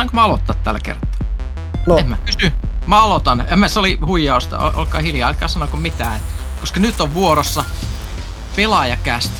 Saanko mä aloittaa tällä kertaa? No. En mä kysy. Mä aloitan. Se oli huijausta. Olkaa hiljaa, älkää sanoko mitään. Koska nyt on vuorossa Pelaajakäst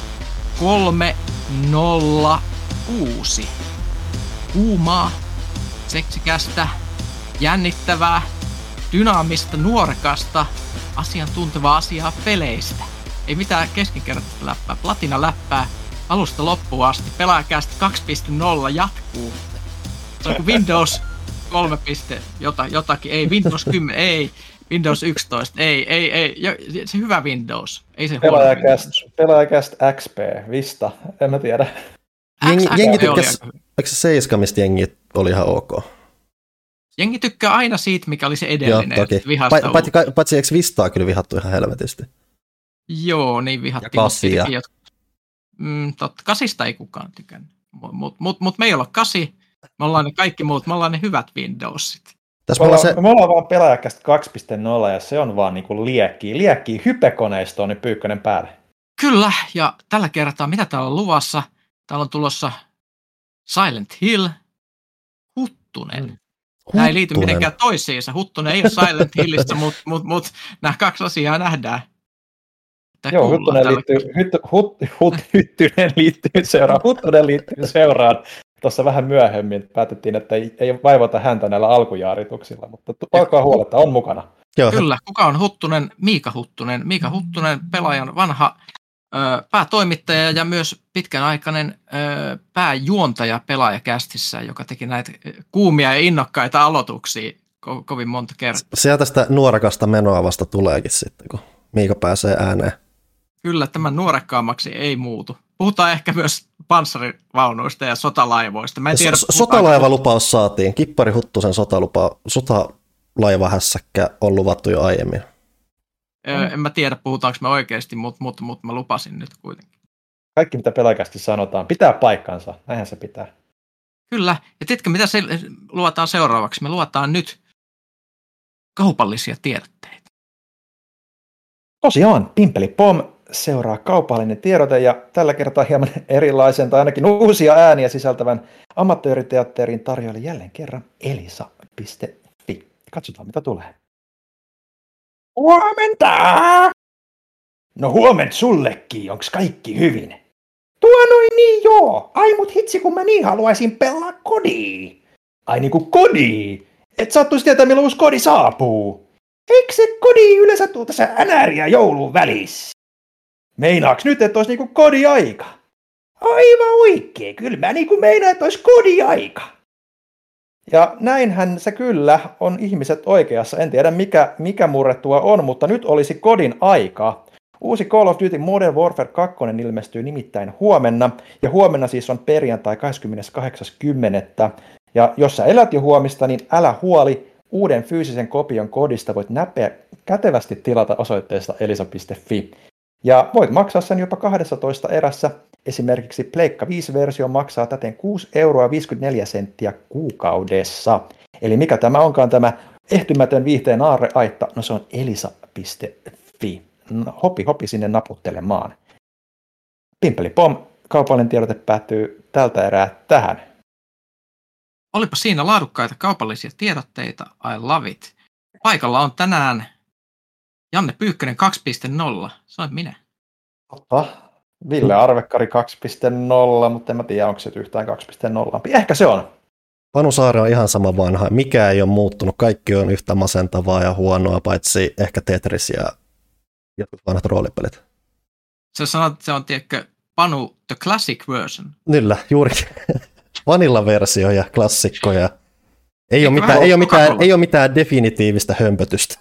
306. Kuumaa, seksikästä, jännittävää, dynaamista, nuorekasta, asiantuntevaa asiaa peleistä. Ei mitään keskinkertaista läppää, platina-läppää, alusta loppuun asti. Pelaajakäst 2.0 jatkuu. Se on kuin Windows 3. Jotakin, ei Windows 10, ei Windows 11, ei, se hyvä Windows, ei se huono Windows. Pelaajakäst XP, Vista, en mä tiedä. Jengi tykkäs, eikö se 7, mistä jengi oli ihan ok? Jengi tykkää aina siitä, mikä oli se edellinen. Joo, toki. Paitsi eikö Vistaa kyllä vihattu ihan helvetisti? Joo, niin vihattiin. Ja 8. Totta, 8 ei kukaan tykännyt. Mut me ei olla 8. Me ollaan ne kaikki muut, me ollaan ne hyvät Windowsit. Me ollaan vaan Pelaajakäst 2.0 ja se on vaan niinku liekkii hypekoneistoon niin Pyykkönen päälle. Kyllä, ja tällä kertaa mitä täällä on luvassa? Täällä on tulossa Silent Hill, Huttunen. Nämä ei liity mitenkään toisiinsa. Huttunen ei ole Silent Hillissä, mutta nämä 2 asiaa nähdään. Joo, Huttunen liittyy seuraan. Tuossa vähän myöhemmin päätettiin, että ei vaivata häntä näillä alkujaarituksilla, mutta alkaa huoletta, on mukana. Joo. Kyllä, kuka on Huttunen? Miika Huttunen. Miika Huttunen, pelaajan vanha päätoimittaja ja myös pitkänaikainen pääjuontaja Pelaajakästissä, joka teki näitä kuumia ja innokkaita aloituksia kovin monta kertaa. Sieltä sitä nuorekasta menoa vasta tuleekin sitten, kun Miika pääsee ääneen. Kyllä, tämän nuorekkaammaksi ei muutu. Puhutaan ehkä myös panssarivaunuista ja sotalaivoista. Mä en tiedä, sotalaivalupaus saatiin. Kippari Huttusen sotalaivahässäkkä on luvattu jo aiemmin. En mä tiedä, puhutaanko me oikeasti, mutta mä lupasin nyt kuitenkin. Kaikki, mitä Pelaajakästi sanotaan, pitää paikkansa. Näinhän se pitää. Kyllä. Ja tiedätkö, mitä luvataan seuraavaksi? Me luvataan nyt kaupallisia tiedotteita. Tosiaan, Pimpeli Pom seuraa kaupallinen tiedote ja tällä kertaa hieman erilaisen tai ainakin uusia ääniä sisältävän amatööriteatterin tarjoili jälleen kerran elisa.fi. Katsotaan, mitä tulee. Huomenta! No huomenta sullekin, onks kaikki hyvin? Tuo noin niin joo. Ai mut hitsi kun mä niin haluaisin pelaa kodii. Ai niinku kodii? Et saattuisi tietää milloin uusi kodi saapuu. Eikö se kodi yleensä tuu tässä NR ja joulun välissä? Meinaaks nyt, että ois niinku kodiaika? Aivan oikein, kyllä mä niinku meinaan, että ois kodiaika. Ja näinhän se kyllä on ihmiset oikeassa. En tiedä mikä murre tuo on, mutta nyt olisi kodin aika. Uusi Call of Duty Modern Warfare 2 ilmestyy nimittäin huomenna. Ja huomenna siis on perjantai 28.10. Ja jos sä elät jo huomista, niin älä huoli. Uuden fyysisen kopion kodista voit kätevästi tilata osoitteesta elisa.fi. Ja voit maksaa sen jopa 12 erässä. Esimerkiksi Pleikka 5-versio maksaa täten 6,54 € kuukaudessa. Eli mikä tämä onkaan tämä ehtymätön viihteen aarreaitta? No se on elisa.fi. Hopi sinne naputtelemaan. Pimpeli pom, kaupallinen tiedote päättyy tältä erää tähän. Olipa siinä laadukkaita kaupallisia tiedotteita, I love it. Paikalla on tänään Janne Pyykkönen 2.0, se on minä. Totta. Ville Arvekkari 2.0, mutta en mä tiedä, onko se yhtään 2.0. Ehkä se on. Panu Saari on ihan sama vanha. Mikä ei ole muuttunut. Kaikki on yhtä masentavaa ja huonoa, paitsi ehkä Tetris ja jotkut vanhat roolipelit. Se sanoo, että se on, tiedätkö, Panu the classic version. Kyllä, juurikin. Vanilla-versio ja klassikkoja. Ei ole mitään definitiivistä hömpötystä.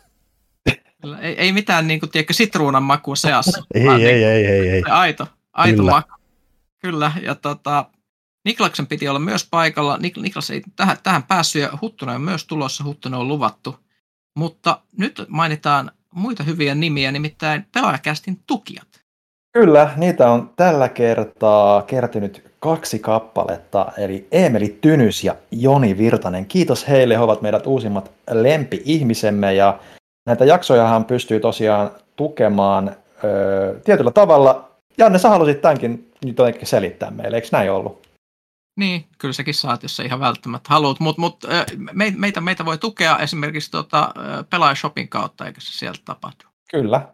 Ei mitään niin kuin, tiedätkö, sitruunan makua seassa. Ei. Aito maku. Kyllä, ja Niklaksen piti olla myös paikalla. Niklas ei tähän päässyt, ja Huttunen on myös tulossa. Huttunen on luvattu. Mutta nyt mainitaan muita hyviä nimiä, nimittäin Pelaajakästin tukijat. Kyllä, niitä on tällä kertaa kertynyt 2 kappaletta, eli Eemeli Tynys ja Joni Virtanen. Kiitos heille, he ovat meidät uusimmat lempi-ihmisemme, ja näitä jaksojahan pystyy tosiaan tukemaan tietyllä tavalla. Janne, sä halusit tämänkin nyt jotenkin selittää meille, eikö näin ollut? Niin, kyllä säkin saat, jos sä ihan välttämättä haluat, mutta meitä voi tukea esimerkiksi Pelaajashopin kautta, eikö se sieltä tapahdu? Kyllä.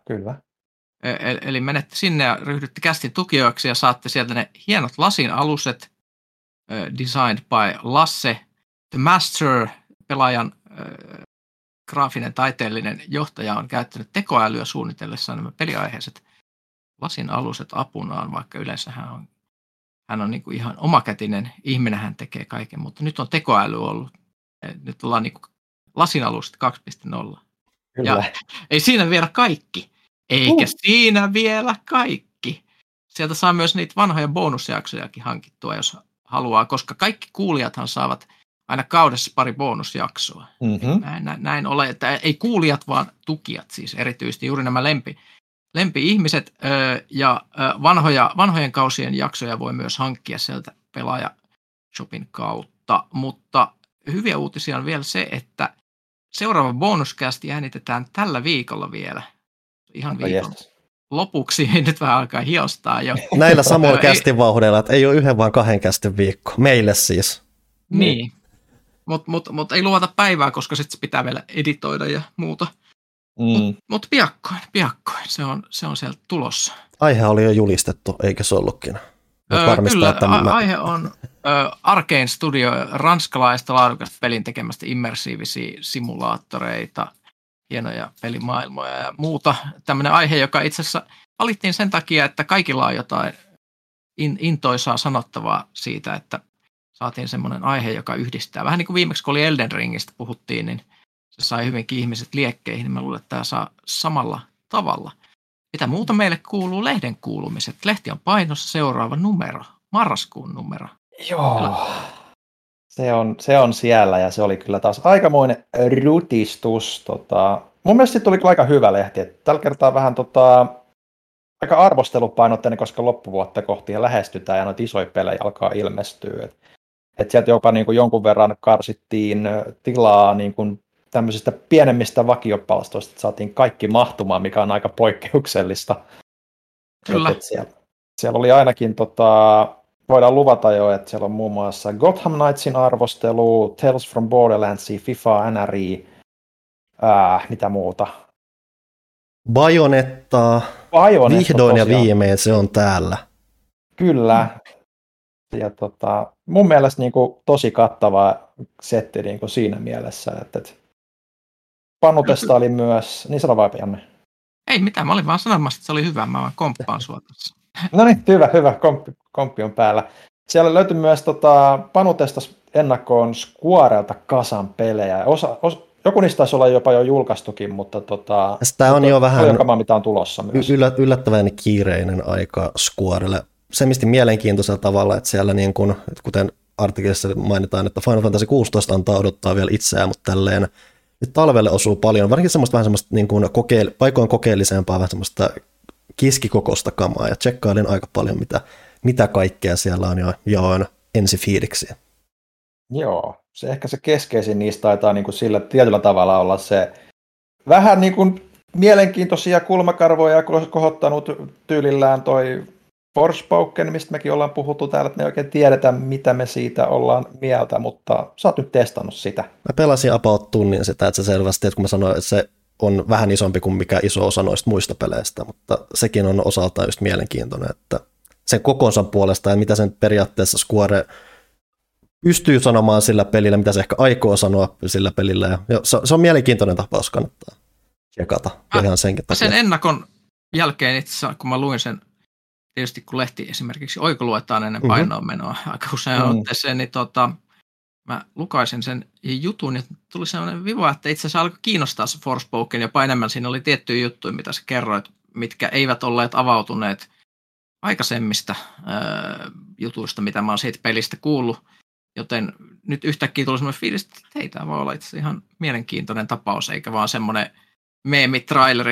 Eli menette sinne ja ryhdytte Castin tukijoiksi ja saatte sieltä ne hienot lasin aluset, designed by Lasse, The Master, pelaajan graafinen taiteellinen johtaja on käyttänyt tekoälyä suunnitellessaan nämä peliaiheiset lasin aluset apunaan, vaikka yleensä hän on niin kuin ihan omakätinen ihminen, hän tekee kaiken, mutta nyt on tekoäly ollut. Nyt ollaan niin kuin lasin aluset 2.0. Kyllä. Ja ei siinä vielä kaikki. Eikä siinä vielä kaikki. Sieltä saa myös niitä vanhoja bonusjaksojakin hankittua, jos haluaa, koska kaikki kuulijathan saavat aina kaudessa pari bonusjaksoa. Näin ole, että ei kuulijat, vaan tukijat siis erityisesti juuri nämä lempi-ihmiset ja vanhojen kausien jaksoja voi myös hankkia sieltä Pelaajashopin kautta, mutta hyviä uutisia on vielä se, että seuraava bonuscast äänitetään tällä viikolla vielä. Ihan viikon lopuksi, nyt vähän alkaa hiostaa jo. Näillä samoilla kästin vauhdeilla, että ei ole yhden vaan 2 kästin viikko. Meille siis. Niin, mutta ei luvata päivää, koska sitten pitää vielä editoida ja muuta. Mutta piakkoin. Se on sieltä tulossa. Aihe oli jo julistettu, eikö se ollutkin? Kyllä, aihe on Arkane Studio, ranskalaista laadukasta pelin tekemästä immersiivisiä simulaattoreita, hienoja pelimaailmoja ja muuta. Tämmöinen aihe, joka itse asiassa valittiin sen takia, että kaikilla on jotain intoisaa sanottavaa siitä, että saatiin semmoinen aihe, joka yhdistää. Vähän niin kuin viimeksi, kun oli Elden Ringistä puhuttiin, niin se sai hyvinkin ihmiset liekkeihin, niin mä luulen, että tämä saa samalla tavalla. Mitä muuta meille kuuluu? Lehden kuulumiset. Lehti on painossa seuraava numero, marraskuun numero. Joo, se on siellä ja se oli kyllä taas aikamoinen rutistus. Mun mielestä tuli kyllä aika hyvä lehti. Tällä kertaa vähän aika arvostelupainotteinen, koska loppuvuotta kohti ja lähestytään ja noita isoja pelejä alkaa ilmestyä. Et sieltä jopa niin kuin jonkun verran karsittiin tilaa niin kuin tämmöisistä pienemmistä vakiopalstoista, että saatiin kaikki mahtumaan, mikä on aika poikkeuksellista. Kyllä. Siellä oli ainakin, voidaan luvata jo, että siellä on muun muassa Gotham Knightsin arvostelu, Tales from Borderlands, FIFA, NRI, mitä muuta. Bajonettaa. Vihdoin ja viimein se on täällä. Kyllä. Ja mun mielestä niin kuin, tosi kattava setti niin kuin siinä mielessä, että Panutesta oli myös, niin sano vaan Janne. Ei mitään, mä olin vaan sanomassa, että se oli hyvä, mä vaan komppaan sua tässä. No niin, hyvä, komppi on päällä. Siellä löytyi myös Panutesta ennakkoon Squarelta kasan pelejä. Joku niistä taisi olla jopa jo julkaistukin, mutta tämä on jo vähän mitä on tulossa myös. Yllättävän kiireinen aika Squarelle. Se mistä mielenkiintoisella tavalla, että siellä niin kuin, kuten artikkelissa mainitaan, että Final Fantasy 16 antaa odottaa vielä itseään, mutta tälleen nyt talvelle osuu paljon, varsinkin semmoista vähän semmoista niin kuin paikoin kokeellisempaa, vähän semmoista kiskikokoista kamaa, ja tsekkailin aika paljon, mitä kaikkea siellä on jo on ensifiiliksiä. Joo, se ehkä se keskeisin niistä taitaa niin kuin sillä tietyllä tavalla olla se vähän niin kuin mielenkiintoisia kulmakarvoja kohottanut tyylillään toi Forspoken, mistä mekin ollaan puhuttu täällä, että me ei oikein tiedetä, mitä me siitä ollaan mieltä, mutta sä oot nyt testannut sitä. Mä pelasin about tunnin sitä, että se selvästi, että kun mä sanoin, että se on vähän isompi kuin mikä iso osa noista muista peleistä, mutta sekin on osaltaan just mielenkiintoinen, että sen kokonsa puolesta ja mitä sen periaatteessa Square pystyy sanomaan sillä pelillä, mitä se ehkä aikoo sanoa sillä pelillä. Ja se on mielenkiintoinen tapaus, kannattaa tsekata. Sen ennakon jälkeen itse kun mä luin sen, tietysti kun lehti esimerkiksi oikoluetaan ennen painoon menoa aika usein otteeseen, niin mä lukaisin sen jutun ja tuli sellainen viva, että itse asiassa alkoi kiinnostaa se Forspoken jopa enemmän. Siinä oli tiettyjä juttuja, mitä sä kerroit, mitkä eivät olleet avautuneet aikaisemmista jutuista, mitä mä oon siitä pelistä kuullut. Joten nyt yhtäkkiä tuli semmoinen fiilis, että hei, tämä voi olla itse asiassa ihan mielenkiintoinen tapaus, eikä vaan semmoinen meemitraileri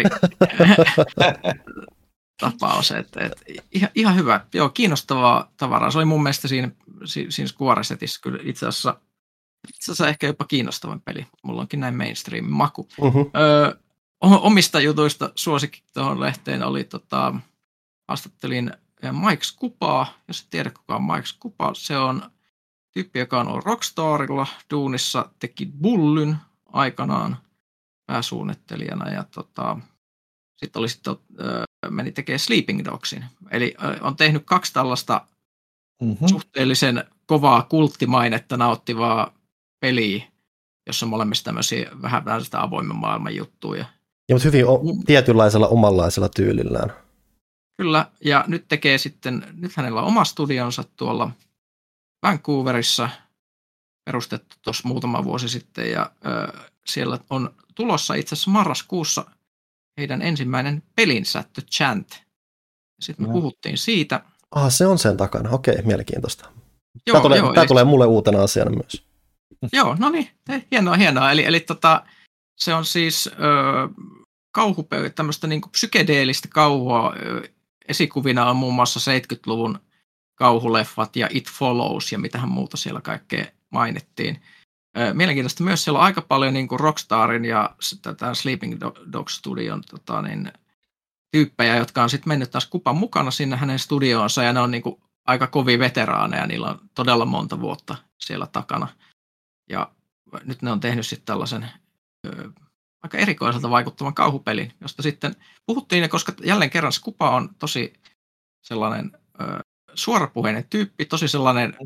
tapaus. Ihan hyvä. Joo, kiinnostavaa tavaraa. Se oli mun mielestä siinä Square-setissä kyllä itse asiassa ehkä jopa kiinnostavan peli. Mulla onkin näin mainstream maku. Omista jutuista suosikki tuohon lehteen oli, haastattelin Mike Scupaa, jos et tiedä kuka on Mike Scupa, se on tyyppi, joka on ollut Rockstarilla duunissa, teki Bullyn aikanaan pääsuunnittelijana ja sitten meni tekemään Sleeping Dogsin. Eli on tehnyt 2 tällaista suhteellisen kovaa kulttimainetta nauttivaa peliä, jossa on molemmissa tämmöisiä vähän sitä avoimen maailman juttuja. Ja mutta hyvin tietynlaisella omanlaisella tyylillään. Kyllä, ja nyt hänellä on oma studionsa tuolla Vancouverissa, perustettu tuossa muutama vuosi sitten, ja siellä on tulossa itse asiassa marraskuussa heidän ensimmäinen pelinsä, The Chant. Sitten me puhuttiin siitä. Se on sen takana. Okei, mielenkiintoista. Tämä Joo, tulee mulle uutena asiana myös. Joo, no niin, hienoa. Eli se on siis kauhupeli, tämmöistä niin kuin psykedeellistä kauhua. Esikuvina on muun muassa 70-luvun kauhuleffat ja It Follows ja mitähän muuta siellä kaikkea mainittiin. Mielenkiintoista myös siellä on aika paljon niin kuin Rockstarin ja tätä Sleeping Dog Studion tyyppejä, jotka on sitten mennyt taas kupan mukana sinne hänen studioonsa ja ne on niin kuin aika kovia veteraaneja, niillä on todella monta vuotta siellä takana. Ja nyt ne on tehnyt sitten tällaisen aika erikoiselta vaikuttavan kauhupelin, josta sitten puhuttiin, koska jälleen kerran Skupa on tosi sellainen suorapuheinen tyyppi, tosi sellainen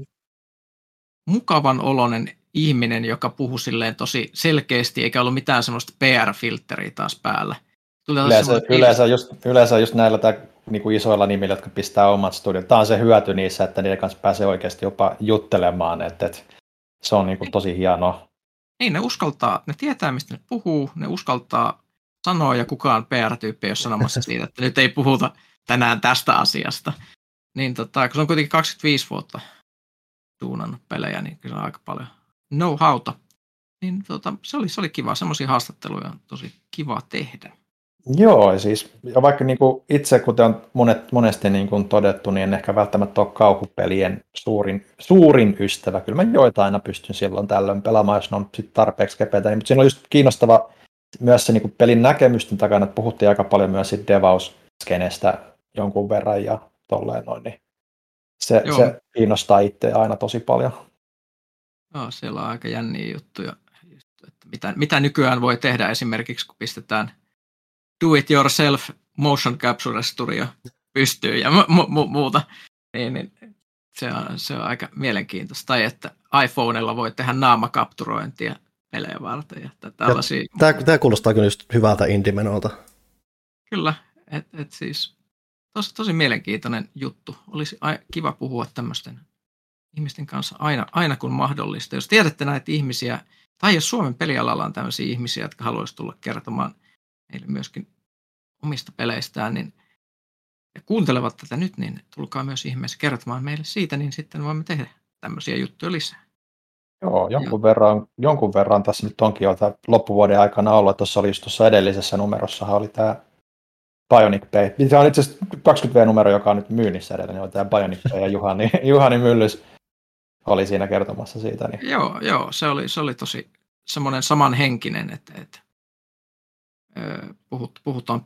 mukavan oloinen ihminen, joka puhui silleen tosi selkeästi, eikä ollut mitään semmoista PR-filtteriä taas päällä. Yleensä just näillä niinku isoilla nimillä, jotka pistää omat studiot. Tämä on se hyöty niissä, että niiden kanssa pääsee oikeasti jopa juttelemaan, että se on niinku tosi hienoa. Niin, ne tietää, mistä ne puhuu, ne uskaltaa sanoa, ja kukaan PR-tyyppi ei ole sanomassa siitä, että nyt ei puhuta tänään tästä asiasta. Niin kun se on kuitenkin 25 vuotta duunannut pelejä, niin kyllä on aika paljon know-howta. Niin se oli kiva, semmoisia haastatteluja on tosi kiva tehdä. Joo, ja vaikka niinku itse, kuten on monesti niinku todettu, niin en ehkä välttämättä ole kauhupelien suurin ystävä. Kyllä mä joita aina pystyn silloin tällöin pelaamaan, jos ne on sit tarpeeksi kepeitä. Mutta siinä on just kiinnostava myös se niinku pelin näkemysten takana, että puhuttiin aika paljon myös siitä devaus-skenestä jonkun verran ja tolleen noin. Niin se kiinnostaa itse aina tosi paljon. Joo, siellä on aika jänniä juttuja, että mitä nykyään voi tehdä esimerkiksi, kun pistetään do-it-yourself motion capture-studio pystyyn ja muuta, niin se on aika mielenkiintoista. Tai että iPhonella voi tehdä naamakapturointia pelejä varten. Ja tällaisia. Tämä kuulostaa kyllä just hyvältä indie-menolta. Kyllä, et siis tosi mielenkiintoinen juttu. Olisi kiva puhua tämmöisten ihmisten kanssa aina kun mahdollista. Jos tiedätte näitä ihmisiä, tai jos Suomen pelialalla on tämmöisiä ihmisiä, jotka haluaisivat tulla kertomaan meille myöskin omista peleistään, niin ja kuuntelevat tätä nyt, niin tulkaa myös ihmeessä kertomaan meille siitä, niin sitten voimme tehdä tämmöisiä juttuja lisää. Joo, jonkun verran tässä nyt onkin jo loppuvuoden aikana ollut. Tuossa oli just tuossa edellisessä numerossahan oli tämä Bionic Bay. Se on itse asiassa 20V-numero, joka on nyt myynnissä edelleen, niin on tämä Bionic Bay ja Juhani Myllys oli siinä kertomassa siitä. Niin. Joo, se oli tosi semmoinen samanhenkinen, että puhutaan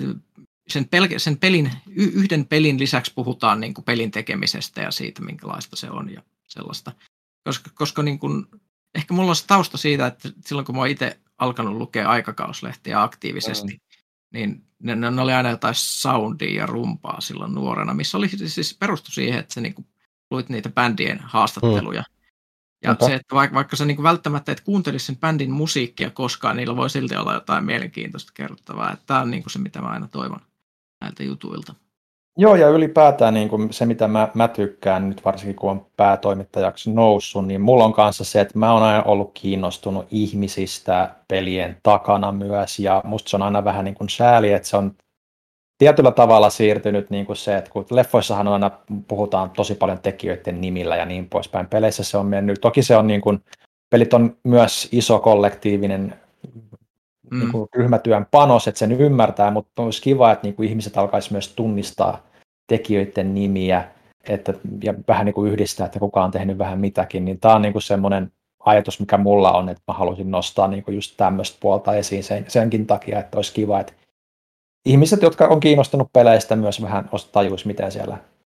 yhden pelin lisäksi puhutaan niin kuin pelin tekemisestä ja siitä, minkälaista se on ja sellaista. Koska niin kuin, ehkä mulla on se tausta siitä, että silloin kun mä oon itse alkanut lukea aikakauslehtiä aktiivisesti, niin ne oli aina jotain soundia ja rumpaa silloin nuorena, missä oli siis perustu siihen, että sä niin kuin luit niitä bändien haastatteluja. Ja se, että vaikka sä niin kuin välttämättä et kuuntelisi sen bändin musiikkia koskaan, niillä voi silti olla jotain mielenkiintoista kerrottavaa. Että tämä on niin kuin se, mitä mä aina toivon näiltä jutuilta. Joo, ja ylipäätään niin kuin se, mitä mä tykkään nyt varsinkin, kun on päätoimittajaksi noussut, niin mulla on kanssa se, että mä oon aina ollut kiinnostunut ihmisistä pelien takana myös, ja musta se on aina vähän niin kuin sääli, että se on tietyllä tavalla siirtynyt niin kuin se, että kun leffoissahan aina puhutaan tosi paljon tekijöiden nimillä ja niin poispäin. Peleissä se on mennyt. Toki se on niin kuin, pelit on myös iso kollektiivinen niin kuin ryhmätyön panos, että sen ymmärtää, mutta olisi kiva, että niin kuin ihmiset alkaisi myös tunnistaa tekijöiden nimiä ja vähän niin kuin yhdistää, että kuka on tehnyt vähän mitäkin. Niin tämä on niin kuin semmoinen ajatus, mikä mulla on, että mä haluaisin nostaa niin kuin just tämmöistä puolta esiin senkin takia, että olisi kiva, että ihmiset, jotka on kiinnostunut peleistä, myös vähän tajuisi, miten siellä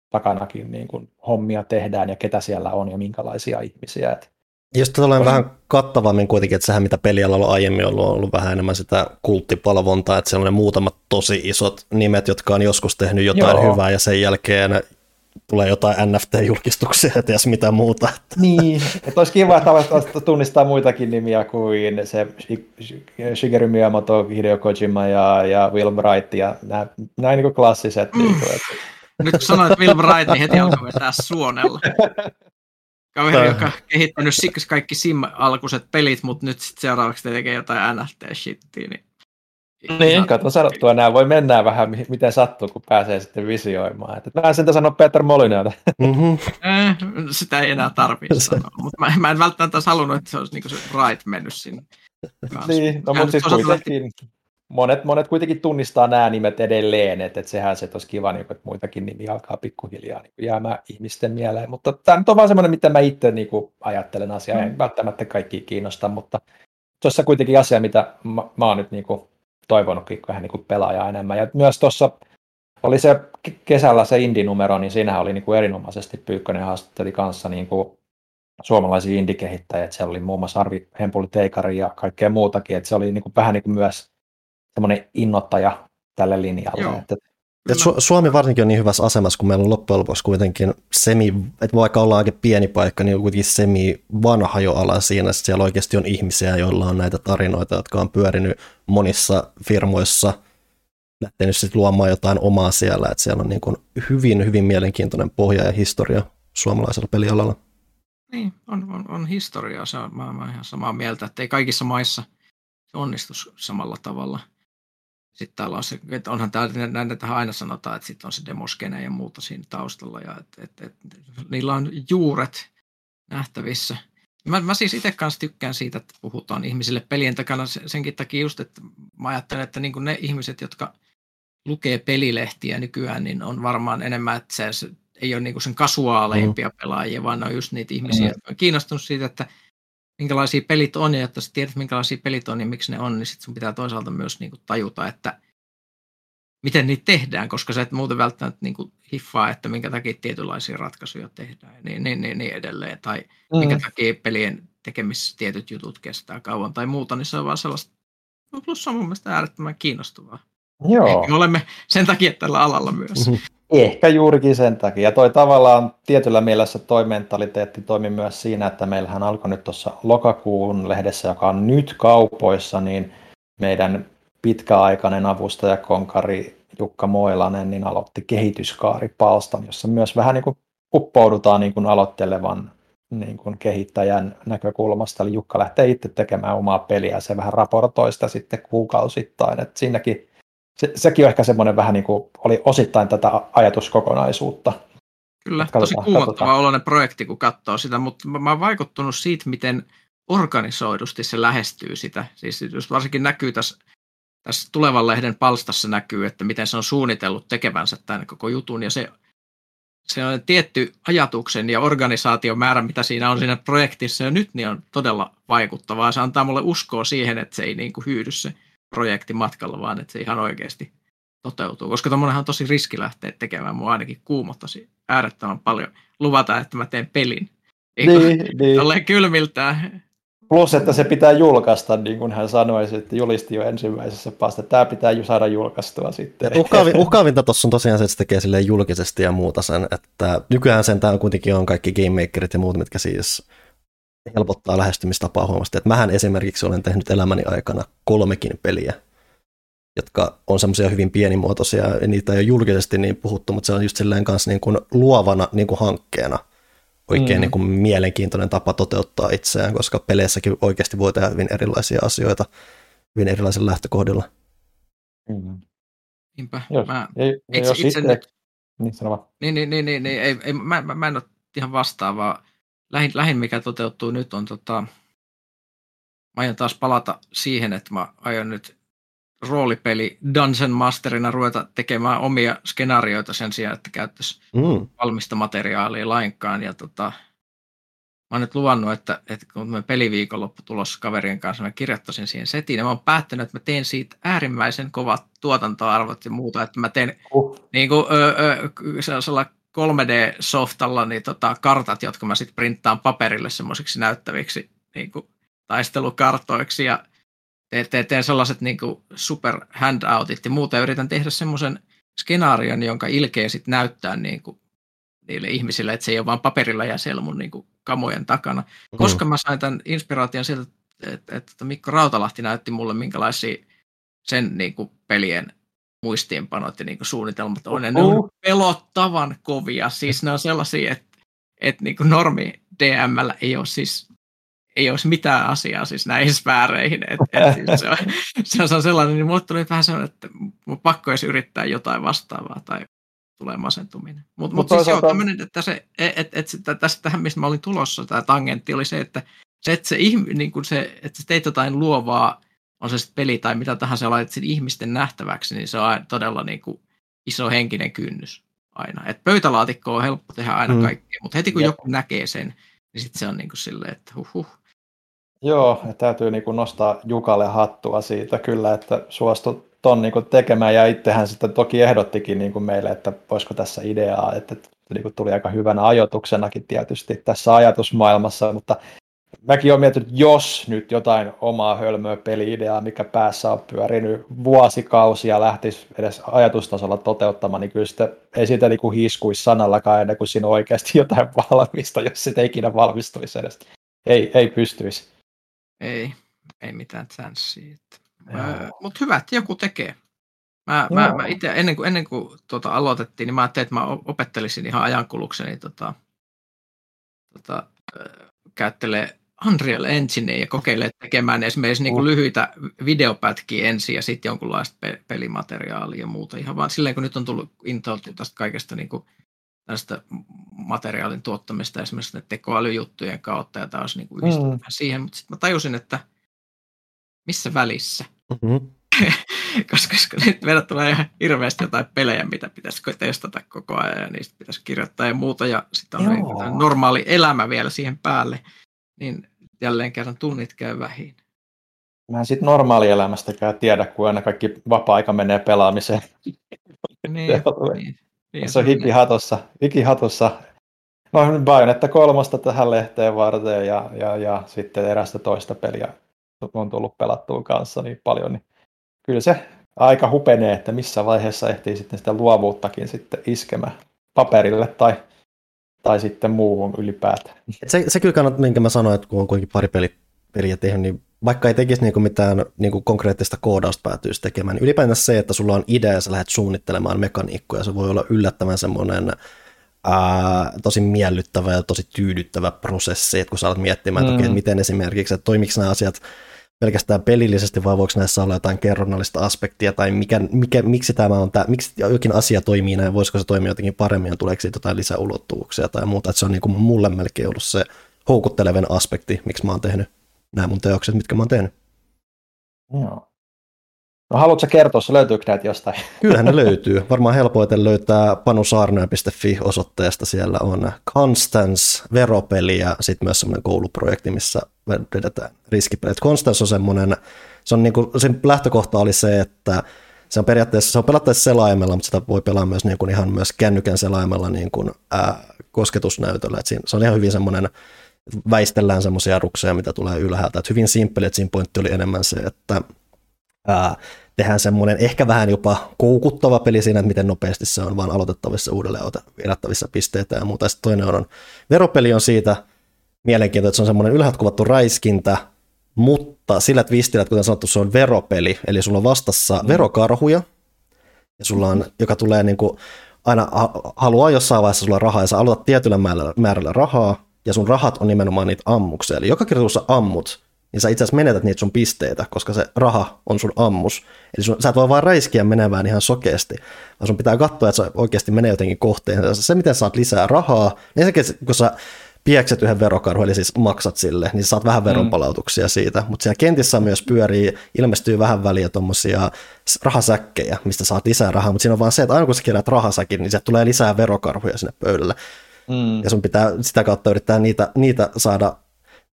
takanakin niin kuin hommia tehdään ja ketä siellä on ja minkälaisia ihmisiä. Jos tällainen vähän kattavammin kuitenkin, että sehän mitä pelialalla on aiemmin ollut vähän enemmän sitä kulttipalvontaa, että siellä on ne muutamat tosi isot nimet, jotka on joskus tehnyt jotain hyvää ja sen jälkeen tulee jotain NFT-julkistuksia ja ties mitä muuta. Niin, että olisi kiva, että tunnistaa muitakin nimiä kuin se Shigeru Miyamoto, Hideo Kojima ja Will Bright ja nämä niin kuin klassiset. Nyt kun sanoit Will Bright, niin heti alkoi vetää suonella. Kaveri, joka on kehittänyt siksi kaikki Sim-alkuiset pelit, mutta nyt sitten seuraavaksi tekee jotain NFT-shittiä. Niin, kato sanottua, nämä voi mennä vähän miten sattuu, kun pääsee sitten visioimaan. Että mä sen sanoa Peter Molyneuxta. Sitä ei enää tarvitse sanoa, mutta mä en välttämättä olisi halunnut, että se olisi niin kuin se Bright mennyt sinne kanssa. Niin, no mutta siis kuitenkin. Monet kuitenkin tunnistaa nämä nimet edelleen, että sehän se olisi kiva, että muitakin nimiä alkaa pikkuhiljaa jäämään ihmisten mieleen. Mutta tämä nyt on vaan semmoinen, mitä mä itse ajattelen asiaa. En välttämättä kaikki kiinnosta, mutta tuossa kuitenkin asia, mitä mä oon nyt toivonutkin vähän pelaajaa enemmän. Ja myös tuossa oli se kesällä se indie-numero, niin siinähän oli erinomaisesti Pyykkönen haastatteli kanssa suomalaisia indie-kehittäjiä. Että siellä oli muun muassa Arvi Hempuli-Teikari ja kaikkea muutakin. Että se oli vähän myös semmoinen innoittaja tälle linjalle. Suomi varsinkin on niin hyvässä asemassa, kun meillä on loppujen lopuksi kuitenkin että vaikka ollaan aika pieni paikka, niin on kuitenkin semi-vanha jo ala siinä, että siellä oikeasti on ihmisiä, joilla on näitä tarinoita, jotka on pyörinyt monissa firmoissa, lähtenyt sitten luomaan jotain omaa siellä, että siellä on niin kuin hyvin, hyvin mielenkiintoinen pohja ja historia suomalaisella pelialalla. Niin, on historiaa, mä oon ihan samaa mieltä, että ei kaikissa maissa se onnistu samalla tavalla. Sitten täällä on se, että onhan näin, että aina sanotaan, että sitten on se demoskene ja muuta siinä taustalla, ja että niillä on juuret nähtävissä. Mä siis itse kanssa tykkään siitä, että puhutaan ihmisille pelien takana senkin takia just, että mä ajattelen, että niin kuin ne ihmiset, jotka lukee pelilehtiä nykyään, niin on varmaan enemmän, että se ei ole niin kuin sen kasuaaleimpia pelaajia, vaan ne on just niitä ihmisiä, jotka on kiinnostunut siitä, että minkälaisia pelit on, ja jotta sä tiedät, minkälaisia pelit on ja miksi ne on, niin sit sun pitää toisaalta myös niin kuin tajuta, että miten niitä tehdään, koska sä et muuten välttämättä niin kuin hiffaa, että minkä takia tietynlaisia ratkaisuja tehdään, niin edelleen, tai minkä takia pelien tekemissä tietyt jutut kestää kauan tai muuta, niin se on vaan sellaista, plus on mun mielestä äärettömän kiinnostavaa. Joo. Ehkä olemme sen takia tällä alalla myös. Ehkä juurikin sen takia. Ja toi tavallaan tietyllä mielessä toi mentaliteetti toimi myös siinä, että meillähän alkoi nyt tuossa lokakuun lehdessä, joka on nyt kaupoissa, niin meidän pitkäaikainen avustajakonkari Jukka Moilanen niin aloitti kehityskaaripalstan, jossa myös vähän niin kuin uppoudutaan niin kuin aloittelevan niin kuin kehittäjän näkökulmasta. Eli Jukka lähtee itse tekemään omaa peliä ja se vähän raportoi sitä sitten kuukausittain. Että siinäkin sekin on ehkä semmoinen vähän niin kuin oli osittain tätä ajatuskokonaisuutta. Kyllä, tosi kuumottava oloinen projekti, kun katsoo sitä, mutta mä oon vaikuttunut siitä, miten organisoidusti se lähestyy sitä. Siis just varsinkin näkyy tässä tulevan lehden palstassa näkyy, että miten se on suunnitellut tekevänsä tämän koko jutun, ja se on tietty ajatuksen ja organisaation määrä, mitä siinä on siinä projektissa, ja nyt niin on todella vaikuttavaa. Se antaa mulle uskoa siihen, että se ei niin kuin hyydy se projekti matkalla, vaan että se ihan oikeasti toteutuu. Koska tommonenhan on tosi riski lähteä tekemään. Mua ainakin kuumottasi äärettömän paljon luvata, että mä teen pelin. Niin. Olleen kylmiltään. Plus, että se pitää julkaista, niin kuin hän sanoi, että julisti jo ensimmäisessä päästä. Tämä pitää saada julkaistua sitten. Uhkaavinta tuossa on tosiaan se, että se tekee silleen julkisesti ja muuta sen, että nykyään sentään kuitenkin on kaikki game makerit ja muut, mitkä siis helpottaa lähestymistapaa huomasti. Että mähän esimerkiksi olen tehnyt elämäni aikana 3 peliä, jotka on semmoisia hyvin pienimuotoisia, ja niitä ei ole julkisesti niin puhuttu, mutta se on just silleen kanssa niin kuin luovana niin kuin hankkeena oikein niin kuin mielenkiintoinen tapa toteuttaa itseään, koska peleissäkin oikeasti voi tehdä hyvin erilaisia asioita hyvin erilaisilla lähtökohdilla. Niinpä. Mä en ole ihan vastaavaa. Lähin mikä toteutuu nyt on mä aion taas palata siihen, että mä aion nyt roolipeli Dungeon Masterina ruveta tekemään omia skenaarioita sen sijaan, että käyttäisi valmista materiaalia lainkaan. Ja mä oon nyt luvannut, että kun me peliviikonloppu tulossa kaverien kanssa, mä kirjoittaisin siihen setiin, ja mä oon päättänyt, että mä teen siitä äärimmäisen kovat tuotantoarvot ja muuta, että mä teen niin kuin sellaisella 3D-softalla niin kartat, jotka mä sitten printtaan paperille semmoisiksi näyttäviksi niin kuin taistelukartoiksi ja teen sellaiset niin kuin super handoutit ja muuta. Yritän tehdä semmoisen skenaarion, jonka ilkeä sitten näyttää niin kuin niille ihmisille, että se ei ole vaan paperilla ja siellä mun niin kuin kamojen takana. Koska mä sain tämän inspiraation sieltä, että Mikko Rautalahti näytti mulle, minkälaisia sen niin kuin pelien muistiinpanot ja niin kuin suunnitelmat on. Ne on pelottavan kovia. Siis ne on sellaisia, että niin kuin normi DM:llä ei olisi mitään asiaa siis näihin sfääreihin. Se on sellainen, niin mulle tuli vähän sellainen, että mun pakko edes yrittää jotain vastaavaa tai tulee masentuminen. Mutta siis joo, tämmöinen, että tähän, mistä mä olin tulossa, tämä tangentti oli se, että sä teit jotain luovaa, on se sitten peli tai mitä tahansa, laitat sen ihmisten nähtäväksi, niin se on todella niin kuin iso henkinen kynnys aina. Et pöytälaatikko on helppo tehdä aina kaikkea, mutta heti kun joku näkee sen, niin sitten se on niin kuin silleen, että Joo, täytyy niin kuin nostaa Jukalle hattua siitä kyllä, että suostui ton niin kuin tekemään, ja itsehän sitten toki ehdottikin niin kuin meille, että voisiko tässä ideaa, että niin kuin tuli aika hyvänä ajatuksenakin tietysti tässä ajatusmaailmassa, mutta mäkin olen miettinyt, jos nyt jotain omaa hölmöä peli-ideaa, mikä päässä on pyörinyt vuosikausia, lähtisi edes ajatustasolla toteuttamaan, niin kyllä sitä, ei siitä niin kuin hiskuisi sanallakaan ennen kuin siinä on oikeasti jotain valmista, jos sitä ikinä valmistuisi edes. Ei pystyisi. Ei mitään chanssiä. Mutta hyvä, että joku tekee. Mä itse, ennen kuin aloitettiin, niin mä ajattelin, että mä opettelisin ihan ajankulukseni käyttelee Unreal Enginea ja kokeilee tekemään esimerkiksi niin kuin lyhyitä videopätkiä ensin ja sitten jonkunlaista pelimateriaalia ja muuta. Ihan vaan silleen, kun nyt on tullut intoiltua tästä kaikesta niin kuin tästä materiaalin tuottamista esimerkiksi tekoälyjuttujen kautta, ja tämä olisi niin kuin yhdistetty siihen, mutta sitten mä tajusin, että missä välissä. koska nyt meillä tulee ihan hirveästi jotain pelejä, mitä pitäisi testata koko ajan, ja niistä pitäisi kirjoittaa ja muuta, ja sitten on normaali elämä vielä siihen päälle, niin jälleen kerran tunnit käy vähin. Mä en sitten normaalielämästäkään tiedä, kun aina kaikki vapaa-aika menee pelaamiseen. Niin. Se on hikihatossa. No Bayonetta 3 tähän lehteen varten ja sitten erästä toista peliä on tullut pelattua kanssa niin paljon. Niin kyllä se aika hupenee, että missä vaiheessa ehtii sitten sitä luovuuttakin sitten iskemään paperille tai sitten muuhun ylipäätään. Se kyllä kannattaa, minkä mä sanoin, että kun on kuitenkin pari peliä tehnyt, niin vaikka ei tekisi niinku mitään niinku konkreettista koodausta päätyisi tekemään, niin ylipäätään se, että sulla on idea ja sä lähdet suunnittelemaan mekaniikkoja, se voi olla yllättävän semmoinen tosi miellyttävä ja tosi tyydyttävä prosessi, että kun sä alat miettimään, että okei, miten esimerkiksi, että toimiko nämä asiat pelkästään pelillisesti, vai voiko näissä olla jotain kerronnallista aspektia, tai miksi miksi jokin asia toimii näin, voisiko se toimia jotenkin paremmin, ja tuleeko siitä jotain lisäulottuvuuksia tai muuta, että se on niin kuin mulle melkein ollut se houkuttelevin aspekti, miksi mä oon tehnyt nämä mun teokset, mitkä mä oon tehnyt. Joo. No haluatko kertoa, löytyykö näitä jostain? Kyllähän ne löytyy. Varmaan helpoiten löytää panusaarnea.fi-osoitteesta. Siellä on Constance, veropeli ja sitten myös semmoinen kouluprojekti, missä vedetään riskipelit. Constance on semmoinen, sen lähtökohta oli se, että se on pelattaessa selaimella, mutta sitä voi pelaa myös, niin kuin ihan myös kännykän selaimella niin kuin, kosketusnäytöllä. Se on ihan hyvin semmoinen, väistellään semmoisia rukseja, mitä tulee ylhäältä. Et hyvin simppeli, että siinä pointti oli enemmän se, että tehdään semmoinen ehkä vähän jopa koukuttava peli siinä, että miten nopeasti se on vaan aloitettavissa uudelleen erättävissä pisteitä ja muuta. Sitten toinen on veropeli on siitä mielenkiintoinen, että se on semmoinen ylhäältä kuvattu räiskintä, mutta sillä twistillä, että kuten sanottu, se on veropeli, eli sulla on vastassa verokarhuja, ja sulla on, joka tulee niin kuin aina haluaa jossain vaiheessa sulla rahaa, ja sä aloitat tietyllä määrällä rahaa, ja sun rahat on nimenomaan niitä ammuksia. Eli joka kerta kun sä ammut, niin sä itse asiassa menetät niitä sun pisteitä, koska se raha on sun ammus. Eli sä et voi vaan räiskiä menevään ihan sokeasti, vaan sun pitää katsoa, että se oikeasti menee jotenkin kohteen. Se, miten saat lisää rahaa, niin se, kun sä piekset yhden verokarhun, eli siis maksat sille, niin sä saat vähän veronpalautuksia siitä. Mutta siellä kentissä myös ilmestyy vähän väliä tommosia rahasäkkejä, mistä saat lisää rahaa, mutta siinä on vaan se, että aina kun sä kirjaat rahasäkin, niin sieltä tulee lisää verokarhuja sinne pöydälle. Ja sun pitää sitä kautta yrittää niitä saada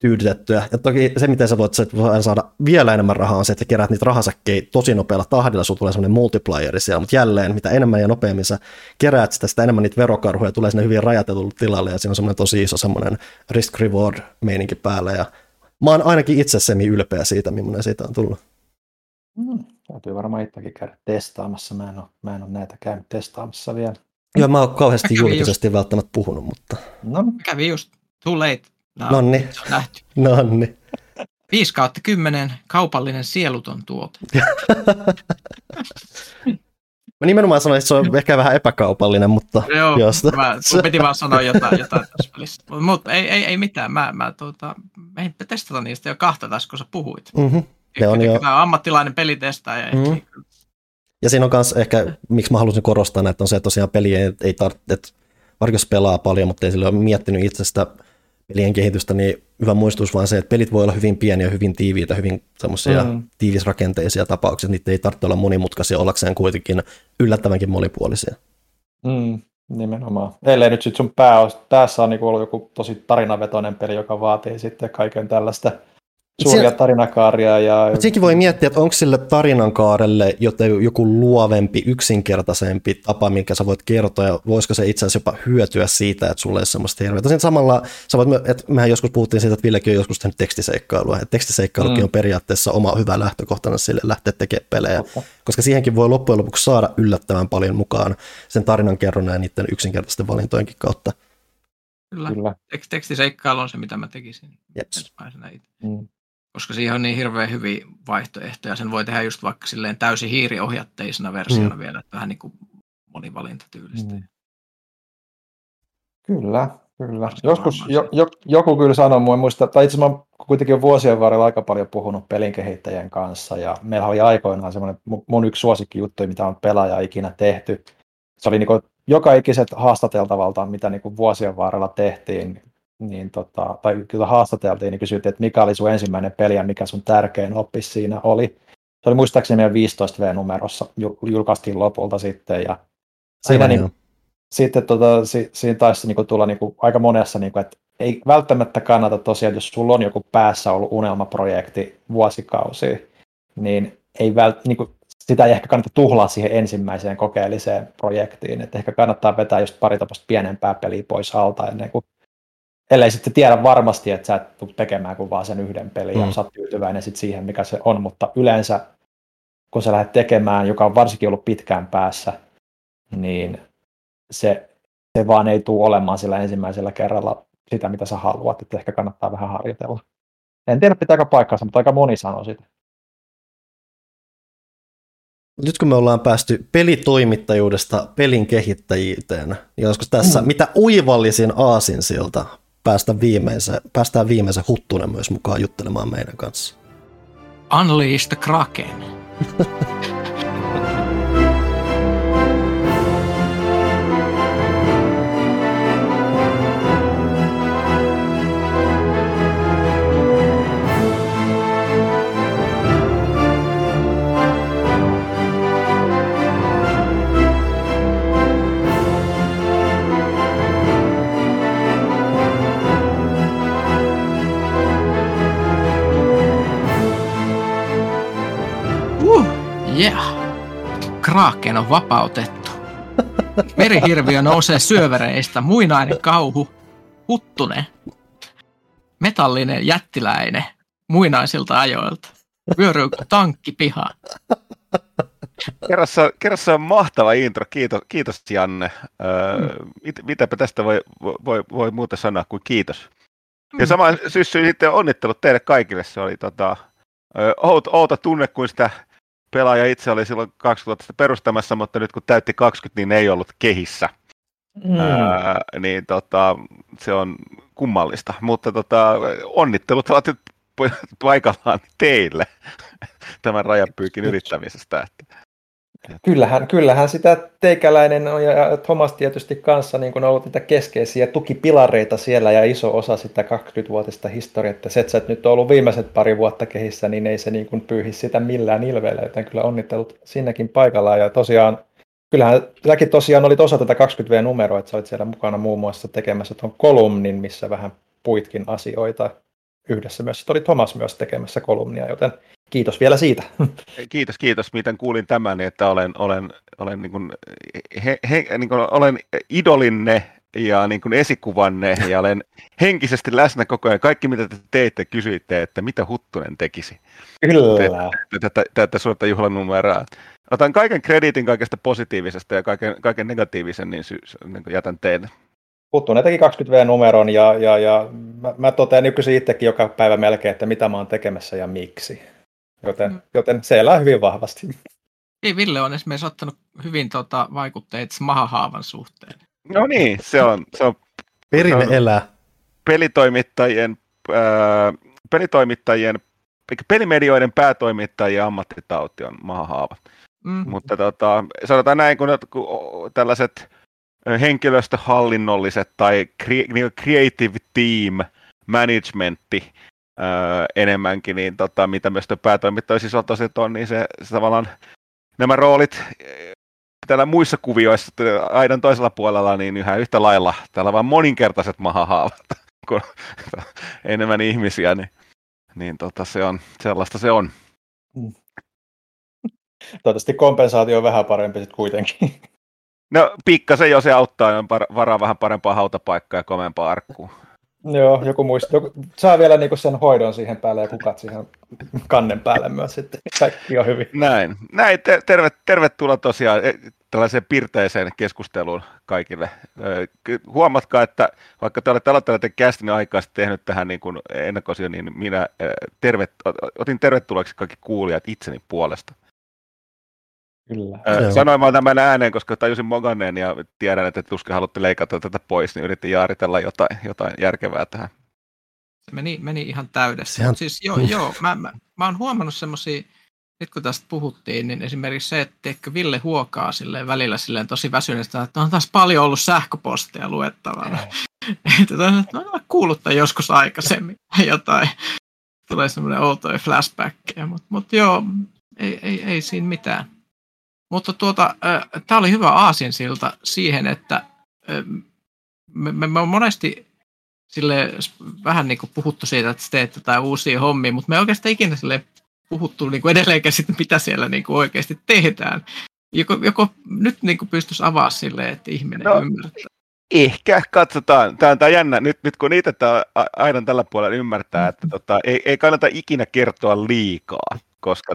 tyydytettyä. Ja toki se, miten sä voit saada vielä enemmän rahaa, on se, että keräät niitä rahasäkkejä tosi nopealla tahdilla, sulla tulee semmoinen multiplieri siellä, mutta jälleen, mitä enemmän ja nopeammin sä keräät sitä enemmän niitä verokarhuja tulee sinne hyvin rajatelulle tilalle, ja siinä on semmoinen tosi iso semmoinen risk-reward-meininki päällä, ja mä oon ainakin itse semi-ylpeä siitä, millainen siitä on tullut. Täytyy varmaan itsekin käydä testaamassa, mä en ole näitä käynyt testaamassa vielä. Joo, mä oon kauheasti julkisesti välttämättä puhunut, mutta... No. Kävi just too late. Nonni. Nonni. 5/10 kaupallinen sieluton tuote. Mä nimenomaan sanoin, että se on ehkä vähän epäkaupallinen, mutta... Joo, mun piti vaan sanoa jotain tässä välissä. Mutta ei mitään, me testata niistä jo 2 tässä, kun sä puhuit. Mm-hmm. Tämä on ammattilainen pelitestaaja. Ja siinä on myös ehkä, miksi mä halusin korostaa, että on se, että tosiaan peliä ei tarvitse, että vaikka jos pelaa paljon, mutta ei sille ole miettinyt itse sitä pelien kehitystä, niin hyvä muistutus vaan se, että pelit voi olla hyvin pieniä, hyvin tiiviitä, hyvin semmoisia tiivisrakenteisia tapauksia, niitä ei tarvitse olla monimutkaisia ollakseen kuitenkin yllättävänkin monipuolisia. Nimenomaan. Ellei nyt sitten sun päässä on niinku ollut joku tosi tarinavetoinen peli, joka vaatii sitten kaiken tällaista suuria tarinakaaria. Siinäkin voi miettiä, että onko sille tarinankaarelle joku luovempi, yksinkertaisempi tapa, minkä sä voit kertoa, ja voisiko se itse asiassa jopa hyötyä siitä, että sulla ei ole semmoista hirveä. Tosin samalla, että mehän joskus puhuttiin siitä, että Villekin on joskus tehnyt tekstiseikkailua, että tekstiseikkailukin on periaatteessa oma hyvä lähtökohtana sille lähteä tekemään pelejä, koska siihenkin voi loppujen lopuksi saada yllättävän paljon mukaan sen tarinankerronnan ja niiden yksinkertaisten valintojenkin kautta. Kyllä. Tekstiseikkailu on se, mitä mä tekisin. Koska siihen on niin hirveän hyviä vaihtoehtoja. Sen voi tehdä just vaikka silleen täysin hiiriohjatteisena versiona vielä, että vähän niin kuin monivalintatyylistä. Kyllä. Joskus joku kyllä sanoi, muista, tai itse asiassa mä kuitenkin olen vuosien varrella aika paljon puhunut pelin kehittäjien kanssa, ja meillä oli aikoinaan semmoinen mun yksi suosikkijuttu, mitä on pelaaja ikinä tehty. Se oli niin kuin joka ikiset haastateltavalta, mitä niin kuin vuosien varrella tehtiin, tai kyllä haastateltiin, niin kysyttiin, että mikä oli sun ensimmäinen peli ja mikä sun tärkein oppi siinä oli. Se oli muistaakseni meidän 15V-numerossa, julkaistiin lopulta sitten, ja siinä taisi tulla aika monessa, että ei välttämättä kannata tosiaan, jos sulla on joku päässä ollut unelmaprojekti vuosikausia, niin sitä ei ehkä kannata tuhlaa siihen ensimmäiseen kokeelliseen projektiin, että ehkä kannattaa vetää just pari tapasta pienempää peliä pois alta ennen kuin ellei sitten tiedä varmasti, että sä et tule tekemään kuin vaan sen yhden pelin ja sä oot tyytyväinen sit siihen, mikä se on, mutta yleensä kun sä lähdet tekemään, joka on varsinkin ollut pitkään päässä, niin se vaan ei tule olemaan sillä ensimmäisellä kerralla sitä, mitä sä haluat, että ehkä kannattaa vähän harjoitella. En tiedä, pitääkö paikkaansa, mutta aika moni sanoo sitä. Nyt kun me ollaan päästy pelitoimittajuudesta pelin kehittäjyyteen, niin olisiko tässä mitä oivallisin aasinsilta päästään viimeisen Huttunen myös mukaan juttelemaan meidän kanssa. Unleash the Kraken. Kraken on vapautettu. Merihirviö nousee syövereistä, muinainen kauhu, Huttunen, metallinen jättiläinen, muinaisilta ajoilta, vyöryy tankki pihaan. Kerrassa on mahtava intro, kiitos Janne. Mitäpä tästä voi muuta sanoa kuin kiitos. Ja sama syssy sitten onnittelut teille kaikille, se oli outo tunne, kun sitä pelaaja itse oli silloin 20 vuotta perustamassa, mutta nyt kun täytti 20, niin ei ollut kehissä. Niin se on kummallista, mutta onnittelut ovat nyt paikallaan teille tämän rajapyykin yrittämisestä. Kyllähän sitä teikäläinen on ja Thomas tietysti kanssa niin kun on ollut niitä keskeisiä tukipilareita siellä ja iso osa sitä 20-vuotista historiaa, että se, että sä et nyt ollut viimeiset pari vuotta kehissä, niin ei se niin kuin pyyhi sitä millään ilveellä, joten kyllä onnittelut sinnekin paikallaan ja tosiaan kyllähän säkin tosiaan olit osa tätä 20V-numeroa, että sä olit siellä mukana muun muassa tekemässä tuon kolumnin, missä vähän puitkin asioita. yhdessä myös. Sitten oli Thomas myös tekemässä kolumnia, joten kiitos vielä siitä. Kiitos, miten kuulin tämän, että olen olen idolinne ja niin kuin esikuvanne ja olen henkisesti läsnä koko ajan. Kaikki mitä te teitte, kysyitte, että mitä Huttunen tekisi. Kyllä. Tätä suurta juhlanumeroa. Otan kaiken krediitin kaikesta positiivisesta ja kaiken negatiivisen, niin jätän teille. Huttunen teki 20V-numeron ja mä totean nykyisin itsekin joka päivä melkein, että mitä mä oon tekemässä ja miksi. Joten se elää hyvin vahvasti. Ei, Ville on esimerkiksi ottanut hyvin vaikutteita mahahaavan suhteen. No niin, se on Perinne elää. Pelimedioiden päätoimittajien ammattitauti on mahahaava. Mutta sanotaan näin, kun tällaiset henkilöstöhallinnolliset tai creative team managementti enemmänkin, niin mitä myös päätoimittaja sisältöiset on, niin se tavallaan nämä roolit täällä muissa kuvioissa aidan toisella puolella, niin yhä yhtä lailla täällä vaan moninkertaiset mahahaavat, kun enemmän ihmisiä, niin se on, sellaista se on. Toivottavasti kompensaatio on vähän parempi sitten kuitenkin. No pikkasen, jos se auttaa, on varaa vähän parempaa hautapaikkaa ja komempaa arkkuun. Joo, joku saa vielä niinku sen hoidon siihen päälle ja kukat siihen kannen päälle myös sitten. Kaikki on hyvin. Näin. Tervetuloa tosiaan tällaiseen pirteiseen keskusteluun kaikille. Huomatkaa, että vaikka te olette aloittaneet kästin aikaisesti tehnyt tähän niin kuin ennakkosion, niin minä otin tervetulleeksi kaikki kuulijat itseni puolesta. Kyllä. Sanoin vaan tämän ääneen, koska tajusin moganneen ja tiedän, että tuskin haluatte leikata tätä pois, niin yritin jaaritella jotain järkevää tähän. Se meni ihan täydessä. Siis joo, mä oon huomannut semmosia, nyt kun tästä puhuttiin, niin esimerkiksi se, että Ville huokaa silleen välillä silleen tosi väsyneestä, että on taas paljon ollut sähköpostia luettavana. Että on kuullut joskus aikaisemmin jotain. Tulee semmoinen outoja flashbackkejä, mutta joo, ei siinä mitään. Mutta tämä oli hyvä aasinsilta siihen, että me on monesti sille vähän niin kuin puhuttu siitä, että teette jotain uusia hommia, mutta me ei oikeastaan ikinä sille puhuttu niin kuin edelleenkään sitten, mitä siellä niin kuin oikeasti tehdään. Joko nyt niin kuin pystyisi avaamaan silleen, että ihminen ymmärtää? Ehkä, katsotaan. Tämä on jännä. Nyt kun niitä aina tällä puolella ymmärtää, että ei kannata ikinä kertoa liikaa, koska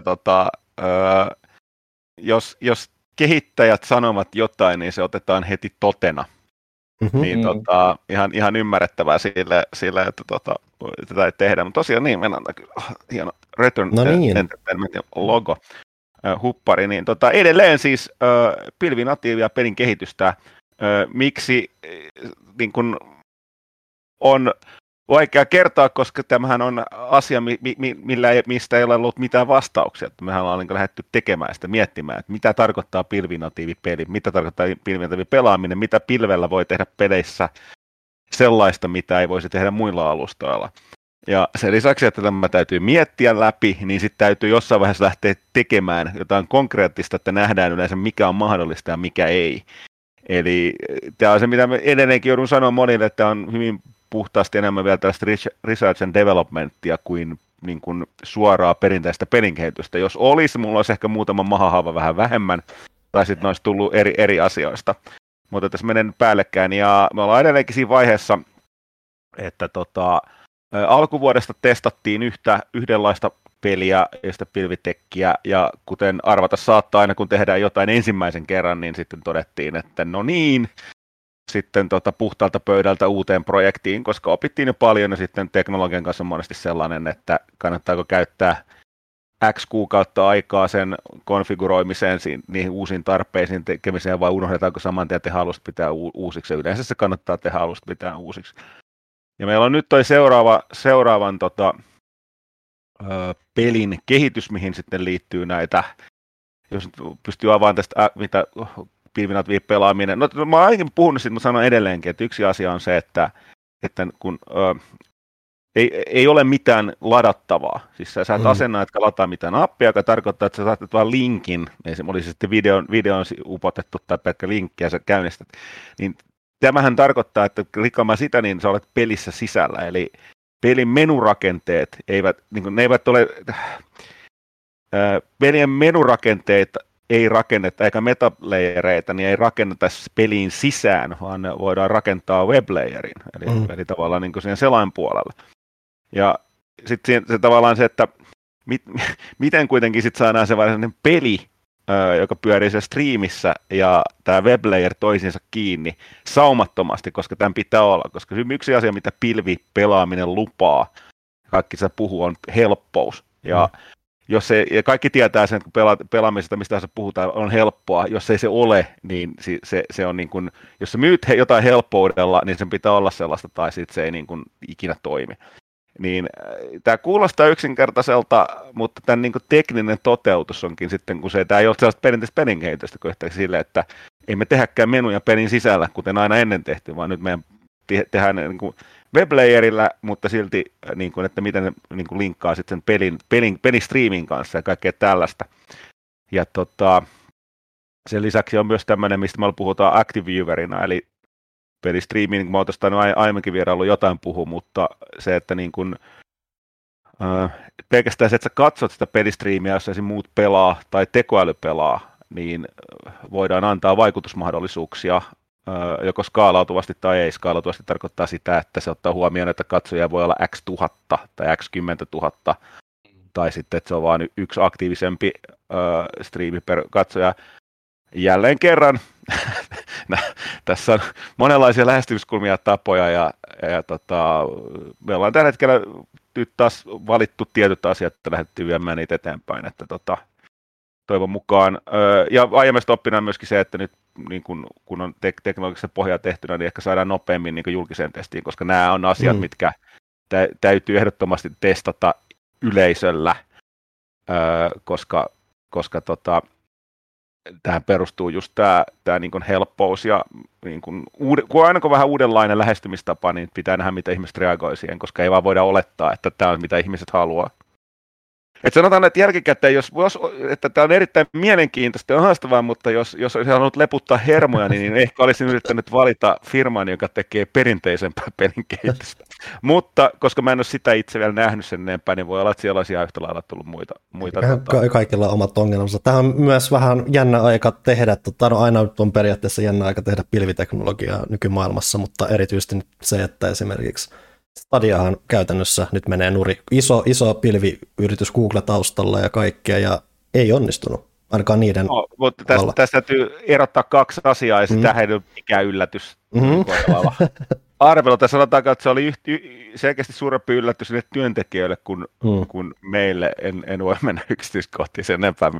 jos kehittäjät sanovat jotain, niin se otetaan heti totena. Niin ihan ymmärrettävää sille että tätä ei tehdä. Mutta tosiaan niin, mennään kyllä hieno Return Entertainmentin logo huppari. Niin edelleen siis pilvinatiivia pelin kehitystä. Miksi niin kun on vaikea kertoa, koska tämähän on asia, mistä ei ole ollut mitään vastauksia. Mehän ollaan niin lähdetty tekemään sitä, miettimään, että mitä tarkoittaa pilvinatiivipeli, mitä tarkoittaa pilvinatiivipelaaminen, mitä pilvellä voi tehdä peleissä sellaista, mitä ei voisi tehdä muilla alustoilla. Ja sen lisäksi, että tämä täytyy miettiä läpi, niin sitten täytyy jossain vaiheessa lähteä tekemään jotain konkreettista, että nähdään yleensä mikä on mahdollista ja mikä ei. Eli tämä on se, mitä edelleenkin joudun sanoa monille, että on hyvin puhtaasti enemmän vielä tällaista research and developmentia kuin, niin kuin suoraa perinteistä pelinkehitystä. Jos olisi, mulla olisi ehkä muutama mahahaava vähän vähemmän, tai sitten ne olisi tullut eri asioista. Mutta tässä menen päällekkäin, ja me ollaan edelleenkin siinä vaiheessa, että alkuvuodesta testattiin yhdenlaista peliä ja sitä pilvitekkiä, ja kuten arvata saattaa aina, kun tehdään jotain ensimmäisen kerran, niin sitten todettiin, että no niin, sitten puhtaalta pöydältä uuteen projektiin, koska opittiin jo paljon, ja sitten teknologian kanssa on monesti sellainen, että kannattaako käyttää X kuukautta aikaa sen konfiguroimiseen, niihin uusiin tarpeisiin tekemiseen, vai unohdetaanko saman tien tehdä alusta pitää uusiksi, ja yleensä se kannattaa tehdä alusta pitää uusiksi. Ja meillä on nyt toi seuraavan pelin kehitys, mihin sitten liittyy näitä, jos pystyy avaamaan tästä, mitä pilvinatiivi pelaaminen. No, mä oon ainakin puhunut siitä, mutta sanon edelleenkin, että yksi asia on se, että kun ei ole mitään ladattavaa. Siis sä et asenna, etkä lataa mitään appia, joka tarkoittaa, että sä saatat vaan linkin, oli se sitten videon upotettu tai pelkkä linkki ja sä käynnistät. Niin tämähän tarkoittaa, että klikkaamaan sitä, niin sä olet pelissä sisällä. Eli pelin menurakenteet ne eivät ole, pelien menurakenteita ei rakenneta, eikä metaplayereita, niin ei rakenneta peliin sisään, vaan ne voidaan rakentaa weblayerin, eli tavallaan niin kuin siihen selain puolelle. Ja sitten se tavallaan se, että miten kuitenkin sitten saadaan se varsinainen peli, joka pyörii siellä striimissä, ja tämä weblayer toisiinsa kiinni saumattomasti, koska tämän pitää olla. Koska yksi asia, mitä pilvipelaaminen lupaa, kaikki sitä puhuu, on helppous. Ja ja kaikki tietää sen, että kun pelaamisesta, mistä se puhutaan, on helppoa. Jos ei se ole, niin se on niin kuin, jos sä myyt jotain helppoudella, niin sen pitää olla sellaista, tai sitten se ei niin kuin ikinä toimi. Niin tämä kuulostaa yksinkertaiselta, mutta tämän niin kuin tekninen toteutus onkin sitten, kun tämä ei ole sellaista perinteistä pelin kehitystä, kuin silleen, että ei me tehdäkään menuja pelin sisällä, kuten aina ennen tehty, vaan nyt meidän tehdään niin kuin weblayerillä, mutta silti, niin kuin, että miten ne niin kuin linkkaa sitten sen pelin kanssa ja kaikkea tällaista. Ja sen lisäksi on myös tämmöinen, mistä me puhutaan Active Viewerina, eli pelistriimiin, niin mä oon tuosta aiemminkin vierailu jotain puhu, mutta se, että niin kun, pelkästään se, että sä katsot sitä pelistriimiä, jos esim. Muut pelaa tai tekoäly pelaa, niin voidaan antaa vaikutusmahdollisuuksia joko skaalautuvasti tai ei. Skaalautuvasti tarkoittaa sitä, että se ottaa huomioon, että katsojia voi olla x 1000 tai x 10 000, tai sitten, että se on vain yksi aktiivisempi striimi per katsoja. Jälleen kerran, tässä on monenlaisia lähestymiskulmia ja tapoja, ja me ollaan tällä hetkellä nyt taas valittu tietyt asiat, että lähdettiin viemään niitä eteenpäin, että toivon mukaan, ja aiemmasta oppina myöskin se, että nyt niin kun on teknologisessa pohjaa tehtynä, niin ehkä saadaan nopeammin niin julkiseen testiin, koska nämä on asiat, mitkä täytyy ehdottomasti testata yleisöllä, koska tähän perustuu just tämä niin kuin helppous ja niin kuin kun aina kun vähän uudenlainen lähestymistapa, niin pitää nähdä, mitä ihmiset reagoi siihen, koska ei vaan voida olettaa, että tämä on mitä ihmiset haluaa. Et sanotaan, että jälkikäteen, että tämä on erittäin mielenkiintoista ja haastavaa, mutta jos olisi halunnut leputtaa hermoja, niin ehkä olisin yrittänyt valita firman, joka tekee perinteisempää pelin kehitystä. Mutta koska mä en ole sitä itse vielä nähnyt sen enempää, niin voi olla, että siellä olisi ihan yhtä lailla tullut muita. Kaikilla on omat ongelmansa. Tämä on myös vähän jännä aika tehdä, aina on periaatteessa jännä aika tehdä pilviteknologiaa nykymaailmassa, mutta erityisesti nyt se, että esimerkiksi Stadiahan käytännössä nyt menee nuri. Iso pilviyritys Google taustalla ja kaikkea, ja ei onnistunut, ainakaan niiden mutta tästä täytyy erottaa kaksi asiaa, ja tähän ei ole mikään yllätys. Arvelta sanotaanko, että se oli selkeästi suurempi yllätys niille työntekijöille kuin meille. En voi mennä yksityiskohtiin sen enempää,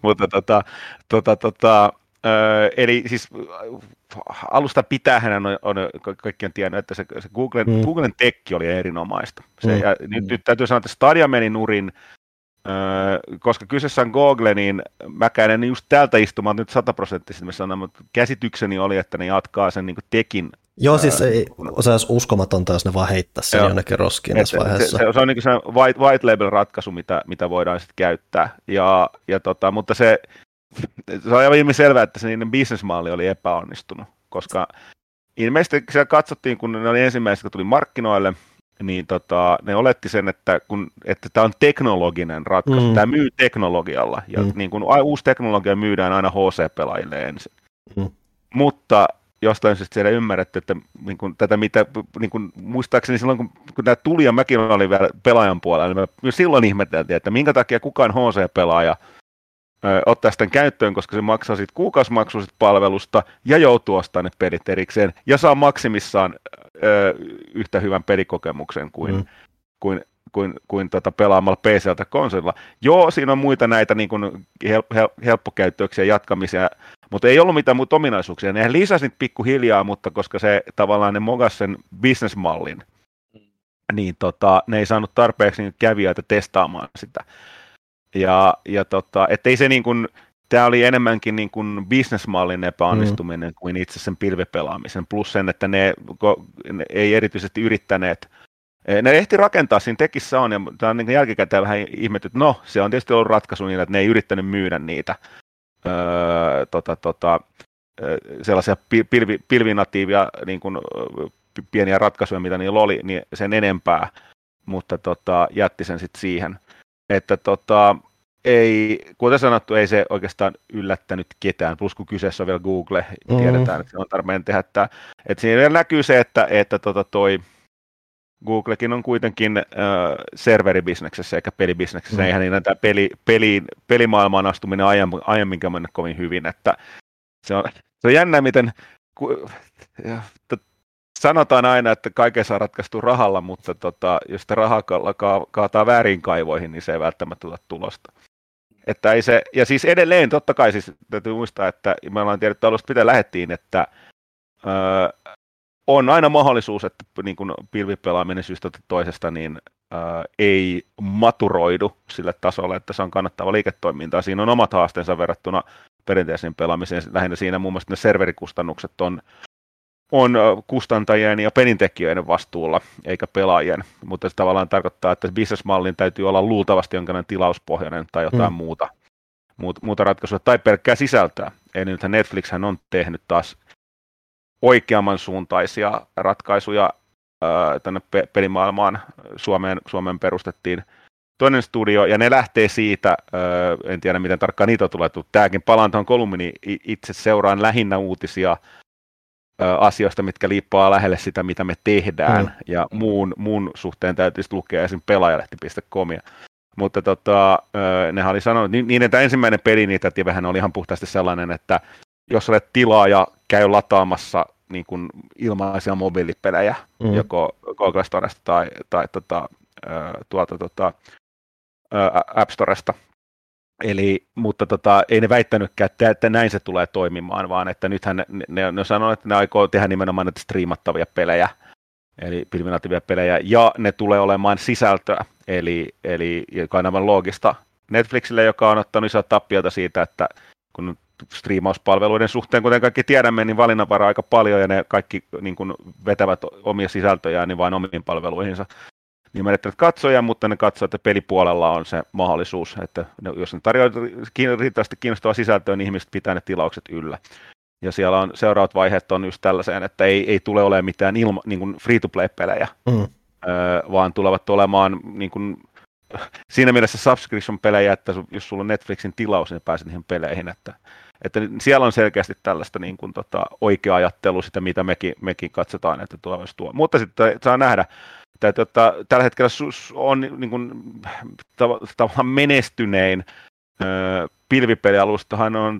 mutta eli siis alusta pitäähän kaikki on tiennyt, että se Googlen tekki oli erinomaista. Ja nyt täytyy sanoa, että Stadia meni nurin, koska kyseessä on Google, niin mäkään en just täältä istumaan nyt 100%, mutta käsitykseni oli, että ne jatkaa sen niin tekin. Joo, siis ei olisi uskomatonta, jos ne vaan heittäisi sen jonnekin roskiin tässä vaiheessa. Se on niin se white label ratkaisu, mitä voidaan sitten käyttää, mutta se on aivan ilmiselvää, että se niiden businessmalli oli epäonnistunut, koska ilmeisesti siellä katsottiin, kun ne oli ensimmäiset, kun tuli markkinoille, niin ne oletti sen, että tämä on teknologinen ratkaisu, tämä myy teknologialla, ja niin kun uusi teknologia myydään aina HC-pelaajille ensin. Mutta jostain syystä siellä ymmärretty, että niin kun tätä niin kun muistaakseni silloin, kun tämä tuli ja mäkin olin vielä pelaajan puolella, niin me silloin ihmeteltiin, että minkä takia kukaan HC-pelaaja ottaa sitä käyttöön, koska se maksaa siitä kuukausimaksua palvelusta ja joutuu ostamaan ne pelit erikseen ja saa maksimissaan yhtä hyvän pelikokemuksen kuin pelaamalla PC:ltä konsolilla. Joo, siinä on muita näitä niin kuin helppokäyttöksiä jatkamisia, mutta ei ollut mitään muuta ominaisuuksia. Ne lisäsi niitä pikkuhiljaa, mutta koska se tavallaan ne mogas sen businessmallin, niin ne ei saanut tarpeeksi niin kävijöitä testaamaan sitä. Ettei se niin kuin, tämä oli enemmänkin niin kuin businessmallin epäonnistuminen kuin itse sen pilvipelaamisen, plus sen, että ne ei erityisesti yrittäneet, ne ehti rakentaa siinä tekissä on, ja tämä on niin jälkikäteen vähän ihmetty, että no, se on tietysti ollut ratkaisu niin, että ne ei yrittänyt myydä niitä sellaisia pilvinatiivia niin kuin pieniä ratkaisuja, mitä niillä oli, niin sen enempää. mutta jätti sen sitten siihen. Että ei, kuten sanottu, ei se oikeastaan yllättänyt ketään, plus kun kyseessä on vielä Google, tiedetään, että se on tarpeen tehdä, että siinä vielä näkyy se, että toi Googlekin on kuitenkin serveribisneksessä eikä pelibisneksessä, eihän niillä tämä pelimaailmaan astuminen aiemminkaan mennä kovin hyvin, että se on jännä, miten sanotaan aina, että kaiken saa ratkaistu rahalla, mutta jos sitä rahaa kaataa väärin kaivoihin, niin se ei välttämättä tule tulosta. Että ei se, ja siis edelleen, totta kai siis täytyy muistaa, että me ollaan tiedetty alusta, miten lähdettiin, että on aina mahdollisuus, että niin kun pilvipelaaminen syystä toisesta niin ei maturoidu sille tasolle, että se on kannattava liiketoiminta. Siinä on omat haasteensa verrattuna perinteiseen pelaamiseen. Lähinnä siinä muun muassa ne serverikustannukset on kustantajien ja pelintekijöiden vastuulla, eikä pelaajien. Mutta se tavallaan tarkoittaa, että businessmallin täytyy olla luultavasti jonkinlainen tilauspohjainen tai jotain muuta ratkaisua, tai pelkkää sisältöä. Eli nythän Netflixhän on tehnyt taas oikeamman suuntaisia ratkaisuja tänne pelimaailmaan. Suomeen perustettiin toinen studio, ja ne lähtee siitä, en tiedä miten tarkkaan niitä tulee, tämäkin palaan tuohon kolumniin, itse seuraan lähinnä uutisia asioista, mitkä liippaa lähelle sitä, mitä me tehdään, ja muun suhteen täytyisi lukea esim. Pelaajalehti.comia. Mutta nehän oli sanonut, niin että ensimmäinen peli niitä tivehän oli ihan puhtaasti sellainen, että jos olet tilaaja, käy lataamassa niin kuin ilmaisia mobiilipelejä, joko Google Storesta tai tuolta App Storesta. Eli, mutta ei ne väittänytkään, että näin se tulee toimimaan, vaan että nythän ne sanoo, että ne aikoo tehdä nimenomaan näitä striimattavia pelejä, eli pilvinatiivia pelejä, ja ne tulee olemaan sisältöä, eli joka on aivan loogista Netflixille, joka on ottanut isoa tappiota siitä, että kun striimauspalveluiden suhteen, kuten kaikki tiedämme, niin valinnanvaraa aika paljon, ja ne kaikki niin kuin vetävät omia sisältöjään niin vain omiin palveluihinsa. Niin menettävät katsoja, mutta ne katsoo, että pelipuolella on se mahdollisuus, että jos ne tarjoaa riittävästi kiinnostavaa sisältöä, niin ihmiset pitää ne tilaukset yllä. Ja siellä on seuraavat vaiheet on just tällaiseen, että ei tule olemaan mitään niin kuin free-to-play-pelejä, vaan tulevat olemaan niin kuin, siinä mielessä subscription-pelejä, että jos sulla on Netflixin tilaus, niin pääset niihin peleihin. Että siellä on selkeästi tällaista niin kuin, oikea ajattelu, sitä mitä mekin katsotaan, että tulevaisuus tuo. Mutta sitten saa nähdä, että tällä hetkellä on niin kuin, tavallaan menestynein pilvipelialustahan on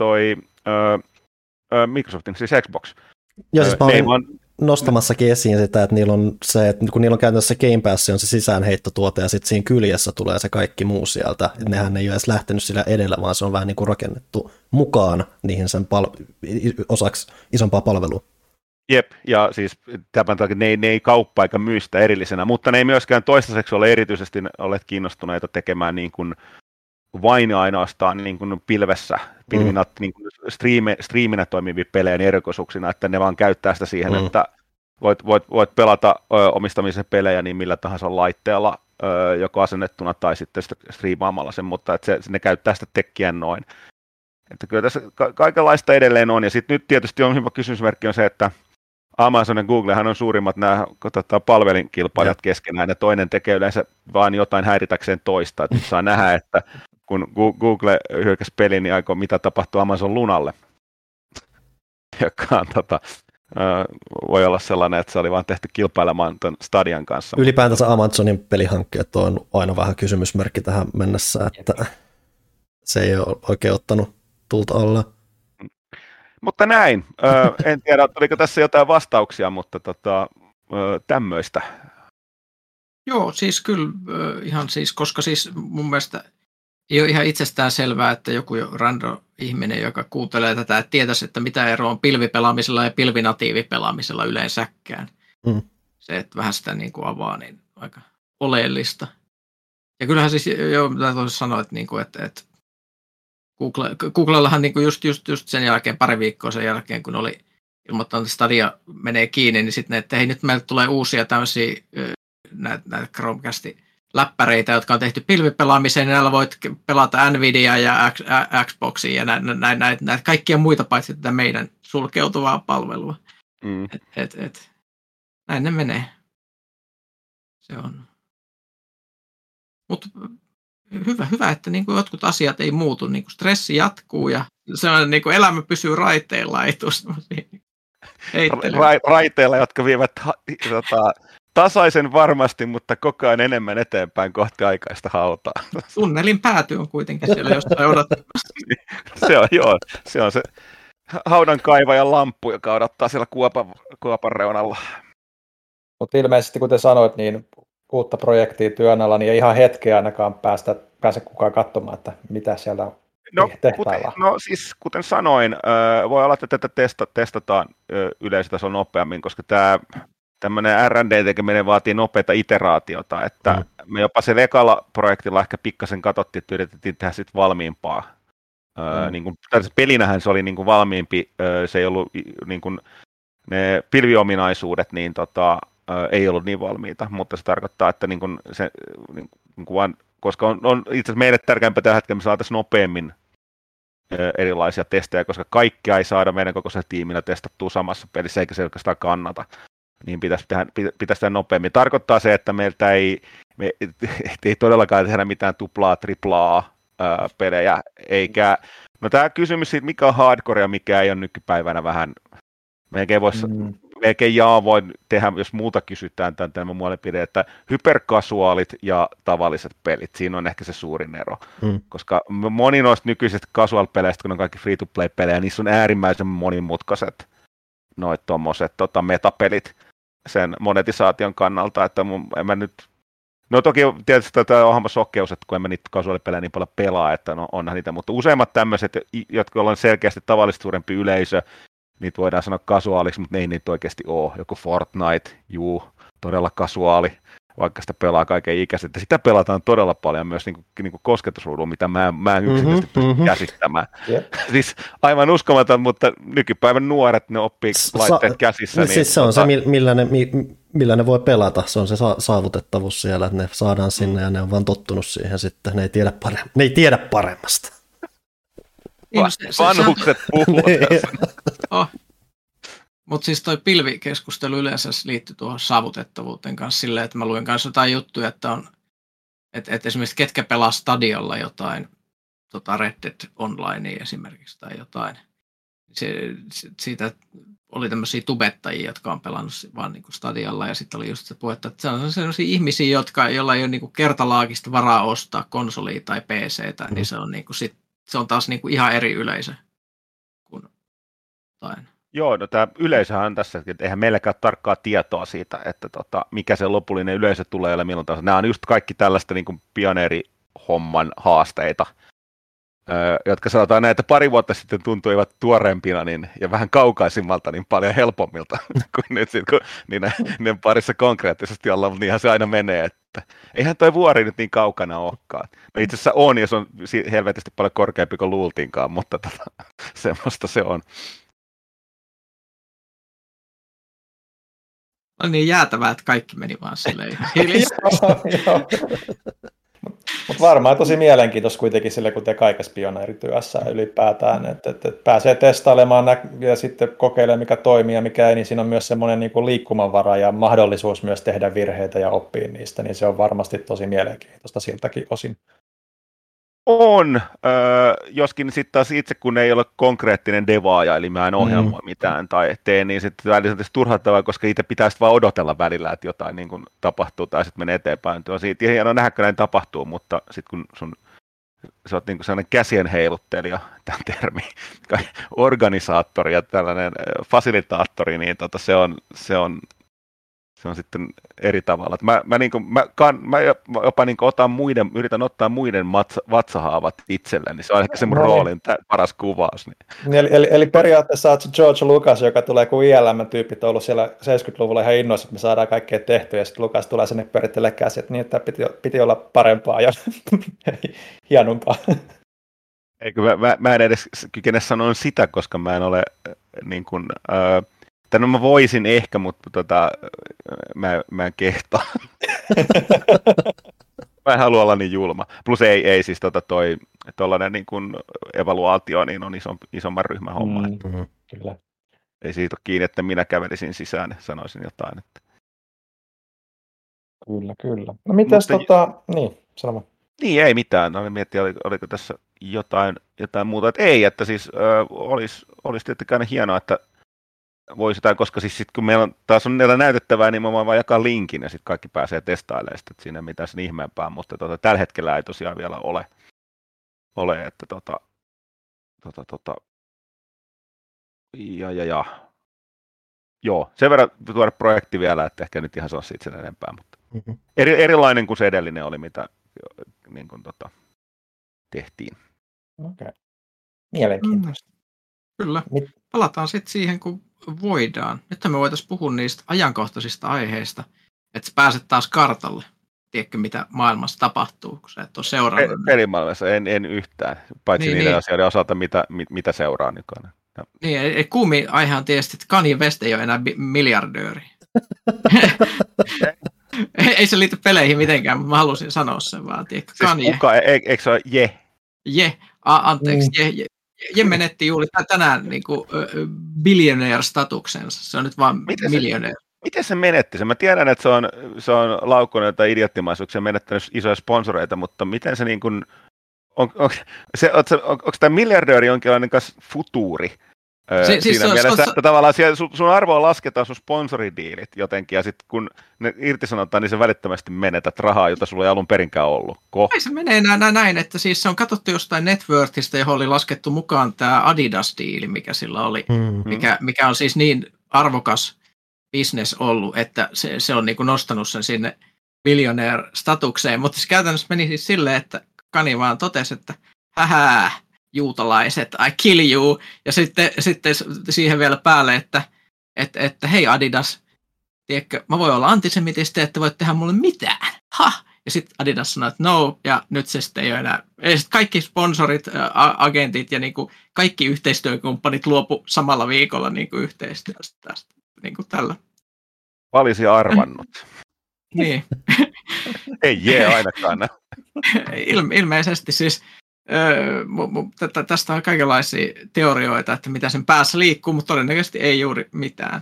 Microsoftin, siis Xbox. Joo, siis mä olin nostamassakin esiin sitä, että niillä on se, että kun niillä on käytännössä Game Pass, on se sisäänheittotuote, ja sitten siinä kyljessä tulee se kaikki muu sieltä. Et nehän ei ole edes lähtenyt sillä edellä, vaan se on vähän niin kuin rakennettu mukaan niihin sen osaksi isompaa palvelua. Jep, ja siis tämän takia ne ei kauppaa eikä myy sitä erillisenä, mutta ne ei myöskään toistaiseksi ole erityisesti olleet kiinnostuneita tekemään niin kuin vain ja ainoastaan niin kuin pilvessä, niin kuin striiminä toimivia pelejä erikoisuuksina, että ne vaan käyttää sitä siihen, että voit pelata omistamisen pelejä niin millä tahansa laitteella, joko asennettuna tai sitten striimaamalla sen, mutta että ne käyttää sitä tekkiä noin. Että kyllä tässä kaikenlaista edelleen on, ja sitten nyt tietysti on hyvä kysymysmerkki on se, että Amazon ja Googlehan on suurimmat nämä palvelinkilpailijat keskenään, ja toinen tekee yleensä vaan jotain häiritäkseen toista. Että nyt saa nähdä, että kun Google hyökkäsi pelin, niin aikoo mitä tapahtuu Amazon Lunalle, joka on, voi olla sellainen, että se oli vaan tehty kilpailemaan tuon Stadian kanssa. Ylipäätänsä Amazonin pelihankkeet on aina vähän kysymysmerkki tähän mennessä, että se ei ole oikein ottanut tulta alla. Mutta näin. En tiedä, oliko tässä jotain vastauksia, mutta tämmöistä. Joo, siis kyllä ihan siis, koska siis mun mielestä ei ole ihan itsestään selvää, että joku random ihminen, joka kuuntelee tätä, että tietäisi, että mitä eroa on pilvipelaamisella ja pilvinatiivipelaamisella yleensäkään. Se, että vähän sitä niin kuin avaa, niin aika oleellista. Ja kyllähän siis, joo, mitä toisin sanoa, että Googlellahan niin kuin just sen jälkeen, pari viikkoa sen jälkeen, kun oli ilmoittanut, että Stadia menee kiinni, niin sitten että hei, nyt meille tulee uusia tämmöisiä näitä Chromecast-läppäreitä, jotka on tehty pilvipelaamiseen, niin näillä voit pelata Nvidia ja Xboxia ja näitä kaikkia muita paitsi tätä meidän sulkeutuvaa palvelua. Näin ne menee. Se on. Mutta hyvä, että niin kuin jotkut asiat ei muutu, niin kuin stressi jatkuu ja sellainen niin kuin elämä pysyy raiteilla, ei tule semmoisia raiteilla, jotka vievät tasaisen varmasti, mutta koko ajan enemmän eteenpäin kohti aikaista hautaa. Tunnelin pääty on kuitenkin siellä jostain odottamassa. Se on se haudan kaivajan lamppu, joka odottaa siellä kuopan reunalla. Mutta ilmeisesti, kuten sanoit, niin uutta projektia työn alla, niin ei ihan hetkeä ainakaan pääse kukaan katsomaan, että mitä siellä on tehtailla. Siis kuten sanoin, voi olla, että tätä testataan yleisötasolla nopeammin, koska tämmöinen R&D-tekeminen vaatii nopeata iteraatiota, että me jopa se ekalla projektilla ehkä pikkasen katsottiin, että yritettiin tehdä sitten valmiimpaa. Niin kuin, pelinähän se oli niin kuin valmiimpi, se ei ollut niin kuin, ne pilviominaisuudet niin ei ollut niin valmiita, mutta se tarkoittaa, että niin kuin se, niin kuin vaan, koska on itse asiassa meille tärkeämpää tällä hetkellä, me saataisiin nopeammin erilaisia testejä, koska kaikkea ei saada meidän kokoisella tiimillä testattua samassa pelissä, eikä se oikeastaan kannata, niin pitäisi tehdä nopeammin. Tarkoittaa se, että meiltä ei todellakaan tehdä mitään tuplaa, triplaa pelejä, eikä, no tämä kysymys siitä, mikä on hardcore ja mikä ei ole nykypäivänä vähän, melkein voi tehdä, jos muuta kysytään tämä mielipide, että hyperkasuaalit ja tavalliset pelit, siinä on ehkä se suurin ero, koska moni noista nykyisistä casual-peleistä, kun on kaikki free-to-play-pelejä, niissä on äärimmäisen monimutkaiset noit tommoset metapelit sen monetisaation kannalta, että en mä nyt, no toki tietysti tämä on sokkeus, että kun en mä niitä casual-pelejä niin paljon pelaa, että no onhan niitä, mutta useimmat tämmöiset, jotka on selkeästi tavallisesti suurempi yleisö, niitä voidaan sanoa kasuaaliksi, mutta ne ei niitä oikeasti ole. Joku Fortnite, todella kasuaali, vaikka sitä pelaa kaiken ikäiset. Ja sitä pelataan todella paljon myös niin kuin kosketusruudulla, mitä mä en yksinkertaisesti pysty käsittämään. Siis aivan uskomaton, mutta nykypäivän nuoret, ne oppii laitteet käsissä. Siis se on se, millä ne voi pelata. Se on se saavutettavuus siellä, että ne saadaan sinne ja ne on vaan tottunut siihen sitten. Ne ei tiedä paremmasta. Vanhukset puhuu tässä. Mutta siis toi pilvikeskustelu yleensä liittyy tuohon saavutettavuuteen kanssa silleen, että mä luin kanssa jotain juttuja, että esimerkiksi ketkä pelaa Stadiolla jotain Red Dead Onlinea esimerkiksi tai jotain. Siitä oli tämmöisiä tubettajia, jotka on pelannut vaan niin kuin Stadiolla ja sitten oli just se puhetta, että se on sellaisia ihmisiä, joilla ei ole niin kuin kertalaakista varaa ostaa konsolia tai PCtä, niin se on niin kuin se on taas niinku ihan eri yleisö kuin jotain. Joo, no tämä yleisöhän on tässä, että eihän meilläkään ole tarkkaa tietoa siitä, että mikä se lopullinen yleisö tulee ja milloin taas. Nämä on just kaikki tällaista niin kuin pioneerihomman haasteita, jotka sanotaan näin, että pari vuotta sitten tuntuivat tuoreempina ja vähän kaukaisimmalta, niin paljon helpommilta kuin nyt kun niiden parissa konkreettisesti ollaan, mutta niinhän se aina menee, että eihän toi vuori nyt niin kaukana olekaan. No itse asiassa on, jos on helvetisti paljon korkeampi kuin luultiinkaan, mutta semmoista se on. Oli niin jäätävää, että kaikki meni vaan silleen ihan hiljaisesti. Mutta varmaan tosi mielenkiintoista kuitenkin sille, kun te kaikessa pioneerityössä ylipäätään, että pääsee testailemaan ja sitten kokeilemaan, mikä toimii ja mikä ei, niin siinä on myös semmoinen niin kuin liikkumavara ja mahdollisuus myös tehdä virheitä ja oppia niistä, niin se on varmasti tosi mielenkiintoista siltäkin osin. On, joskin sitten taas itse, kun ei ole konkreettinen devaaja, eli mä en ohjelmoi mitään tai tee, niin sitten välillä on turhauttavaa, koska itse pitäisi vaan odotella välillä, että jotain niin kuin tapahtuu tai sitten menee eteenpäin. Siitä hienoa nähdä, kun näin tapahtuu, mutta sitten kun sä oot niin kuin sellainen käsien heiluttelija, tämä termi, organisaattori ja tällainen fasilitaattori, niin se on sitten eri tavalla. Mä jopa niin yritän ottaa muiden vatsahaavat itselleni. Se on ehkä se mun roolin paras kuvaus. Niin. Eli periaatteessa olet George Lucas, joka tulee kuin ILM-tyypit ollut siellä 70-luvulla ihan innoissa, että me saadaan kaikkea tehtyä, ja sitten Lucas tulee sinne pyörittelee käsiä, niin että piti olla parempaa ja hienompaa. Eikö mä en edes kykene sanoa sitä, koska mä en ole niin kuin... No mä voisin ehkä, mutta mä en kehtaa. Mä en halua olla niin julma. Plus ei siis tollainen niin kuin evaluaatio niin on isomman ryhmän homma. Kyllä. Ei siitä ole kiinni, että minä kävelisin sisään ja sanoisin jotain. Että... Kyllä. No mitäs niin. Sano. Niin, ei mitään. No, miettiä, oliko tässä jotain muuta. Että ei, että siis olisi tietenkin aina hienoa, että voisi jotain, koska siis sit, kun meillä on taas on näitä näytettävää, niin mä voin vaan jakaa linkin ja sitten kaikki pääsee testailemaan sitä, että siinä ei mitään sen ihmeempää, mutta tällä hetkellä ei tosiaan vielä ole että Joo, sen verran tuoda projekti vielä, että ehkä nyt ihan saa siitä sen enempää, mutta erilainen kuin se edellinen oli, mitä niin kuin, tehtiin. Okei. Mielenkiintoista. Kyllä. Palataan sitten siihen, kun voidaan. Nyt me voitaisiin puhua niistä ajankohtaisista aiheista, että pääset taas kartalle. Tiedätkö, mitä maailmassa tapahtuu, kun sä et ole seurannut? Pelimaailmassa en yhtään, paitsi niiden asioiden osalta, mitä seuraa nykyään. Niin, kuumi aihehan tietysti, että Kanye West ei ole enää miljardööri. Ei se liity peleihin mitenkään, mutta mä halusin sanoa sen vaan. Tiedätkö, siis Kanye. Eikö se ole Anteeksi, Je menetti juuri tänään niin kuin billionaire-statuksensa. Se on nyt vaan miljonööri. Miten se menetti? Mä tiedän, että se on laukkonut jotain idioottimaisuuksia ja menettänyt isoja sponsoreita, mutta miten se niin kuin, onko tämä miljardööri jonkinlainen futuuri? Siinä mielessä, että tavallaan sun arvoa lasketaan sun sponsoridiilit jotenkin, ja sitten kun ne irtisanotaan, niin se välittömästi menetät rahaa, jota sulla ei alun perinkään ollut. Ei se menee näin, että siis se on katsottu jostain networthista, johon oli laskettu mukaan tämä Adidas-diili, mikä sillä oli, mikä on siis niin arvokas business ollut, että se on niin kuin nostanut sen sinne billionaire-statukseen, mutta se käytännössä meni siis silleen, että Kanye vaan totesi, että juutalaiset, I kill you, ja sitten siihen vielä päälle, että hei Adidas, tiedätkö, mä voin olla antisemitisti, että voit tehdä mulle mitään, ja sitten Adidas sanoi, että no, ja nyt se sitten ei ole enää, ja sitten kaikki sponsorit, agentit ja niinku kaikki yhteistyökumppanit luopu samalla viikolla niinku yhteistyöstä tästä, niinku tällä. Olisi arvannut. Niin. Ei ainakaan. Ilmeisesti siis tästä on kaikenlaisia teorioita, että mitä sen päässä liikkuu, mutta todennäköisesti ei juuri mitään.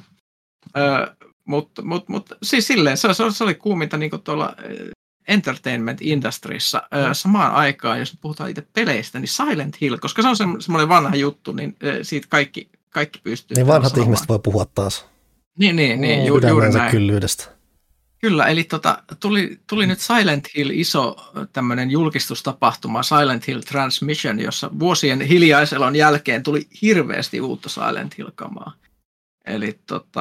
Mutta siis silleen, se oli kuuminta niin tuolla entertainment industrissa samaan aikaan, jos puhutaan itse peleistä, niin Silent Hill, koska se on semmoinen vanha juttu, niin siitä kaikki pystyy. Niin vanhat ihmiset voi puhua taas. Niin, juuri näin. Kyllyydestä. Kyllä, eli tuli nyt Silent Hill iso tämmöinen julkistustapahtuma, Silent Hill Transmission, jossa vuosien hiljaiselon jälkeen tuli hirveästi uutta Silent Hill-kamaa. Eli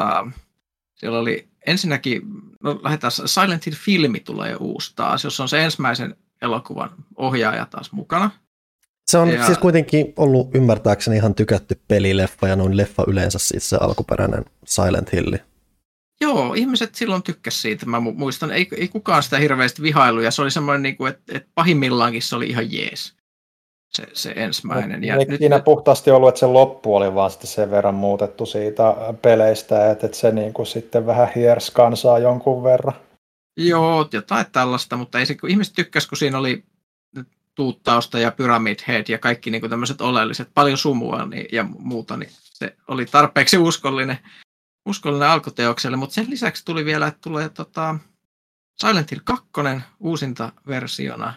siellä oli ensinnäkin, lähdetään Silent Hill-filmi tulee uusi taas, jossa on se ensimmäisen elokuvan ohjaaja taas mukana. Se on siis kuitenkin ollut ymmärtääkseni ihan tykätty pelileffa ja noin leffa yleensä siis se alkuperäinen Silent Hill. Joo, ihmiset silloin tykkäsivät siitä. Mä muistan, ei kukaan sitä hirveästi vihailu, ja se oli semmoinen, että pahimmillaankin se oli ihan jees, se ensimmäinen. Ja nyt siinä puhtaasti ollut, että se loppu oli vaan sitten sen verran muutettu siitä peleistä, että se niin kuin sitten vähän hiersi kansaa jonkun verran. Joo, jotain tällaista, mutta ei se, kun ihmiset tykkäsivät, kun siinä oli tuuttausta ja Pyramid Head ja kaikki niin kuin tämmöiset oleelliset, paljon sumua ja muuta, niin se oli tarpeeksi uskollinen alkuteokselle, mutta sen lisäksi tuli vielä, että tulee Silent Hill 2 uusinta versiona,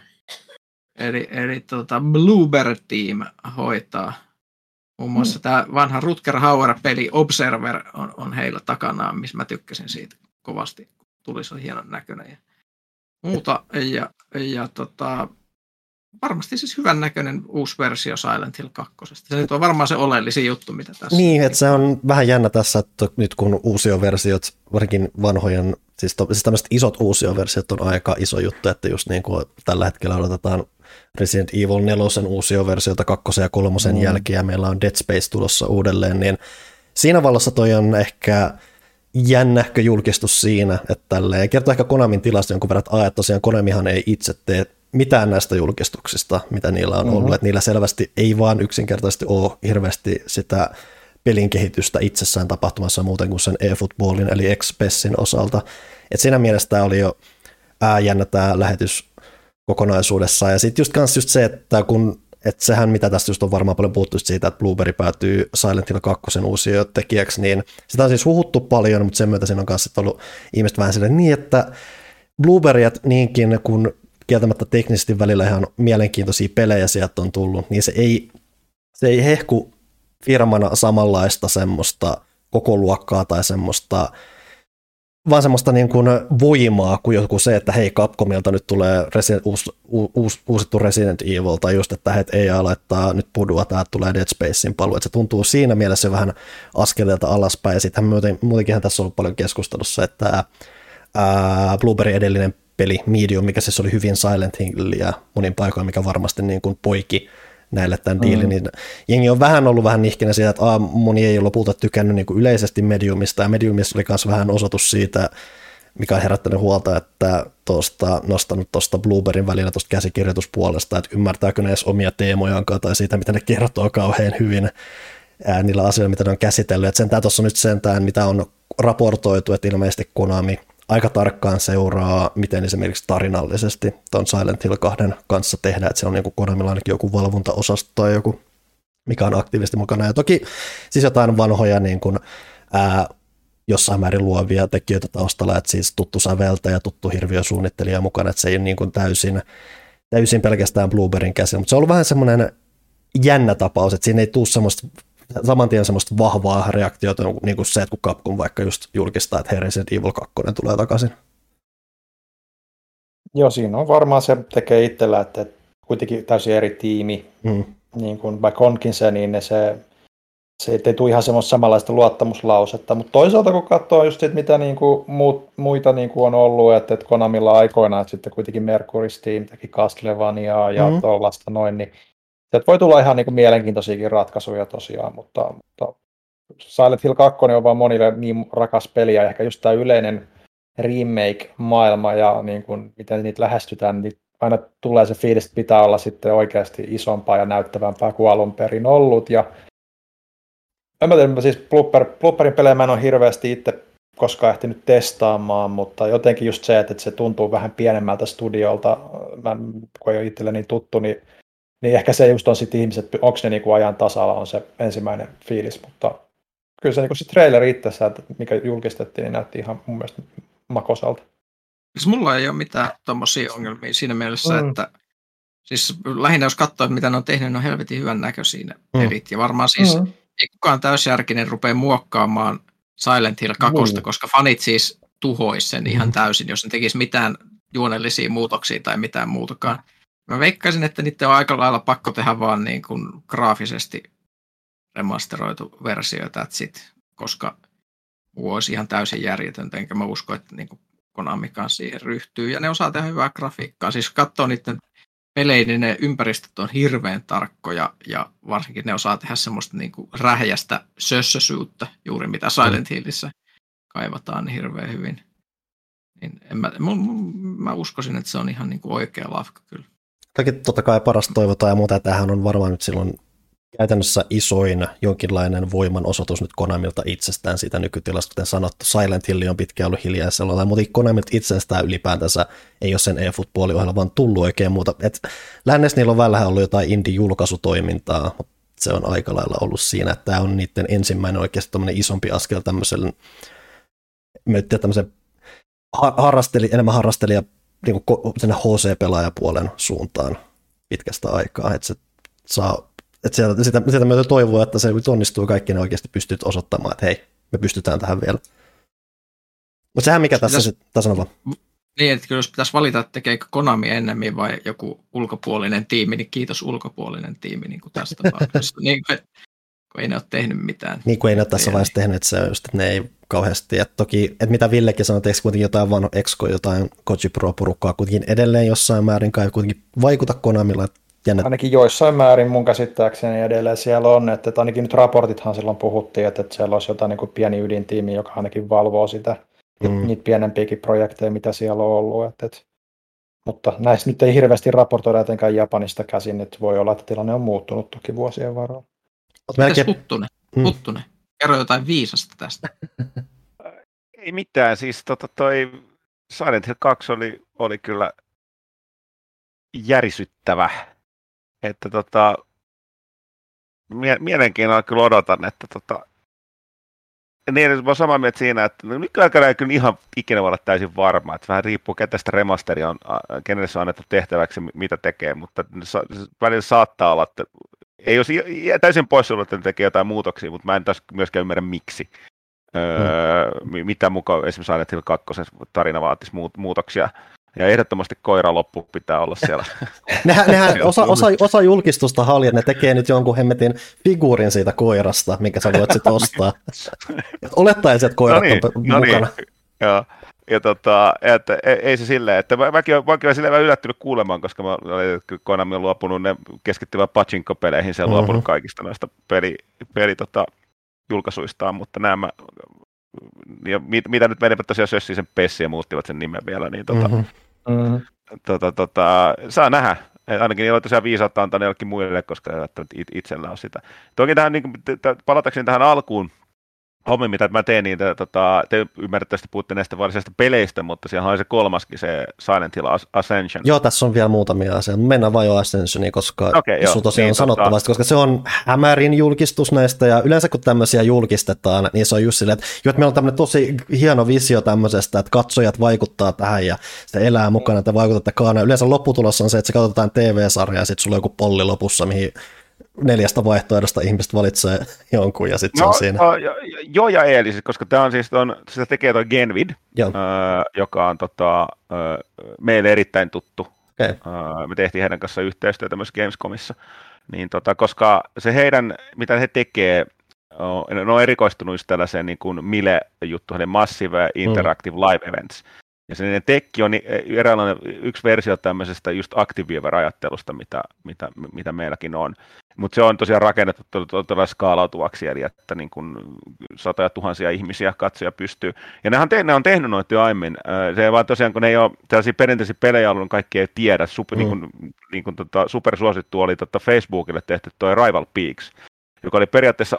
eli Bluebird Team hoitaa. Muun muassa tämä vanha Rutger Hauer-peli Observer on heillä takanaan, missä mä tykkäsin siitä kovasti, tuli se hienon näköinen ja muuta, ja varmasti siis hyvän näköinen uusi versio Silent Hill 2. Se nyt on varmaan se oleellisin juttu, mitä tässä. Niin, että se on vähän jännä tässä, että nyt kun uusioversiot, varsinkin vanhojen, siis tämmöiset isot uusioversiot on aika iso juttu, että just niin kuin tällä hetkellä odotetaan Resident Evil 4 uusioversiota 2 ja 3 jälkeen, ja meillä on Dead Space tulossa uudelleen, niin siinä valossa toi on ehkä jännähkö julkistus siinä, että tälleen, kertoo ehkä Konamin tilasta jonkun verran, että tosiaan Konamihan ei itse tee mitään näistä julkistuksista, mitä niillä on ollut, että niillä selvästi ei vaan yksinkertaisesti ole hirveästi sitä pelin kehitystä itsessään tapahtumassa muuten kuin sen eFootballin eli Expressin osalta. Et siinä mielessä tämä oli jo jännä tämä lähetys kokonaisuudessaan. Ja sitten just se, että sehän mitä tästä just on varmaan paljon puhuttu siitä, että Blueberry päätyy Silent Hill 2 uusiotekijäksi, niin sitä on siis huhuttu paljon, mutta sen myötä siinä on kanssa ollut ihmiset vähän silleen niin, että Blueberryt niinkin kun kieltämättä teknisesti välillä ihan mielenkiintoisia pelejä sieltä on tullut, niin se ei hehku firmana samanlaista semmoista koko luokkaa tai semmoista, vaan semmoista niin kuin voimaa kuin joku se, että hei, Capcomilta nyt tulee uusittu Resident Evil, tai just, että EA laittaa nyt pudua, täältä tulee Dead Spacein paluu, että se tuntuu siinä mielessä vähän askeleelta alaspäin, ja sittenhän muutenkinhan tässä on ollut paljon keskustelussa, että Blueberry edellinen peli Medium, mikä siis oli hyvin Silent Hillia monin paikoin, mikä varmasti niin kuin poiki näille tämän diilin, niin jengi on ollut vähän nihkinä siitä, että moni ei ole lopulta tykännyt niin kuin yleisesti Mediumista, ja Mediumissa oli myös vähän osoitus siitä, mikä on herättänyt huolta, että nostanut tuosta Blueberryn välillä tuosta käsikirjoituspuolesta, että ymmärtääkö ne edes omia teemojaankaan, tai siitä, mitä ne kertoo kauhean hyvin niillä asioilla, mitä ne on käsitellyt, että sentään tuossa on nyt sentään, mitä on raportoitu, että ilmeisesti Konami aika tarkkaan seuraa, miten esimerkiksi tarinallisesti tuon Silent Hill 2 kanssa tehdään, että se on niin kuin Konamilla ainakin joku valvontaosasto tai joku, mikä on aktiivisesti mukana. Ja toki siis jotain vanhoja niin kuin, jossain määrin luovia tekijöitä taustalla, että siis tuttu säveltäjä ja tuttu hirviösuunnittelija mukana, että se ei ole niin kuin täysin pelkästään Blueberryn käsin, mutta se on ollut vähän semmoinen jännä tapaus, että siinä ei tule semmoista saman tien semmoista vahvaa reaktiota, niin kuin se, että kun Capcom vaikka just julkistaa, että Resident Evil 2 tulee takaisin. Joo, siinä on varmaan se tekee itsellä, että kuitenkin täysin eri tiimi, niin kuin vaikka onkin se, niin se ei tule ihan semmoista samanlaista luottamuslausetta, mutta toisaalta kun katsoo just sit, mitä niin kuin muita niin kuin on ollut, että Konamilla aikoinaan, että sitten kuitenkin Mercury Steam teki Castlevaniaa ja tuollaista noin, niin sieltä voi tulla ihan niin kuin mielenkiintoisiakin ratkaisuja tosiaan, mutta Silent Hill 2 on vaan monille niin rakas peli, ja ehkä just tämä yleinen remake-maailma ja niin kuin, miten niitä lähestytään, niin aina tulee se fiilis, että pitää olla sitten oikeasti isompaa ja näyttävämpää kuin alun perin ollut. Ja en mä tiedä, siis Blooperin pelejä mä en ole hirveästi itse koskaan ehtinyt testaamaan, mutta jotenkin just se, että se tuntuu vähän pienemmältä studiolta, kun ei ole itselleni tuttu, niin ehkä se just on sitten ihmiset, onko ne niinku ajan tasalla, on se ensimmäinen fiilis, mutta kyllä se, niinku se traileri itsessään, mikä julkistettiin, niin näytti ihan mun mielestä makosalta. Siis mulla ei ole mitään tommosia ongelmia siinä mielessä, että siis lähinnä jos katsoo, mitä ne on tehnyt, ne on helvetin hyvän näköisiä ne pelit, ja varmaan siis ei kukaan täysjärkinen rupea muokkaamaan Silent Hill 2, koska fanit siis tuhois sen ihan täysin, jos ne tekisi mitään juonellisia muutoksia tai mitään muutakaan. Mä veikkaisin, että niiden on aika lailla pakko tehdä vaan niin kuin graafisesti remasteroitu versio, that's it, koska olisi ihan täysin järjetöntä, enkä mä usko, että niin kuin Konamikaan siihen ryhtyy. Ja ne osaa tehdä hyvää grafiikkaa. Siis kun katsoo niiden pelejä, niin ne ympäristöt on hirveän tarkkoja, ja varsinkin ne osaa tehdä semmoista niin kuin rähjästä sössösyyttä, juuri mitä Silent Hillissä kaivataan niin hirveän hyvin. Niin mä uskoisin, että se on ihan niin kuin oikea lafka kyllä. Totta kai parasta toivotaan ja muuta, tämähän on varmaan nyt silloin käytännössä isoin jonkinlainen voimanosoitus nyt Konamilta itsestään siitä nykytilasta, kuten sanottu, Silent Hill on pitkään ollut hiljaisella, mutta Konamilta itsestään ylipäätänsä ei ole sen eFootball-ohjelma vaan tullut oikein muuta. Lännessä niillä on vähän ollut jotain indie-julkaisutoimintaa, mutta se on aika lailla ollut siinä, että tämä on niiden ensimmäinen oikeasti tämmöinen isompi askel tämmöisen enemmän harrastelija niin sen HC-pelaajapuolen suuntaan pitkästä aikaa, että se saa, että sieltä myötä toivoa, että se onnistuu kaikki, ne oikeasti pystyt osoittamaan, että hei, me pystytään tähän vielä. Mutta sehän mikä tässä on vaan. Niin, että jos pitäisi valita, että tekeekö Konami ennemmin vai joku ulkopuolinen tiimi, niin kiitos ulkopuolinen tiimi niin kuin tästä tapauksessa. Niin, kun ei ne ole tehnyt mitään. Niin kuin ei ne ole tässä vaiheessa tehnyt, että se on just, että ne ei kauheasti. Että toki, että mitä Villekin sanoi, että kuitenkin jotain vanho Exco, jotain Koji Pro-porukkaa kuitenkin edelleen jossain määrin kai kuitenkin vaikuta Konamilla. Ainakin joissain määrin mun käsittääkseni edelleen siellä on, että ainakin nyt raportithan silloin puhuttiin, että siellä olisi jotain niin kuin pieni ydintiimi, joka ainakin valvoo sitä, niitä pienempiäkin projekteja, mitä siellä on ollut. Mutta näistä nyt ei hirveästi raportoida etenkään Japanista käsin, että voi olla, että tilanne on muuttunut toki vuosien varrella. Mitäs Huttunen? Kerro jotain viisasta tästä. Ei mitään, siis toi Silent Hill 2 oli kyllä järisyttävä. Että mielenkiinnolla kyllä odotan, että Niin, mä oon samaa mieltä siinä, että nykyään ei kyllä ihan ikinä voi olla täysin varma, että vähän riippuu, ketä sitä remasteria on, kenelle se on annettu tehtäväksi, mitä tekee, mutta välillä saattaa olla, että ei olisi täysin poissullut, että ne tekee jotain muutoksia, mutta mä en taas myöskään ymmärrä miksi. Mitä mukaan esimerkiksi Silent Hill 2 tarina vaatisi muutoksia. Ja ehdottomasti koiraloppu pitää olla siellä. Nehän osa julkistusta oli, että ne tekee nyt jonkun hemmetin figuurin siitä koirasta, minkä sä voit sitten ostaa. Olettaisiin, että koirat on mukana. Joo. Ja että ei se silleen, että mäkin olen silleen vähän yllättynyt kuulemaan, koska Konami on luopunut ne keskittyvän pachinko-peleihin, se on luopunut kaikista noista julkaisuistaan, mutta nämä, ja mitä nyt menevät tosiaan sössiin sen Pessi ja muuttivat sen nimen vielä, niin saa nähdä. Ainakin niillä on tosiaan viisautta antaa ne jollekin muille, koska ei välttämättä itsellä ole sitä. Toki tähän, niin palatakseni tähän alkuun, hommi, mitä mä teen, niin te ymmärrettävästi puhutte näistä varsinaisista peleistä, mutta siellä on se kolmaskin, se Silent Hill Ascension. Joo, tässä on vielä muutamia asioita. Mennään vaan jo Ascensioniin, koska sun tosiaan on sanottavasti, koska se on hämärin julkistus näistä, ja yleensä kun tämmöisiä julkistetaan, niin se on just silleen, että meillä on tämmöinen tosi hieno visio tämmöisestä, että katsojat vaikuttaa tähän, ja se elää mukana, että vaikutatte kaana. Yleensä lopputulos on se, että se katsotaan TV-sarjaa, ja sitten sulla on joku polli lopussa, mihin 4 vaihtoehdosta ihmiset valitsee jonkun ja sitten se on siinä. Joo ja ei, koska tämä on siis, sitä tekee tuo Genvid, joka on meille erittäin tuttu. Okay. Me tehtiin heidän kanssa yhteistyötä myös Gamescomissa, niin koska se heidän, mitä he tekee, ne on erikoistunut tällaiseen niin kuin Mile-juttu, Massive Interactive Live Events. Ja se tekki on eräänlainen yksi versio tämmöisestä just Activiver-ajattelusta, mitä meilläkin on. Mutta se on tosiaan rakennettu todella skaalautuvaksi, eli että niin kun satoja tuhansia ihmisiä katsoja pystyy. Ja ne on tehnyt noita jo aiemmin. Se vaan tosiaan, kun ne ei ole tällaisia perinteisiä pelejä ollut, kaikki ei tiedä. Supersuosittu oli Facebookille tehty tuo Rival Peaks, joka oli periaatteessa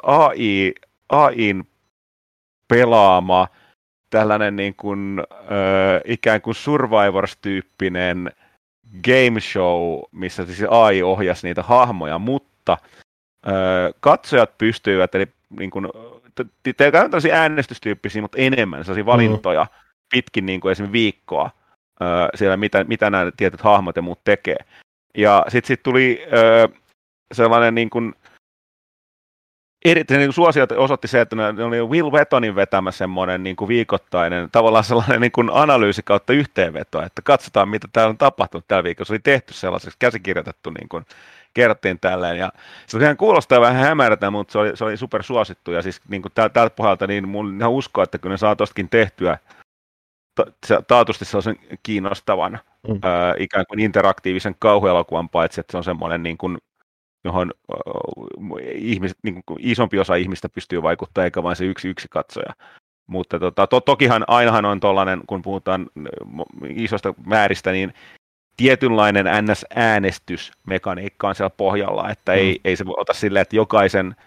AI:n pelaama tällainen niin kuin, ikään kuin Survivors-tyyppinen game show, missä siis AI ohjasi niitä hahmoja, mutta katsojat pystyivät, eli niin kuin, teillä on tällaisia äänestystyyppisiä, mutta enemmän sellaisia valintoja pitkin niin kuin esimerkiksi viikkoa siellä, mitä nämä tietyt hahmot ja muut tekee. Ja sitten tuli sellainen niin kuin, erityisen niin suosiot osoitti se, että ne oli Will Wettonin vetämä semmoinen niin kuin viikoittainen, tavallaan sellainen niin kuin analyysi kautta yhteenveto, että katsotaan, mitä täällä on tapahtunut tällä viikolla. Se oli tehty sellaiseksi käsikirjoitettu, niin kuin kerrottiin tälleen. Ja se kuulostaa vähän hämärältä, mutta se oli supersuosittu. Ja siis niin kuin tältä pohjalta, niin mun ihan uskoa, että kun ne saa tostakin tehtyä taatusti sellaisen kiinnostavan, ikään kuin interaktiivisen kauhuelokuvan, paitsi että se on semmoinen niin kuin johon ihmiset, niin kuin isompi osa ihmistä pystyy vaikuttamaan, eikä vain se yksi katsoja. Mutta tokihan ainahan on tollainen, kun puhutaan isosta määristä, niin tietynlainen NS-äänestysmekaniikka on siellä pohjalla, että ei se voi ota silleen, että jokaisen,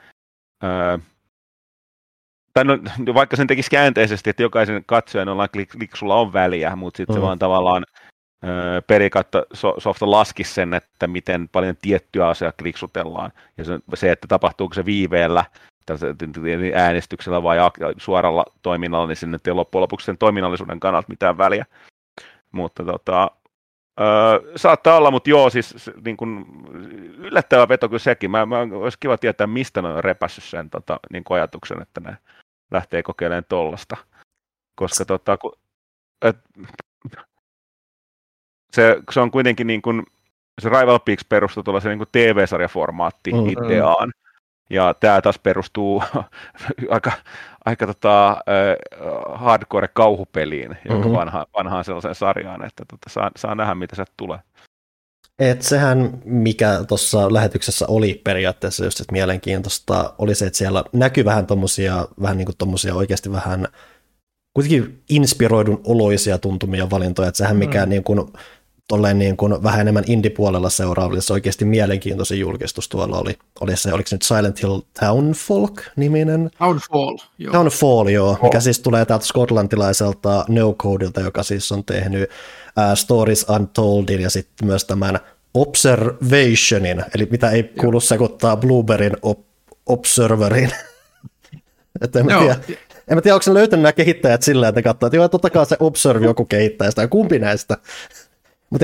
tai no, vaikka sen tekisi käänteisesti, että jokaisen katsojan kliksulla on väliä, mutta sitten se vaan tavallaan perikatta-softa laskisi sen, että miten paljon tiettyä asiaa kliksutellaan. Ja se, että tapahtuuko se viiveellä, äänestyksellä vai suoralla toiminnalla, niin sinne ei loppujen lopuksi sen toiminnallisuuden kannalta mitään väliä. Mutta saattaa olla, mutta joo, siis niin kun, yllättävä veto kyllä sekin. Olisi kiva tietää, mistä ne on repässyt sen niin ajatuksen, että ne lähtee kokeilemaan tollasta. Koska se on kuitenkin niin kuin, se Rival Peaks perustuu tuollaiseen niin kuin TV-sarjaformaatti ideaan, ja tämä taas perustuu aika hardcore-kauhupeliin, joka vanhaan sellaiseen sarjaan, että saa nähdä, mitä sieltä tulee. Et sehän, mikä tuossa lähetyksessä oli periaatteessa just mielenkiintoista, oli se, että siellä näkyy vähän tommosia oikeasti vähän kuitenkin inspiroidun oloisia tuntumia valintoja, että sehän mikä niin kuin, tolleen niin kuin vähän enemmän indie-puolella seuraaville, se oikeasti mielenkiintoisin julkistus tuolla oli se, oliko se nyt Silent Hill Townfolk-niminen? Townfall, joo, mikä siis tulee täältä skotlantilaiselta No Codeilta, joka siis on tehnyt Stories Untoldin ja sitten myös tämän Observationin, eli mitä ei kuulu sekoittaa Blueberryn Observerin. Että en tiedä. En mä tiedä, onko se löytänyt nämä kehittäjät sillä, että ne katsoo, että joo, totta kai se Observe joku kehittää sitä, ja kumpi näistä. Mutta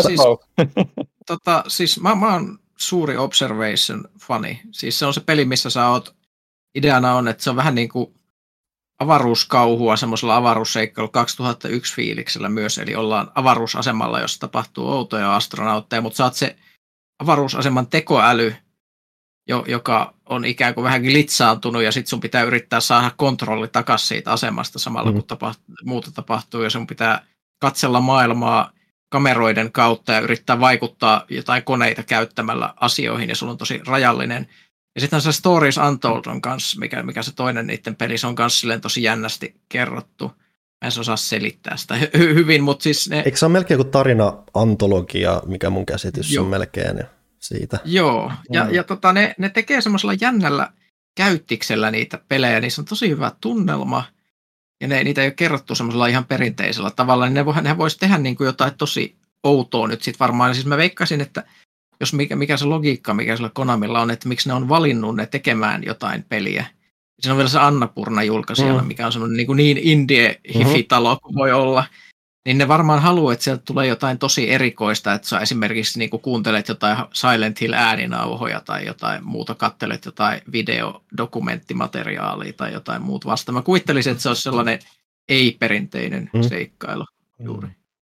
siis mä oon suuri Observation-fani. Siis se on se peli, missä sä oot, ideana on, että se on vähän niin kuin avaruuskauhua semmoisella avaruusseikkailu 2001 fiiliksellä myös, eli ollaan avaruusasemalla, jossa tapahtuu outoja astronautteja, mutta sä oot se avaruusaseman tekoäly, joka on ikään kuin vähän glitsaantunut, ja sitten sun pitää yrittää saada kontrolli takaisin siitä asemasta samalla, kun muuta tapahtuu, ja sun pitää katsella maailmaa kameroiden kautta ja yrittää vaikuttaa jotain koneita käyttämällä asioihin, ja sulla on tosi rajallinen. Ja sitten se Stories Untold on kanssa, mikä se toinen niiden peli, se on kanssa silleen tosi jännästi kerrottu. Mä en osaa selittää sitä hyvin, mutta siis ne... Eikö se ole melkein kuin tarina-antologia, mikä mun käsitys on melkein siitä? Joo, ja ne tekee semmoisella jännällä käyttiksellä niitä pelejä, niissä on tosi hyvä tunnelma, ja niitä ei ole kerrottu semmoisella ihan perinteisellä tavalla, niin ne voisi tehdä niin kuin jotain tosi outoa nyt sitten varmaan. Siis mä veikkasin, että jos mikä se logiikka, mikä sillä Konamilla on, että miksi ne on valinnut ne tekemään jotain peliä. Siinä on vielä se Annapurna julkaisijana, mikä on semmoinen niin indie-hifi-talo kuin voi olla. Niin ne varmaan haluaa, että sieltä tulee jotain tosi erikoista, että sä esimerkiksi niin kuuntelet jotain Silent Hill -ääninauhoja tai jotain muuta, kattelet jotain videodokumenttimateriaalia tai jotain muuta vasta. Mä kuvittelisin, että se olisi sellainen ei-perinteinen seikkailu juuri.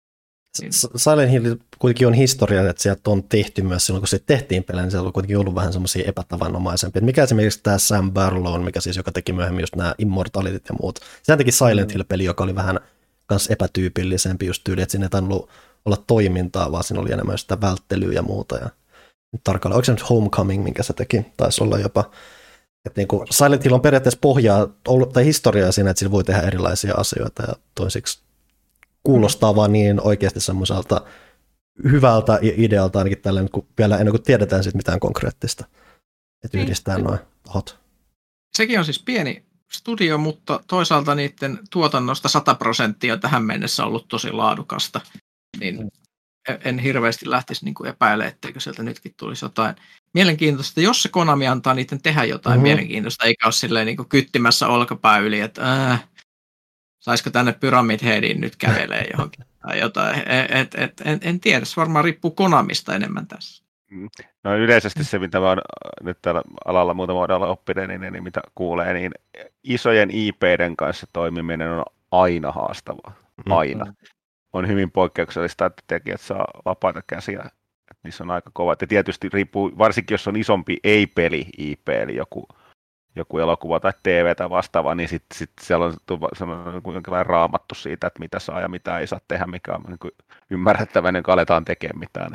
Silent Hill kuitenkin on historia, että sieltä on tehty myös silloin, kun se tehtiin pelejä, niin siellä on kuitenkin ollut vähän semmoisia epätavanomaisempia. Mikä esimerkiksi tämä Sam Barlow, joka teki myöhemmin just nämä Immortalityt ja muut. Sehän teki Silent Hill-peli, joka oli vähän kans epätyypillisempi just tyyli, että siinä ei tainnut olla toimintaa, vaan siinä oli enemmän sitä välttelyä ja muuta. Ja tarkalleen, oliko se nyt Homecoming, minkä se teki? Taisi olla jopa. Että niin kuin Silent Hill on periaatteessa pohjaa tai historiaa siinä, että sillä voi tehdä erilaisia asioita ja toisiksi kuulostaa vaan niin oikeasti semmoiselta hyvältä idealta ainakin tälleen, kun vielä ennen kuin tiedetään siitä mitään konkreettista, että yhdistää noin tahot. Sekin on siis pieni studio, mutta toisaalta niiden tuotannosta 100% on tähän mennessä ollut tosi laadukasta, niin en hirveästi lähtisi niin kuin epäilemään, etteikö sieltä nytkin tulisi jotain mielenkiintoista. Jos se Konami antaa niiden tehdä jotain mielenkiintoista, eikä ole silleen niin kuin kyttimässä olkapää yli, että saisiko tänne Pyramid Headiin nyt kävelee johonkin tai jotain. En tiedä, se varmaan riippuu Konamista enemmän tässä. No yleisesti se, mitä mä oon nyt tällä alalla muutama vuoden olla oppinut, niin mitä kuulee, niin isojen IP:den kanssa toimiminen on aina haastavaa. Aina. On hyvin poikkeuksellista, että tekijät saa vapaita käsiä. Että niissä on aika kovat. Ja tietysti riippuu, varsinkin jos on isompi ei-peli IP, eli joku elokuva tai TV tai vastaava, niin sit siellä on jonkinlainen raamattu siitä, että mitä saa ja mitä ei saa tehdä, mikä on niin ymmärrettävä ennen kuin aletaan tekemään mitään.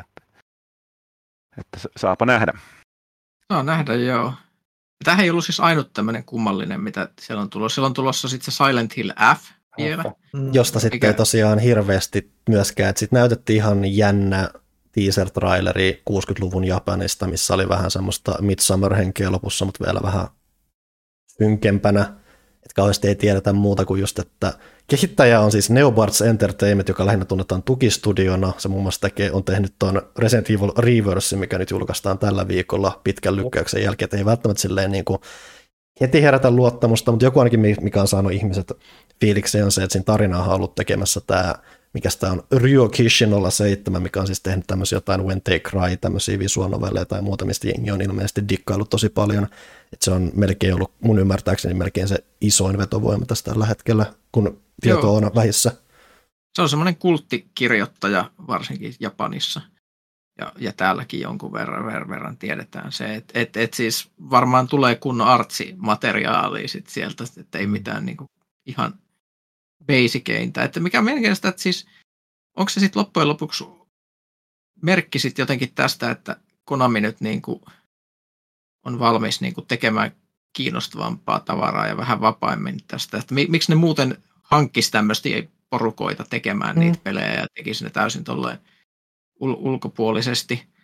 Että saapa nähdä. Saa nähdä, joo. Tämähän ei ollut siis ainut tämmöinen kummallinen, mitä siellä on tulossa. Siellä on tulossa sitten se Silent Hill F vielä. Josta sitten ei tosiaan hirveästi myöskään. Sitten näytettiin ihan jännä teaser-traileri 60-luvun Japanista, missä oli vähän semmoista Midsummer-henkeä lopussa, mutta vielä vähän synkempänä. Että kauheasti ei tiedetä muuta kuin just, että kehittäjä on siis Neobards Entertainment, joka lähinnä tunnetaan tukistudiona. Se muun muassa on tehnyt tuon Resident Evil Reverse, mikä nyt julkaistaan tällä viikolla pitkän lykkäyksen jälkeen. Että ei välttämättä silleen niin kuin heti herätä luottamusta, mutta joku ainakin, mikä on saanut ihmiset fiilikseen, on se, että siinä tarinaa on ollut tekemässä tämä, mikä sitä on Ryo Kishi 07, mikä on siis tehnyt tämmöisiä jotain When They Cry, tämmöisiä visuaalnovelleja tai muuta, mistä jengi on ilmeisesti dikkailut tosi paljon. Että se on melkein ollut, mun ymmärtääkseni, melkein se isoin vetovoima tässä tällä hetkellä, kun tieto on vähissä. Se on semmoinen kulttikirjoittaja, varsinkin Japanissa. Ja täälläkin jonkun verran tiedetään se, että siis varmaan tulee kunnon artsimateriaalia sit sieltä, että ei mitään niinku ihan basiceintä. Että mikä on mielenkiintoista, että siis onko se sitten loppujen lopuksi merkki sitten jotenkin tästä, että Konami nyt niinku on valmis niinku tekemään kiinnostavampaa tavaraa ja vähän vapaimmin tästä. Että miksi ne muuten hankkisi tämmöistä porukoita tekemään niitä pelejä ja tekisi ne täysin tolleen ulkopuolisesti.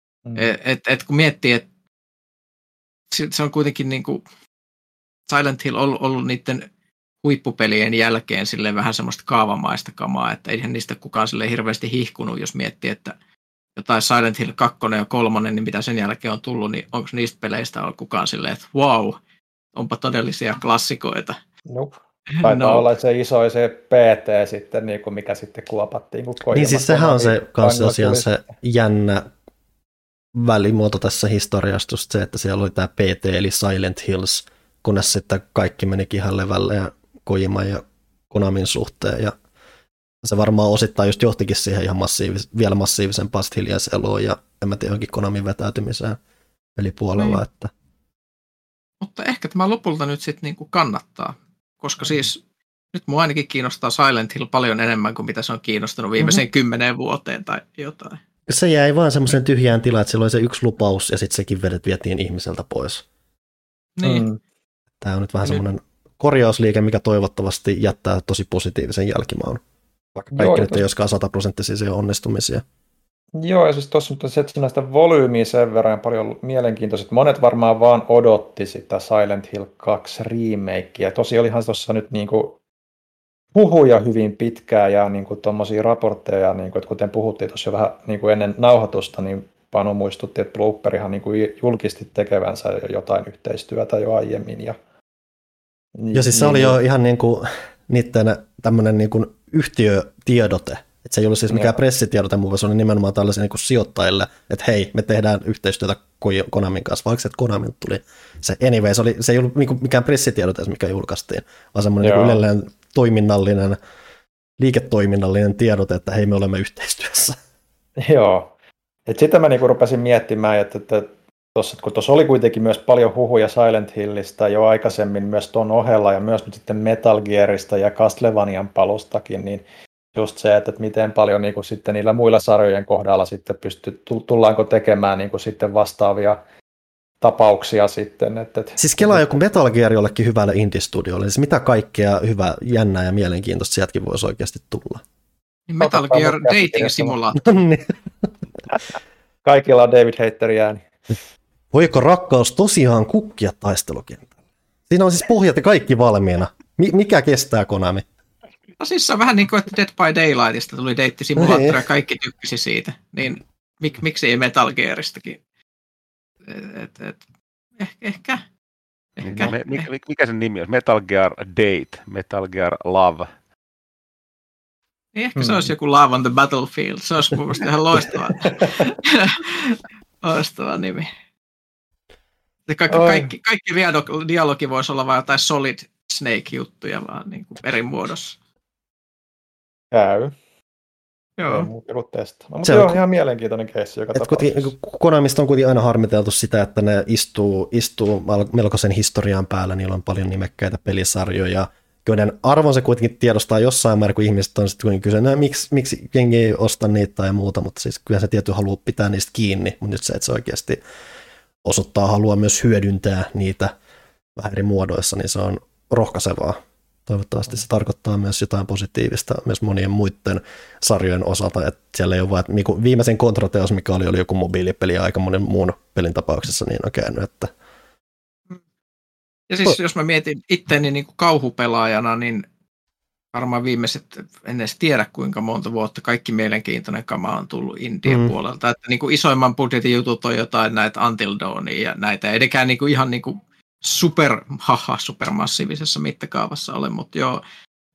Et kun miettii, että se on kuitenkin niinku Silent Hill ollut niiden huippupelien jälkeen silleen vähän semmoista kaavamaista kamaa, että eihän niistä kukaan silleen hirveästi hihkunut, jos miettii, että jotain Silent Hill 2 ja 3, niin mitä sen jälkeen on tullut, niin onko niistä peleistä ollut kukaan silleen, että wow, onpa todellisia klassikoita. Nope. Taitaa No. olla se iso se PT sitten, niin kuin mikä sitten kuopattiin. Niin siis sehän on se kanssa tosiaan se jännä välimuoto tässä historiasta, just se, että siellä oli tämä PT eli Silent Hills, kunnes sitten kaikki menikin ihan levälle ja Kojiman ja Konamin suhteen, ja se varmaan osittain just johtikin siihen ihan vielä massiivisempaan hiljaiseloon ja en mä tiedä, johonkin Konamin vetäytymiseen pelipuolella. Että. Mutta ehkä tämä lopulta nyt sitten niinku kannattaa, koska siis nyt mua ainakin kiinnostaa Silent Hill paljon enemmän kuin mitä se on kiinnostanut viimeiseen 10 vuoteen tai jotain. Se jäi vaan semmoisen tyhjään tilaan, että sillä oli se yksi lupaus ja sitten sekin vietiin ihmiseltä pois. Niin. Tämä on nyt vähän semmoinen korjausliike, mikä toivottavasti jättää tosi positiivisen jälkimaun. Vaikka kaikki nyt ei olisikaan 100% onnistumisia. Joo, ja siis tuossa on näistä volyymiä sen verran paljon mielenkiintoiset. Monet varmaan vaan odotti sitä Silent Hill 2 remakea. Tosi olihan tuossa nyt niinku huhuja hyvin pitkään ja niinku tuommoisia raportteja, niinku, että kuten puhuttiin tuossa jo vähän niinku ennen nauhoitusta, niin Panu muistutti, että Blooperihan niinku julkisti tekevänsä jotain yhteistyötä jo aiemmin. Ja siis se oli jo ihan niinku niiden tämmöinen niinku yhtiötiedote. Että se ei ollut siis mikään pressitiedote, mutta se oli nimenomaan tällaisia niin sijoittajille, että hei, me tehdään yhteistyötä Konamin kanssa, vaikka että Konamin tuli se. Anyway, se ei ollut mikään pressitiedote, mikä julkaistiin, vaan semmoinen niin yleinen toiminnallinen, liiketoiminnallinen tiedote, että hei, me olemme yhteistyössä. Joo. Et sitä mä niinku rupesin miettimään, että kun tuossa oli kuitenkin myös paljon huhuja Silent Hillistä jo aikaisemmin myös ton ohella ja myös nyt sitten Metal Gearista ja Castlevanian palustakin, niin just se, että miten paljon niin kuin sitten niillä muilla sarjojen kohdalla sitten tullaanko tekemään niin kuin sitten vastaavia tapauksia sitten. Siis kelaa joku Metal Gear jollekin hyvälle indie-studiolle, siis mitä kaikkea hyvää, jännää ja mielenkiintoista sieltäkin voisi oikeasti tulla. Metal Gear Dating Simulator. Kaikilla on David Hayterin ääni. Voiko rakkaus tosiaan kukkia taistelukentällä? Siinä on siis pohjat ja kaikki valmiina. Mikä kestää Konami? No siis se on vähän niin kuin, että Dead by Daylightista tuli deittisimulaattori ja kaikki tykkäsi siitä. Niin miksi ei Metal Gearistakin? Ehkä. Mikä sen nimi on? Metal Gear Date, Metal Gear Love. Niin ehkä se olisi joku Love on the Battlefield. Se olisi mun mielestä ihan loistava nimi. Kaikki dialogi voisi olla vain jotain Solid Snake-juttuja vaan niin kuin eri muodossa. Käy. Joo. Mutta joo, ihan mielenkiintoinen keissi joka tapauksessa. Konamista on kuitenkin aina harmiteltu sitä, että ne istuu melkoisen historian päällä, niillä on paljon nimekkäitä pelisarjoja, joiden arvon se kuitenkin tiedostaa jossain määrin, kun ihmiset on sitten kysynyt, miksi jengi ei osta niitä ja muuta, mutta siis kyllä se tietty haluaa pitää niistä kiinni, mutta nyt se, että se oikeasti osoittaa halua myös hyödyntää niitä vähän eri muodoissa, niin se on rohkaisevaa. Toivottavasti se tarkoittaa myös jotain positiivista myös monien muiden sarjojen osalta, että siellä ei ole vain, niin viimeisen Contra-teos, mikä oli joku mobiilipeli ja aika monen muun pelin tapauksessa, niin on käynyt. Että. Ja siis jos mä mietin itseäni niin kuin kauhupelaajana, niin varmaan viimeiset, en edes tiedä kuinka monta vuotta kaikki mielenkiintoinen kama on tullut Indian puolelta, että niin kuin isoimman budjetin jutut on jotain näitä Until Dawnia ja näitä, ei edekään niin kuin ihan niin kuin supermassiivisessa mittakaavassa ole, mutta joo,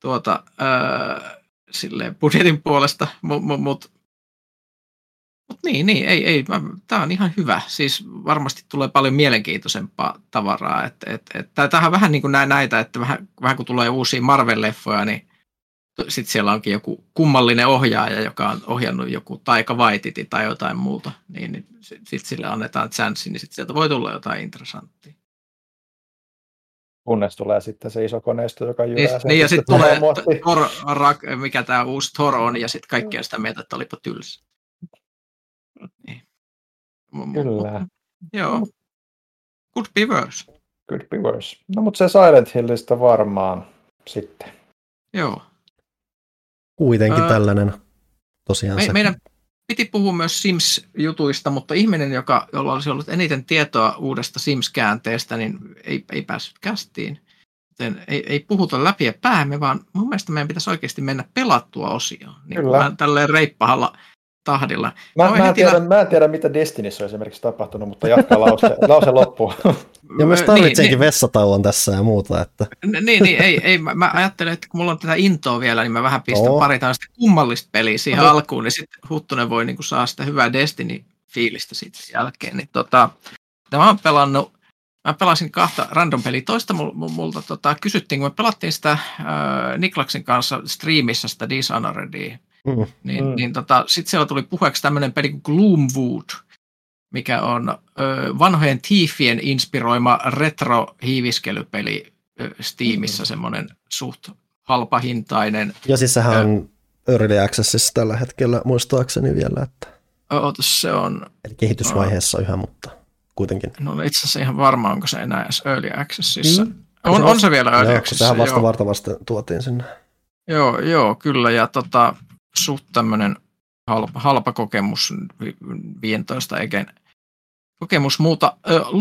silleen budjetin puolesta, mutta niin, ei, tämä on ihan hyvä, siis varmasti tulee paljon mielenkiintoisempaa tavaraa, tämähän on vähän niin kuin näitä, että vähän kun tulee uusia Marvel-leffoja, niin sitten siellä onkin joku kummallinen ohjaaja, joka on ohjannut joku Taika Waititi tai jotain muuta, niin sitten sille annetaan chanssi, niin sitten sieltä voi tulla jotain interessanttia. Kunnes tulee sitten se iso koneisto, joka jyrää sen. Niin, ja sitten tulee Thor, mikä tämä uusi Thor on, ja sitten kaikkea sitä mieltä, että olipa tylsä. Niin. Kyllä. Joo. Could be worse. Could be worse. No, mutta se Silent Hillistä varmaan sitten. Joo. Kuitenkin tällainen tosiaan se. Meidän piti puhua myös Sims-jutuista, mutta ihminen, jolla olisi ollut eniten tietoa uudesta Sims-käänteestä, niin ei päässyt kästiin. Joten ei puhuta läpi ja päämme, vaan mun mielestä meidän pitäisi oikeasti mennä pelattua osioon. Niin kuin tälleen reippahalla tahdilla. Mä en tiedä, mitä Destinissä on esimerkiksi tapahtunut, mutta jatkaa lause loppuun. Ja myös tarvitsenkin vessatauon tässä ja muuta. Että. Ei, mä ajattelen, että kun mulla on tätä intoa vielä, niin mä vähän pistän pari tällaista kummallista peliä siihen alkuun, niin sitten Huttunen voi niin saada sitä hyvää Destiny-fiilistä sitten jälkeen. Niin, mä pelasin 2 random peliä. Toista multa kysyttiin, kun me pelattiin sitä Niklaksin kanssa striimissä sitä Dishonoredia. Sitten siellä tuli puheeksi tämmöinen peli kuin Gloomwood, mikä on vanhojen Thiefien inspiroima retro-hiiviskelypeli Steamissa, semmoinen suht halpahintainen. Ja siis sehän on Early Accessissa tällä hetkellä muistaakseni vielä. Että. Se on... Eli kehitysvaiheessa yhä, mutta kuitenkin. No itse asiassa ihan varma, onko se enää edes Early Accessissa. On se vielä Early Accessissa. Sehän vasta vartavasti tuotiin sinne. Joo, kyllä. Ja suht tämmöinen halpa kokemus, 15 egen kokemus muuta.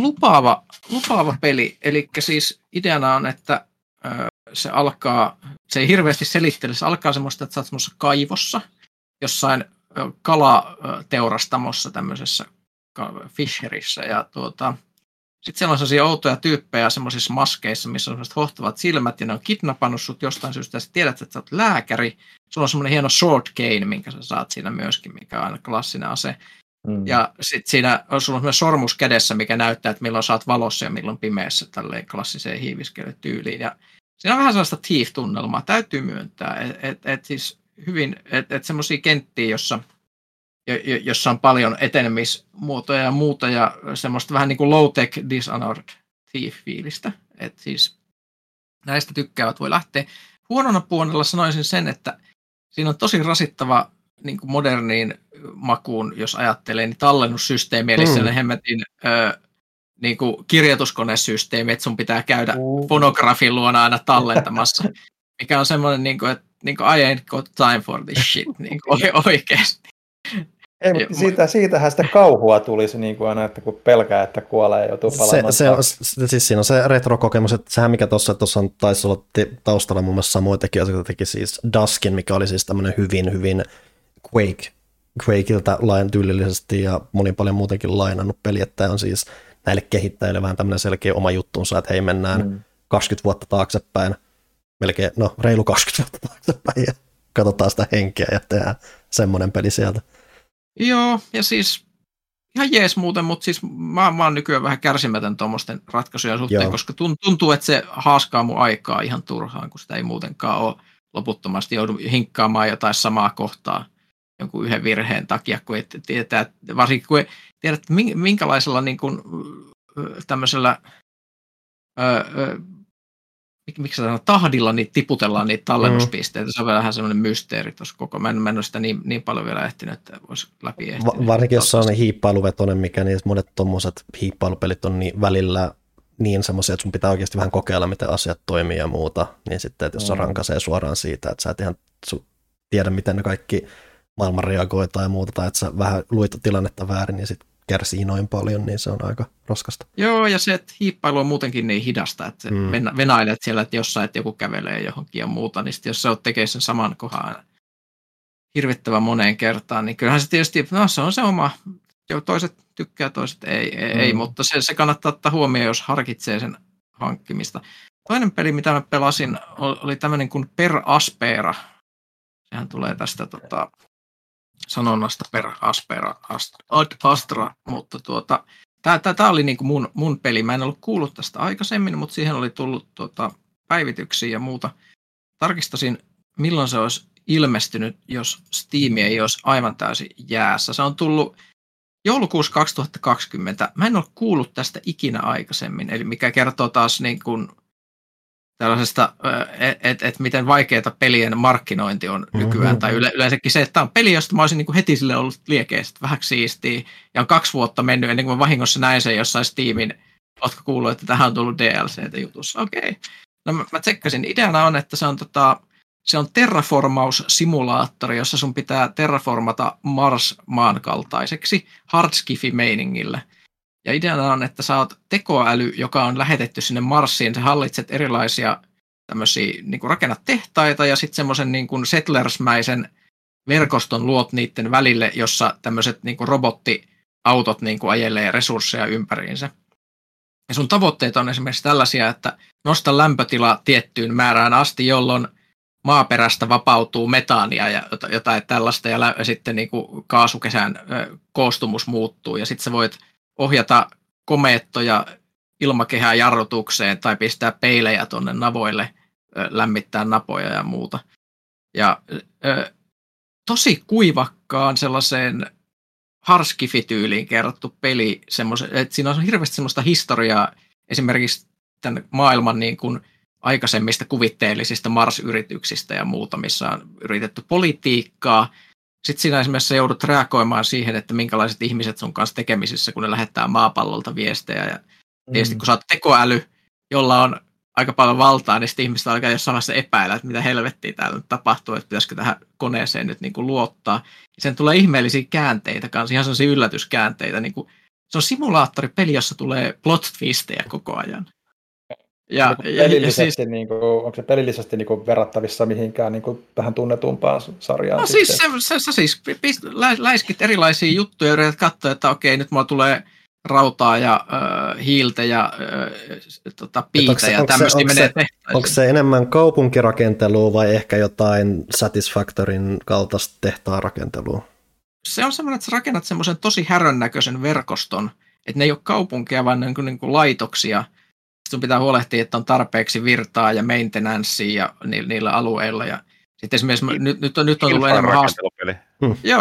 Lupaava peli, eli siis ideana on, että se ei hirveästi selittele, se alkaa semmoista, että sä oot semmoisessa kaivossa, jossain kalateurastamossa tämmöisessä fisherissä, ja sitten siellä on sellaisia outoja tyyppejä semmoisissa maskeissa, missä on semmoiset hohtavat silmät, ja ne on kidnappannut sut jostain syystä, ja sä tiedät, että sä oot lääkäri. Sulla on semmoinen hieno sword cane, minkä sä saat siinä myöskin, mikä on aina klassinen ase. Ja sitten siinä on sulla myös sormus kädessä, mikä näyttää, että milloin sä oot valossa ja milloin pimeässä tälleen klassiseen hiiviskelytyyliin. Ja siinä on vähän sellaista Thief-tunnelmaa, täytyy myöntää, että siis hyvin, että semmoisia kenttiä, jossa on paljon etenemismuotoja ja muuta, ja semmoista vähän niin kuin low-tech Dishonored Thief-fiilistä. Että siis näistä tykkäävät voi lähteä. Huonona puolella sanoisin sen, että siinä on tosi rasittava niin kuin moderniin makuun, jos ajattelee, niin tallennussysteemi, eli sellainen hemmetin niin kuin kirjoituskonesysteemi, että sun pitää käydä fonografin luona aina tallentamassa, mikä on semmoinen, niin kuin, että niin kuin, I ain't got time for this shit, niin kuin, oikeasti. Ei, mutta siitähän sitä kauhua tulisi niin kuin aina, että kun pelkää, että kuolee ja joutuu palaamaan. Siis siinä on se retro-kokemus, että sehän mikä tuossa taisi olla taustalla muun muassa samoin tekijöitä, joka teki siis Duskin, mikä oli siis tämmöinen hyvin Quakeilta tyylillisesti ja moni paljon muutenkin lainannut peli, että on siis näille kehittäjille vähän tämmöinen selkeä oma juttunsa, että hei mennään 20 vuotta taaksepäin, melkein, reilu 20 vuotta taaksepäin ja katsotaan sitä henkeä ja tehdään semmoinen peli sieltä. Joo, ja siis ihan jees muuten, mutta siis mä oon nykyään vähän kärsimätön tuommoisten ratkaisujen suhteen, koska tuntuu, että se haaskaa mun aikaa ihan turhaan, kun sitä ei muutenkaan ole loputtomasti joudu hinkkaamaan jotain samaa kohtaa jonkun yhden virheen takia, kun et tietää, varsinkin kun tiedät, minkälaisella niin kuin, tämmöisellä miksi tahdilla niitä tiputellaan niitä tallennuspisteitä. Se on vähän semmoinen mysteeri tuossa koko. Mä en ole sitä niin paljon vielä ehtinyt, että voisi läpi ehtinyt. Varsinkin jos se on hiippailuvetoinen, mikä niin monet tuommoiset hiippailupelit on niin välillä niin semmoisia, että sun pitää oikeasti vähän kokeilla, miten asiat toimii ja muuta. Niin sitten, että jos se rankaisee suoraan siitä, että sä et ihan tiedä, miten ne kaikki maailman reagoi tai muuta, tai että sä vähän luit tilannetta väärin, niin sitten kärsii noin paljon, niin se on aika raskasta. Joo, ja se, että hiippailu on muutenkin niin hidasta, että venailet siellä, että jossain että joku kävelee johonkin ja muuta, niin sitten jos sä oot tekemään sen saman kohan hirvittävän moneen kertaan, niin kyllähän se tietysti, se on se oma, toiset tykkää, toiset ei, mutta se kannattaa ottaa huomioon, jos harkitsee sen hankkimista. Toinen peli, mitä mä pelasin, oli tämmöinen kuin Per Aspera. Sehän tulee tästä sanonnasta Per Aspera Astra, mutta tämä oli niin kuin mun peli. Mä en ollut kuullut tästä aikaisemmin, mutta siihen oli tullut päivityksiä ja muuta. Tarkistasin, milloin se olisi ilmestynyt, jos Steam ei olisi aivan täysin jäässä. Se on tullut joulukuussa 2020. Mä en ole kuullut tästä ikinä aikaisemmin, eli mikä kertoo taas niin kuin tällaisesta, että miten vaikeaa pelien markkinointi on nykyään, tai yleensäkin se, että tämä on peli, josta mä olisin niin kuin heti sille ollut liekeistä, vähän siistiä, ja on 2 vuotta mennyt ennen kuin mä vahingossa näin sen jossain Steamin, ootko kuullut, että tähän on tullut DLCtä jutussa. Okei. No mä tsekkasin, ideana on, että se on terraformaussimulaattori, jossa sun pitää terraformata Mars maan kaltaiseksi hardskifi-meiningillä. Ja ideana on, että sä oot tekoäly, joka on lähetetty sinne Marsiin. Sä hallitset erilaisia tämmöisiä, niin kuin rakennat tehtaita ja sitten semmoisen niin kuin settlersmäisen verkoston luot niiden välille, jossa tämmöiset niin kuin robottiautot niin kuin ajelee resursseja ympäriinsä. Ja sun tavoitteet on esimerkiksi tällaisia, että nosta lämpötila tiettyyn määrään asti, jolloin maaperästä vapautuu metaania ja jotain tällaista, ja sitten niin kuin kaasukesän koostumus muuttuu, ja sitten sä voit ohjata komeettoja ilmakehään jarrutukseen tai pistää peilejä tuonne navoille, lämmittää napoja ja muuta. Ja tosi kuivakkaan sellaiseen harskifityyliin kerrottu peli, että siinä on hirveästi semmoista historiaa esimerkiksi tämän maailman niin kuin aikaisemmista kuvitteellisista Mars-yrityksistä ja muuta, missä on yritetty politiikkaa. Sitten siinä esimerkiksi joudut reagoimaan siihen, että minkälaiset ihmiset sun kanssa tekemisissä, kun ne lähettää maapallolta viestejä. Ja tietysti kun sä oot tekoäly, jolla on aika paljon valtaa, niin sitten ihmiset alkaa jossain vaiheessa epäillä, että mitä helvettiä täällä nyt tapahtuu, että pitäisikö tähän koneeseen nyt niin kuin luottaa. Ja sen tulee ihmeellisiä käänteitä kanssa, ihan sellaisia yllätyskäänteitä. Niin kuin, se on simulaattoripeli, jossa tulee plot twistejä koko ajan. Ja pelillisesti, niin kuin, onko se pelillisesti niin kuin verrattavissa mihinkään niin kuin tähän tunnetumpaan sarjaan? No siis sä siis läiskit erilaisia juttuja ja yrität katsoa, että okei, nyt mulla tulee rautaa ja hiiltä ja piitä ja tämmöisiä menee tehtäisiin. Onko se enemmän kaupunkirakentelua vai ehkä jotain Satisfactoryn kaltaista tehtaan rakentelua? Se on semmoinen, että sä rakennat semmoisen tosi härön näköisen verkoston, että ne ei ole kaupunkeja, vaan ne on niin kuin laitoksia. Sitten pitää huolehtia, että on tarpeeksi virtaa ja maintenancea ja niillä alueilla. Ja sitten esimerkiksi nyt on tullut enemmän haasteita. Joo.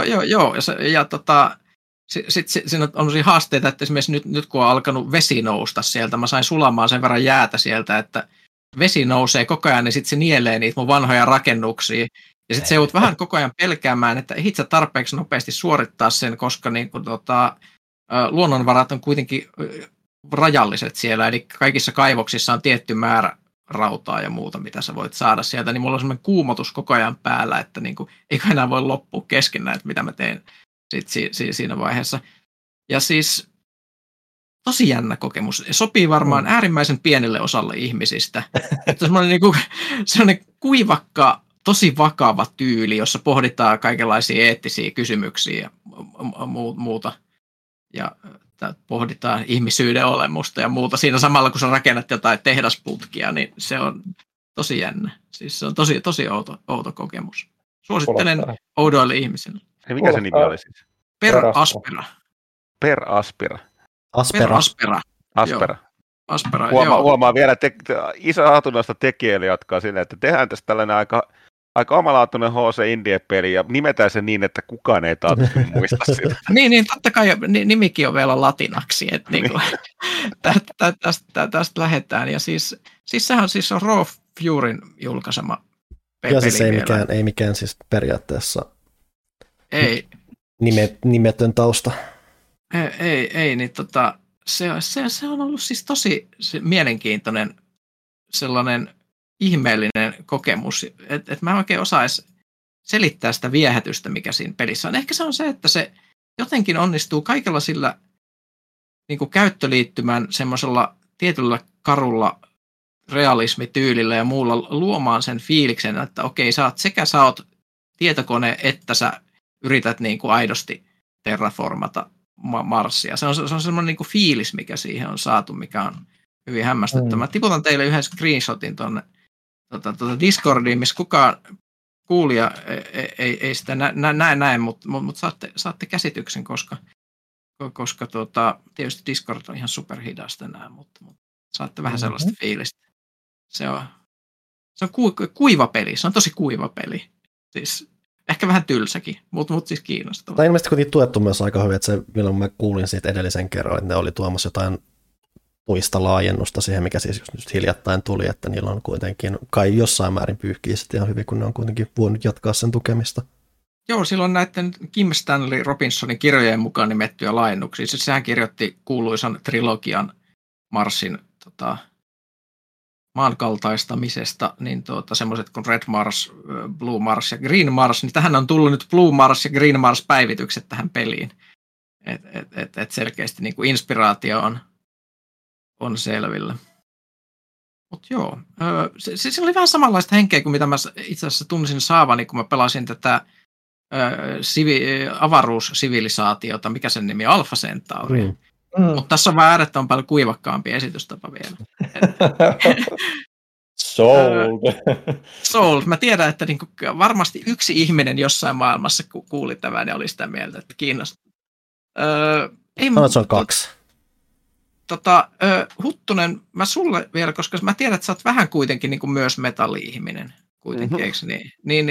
Sitten siinä on sellaisia haasteita, että esimerkiksi nyt kun on alkanut vesi nousta sieltä, mä sain sulamaan sen verran jäätä sieltä, että vesi nousee koko ajan, niin sitten se nielee niitä mun vanhoja rakennuksia. Ja sitten se joudut vähän koko ajan pelkäämään, että ehdit sä tarpeeksi nopeasti suorittaa sen, koska niin kun, luonnonvarat on kuitenkin rajalliset siellä, eli kaikissa kaivoksissa on tietty määrä rautaa ja muuta, mitä sä voit saada sieltä, niin mulla on semmoinen kuumotus koko ajan päällä, että niin kuin, eikö enää voi loppua kesken että mitä mä teen siinä vaiheessa. Ja siis tosi jännä kokemus. Sopii varmaan äärimmäisen pienelle osalle ihmisistä. Että semmoinen kuivakka, tosi vakava tyyli, jossa pohditaan kaikenlaisia eettisiä kysymyksiä ja muuta. Ja pohditaan ihmisyyden olemusta ja muuta. Siinä samalla, kun sä rakennat jotain tehdasputkia, niin se on tosi jännä. Siis se on tosi outo kokemus. Suosittelen oudoille ihmisille. Ja mikä se nimi oli siis? Per Aspera. Per Aspera. Aspera. Huomaa vielä iso hatunnoista tekijöille, jotka on silleen, että tehdään tästä tällainen aika omalaatuinen HC Indie-peli ja nimetään se niin, että kukaan ei taatusti muista sitä. niin, totta kai nimikin on vielä latinaksi, että niinku, tästä lähdetään. Ja siis sehän siis on Raw Furyn julkaisema peli. Ja siis ei mikään siis periaatteessa ei. Nimetön tausta. Ei niin se on ollut siis tosi mielenkiintoinen sellainen ihmeellinen kokemus, että mä en oikein osaisi selittää sitä viehätystä, mikä siinä pelissä on. Ehkä se on se, että se jotenkin onnistuu kaikella sillä niin kuin käyttöliittymän semmoisella tietyllä karulla realismityylillä ja muulla luomaan sen fiiliksen, että okei, sä oot tietokone, että sä yrität niin kuin aidosti terraformata Marsia. Se on semmoinen niin kuin fiilis, mikä siihen on saatu, mikä on hyvin hämmästyttävä. Mä tiputan teille yhden screenshotin tuonne Discordiin, missä kukaan kuulija ei sitä näe, mutta saatte käsityksen, koska tietysti Discord on ihan superhidasta enää, mutta saatte vähän sellaista fiilistä. Se on kuiva peli, se on tosi kuiva peli. Siis ehkä vähän tylsäkin, mutta siis kiinnostava. Tai ilmeisesti kuitenkin tuettu myös aika hyvin, että se, milloin mä kuulin siitä edellisen kerran, että ne oli tuomassa jotain puista laajennusta siihen, mikä siis just hiljattain tuli, että niillä on kuitenkin kai jossain määrin pyyhkii sitten ihan hyvin, kun ne on kuitenkin voinut jatkaa sen tukemista. Joo, silloin näiden Kim Stanley Robinsonin kirjojen mukaan nimettyjä laajennuksia. Siis sehän kirjoitti kuuluisan trilogian Marsin maankaltaistamisesta, niin semmoiset kuin Red Mars, Blue Mars ja Green Mars, niin tähän on tullut nyt Blue Mars ja Green Mars päivitykset tähän peliin. Et selkeästi niin kuin inspiraatio on selvillä. Mutta joo, se oli vähän samanlaista henkeä kuin mitä mä itse asiassa tunsin saavani, kun mä pelasin tätä avaruussivilisaatiota, mikä sen nimi on, Alpha Centauri. Mutta tässä on vähän äärettömän paljon kuivakkaampi esitystapa vielä. Sold. Mä tiedän, että niinku varmasti yksi ihminen jossain maailmassa kuuli tämän ja oli sitä mieltä, että kiinnostaa. Se on 2. Huttunen, mä sulle vielä, koska mä tiedän, että sä oot vähän kuitenkin niinku myös metalli-ihminen. Kuitenkin, eikö niin?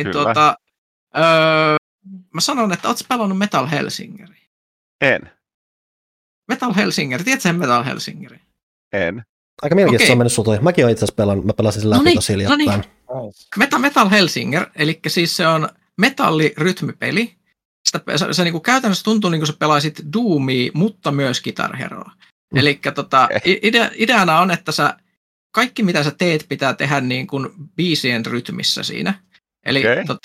Mä sanon, että ootko pelannut Metal Hellsingeria? En. Metal Helsinger, tiedätkö sen Metal Helsingeri? En. Aika mielenkiintoista on mennyt sulta. Mäkin olen itse asiassa pelannut, mä pelasin sen läpi tosi hiljattain. Metal Helsinger, eli siis se on metallirytmipeli. Se niinku käytännössä tuntuu niin kuin sä pelaisit Doomia, mutta myös Guitar Heroa. Eli ideana on, että kaikki mitä sä teet pitää tehdä niin kuin biisien rytmissä siinä. Eli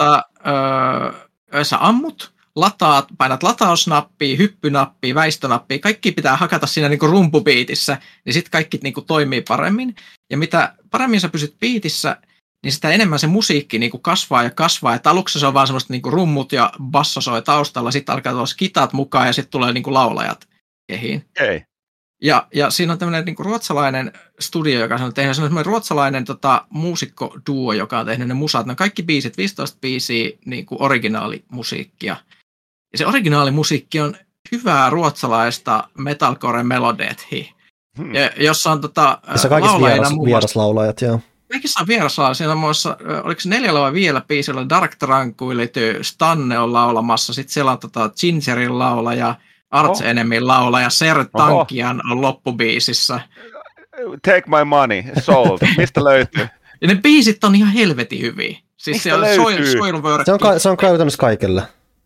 sä ammut, painat latausnappia, hyppynappia, väistönappia, kaikki pitää hakata siinä niinku rumpubiitissä, niin sitten kaikki niinku toimii paremmin. Ja mitä paremmin sä pysyt biitissä, niin sitä enemmän se musiikki niinku kasvaa ja kasvaa. Että aluksi se on vaan semmoista niinku rummut ja basso soi taustalla, sitten alkaa tulla kitat mukaan ja sitten tulee niinku laulajat kehiin. Okay. Ja siinä on tämmöinen niinku ruotsalainen studio, joka on tehnyt semmoinen ruotsalainen muusikkoduo, joka on tehnyt ne musat. Ne on kaikki biisit, 15 biisiä niinku originaalimusiikkia. Ja se originaalimusiikki on hyvää ruotsalaista metalcore melodethi, jossa on se kaikissa vieraslaulajat, joo. Kaikissa on vieraslaulajat. Siinä on muassa, oliko se 4 vai 5 biisillä Dark Tranquility, Stanne on laulamassa, sitten siellä on Gingerin laulaja, Arch Enemyn laulaja, Ser Tankian on loppubiisissä. Take my money, sold. Mistä löytyy? Ja ne biisit on ihan helvetin hyviä. Siis mistä löytyy? Se on käytännössä kaikille.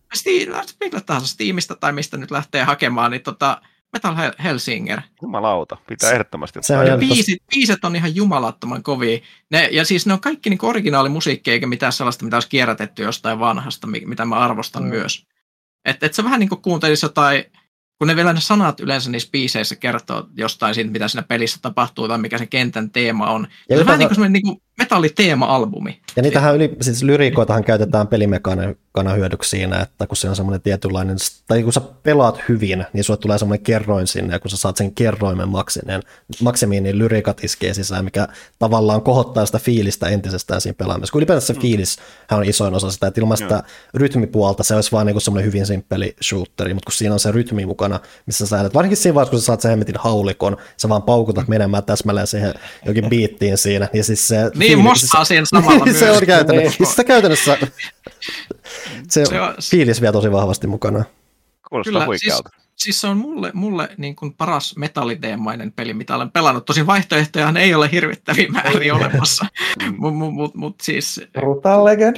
Millä tahansa Steamista tai mistä nyt lähtee hakemaan, niin Metal Helsinger. Jumalauta, pitää ehdottomasti. Biiset on ihan jumalattoman kovia. Ja siis ne on kaikki niin originaalimusiikkia, eikä mitään sellaista, mitä olisi kierrätetty jostain vanhasta, mitä mä arvostan myös. Että se vähän niin kuin kuuntelisi jotain, kun ne vielä ne sanat yleensä niissä biiseissä kertoo jostain siitä, mitä siinä pelissä tapahtuu tai mikä se kentän teema on. Ja se on vähän niin kuin semmoinen niin metalliteema-albumi. Ja niitähän siis lyriikoitahan käytetään pelimekana hyödyksi siinä, että kun se on semmoinen tietynlainen, tai kun sä pelaat hyvin, niin sulle tulee semmoinen kerroin sinne, ja kun sä saat sen kerroimen maksimiin, niin lyriikat iskee sisään, mikä tavallaan kohottaa sitä fiilistä entisestään siinä pelaamisessa. Kun ylipäätään se fiilis on isoin osa sitä, että ilman sitä rytmipuolta se olisi vaan niin kuin semmoinen hyvin simppeli shooteri, mutta kun siinä on se rytmi mukana, missä sä äänet, varsinkin siinä vaiheessa, kun sä saat sen hemmetin haulikon, sä vaan paukutat menemään täsmälleen siihen jokin biittiin siinä, ja siis se mostaa siinä samalla myös. Se on käytännössä. Se fiilis vielä tosi vahvasti mukana. Kuulostaa huikealta. Siis se on mulle niin kuin paras metalliteemainen peli, mitä olen pelannut. Tosin vaihtoehtojahan ei ole hirvittäviä määriä olemassa. Mut siis... Brutal Legend.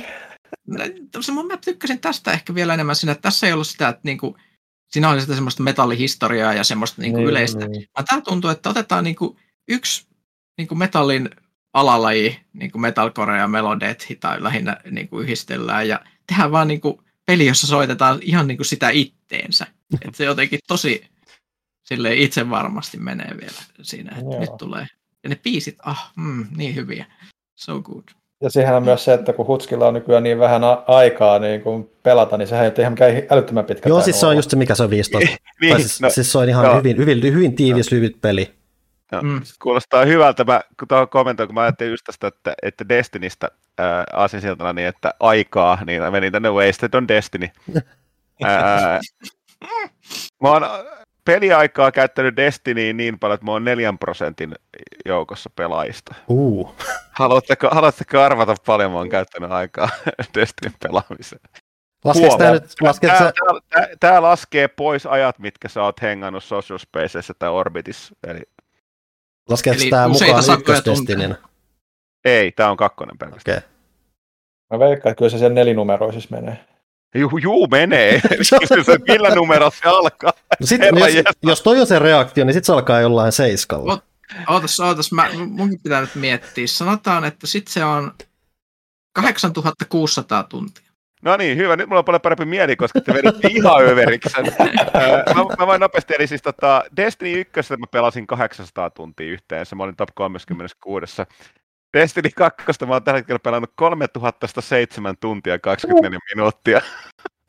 Mä tykkäsin tästä ehkä vielä enemmän siinä, että tässä ei ollut sitä, että niinku, siinä oli sitä semmoista metallihistoriaa ja semmoista niinku yleistä. Tää tuntuu, että otetaan niinku yksi niinku metallin alalaji, niin kuin metalcore ja melodethi tai lähinnä niin kuin yhdistellään ja tehdään vaan niin kuin peli, jossa soitetaan ihan niin kuin sitä itteensä. Että se jotenkin tosi silleen itse varmasti menee vielä siinä, että nyt tulee. Ja ne biisit, niin hyviä. So good. Ja siihen on myös se, että kun Hutskilla on nykyään niin vähän aikaa niin kun pelata, niin sehän ei ihan älyttömän pitkä. Joo, siis se on just se, mikä se on 15. Siis se on ihan hyvin tiivis, lyhyt peli. No, kuulostaa hyvältä. Kun tuohon kommentoin, kun mä ajattelin just tästä, että Destinistä aasinsiltana, niin että aikaa, niin menin tänne Wasted on Destiny. Mä oon peliaikaa käyttänyt Destinyin niin paljon, että mä oon 4% joukossa pelaajista. Haluatteko arvata paljon mä oon käyttänyt aikaa Destinyn pelaamiseen? Tää laskee pois ajat, mitkä sä oot hengannut Social Spacessa tai Orbitissa. Laskeeko tämä mukaan ykkösdestinin? Ei, tämä on 2 pelkästään. Okay. Mä veikkaan, että kyllä se sen 4-numeroisissa menee. Juu, menee. Millä numerossa se alkaa? Jos toi on se reaktio, niin sitten se alkaa jollain 7. Ootas, munkin pitää nyt miettiä. Sanotaan, että sitten se on 8600 tuntia. No niin, hyvä. Nyt mulla on paljon parempi mieli, koska te veditte ihan överiksen. Mä vain nopeasti, eli siis Destiny 1 mä pelasin 800 tuntia yhteensä. Mä olin top 36. Destiny 2 mä oon tällä hetkellä pelannut 3107 tuntia 24 minuuttia.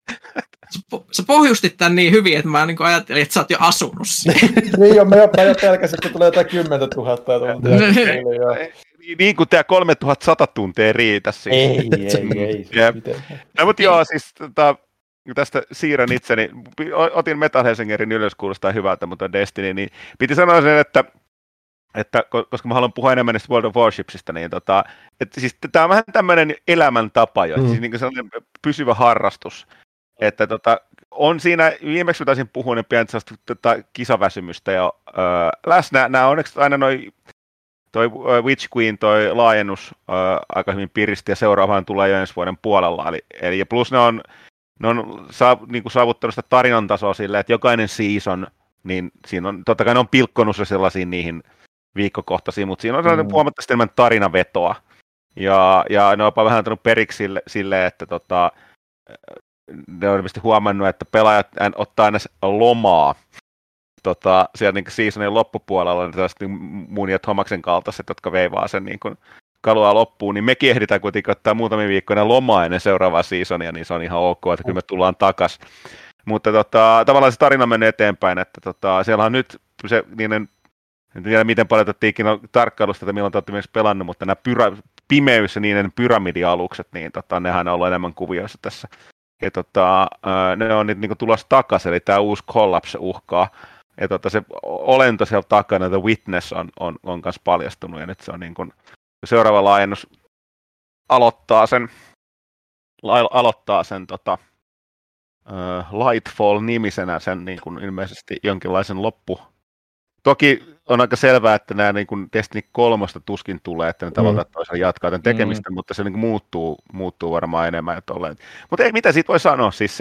Sä pohjustit tämän niin hyvin, että mä niin ajattelin, että sä oot jo asunut siinä. Niin jo, mä jo pelkäsin, että tulee jotain 10 000 tuntia. Niin kuin tämä 3100 tuntia ei riitä. Siis. Ei. No, mutta joo, siis tästä siirrän itseni. Otin Metal Helsingerin ylös, kuulostaa hyvältä, mutta Destiny, niin piti sanoa sen, että koska mä haluan puhua enemmän niistä World of Warshipsista, niin että siis tämä on vähän tämmöinen elämäntapa jo, siis niin kuin sellainen pysyvä harrastus, että on siinä, viimeksi taisin puhua ne pientä kisaväsymystä jo läsnä, nämä onneksi aina toi Witch Queen, toi laajennus aika hyvin piristi ja seuraavahan tulee jo ensi vuoden puolella, eli ja plus ne on niin kuin saavuttanut sitä tarinan tasoa silleen, että jokainen season, niin siinä on, totta kai ne on pilkkonut se sellaisiin niihin viikkokohtaisiin, mutta siinä on sellainen huomattavasti enemmän tarinavetoa. Ja ne on jopa vähän antanut periksi silleen, että ne on ilmeisesti huomannut, että pelaajat ottaa aina lomaa siellä niin seasonin loppupuolella, niin tällaiset mun ja Tomaksen kaltaiset, jotka veivaa sen niin kuin kalua loppuun, niin mekin ehditään kuitenkin ottaa muutamia viikkoina lomaa ennen seuraavaa seasonia, niin se on ihan ok, että kyllä me tullaan takaisin. Mutta tavallaan se tarina menee eteenpäin, että siellä on nyt se niiden, en tiedä miten paljon olette ikinä tarkkailusta, että milloin te olette myös pelannut, mutta nämä pimeys ja niiden pyramidialukset, niin nehän on ollut enemmän kuvioissa tässä. Ja ne on nyt niin tulossa takaisin, eli tämä uusi Collapse uhkaa. Ja se olento siellä takana, The Witness, on kanssa paljastunut, ja nyt se on niin kuin, seuraava laajennus aloittaa sen Lightfall-nimisenä sen niin kuin ilmeisesti jonkinlaisen loppu. Toki on aika selvää, että nämä niin kuin Destiny 3 tuskin tulee, että ne tavallaan toisaalta jatkaa tämän tekemistä, mutta se niin kuin muuttuu varmaan enemmän ja tolleen. Mutta ei, mitä siitä voi sanoa, siis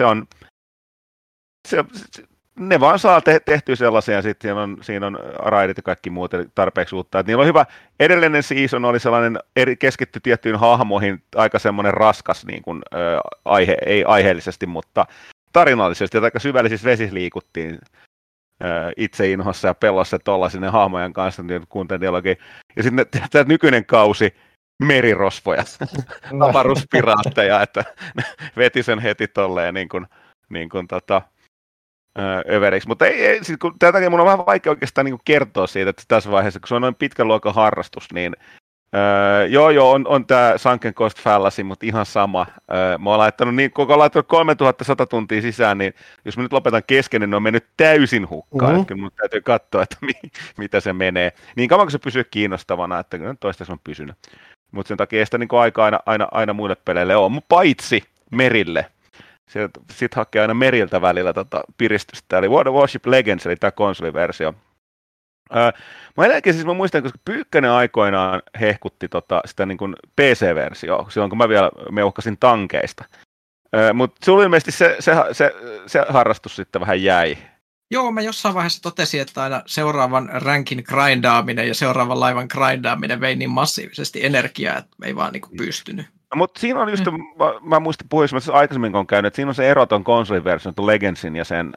ne vaan saa tehtyä sellaisia, ja sitten siinä on raidit ja kaikki muut tarpeeksi uutta. Et niillä on hyvä, edellinen season oli sellainen, keskitty tiettyihin hahmoihin, aika semmoinen raskas, niin kuin, ei aiheellisesti, mutta tarinallisesti, ja aika syvällisissä vesissä liikuttiin itseinhossa ja pelossa tollaisinen hahmojen kanssa, niin kuuntelin dialogia. Ja sitten tämä nykyinen kausi, merirosvoja, avaruuspiraatteja, että veti sen heti tolleen niin kuin överiksi, mutta siis kun tämän takia mun on vähän vaikea oikeastaan niin kuin kertoa siitä, että tässä vaiheessa, kun se on noin pitkän luokan harrastus, niin on tämä Sunken Coast Fallacy, mutta ihan sama. Mä oon laittanut 3100 tuntia sisään, niin jos mä nyt lopetan kesken, niin ne on mennyt täysin hukkaan, että mun täytyy katsoa, että mitä se menee. Niin kauan kun se pysyy kiinnostavana, että kyllä toistaiseksi on pysynyt. Mutta sen takia ei sitä niin aika aina muille peleille ole, mutta paitsi Merille. Sitten hakee aina Meriltä välillä piristystä, eli World of Warship Legends, eli tämä konsoliversio. Mä muistan, koska Pyykkönen aikoinaan hehkutti sitä niin kuin PC-versioa, silloin kun mä vielä meuhkasin tankeista. Mutta sulla ilmeisesti se harrastus sitten vähän jäi. Joo, mä jossain vaiheessa totesin, että aina seuraavan rankin grindaaminen ja seuraavan laivan grindaaminen vei niin massiivisesti energiaa, että me ei vaan niin kuin pystynyt. No, mutta siinä on just, mä muistin puhuessa aikaisemmin, kun on käynyt, että siinä on se ero ton konsoliversion, tuon Legendsin ja sen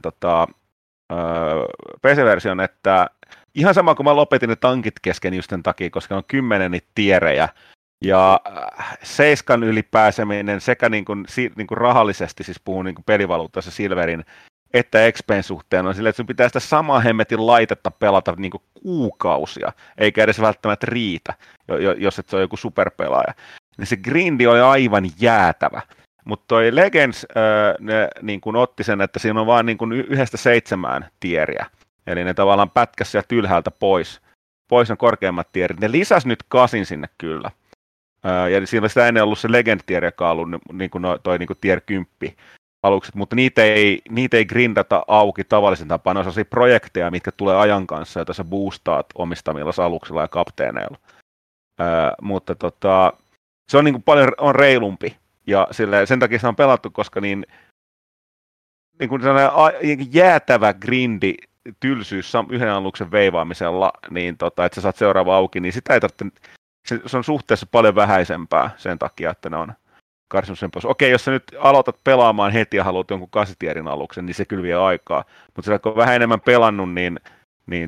PC-version, että ihan sama kuin mä lopetin ne tankit kesken just sen takia, koska on 10 niitä tierejä, ja 7 ylipääseminen sekä niin kuin rahallisesti, siis puhun niin kuin pelivaluuttassa Silverin, että XP:n suhteen on silleen, että sun pitää sitä samaa hemmetin laitetta pelata niin kuin kuukausia, eikä edes välttämättä riitä, jos et se on joku superpelaaja. Niin se grindi oli aivan jäätävä. Mutta toi Legends ne niin kun otti sen, että siinä on vaan niin kun 1-7 tieriä. Eli ne tavallaan pätkäs sieltä ylhäältä pois on korkeammat tierit. Ne lisäs nyt 8 sinne kyllä. Ja siinä oli sitä ennen ollut se Legend-tieri, joka on ollut niin kuin toi niin kuin tier 10 alukset, mutta niitä ei grindata auki tavallisen tapaan. Ne on sellaisia projekteja, mitkä tulee ajan kanssa, joita sä boostaat omistamilla aluksilla ja kapteeneilla. Mutta se on niin kuin paljon reilumpi. Ja sen takia se on pelattu, koska niin kuin sellainen jäätävä grindi, tylsyys yhden aluksen veivaamisella, niin että sä saat seuraava auki, niin sitä ei tarvitse, se on suhteessa paljon vähäisempää sen takia, että ne on karsinut sen pois. Okei, jos sä nyt aloitat pelaamaan heti ja haluat jonkun 8-tierin aluksen, niin se kyllä vie aikaa. Mutta kun on vähän enemmän pelannut, niin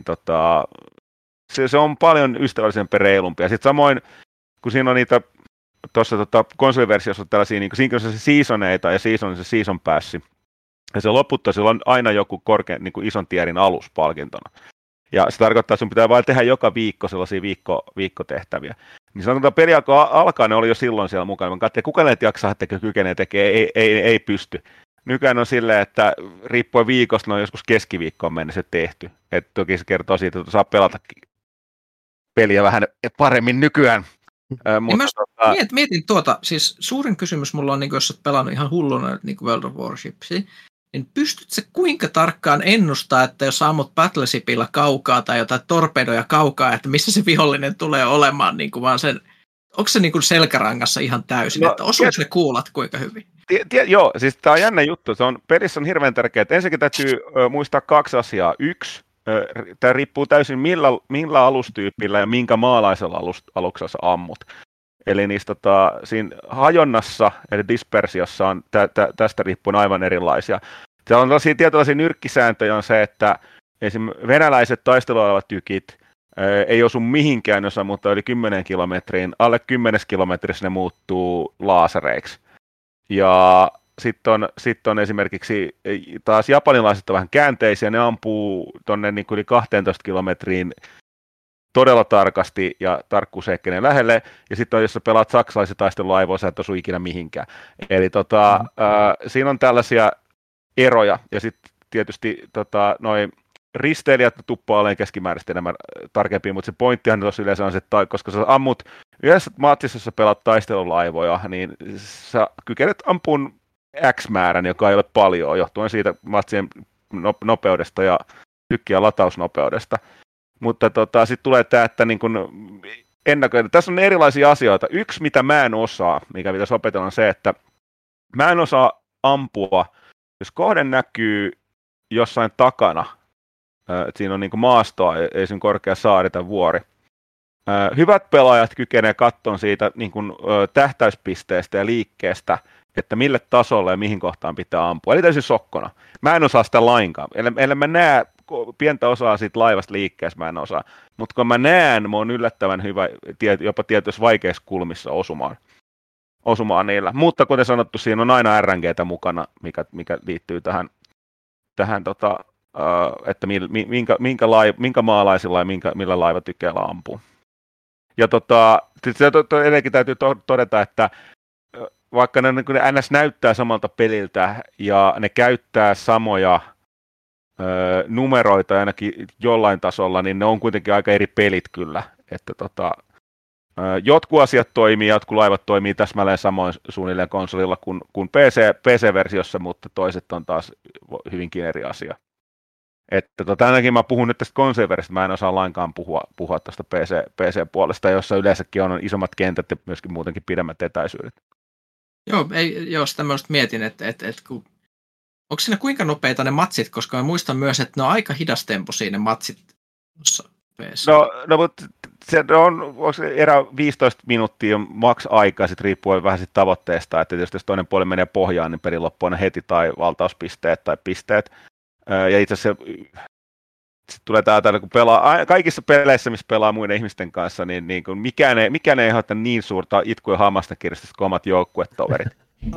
se on paljon ystävällisempi reilumpi. Ja sitten samoin, kun siinä on niitä konsoliversiossa on tällaisia niin synchronisia seasoneita ja season passi. Ja se loputtaa, sillä on aina joku korkean niin ison tierin aluspalkintona. Ja se tarkoittaa, että sun pitää vain tehdä joka viikko sellaisia viikkotehtäviä. Niin silloin kun tämä peli alkaa, ne oli jo silloin siellä mukana. Mä katsoin, kuka näitä jaksaa, että kykenee tekemään, ei pysty. Nykyään on silleen, että riippuen viikosta, on joskus keskiviikkoon mennessä tehty. Et toki se kertoo siitä, että saa pelata peliä vähän paremmin nykyään. Mietin siis suurin kysymys mulla on, niin jos olet pelannut ihan hulluna niin World of Warshipsia, niin pystyt sä kuinka tarkkaan ennustaa, että jos ammut battleshipillä kaukaa tai jotain torpedoja kaukaa, että missä se vihollinen tulee olemaan, niin kuin vaan sen, onko se niin kuin selkärangassa ihan täysin, että osuuko ne kuulat kuinka hyvin? Joo, siis tämä on jännä juttu. Pelissä on hirveän tärkeää, että ensinnäkin täytyy muistaa 2 asiaa. 1, tämä riippuu täysin millä alustyypillä ja minkä maalaisella aluksella sä ammut. Eli niistä, siinä hajonnassa, eli dispersiossa on tästä riippuen aivan erilaisia. Siellä on tietynlaisia nyrkkisääntöjä on se, että esimerkiksi venäläiset taistelualat tykit ei osu mihinkään, jos ammuttaa yli 10 kilometriin. Alle 10 kilometrissä ne muuttuu laasereiksi. Ja sitten on esimerkiksi taas japanilaiset on vähän käänteisiä, ne ampuu tuonne niin yli 12 kilometriin todella tarkasti ja tarkkuusheikkinen lähelle, ja sitten jos sä pelaat saksalaisia taistelulaivoja, sä et osu ikinä mihinkään. Eli siinä on tällaisia eroja, ja sitten tietysti noi risteilijät tuppaa olemaan keskimääräisesti enemmän tarkempia, mutta se pointtihan tuossa yleensä on se, että koska sä ammut yhdessä matsissa, jos sä pelaat taistelulaivoja, niin sä kykenet ampuun X määrän, joka ei ole paljon, johtuen siitä matsien nopeudesta ja tykkiä latausnopeudesta. Mutta sitten tulee tämä, että niin kun ennakoida. Tässä on erilaisia asioita. Yksi, mitä mä en osaa, mikä pitäisi opetella, on se, että mä en osaa ampua, jos kohde näkyy jossain takana, että siinä on niin kuin maastoa, ei siinä korkea saari tai vuori. Hyvät pelaajat kykenevät katsomaan siitä niin kuin tähtäyspisteestä ja liikkeestä, että mille tasolle ja mihin kohtaan pitää ampua. Eli täysin sokkona. Mä en osaa sitä lainkaan. Ellei mä näe pientä osaa siitä laivasta liikkeessä, mä en osaa. Mutta kun mä näen, mä oon yllättävän hyvä jopa tietyissä vaikeissa kulmissa osumaan niillä. Mutta kuten sanottu, siinä on aina RNGtä mukana, mikä liittyy tähän että minkä maalaisilla ja millä laivatykkeellä ampuu. Ja edelleenkin täytyy todeta, että vaikka ne NS näyttää samalta peliltä ja ne käyttää samoja numeroita ainakin jollain tasolla, niin ne on kuitenkin aika eri pelit kyllä. Että jotkut asiat toimii, jotkut laivat toimii täsmälleen samoin suunnilleen konsolilla kuin PC-versiossa, mutta toiset on taas hyvinkin eri asia. Että ainakin mä puhun nyt tästä konsoliversiosta, mä en osaa lainkaan puhua tästä PC-puolesta, jossa yleensäkin on isommat kentät ja myöskin muutenkin pidemmät etäisyydet. Joo, sitä mä just mietin, että onko siinä kuinka nopeita ne matsit, koska mä muistan myös, että ne on aika hidastempoisia ne matsit tuossa PC. No mutta se on erä 15 minuuttia on max-aikaa, sitten riippuen vähän siitä tavoitteesta, että jos toinen puoli menee pohjaan, niin perin loppuun ne heti tai valtauspisteet tai pisteet. Ja itse asiassa tulee täällä, kun pelaa, kaikissa peleissä, missä pelaa muiden ihmisten kanssa, niin kun mikään ei aiheuta niin suurta itku- ja hamasta kirjasta kuin omat joukkuetoverit.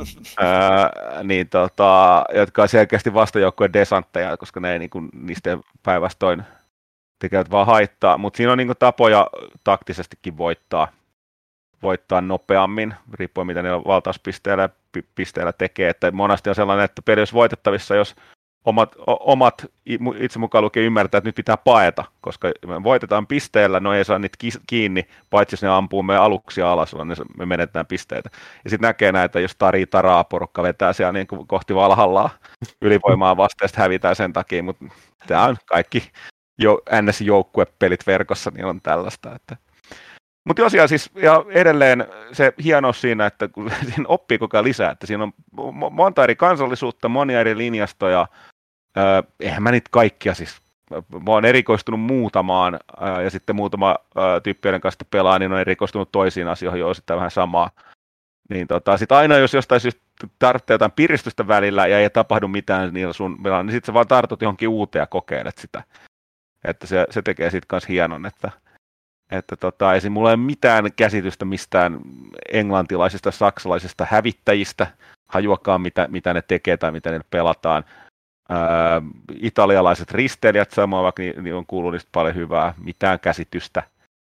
Jotka on selkeästi vastajoukkueen desantteja, koska ne ei niistä päinvastoin tekevät vaan haittaa. Mutta siinä on tapoja taktisestikin voittaa nopeammin, riippuen mitä niillä valtauspisteillä tekee. Että monasti on sellainen, että peli olisi voitettavissa, jos omat itse mukaan lukee ymmärtää, että nyt pitää paeta, koska me voitetaan pisteellä, no ei saa niitä kiinni, paitsi jos ne ampuu meidän aluksia alas, niin me menetään pisteitä. Ja sitten näkee näitä, jos taraa porukka vetää siellä niin kohti Valhallaa ylivoimaa vastaan, ja sitten hävitään sen takia, mutta tämä on kaikki NS-joukkuepelit verkossa, niin on tällaista. Mutta tosiaan siis, ja edelleen se hienous siinä, että kun siinä oppii koko ajan lisää, että siinä on monta eri kansallisuutta, monia eri linjastoja, eihän mä niitä kaikkia siis, mä oon erikoistunut muutamaan, ja sitten muutama tyyppi, joiden kanssa pelaa, niin on erikoistunut toisiin asioihin, jo osittain vähän samaa. Niin sitten aina, jos jostain syystä tarvitsee jotain piristystä välillä ja ei tapahdu mitään niillä sun, niin sitten sä vaan tartut johonkin uuteen ja kokeilet sitä. Että se tekee sitten kanssa hienon, että Esim. Mulla ei ole mitään käsitystä mistään englantilaisista, saksalaisista hävittäjistä, hajuakaan mitä ne tekee tai mitä ne pelataan. Italialaiset risteilijät samoin, vaikka niin on kuullut niistä paljon hyvää, mitään käsitystä.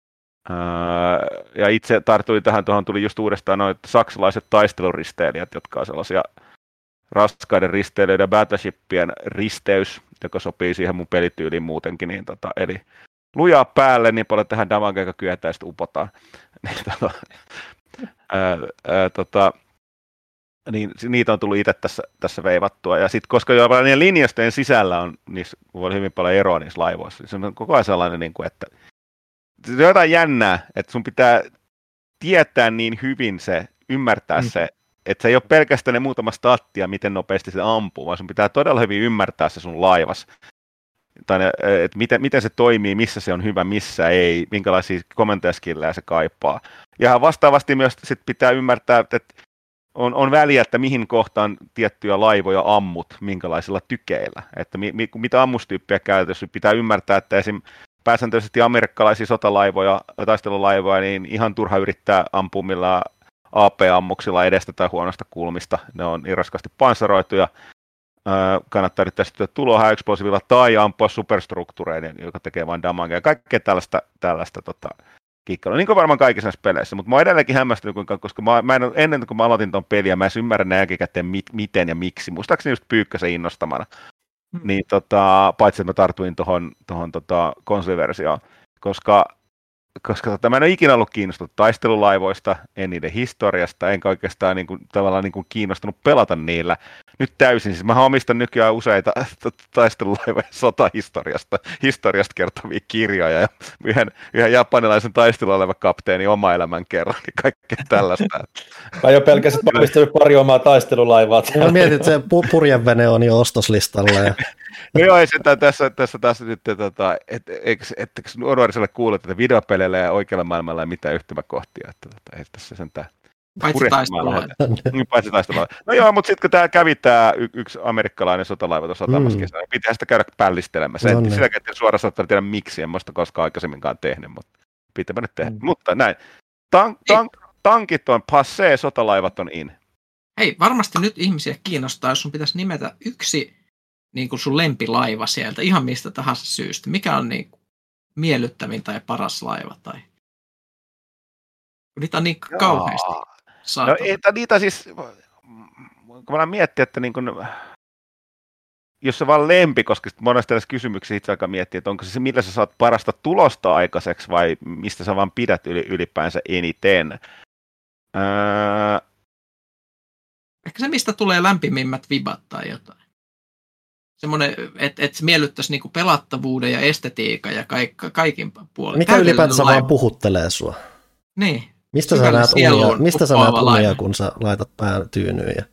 Ja itse tartuin tuohon tuli just uudestaan noin saksalaiset taisteluristeilijät, jotka on sellaisia raskaiden risteilijöiden battleshipien risteys, joka sopii siihen mun pelityyliin muutenkin, niin eli lujaa päälle niin paljon tähän damagea, joka kyetään ja sitten upotaan. Niin niitä on tullut itse tässä veivattua. Ja sitten koska jo niiden linjastojen sisällä on niissä voi hyvin paljon eroa niissä laivoissa, niin se on koko ajan sellainen, niin kuin, että se on jotain jännää, että sun pitää tietää niin hyvin se, ymmärtää se, että se ei ole pelkästään ne muutama stattia, miten nopeasti se ampuu, vaan sun pitää todella hyvin ymmärtää se sun laivas. Tai että miten se toimii, missä se on hyvä, missä ei, minkälaisia komentajaskillejä se kaipaa. Ja vastaavasti myös sit pitää ymmärtää, että on väliä, että mihin kohtaan tiettyjä laivoja ammut, minkälaisilla tykeillä. Että mitä ammustyyppejä käytössä pitää ymmärtää, että esim. Pääsääntöisesti amerikkalaisia sotalaivoja, taistelulaivoja, niin ihan turha yrittää ampua millään AP-ammuksilla edestä tai huonosta kulmista. Ne on niin raskaasti panssaroituja. Kannattaa yrittää sitten tuloa explosivilla tai ampua superstruktureiden, joka tekee vain damagea. Kaikkea tällaista kikkailua, niin kuin varmaan kaikissa näissä peleissä. Mutta mä oon edelleenkin hämmästynyt, koska mä en, ennen kuin mä aloitin ton peliä, mä en ymmärrä näin jälkikäteen miten ja miksi. Muistaakseni just Pyykkösen innostamana. Niin paitsi että mä tartuin tuohon konsoliversioon, koska mä en ole ikinä ollut kiinnostunut taistelulaivoista, en niiden historiasta, enkä oikeastaan tavallaan kiinnostunut pelata niillä. Nyt täysin, siis mä omistan nykyään useita taistelulaivojen sotahistoriasta kertovia kirjoja ja yhden japanilaisen taistelulaivakapteenin oma elämän kerran, niin kaikkea tällaista. Mä jo pelkästään valmistanut pari omaa taistelulaivaa. Mä mietin, että se purjevene on jo ostoslistalla. Ja... No joo, ei sitä tässä taas nyt, että nuoriselle kuulet, että videopeleillä ja oikealla maailmalla ei mitään yhtymäkohtia, että ei tässä sentään. Paitsi taistelua. No joo, mutta sitten kun tämä kävi tämä yksi amerikkalainen sotalaiva tuossa satamassa kesällä, niin pitää sitä käydä pällistelemässä. Silläkin en suoraan saattaa tiedä miksi, en muista koskaan aikaisemminkaan tehnyt, mutta pitääpä nyt tehdä. Mutta näin, tankit on passé, sotalaivat on in. Hei, varmasti nyt ihmisiä kiinnostaa, jos sun pitäisi nimetä yksi niin kuin sun lempilaiva sieltä, ihan mistä tahansa syystä. Mikä on niin kuin miellyttävin tai paras laiva? Tai... Niitä on niin kauheasti. No ei niitä siis, kun mä miettiä, että niin kun, jos se vaan lempi, koska monesti tällaisia kysymyksiä itse aikaa miettiä, että onko se millä sä saat parasta tulosta aikaiseksi vai mistä sä vaan pidät ylipäänsä eniten. Ehkä se, mistä tulee lämpimimmät vibat tai jotain. Semmoinen, että se miellyttäisi niinku pelattavuuden ja estetiikan ja kaikin puolin. Mikä ylipäätänsä vaan puhuttelee sua? Niin. Mistä sä näet unia, kun sä laitat pään tyynyyn? Ja...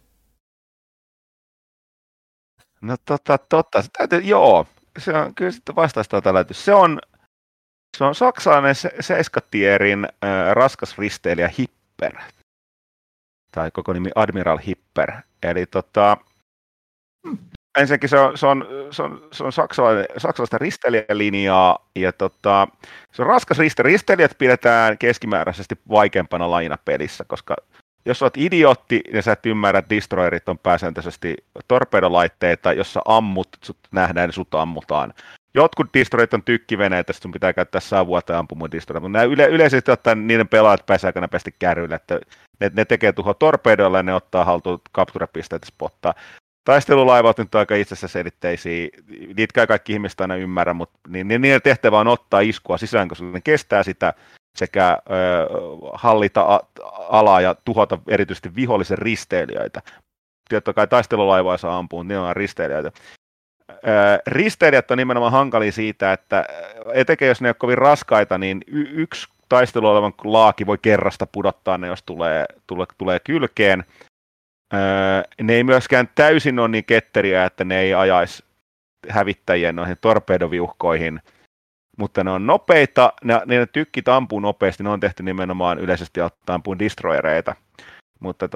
No totta. Se täytyy, joo. Se on kyllä sitten vastausta tällä. Se on saksalainen seiskatierin raskas risteilijä Hipper. Tai koko nimi Admiral Hipper. Eli ensinnäkin se on saksalaista risteilijälinjaa, ja se on raskas risteilijät pidetään keskimääräisesti vaikeampana lajina pelissä, koska jos olet idiootti ja sä et ymmärrä, että destroyerit on pääsääntöisesti torpedolaitteita, jossa ammut, sut nähdään ja sut ammutaan. Jotkut destroyerit on tykkiveneitä, sun pitää käyttää savua tai ampumaan destroyerit, mutta yleisesti ottaen niiden pelaajat pääsee aika nopeasti kärryille, että ne tekee tuhoa torpedoilla ja ne ottaa haltuun capture-pisteitä spottaa. Taistelulaivat nyt aika itseselitteisiä, niitä kaikki ihmiset aina ymmärrä, mutta niiden tehtävä on ottaa iskua sisään, koska ne kestää sitä sekä hallita alaa ja tuhota erityisesti vihollisen risteilijöitä. Totta kai taistelulaivoja saa ampua, mutta ne on risteilijöitä. Risteilijät on nimenomaan hankalia siitä, että etenkin jos ne on kovin raskaita, niin yksi taistelulaivan laaki voi kerrasta pudottaa ne, jos tulee kylkeen. Ne ei myöskään täysin ole niin ketteriä, että ne ei ajaisi hävittäjien noihin torpedoviuhkoihin, mutta ne on nopeita, ne tykkit ampuu nopeasti, ne on tehty nimenomaan yleisesti ottaen ampuun destroyereita, mutta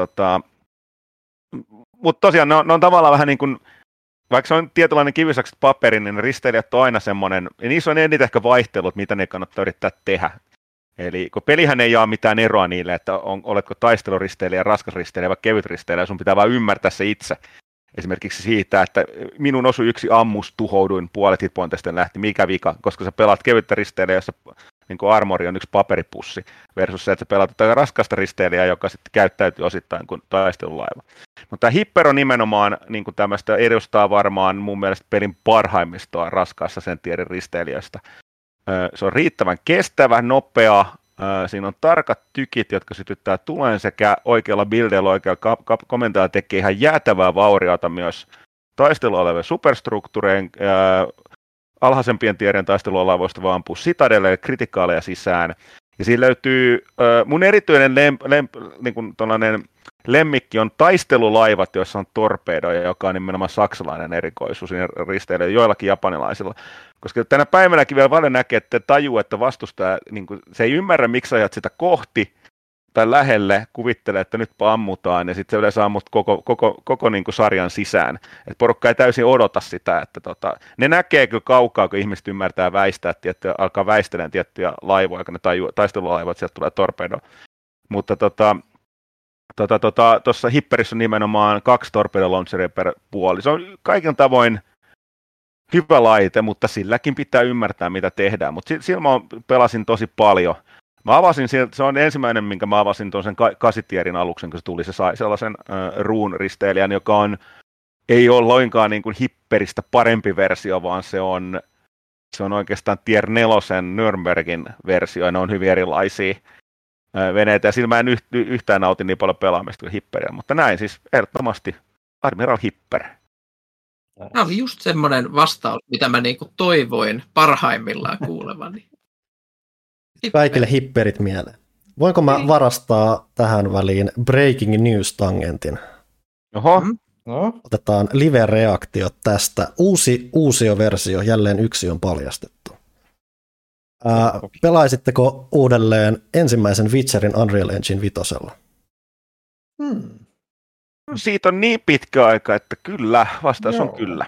tosiaan ne on tavallaan vähän niin kuin, vaikka se on tietynlainen kivisakset paperi, niin ne risteilijät on aina semmoinen, ja niissä on eniten ehkä vaihtelut, mitä ne kannattaa yrittää tehdä. Eli kun pelihän ei jaa mitään eroa niille, että oletko taisteluristeilijä, raskasristeilijä vai kevytristeilijä, sun pitää vain ymmärtää se itse. Esimerkiksi siitä, että minun osui yksi ammus, tuhouduin, puolet hitpointeista lähti, mikä vika, koska sä pelaat kevyttä risteilijää, jossa niin armori on yksi paperipussi, versus se, että sä pelaat raskasta risteilijää, joka sitten käyttäytyy osittain kuin taistelulaiva. Mutta tämä Hipper on nimenomaan niin tämmöistä edustaa varmaan mun mielestä pelin parhaimmistoa raskaassa sentierin risteilijöistä. Se on riittävän kestävä, nopea, siinä on tarkat tykit, jotka sytyttää tuleen sekä oikealla buildilla, oikealla komentajalla tekee ihan jäätävää vauriota myös taistelua olevien superstruktureen, alhaisempien tierien taistelualavoista vaan ampuu sitadelle kritikaaleja sisään. Ja siinä löytyy, mun erityinen lemmikki on taistelulaivat, joissa on torpedoja, joka on nimenomaan saksalainen erikoisuus risteillä joillakin japanilaisilla. Koska tänä päivänäkin vielä paljon näkee, että tajuu, että vastustaja, niin kuin, se ei ymmärrä, miksi ajat sitä kohti tai lähelle, kuvittelee, että nytpä ammutaan, ja sitten se yleensä ammut koko niin kuin sarjan sisään. Et porukka ei täysin odota sitä, että ne näkee kyllä kaukaa, kun ihmiset ymmärtää väistää, alkaa väistelemään tiettyjä laivoja, kun ne taistelulaivat, sieltä tulee torpedo. Mutta tuossa Hipperissä on nimenomaan 2 torpedo-launcheria per puoli. Se on kaiken tavoin hyvä laite, mutta silläkin pitää ymmärtää, mitä tehdään. Mutta sillä mä pelasin tosi paljon. Mä avasin, se on ensimmäinen, minkä mä avasin tuon sen 8-tierin aluksen, kun se tuli, se sai sellaisen ruun-risteilijän, joka ei ole lainkaan niin kuin Hipperistä parempi versio, vaan se on oikeastaan tier 4 Nürnbergin versio, ja ne on hyvin erilaisia veneitä, ja sillä mä en yhtään nautin niin paljon pelaamista kuin Hipperiä, mutta näin siis ehdottomasti Admiral Hipper. Tämä oli just semmoinen vastaus, mitä mä niinku toivoin parhaimmillaan kuulevani. Kaikille hipperit mieleen. Voinko mä varastaa tähän väliin breaking news-tangentin? Oho. No. Otetaan live-reaktiot tästä. Uusi versio, jälleen yksi on paljastettu. Pelaisitteko uudelleen ensimmäisen Witcherin Unreal Engine 5? Siitä on niin pitkä aika, että kyllä, vastaus on kyllä.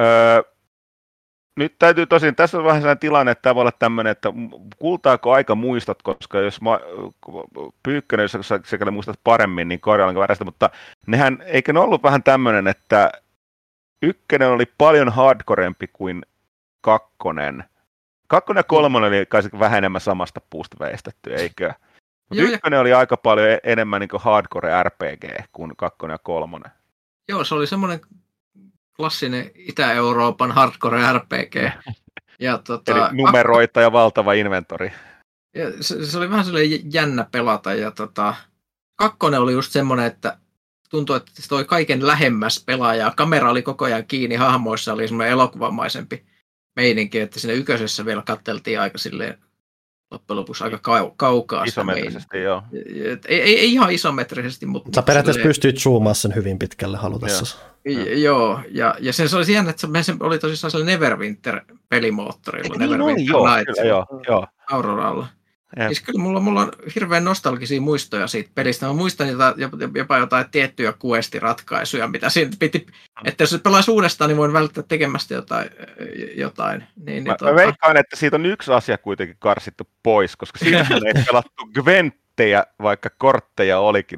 Nyt täytyy tosiaan, tässä on vähän sellainen tilanne, että tämä voi olla tämmöinen, että kultaako aika muistat, koska jos Pyykkönen, jos sä muistat paremmin, niin korjaan väärästä, mutta eikö ne ollut vähän tämmöinen, että 1 oli paljon hardcorempi kuin 2. 2 ja 3 oli kai vähän enemmän samasta puusta veistetty, eikö? Mutta 1 oli aika paljon enemmän niin kuin hardcore RPG kuin 2 ja 3. Joo, se oli semmoinen klassinen Itä-Euroopan hardcore RPG. Ja eli numeroita ja valtava inventori. Ja se oli vähän sellainen jännä pelata. Ja 2 oli just semmoinen, että tuntui, että se toi kaiken lähemmäs pelaajaa. Kamera oli koko ajan kiinni, hahmoissa oli semmoinen elokuvamaisempi meininki, että siinä 1 vielä katteltiin aika silleen loppujen lopuksi aika kaukaa. Isometrisesti, joo. Ei ihan isometrisesti, mutta... Sä periaatteessa pystyit zoomaan sen hyvin pitkälle halutessa. Joo, ja se oli jännä, että se oli tosissaan sellainen Neverwinter-pelimoottorilla. Neverwinter Night. Joo. Auroralla. Siis kyllä mulla on hirveän nostalgisia muistoja siitä pelistä. Mä muistan jopa jotain tiettyjä quest-ratkaisuja, mitä siinä piti, että jos se pelaisi uudestaan, niin voin välttää tekemästä jotain. Mä veikkaan, että siitä on yksi asia kuitenkin karsittu pois, koska siinähän ei pelattu Gwenttejä, vaikka kortteja olikin.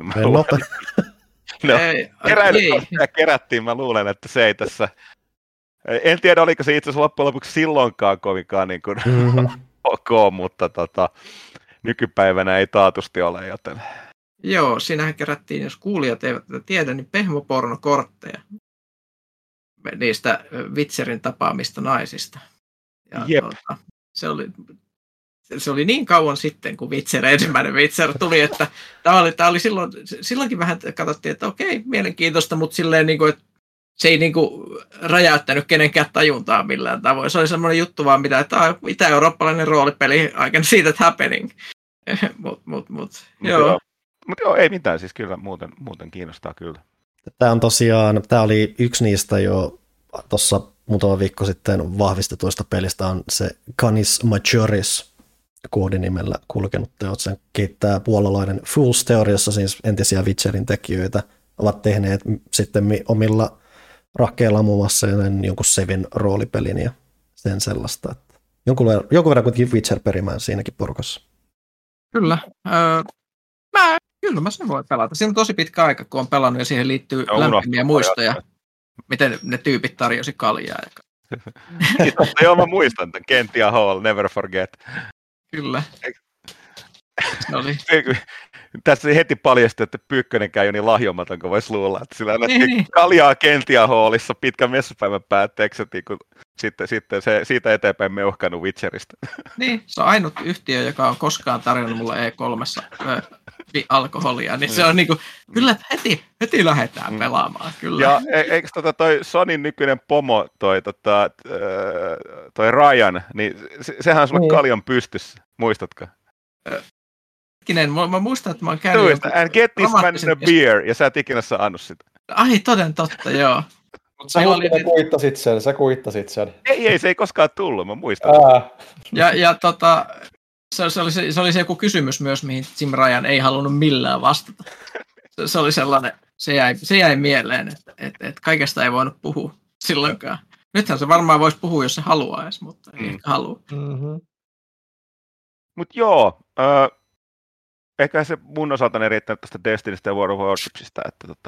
Keräilykortteja kerättiin, mä luulen, että se ei tässä... En tiedä, oliko se itse asiassa loppujen lopuksi silloinkaan kovinkaan niin kuin ok, mutta nykypäivänä ei taatusti ole, joten... Joo, siinähän kerättiin, jos kuulijat eivät tiedä, niin pehmopornokortteja niistä Witcherin tapaamista naisista. Ja Jep. Se oli niin kauan sitten, kun ensimmäinen Witcher tuli, että tämä oli silloinkin vähän katsottiin, että okei, mielenkiintoista, mutta silleen, niin kuin, että se ei niin kuin räjäyttänyt kenenkään tajuntaa millään tavoin. Se oli semmoinen juttu vaan, mitä, että itä-eurooppalainen roolipeli, I can see that happening. Joo. Mutta joo, ei mitään, siis kyllä muuten kiinnostaa kyllä. Tämä oli yksi niistä jo tuossa muutama viikko sitten vahvistetuista pelistä, on se Canis Majoris koodinimellä kulkenut teot. Sen kehittää puolalainen Fools Theoryssa, siis entisiä Witcherin tekijöitä, ovat tehneet sitten omilla rahkeilla muun muassa jonkun Sevin roolipelin ja sen sellaista. Että jonkun verran kuitenkin Witcher-perimään siinäkin porukassa. Kyllä. Kyllä mä sen voin pelata. Siinä on tosi pitkä aika, kun on pelannut ja siihen liittyy lämpimiä muistoja. Miten ne tyypit tarjosi kaljaa. Joo, mä muistan tämän. Kentia Hall, Never Forget. Kyllä. Oli. Tässä heti paljastui, että Pyykkönen käy jo niin lahjomaton, kun voisi luulla, että sillä Niin. kaljaa Kentia Hallissa pitkän messupäivän päätteeksi, sitten siitä eteenpäin meuhkannut Witcheristä. Niin, se on ainut yhtiö, joka on koskaan tarjonnut mulle E3 alkoholia, niin se on niinku, kyllä heti lähdetään pelaamaan, kyllä. Ja eikö toi Sonin nykyinen pomo, toi Ryan, niin sehän on sulle kaljan pystyssä, muistatko? Mä muistan, että mä oon käynyt... And get this man in a beer, ja sä et ikinä saanut sitä. Ai, toden totta, joo. Mutta sä kuittasit sen. Ei, se ei koskaan tullut, mä muistan. Ja se oli se joku kysymys myös, mihin Jim Ryan ei halunnut millään vastata. Se oli sellainen, se jäi mieleen, että kaikesta ei voinut puhua silloinkaan. Nythän se varmaan voisi puhua, jos se haluaisi, mutta ei ehkä halua. Mm-hmm. Mutta joo, ehkä se mun osaltani riittänyt tästä Destinystä ja World of Warshipsista, että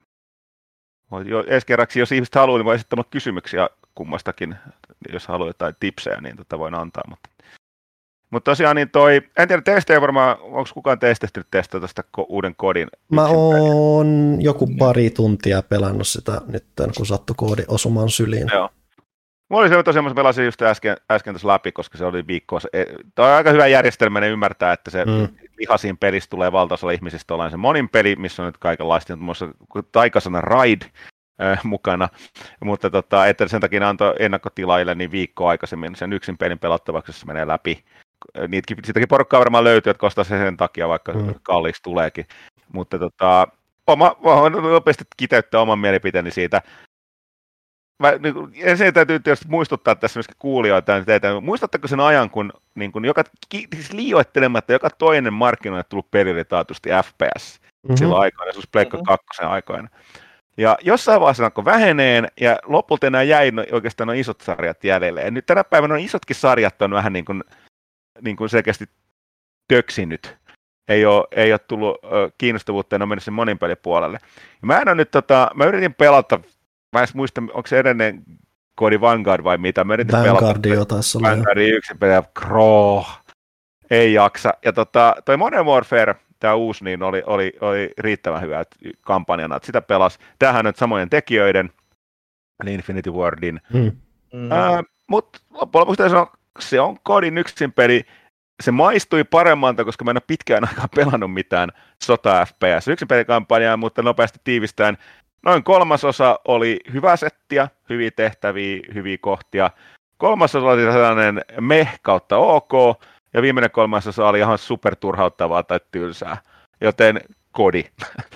ensi kerraksi, jos ihmiset haluaa, niin voi esittää kysymyksiä kummastakin, jos haluaa jotain tipsejä, niin voin antaa. Mutta tosiaan, niin en tiedä, teistä ei varmaan, onko kukaan teistä testata tästä uuden kodin? Mä oon joku pari tuntia pelannut sitä nyt, kun sattui koodi osumaan syliin. Joo. Mulla oli se tosiaan, mä pelasin just äsken tässä läpi, koska se oli viikkoa. Tämä on aika hyvä järjestelmä, ne ymmärtää, että se lihasiin pelissä tulee valtaosalla ihmisistä ollaan se monin peli, missä on nyt kaikenlaista, muun muassa taikasana Ride mukana, mutta että sen takia ne antoi ennakkotilaajille niin viikkoa aikaisemmin sen yksin pelin pelattavaksi, jos se menee läpi. Siitäkin porukkaa varmaan löytyy, että kostaa se sen takia, vaikka kalliiksi tuleekin. Mutta voin nopeasti kiteyttää oman mielipiteeni siitä. Ensin täytyy tietysti muistuttaa tässä myöskin kuulijoita, että muistatteko sen ajan, kun liioittelematta joka toinen markkinoille tullut peli oli taatusti FPS silloin aikoina, esimerkiksi Pleikka 2 aikoina. Ja jossain vaiheessa alkoi väheneen, ja lopulta enää jäi oikeastaan nuo isot sarjat jäljelle. Ja nyt tänä päivänä nuo isotkin sarjat on vähän niin kuin selkeästi töksinyt. Ei ole tullut kiinnostavuutta, en ole mennyt sen monin pelipuolelle. Ja mä en ole nyt, mä yritin pelata, mä en muista, onko se edellinen koodi Vanguard vai mitä, mä yritin Vanguardia taisi olla. Vanguardin yksin peliä, ei jaksa. Ja toi Modern Warfare, tämä uusi, niin oli riittävän hyvä kampanjana, että sitä pelasi. Tämähän on samojen tekijöiden, eli Infinity Wardin. Mutta loppujen lopuksi se on kodin yksin peli. Se maistui paremmalta, koska mä en ole pitkään aikaa pelannut mitään sota-FPS yksin pelikampanjaa, mutta nopeasti tiivistään. Noin 1/3 oli hyvää settiä, hyviä tehtäviä, hyviä kohtia. 1/3 oli sellainen meh kautta ok, ja viimeinen 1/3 oli ihan superturhauttavaa tai tylsää. Joten kodi.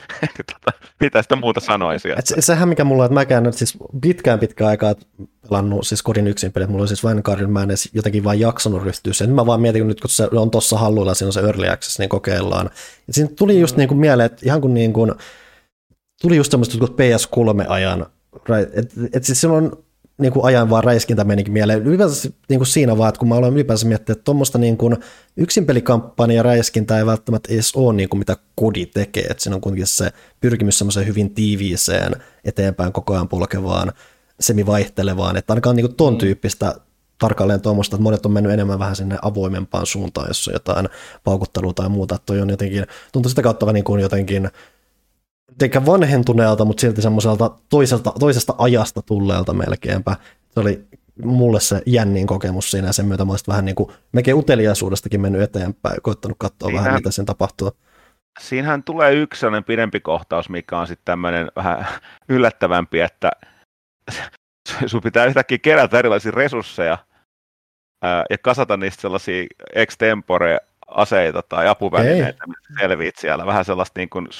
Mitä sitä muuta sanoisi? Sehän mikä mulla on, että mäkään nyt siis pitkään aikaa pelannut siis kodin yksin pelit. Mulla oli siis Vanguardin, mä en edes jotenkin vaan jaksanut ryhtyä sen. Mä vaan mietin, kun nyt kun se on tossa halluilla, siinä on se Early Access, niin kokeillaan. Ja siinä tuli just niin kuin mieleen, että ihan kun niin kuin, tuli just semmoista PS3-ajan, että siis silloin niin kuin ajan vaan räiskintä menikin mieleen. Ylipäänsä niin kuin siinä vaan, että kun mä aloin ylipäänsä miettiä, että tuommoista niin kuin yksinpelikampanja räiskintä ei välttämättä edes ole niin kuin mitä kodi tekee. Että siinä on kuitenkin se pyrkimys semmoiseen hyvin tiiviiseen, eteenpäin koko ajan polkevaan, semivaihtelevaan. Että ainakaan niin kuin ton tyyppistä tarkalleen tuommoista, että monet on mennyt enemmän vähän sinne avoimempaan suuntaan, jos on jotain paukuttelua tai muuta. Että toi on jotenkin, tuntuu sitä kautta niin kuin jotenkin eikä vanhentuneelta, mutta silti semmoiselta toisesta ajasta tulleelta melkeinpä. Se oli mulle se jännin kokemus siinä, ja sen myötä mä olisin vähän niin kuin melkein uteliaisuudestakin mennyt eteenpäin, koittanut katsoa vähän, mitä sen tapahtuu. Siinähän tulee yksi sellainen pidempi kohtaus, mikä on sitten tämmöinen vähän yllättävämpi, että sun pitää yhtäkkiä kerätä erilaisia resursseja ja kasata niistä sellaisia extempore aseita tai apuvälineitä, mitä selviit siellä. Vähän sellaista niin kuin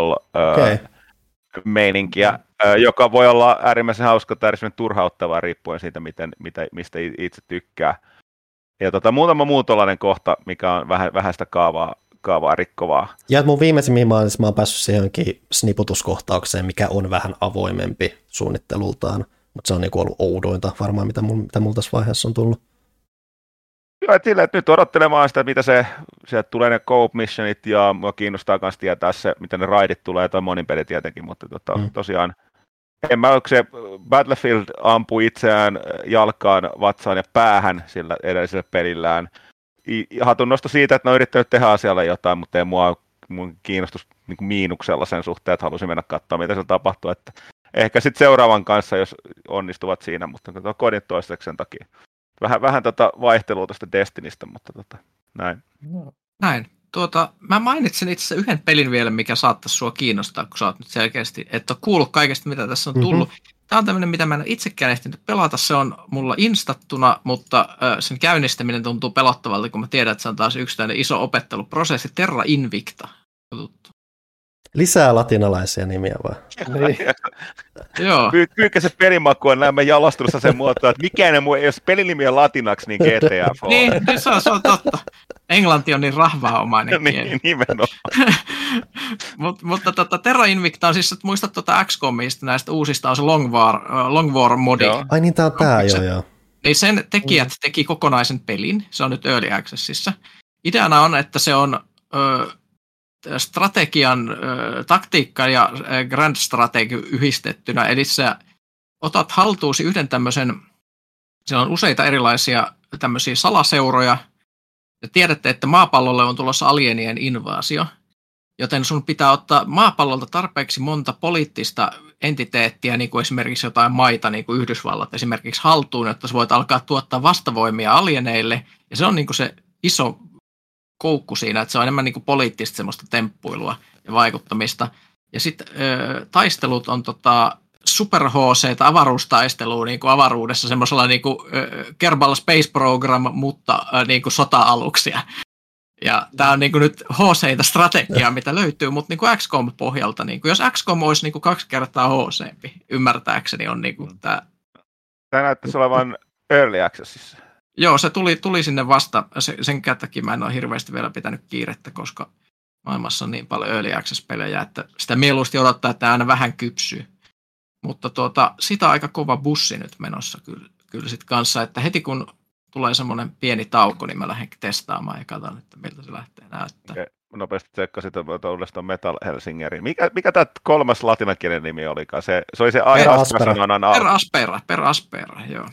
survival-meininkiä, joka voi olla äärimmäisen hauska tai äärimmäisen turhauttavaa riippuen siitä, mistä itse tykkää. Ja muutama muu tollainen kohta, mikä on vähän sitä kaavaa rikkovaa. Ja mun viimeisimmin mä oon päässyt siihen johonkin sniputuskohtaukseen, mikä on vähän avoimempi suunnittelultaan, mutta se on niin ollut oudointa varmaan, mitä mulla tässä vaiheessa on tullut. Joo, että nyt odottelemaan sitä, mitä sieltä tulee ne co-op missionit, ja mua kiinnostaa myös tietää se, mitä ne raidit tulee, tai monin peli tietenkin, mutta tosiaan, en mä, onko se Battlefield ampui itseään jalkaan, vatsaan ja päähän sillä edellisellä pelillään. Hatun nosto siitä, että ne on yrittänyt tehdä asialle jotain, mutta ei mun kiinnostus niin kuin miinuksella sen suhteen, että halusin mennä katsomaan, mitä siellä tapahtuu, että ehkä sitten seuraavan kanssa, jos onnistuvat siinä, mutta kodin toistaiseksi sen takia. Vähän vaihtelua tuosta Destinistä, mutta näin. Näin. Mä mainitsin itse asiassa yhden pelin vielä, mikä saattaisi sua kiinnostaa, kun sä oot nyt selkeästi, että on kuullut kaikesta, mitä tässä on tullut. Tämä on tämmöinen, mitä mä en ole itsekään ehtinyt pelata. Se on mulla instattuna, mutta sen käynnistäminen tuntuu pelottavalta, kun mä tiedän, että se on taas yksi tämmöinen iso opetteluprosessi. Terra Invicta. Lisää latinalaisia nimiä vai? Joo. Pyykkä se pelimaku on näemme jalostussa sen muotoa, että mikään jos pelinimi on latinaksi, niin GTA. Niin, se on totta. Englanti on niin rahvaomainen kieli. Niin, nimenomaan. Mutta Terra Invicta on siis, että muistat XCOMista näistä uusista, on se Long War-modi. Ai niin, tää joo. Niin sen tekijät teki kokonaisen pelin, se on nyt Early Accessissa. Ideana on, että se on strategian, taktiikka ja grand strategy yhdistettynä, eli sä otat haltuusi yhden tämmöisen, siellä on useita erilaisia tämmöisiä salaseuroja, ja tiedätte, että maapallolle on tulossa alienien invaasio, joten sun pitää ottaa maapallolta tarpeeksi monta poliittista entiteettiä, niin kuin esimerkiksi jotain maita, niin kuin Yhdysvallat esimerkiksi haltuun, jotta sä voit alkaa tuottaa vastavoimia alieneille, ja se on niin kuin se iso koukku siinä, että se on enemmän niin kuin poliittista semmoista temppuilua ja vaikuttamista. Ja sitten taistelut on Super HC, avaruustaistelua niin kuin avaruudessa semmoisella niin kuin Kerbal Space Program, mutta niin kuin sota-aluksia. Ja tämä on niin kuin nyt HC-strategiaa, mitä löytyy, mutta niin kuin XCOM-pohjalta, niin kuin jos XCOM olisi niin kuin 2 kertaa HC, ymmärtääkseni on niin kuin tämä. Tämä näyttäisi olevan Early Accessissa. Joo, se tuli sinne vasta, sen takia mä en ole hirveästi vielä pitänyt kiirettä, koska maailmassa on niin paljon Early Access-pelejä, että sitä mieluusti odottaa, että aina vähän kypsyy. Mutta sitä on aika kova bussi nyt menossa kyllä sit kanssa, että heti kun tulee semmoinen pieni tauko, niin mä lähden testaamaan ja katson, että miltä se lähtee näyttää. Okay. Nopeasti tsekkasin uudestaan Metal Helsingeriin. Mikä tämä kolmas latinankielen nimi olikaan? Se oli se Per Aspera, joo.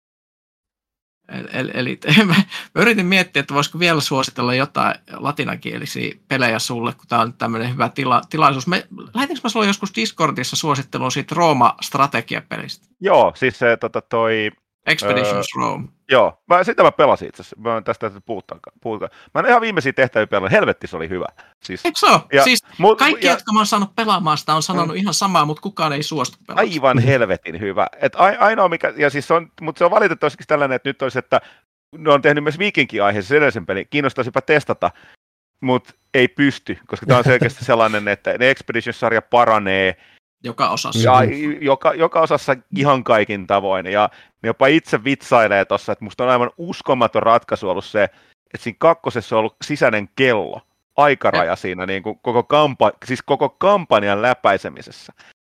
Eli mä yritin miettiä, että voisiko vielä suositella jotain latinankielisiä pelejä sulle, kun tämä on tämmöinen hyvä tilaisuus. Lähetinkö mä sulle joskus Discordissa suosittelun siitä Rooma-strategiapelistä? Joo, siis se toi Expeditions Rome. Joo, sitä mä pelasin itse asiassa. Mä tästä puhutaan. Mä en ihan viimeisiä tehtäviä pelannut. Helvetti se oli hyvä. Siis, eikö se ole? Siis kaikki, jotka mä oon saanut pelaamaan sitä, on sanonut ihan samaa, mutta kukaan ei suostu pelaamaan. Aivan helvetin hyvä. Ainoa mikä, ja siis mutta se on valitettavasti tällainen, että nyt olisi, että ne on tehnyt myös Viikinki-aiheessa edellisen pelin. Kiinnostaisipa testata, mutta ei pysty, koska tämä on selkeästi sellainen, että ne Expeditions-sarja paranee. Joka osassa. Ja joka osassa ihan kaikin tavoin. Ja ne jopa itse vitsailee tuossa, että musta on aivan uskomaton ratkaisu ollut se, että siinä kakkosessa on ollut sisäinen kello, aikaraja siinä niin kuin koko kampanjan läpäisemisessä.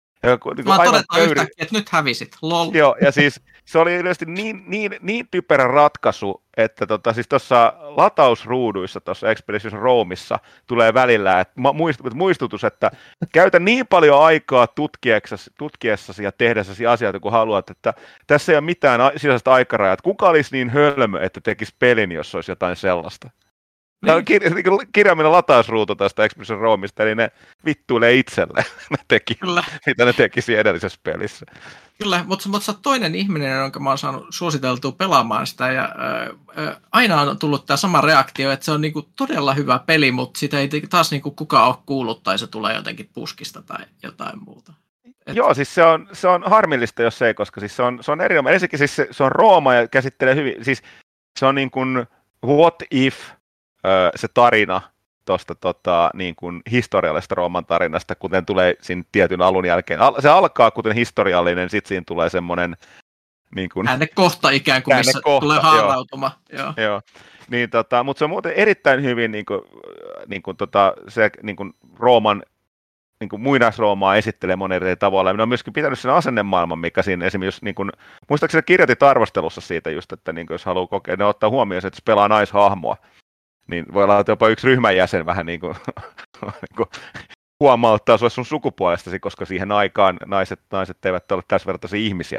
Mä todetaan yhtäkkiä, että nyt hävisit, lol. Joo, ja siis se oli ilmeisesti niin typerä ratkaisu, että siis tuossa latausruuduissa tuossa Expeditions Romeissa tulee välillä että muistutus, että käytä niin paljon aikaa tutkiessasi ja tehdessäsi asioita kuin haluat, että tässä ei ole mitään sisäistä aikarajaa, että kuka olisi niin hölmö, että tekisi pelin, jos olisi jotain sellaista. Tämä on kirjaiminen latausruutu tästä Expedition Romeista, eli ne vittuilee itselleen, mitä ne tekisi edellisessä pelissä. Kyllä, mutta sä oot toinen ihminen, jonka mä oon saanut suositeltua pelaamaan sitä, ja aina on tullut tämä sama reaktio, että se on niinku todella hyvä peli, mutta sitä ei taas niinku kukaan ole kuullut, tai se tulee jotenkin puskista tai jotain muuta. Joo, siis se on harmillista, jos ei, koska siis se on erinomainen. Ensinnäkin siis se on Rooma ja käsittelee hyvin, siis se on niin kuin what if, se tarina tuosta niin kuin historiallisesta Rooman tarinasta, kuten tulee siinä tietyn alun jälkeen. Se alkaa kuten historiallinen, sitten siinä tulee semmoinen niin kuin käännekohta ikään kuin, missä tulee haarautuma. Joo. Niin, mutta se on muuten erittäin hyvin se niin kuin Rooman niin kuin muinaisroomaa esittelee monen eri tavalla. Ja minä olen myöskin pitänyt sen asennemaailman, mikä siinä esimerkiksi, niin kuin, muistaakseni kirjoitit arvostelussa siitä just, että niin kuin, jos haluaa kokea, ne ottaa huomioon se, että jos pelaa naishahmoa, niin voi olla, että jopa yksi ryhmän jäsen vähän niin kuin, niin kuin huomauttaa sinua sun sukupuolestasi, koska siihen aikaan naiset eivät ole täysvertaisia ihmisiä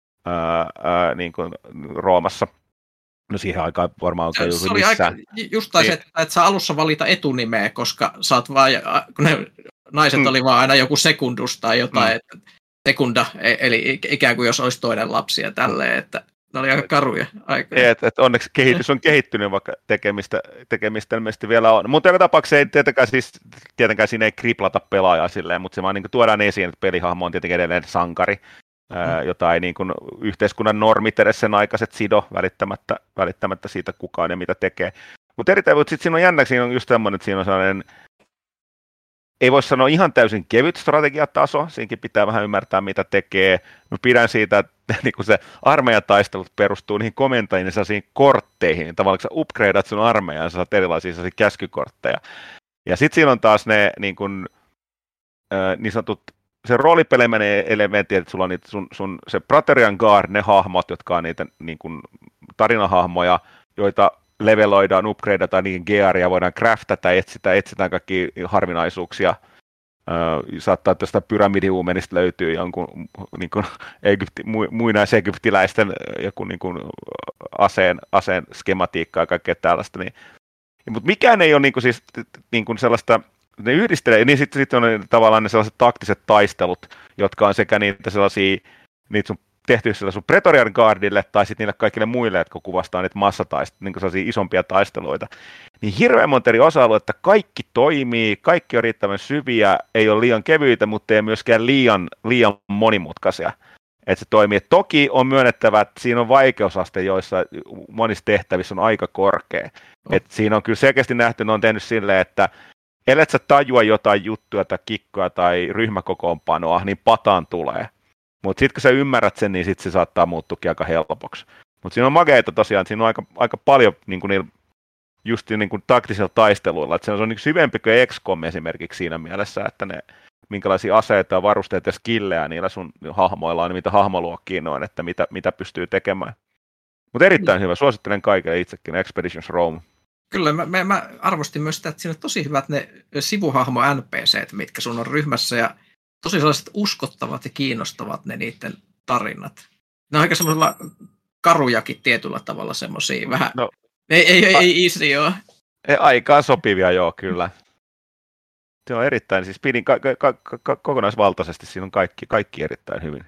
niin kuin Roomassa. No siihen aikaan varmaan on juuri se oli aika just taisi, että saa alussa valita etunimeä, koska saat vaan, kun ne naiset oli vaan aina joku sekundus tai jotain, että sekunda, eli ikään kuin jos olisi toinen lapsi ja tälleen, että ne oli aika karuja aikoja. Että onneksi kehitys on kehittynyt, vaikka tekemistä ilmeisesti vielä on. Mutta joka tapauksessa ei tietenkään siinä ei kriplata pelaajaa silleen, mutta se vaan niin tuodaan esiin, että pelihahmo on tietenkin edelleen sankari, jota ei niin kuin yhteiskunnan normit edes sen aikaiset sido välittämättä siitä kukaan ja mitä tekee. Mutta erittäin, mutta sitten siinä on jännä, siinä on just semmoinen, että siinä on sellainen, ei voi sanoa ihan täysin kevyt strategiataso, siinäkin pitää vähän ymmärtää, mitä tekee. Mä pidän siitä, että niin kun se armeijataistelut perustuu niihin komentajiin, niin sellaisiin kortteihin, niin tavallaan kun sä upgradeat sun armeijaan, sä saat erilaisia sellaisia käskykortteja. Ja sitten siinä on taas ne niin sanotut, se roolipelemäinen elementti, että sulla on niitä sun se Praetorian Guard, ne hahmot, jotka on niitä niin kun tarinahahmoja, joita leveloidaan, upgradeataan niihin gearia, voidaan craftata, etsitään kaikkia harvinaisuuksia. Saattaa tästä pyramidihuumenista löytyy jonkun niin kuin muinaisegyptiläisten joku niin kuin aseen skematiikkaa ja kaikkea tällaista. Niin. Mutta mikään ei ole niin kuin siis, niin kuin sellaista, ne yhdistelee, niin sitten on tavallaan ne sellaiset taktiset taistelut, jotka on sekä niitä sellaisia, niitä sun tehty sillä sun Praetorian Guardille tai sitten niille kaikille muille, jotka kuvastaa niitä niin sellaisia isompia taisteluita. Niin hirveän monta eri osa-aluetta, kaikki toimii, kaikki on riittävän syviä, ei ole liian kevyitä, mutta ei myöskään liian monimutkaisia. Että se toimii. Et toki on myönnettävä, että siinä on vaikeusaste, joissa monissa tehtävissä on aika korkea. Et siinä on kyllä selkeästi nähty, ne on tehnyt silleen, että ellet sä tajua jotain juttuja tai kikkoa tai ryhmäkokoonpanoa, niin pataan tulee. Mutta sitten kun sä ymmärrät sen, niin sitten se saattaa muuttuakin aika helpoksi. Mutta siinä on makeita tosiaan, siinä on aika paljon niin kuin just niin kuin taktisilla taisteluilla. Et se on niin syvempi kuin XCOM esimerkiksi siinä mielessä, että ne minkälaisia aseita ja varusteita ja skillejä niillä sun hahmoilla on, niin mitä hahmoluokkiin on, että mitä pystyy tekemään. Mutta erittäin hyvä, suosittelen kaikille itsekin Expeditions Rome. Kyllä, mä arvostin myös sitä, että siinä on tosi hyvät ne sivuhahmo NPCt, mitkä sun on ryhmässä ja tosi sellaiset uskottavat ja kiinnostavat ne niiden tarinat. Ne on aika semmoisella karujakin tietyllä tavalla semmoisia vähän. No, ei easy joo. Aikaan sopivia joo, kyllä. Se on erittäin, siis pidin kokonaisvaltaisesti, siinä on kaikki erittäin hyvin.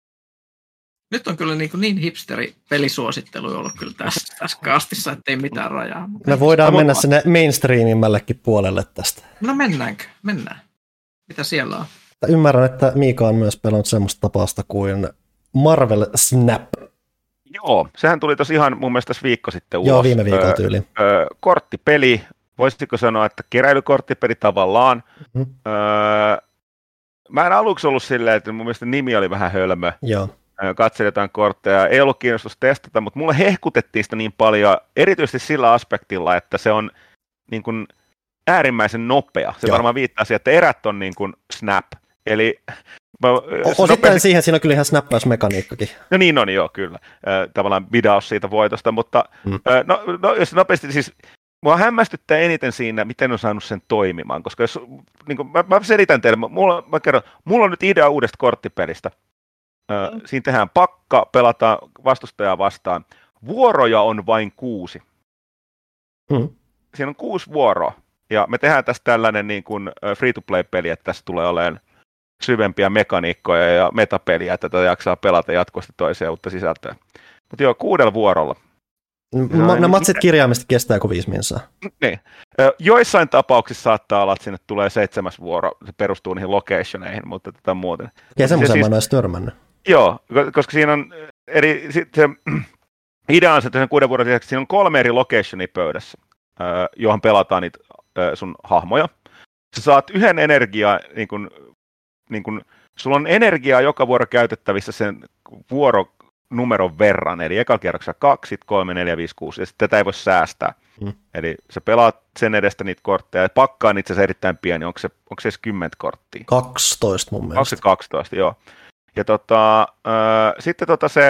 Nyt on kyllä niin hipsteri pelisuosittelu ollut kyllä tässä kastissa, ettei mitään rajaa. Me voidaan mennä sinne mainstreamimmällekin puolelle tästä. No mennäänkö? Mennään. Mitä siellä on? Ymmärrän, että Miika on myös pelannut semmoista tapausta kuin Marvel Snap. Joo, sehän tuli tosi ihan mun mielestä tässä viikko sitten ulos. Joo, viime viikolla tyyliin. Korttipeli, voisitko sanoa, että keräilykorttipeli tavallaan. Mm-hmm. Mä en aluksi ollut silleen, että mun mielestä nimi oli vähän hölmö. Joo. Katselin jotain kortteja, ei ollut kiinnostus testata, mutta mulle hehkutettiin sitä niin paljon, erityisesti sillä aspektilla, että se on niin kuin äärimmäisen nopea. Se varmaan viittaa siihen, että erät on niin kuin snap. Eli osittain siihen siinä on kyllä ihan snappausmekaniikkakin. No niin on, joo, kyllä. Tavallaan vidaus siitä voitosta, mutta no, jos nopeasti siis mua hämmästyttää eniten siinä, miten on saanut sen toimimaan, koska jos, niin kuin, mä selitän teille, mulla on nyt idea uudesta korttipelistä. Siinä tehdään pakka, pelataan vastustajaa vastaan. Vuoroja on vain 6. Siinä on 6 vuoroa. Ja me tehdään tästä tällainen niin kuin free-to-play-peli, että tässä tulee olemaan syvempiä mekaniikkoja ja metapeliä, että tätä jaksaa pelata jatkuvasti toiseen uutta sisältöä. Mutta joo, 6 vuorolla. Nämä matsit kirjaimisesti kestää kuin 5 minsaa. Niin. Joissain tapauksissa saattaa olla, että sinne tulee 7. vuoro, se perustuu niihin locationeihin, mutta tätä muuten. Ja semmoisen mä en olisi törmännyt. Joo, koska siinä on se idea on se, että sen 6 vuoden lisäksi siinä on 3 eri locationia pöydässä, johon pelataan niitä sun hahmoja. Sä saat yhden energiaa, niin kun, sulla on energiaa joka vuoro käytettävissä sen vuoronumeron verran, eli eka kierroksella 2, 3, 4, 5, 6, ja sitten tätä ei voi säästää. Eli sä pelaat sen edestä niitä kortteja, ja pakka on itse asiassa erittäin pieni, onko se edes 10 korttia? 12 mun mielestä. Onko se 12, joo. Ja sitten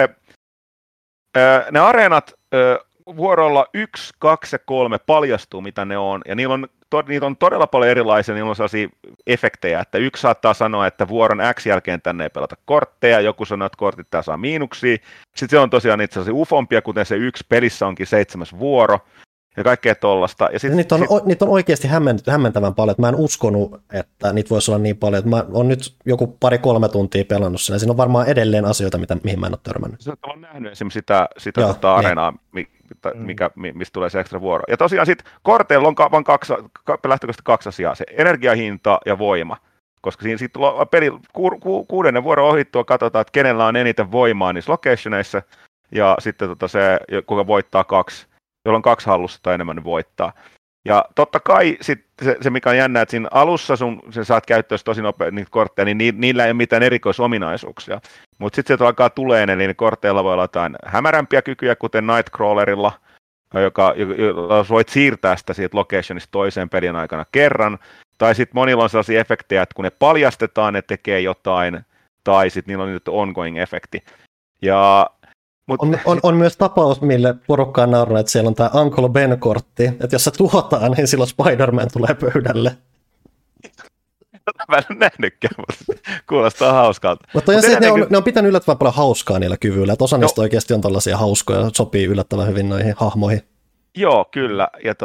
ne areenat vuorolla 1, 2 ja 3 paljastuu, mitä ne on, ja niitä on todella paljon erilaisia, niillä on sellaisia efektejä, että yksi saattaa sanoa, että vuoron X jälkeen tänne ei pelata kortteja, joku sanoo, että kortit tää saa miinuksia, sitten se on tosiaan itse asiassa ufompia, kuten se yksi pelissä onkin 7. vuoro, ja kaikkea tollasta. Ja niitä on oikeasti hämmentävän paljon, että mä en uskonut, että niitä voisi olla niin paljon, että mä oon nyt joku 2-3 tuntia pelannut siinä, siinä on varmaan edelleen asioita, mihin mä en ole törmännyt. Sä oot nähnyt esimerkiksi sitä areenaa, mistä tulee se ekstra vuoro. Ja tosiaan sitten korteilla on vain lähtökohtaisesti 2 asiaa, se energiahinta ja voima. Koska siinä sitten peli 6. vuoron ohittua katsotaan, että kenellä on eniten voimaa niissä locationeissa, ja sitten se, kuka voittaa 2, jolloin 2 hallussa tai enemmän niin voittaa. Ja totta kai sit se mikä on jännä, että siinä alussa sen saat käyttöön tosi nopeasti niitä kortteja, niin niillä ei ole mitään erikoisominaisuuksia. Mutta sitten sieltä alkaa tulee, eli ne korteilla voi olla jotain hämärämpiä kykyjä, kuten Nightcrawlerilla, joka voit siirtää sitä siitä locationista toiseen pelin aikana kerran. Tai sitten monilla on sellaisia efektejä, että kun ne paljastetaan, ne tekee jotain, tai sitten niillä on nyt ongoing-efekti. Ja On myös tapaus, mille porukka on naurannut, että siellä on tämä Uncle Ben-kortti, että jos se tuhotaan, niin silloin Spider-Man tulee pöydälle. Mä en ole nähnytkään, mutta kuulostaa hauskalta. Mutta ne on pitänyt yllättävän paljon hauskaa niillä kyvyillä, että osa niistä oikeasti on tällaisia hauskoja, sopii yllättävän hyvin noihin hahmoihin. Joo, kyllä. Ja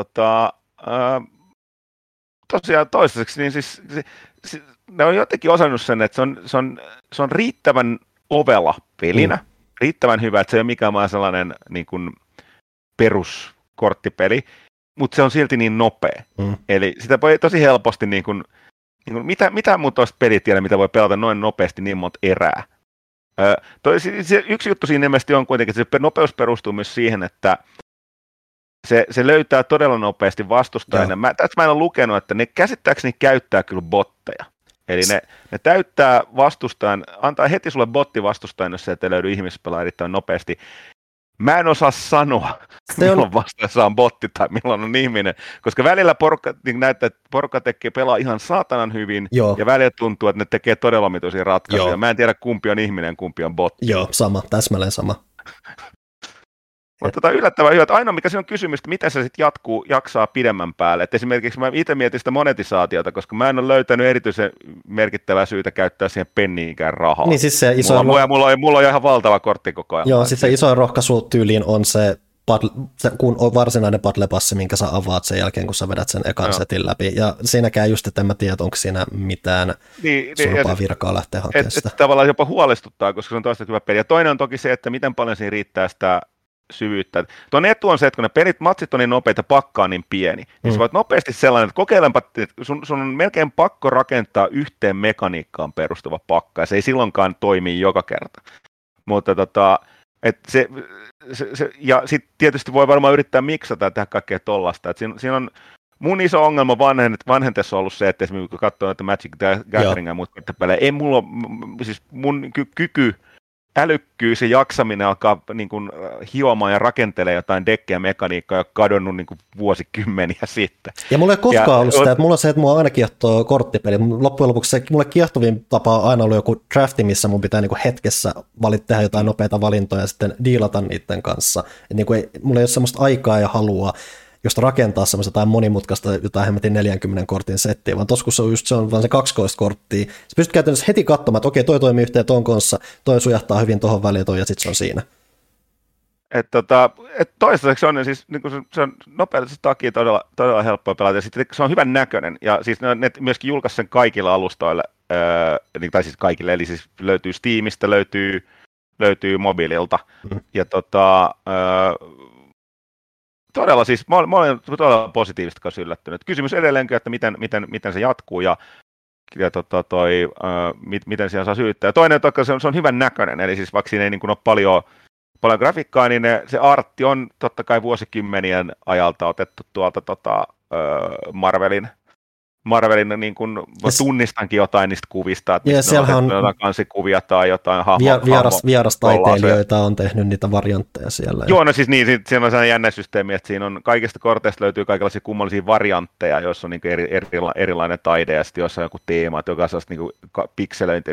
tosiaan toistaiseksi, niin siis ne on jotenkin osannut sen, että se on riittävän ovela pelinä. Riittävän hyvä, että se ei ole mikään vaan sellainen niin kuin peruskorttipeli, mutta se on silti niin nopea. Eli sitä voi tosi helposti, niin kuin, mitä muuta toista pelitiellä, mitä voi pelata noin nopeasti niin monta erää. Yksi juttu siinä ilmeisesti on kuitenkin, että se nopeus perustuu myös siihen, että se löytää todella nopeasti vastustajan. Mä en ole lukenut, että ne käsittääkseni käyttää kyllä botteja. Eli ne täyttää vastustajan, antaa heti sulle botti vastustajan, jos se ei löydy ihmispelaa erittäin nopeasti. Mä en osaa sanoa, milloin vastaajassa on botti tai milloin on ihminen, koska välillä porukka niin näyttää, että porukka pelaa ihan saatanan hyvin, ja välillä tuntuu, että ne tekee todella omituisia ratkaisuja. Mä en tiedä, kumpi on ihminen, kumpi on botti. Joo, sama, täsmälleen sama. Mutta yllättävän hyvä, että ainoa mikä siinä on kysymys, että miten se sitten jaksaa pidemmän päälle. Et esimerkiksi mä itse mietin sitä monetisaatiota, koska mä en ole löytänyt erityisen merkittävää syytä käyttää siihen penniinkään rahaa. Niin siis se mulla on ihan valtava kortti koko ajan. Joo, siis se isoin rohkaisu tyyliin on se kun on varsinainen Battle-passi, minkä sä avaat sen jälkeen, kun sä vedät sen ekan setin läpi. Ja siinäkään just, että en mä tiedä, onko siinä mitään surpaa virkaa lähteä hakemaan sitä. Tavallaan jopa huolestuttaa, koska se on toista hyvä peli. Ja toinen on toki se, että miten paljon siinä riittää sitä syvyyttä. Tuon etu on se, että kun ne matsit on niin nopeita, pakka on niin pieni, niin sä voit nopeasti sellainen, että kokeilenpa, että sun on melkein pakko rakentaa yhteen mekaniikkaan perustuva pakka, ja se ei silloinkaan toimi joka kerta. Mutta ja sitten tietysti voi varmaan yrittää miksata ja tehdä kaikkea tollasta. Siinä on mun iso ongelma vanhentessa on ollut se, että esimerkiksi kun katsoo näitä Magic Gatheringia ja muuta pelejä, ei mulla ole, siis mun kyky, älykkyys ja jaksaminen alkaa niin kuin hiomaan ja rakentelee jotain dekkejä ja mekaniikkaa, joka on kadonnut niin kuin vuosikymmeniä sitten. Ja mulla ei koskaan ollut sitä, että mulla on se, että mua aina kiehtoo korttipeli. Loppujen lopuksi se mulle kiehtovin tapa on aina ollut joku drafti, missä mun pitää niin kuin hetkessä tehdä jotain nopeita valintoja ja sitten diilata niiden kanssa. Niin kuin mulla ei ole semmoista aikaa ja halua josta rakentaa semmoista jotain monimutkaista, jotain hemmetin 40 kortin settiä, vaan tossa kun se on vaan se 12 korttia, sä pystyt käytännössä heti katsomaan, että okei, toi toimii yhteen ton kanssa, toi sujahtaa hyvin tohon väliin, ja sitten se on siinä. Toistaiseksi on, siis, niin se on nopeasti takia todella helppoa pelata, ja sitten se on hyvän näköinen, ja siis ne myöskin julkaisi sen kaikilla alustoille, tai siis kaikille, eli siis löytyy Steamista, löytyy mobiililta, ja todella siis, mä olen todella positiivisesti kanssa yllättynyt. Kysymys edelleenkin, että miten se jatkuu ja miten siellä saa syyttää. Ja toinen, että se on hyvän näköinen, eli siis vaikka siinä ei niin kuin ole paljon grafiikkaa, niin se artti on totta kai vuosikymmenien ajalta otettu tuolta Marvelin Marvelin niin kuin, tunnistankin jotain niistä kuvista, että mistä on jotain kansikuvia tai jotain vierastaiteilijoita on tehnyt niitä variantteja siellä. Joo, no siis niin, siinä on sellainen jännä systeemi, että siinä on kaikista korteista löytyy kaikenlaisia kummallisia variantteja, joissa on niin kuin erilainen taide ja sitten jossain joku teema, että joka on sellaista niin pikselöintiä,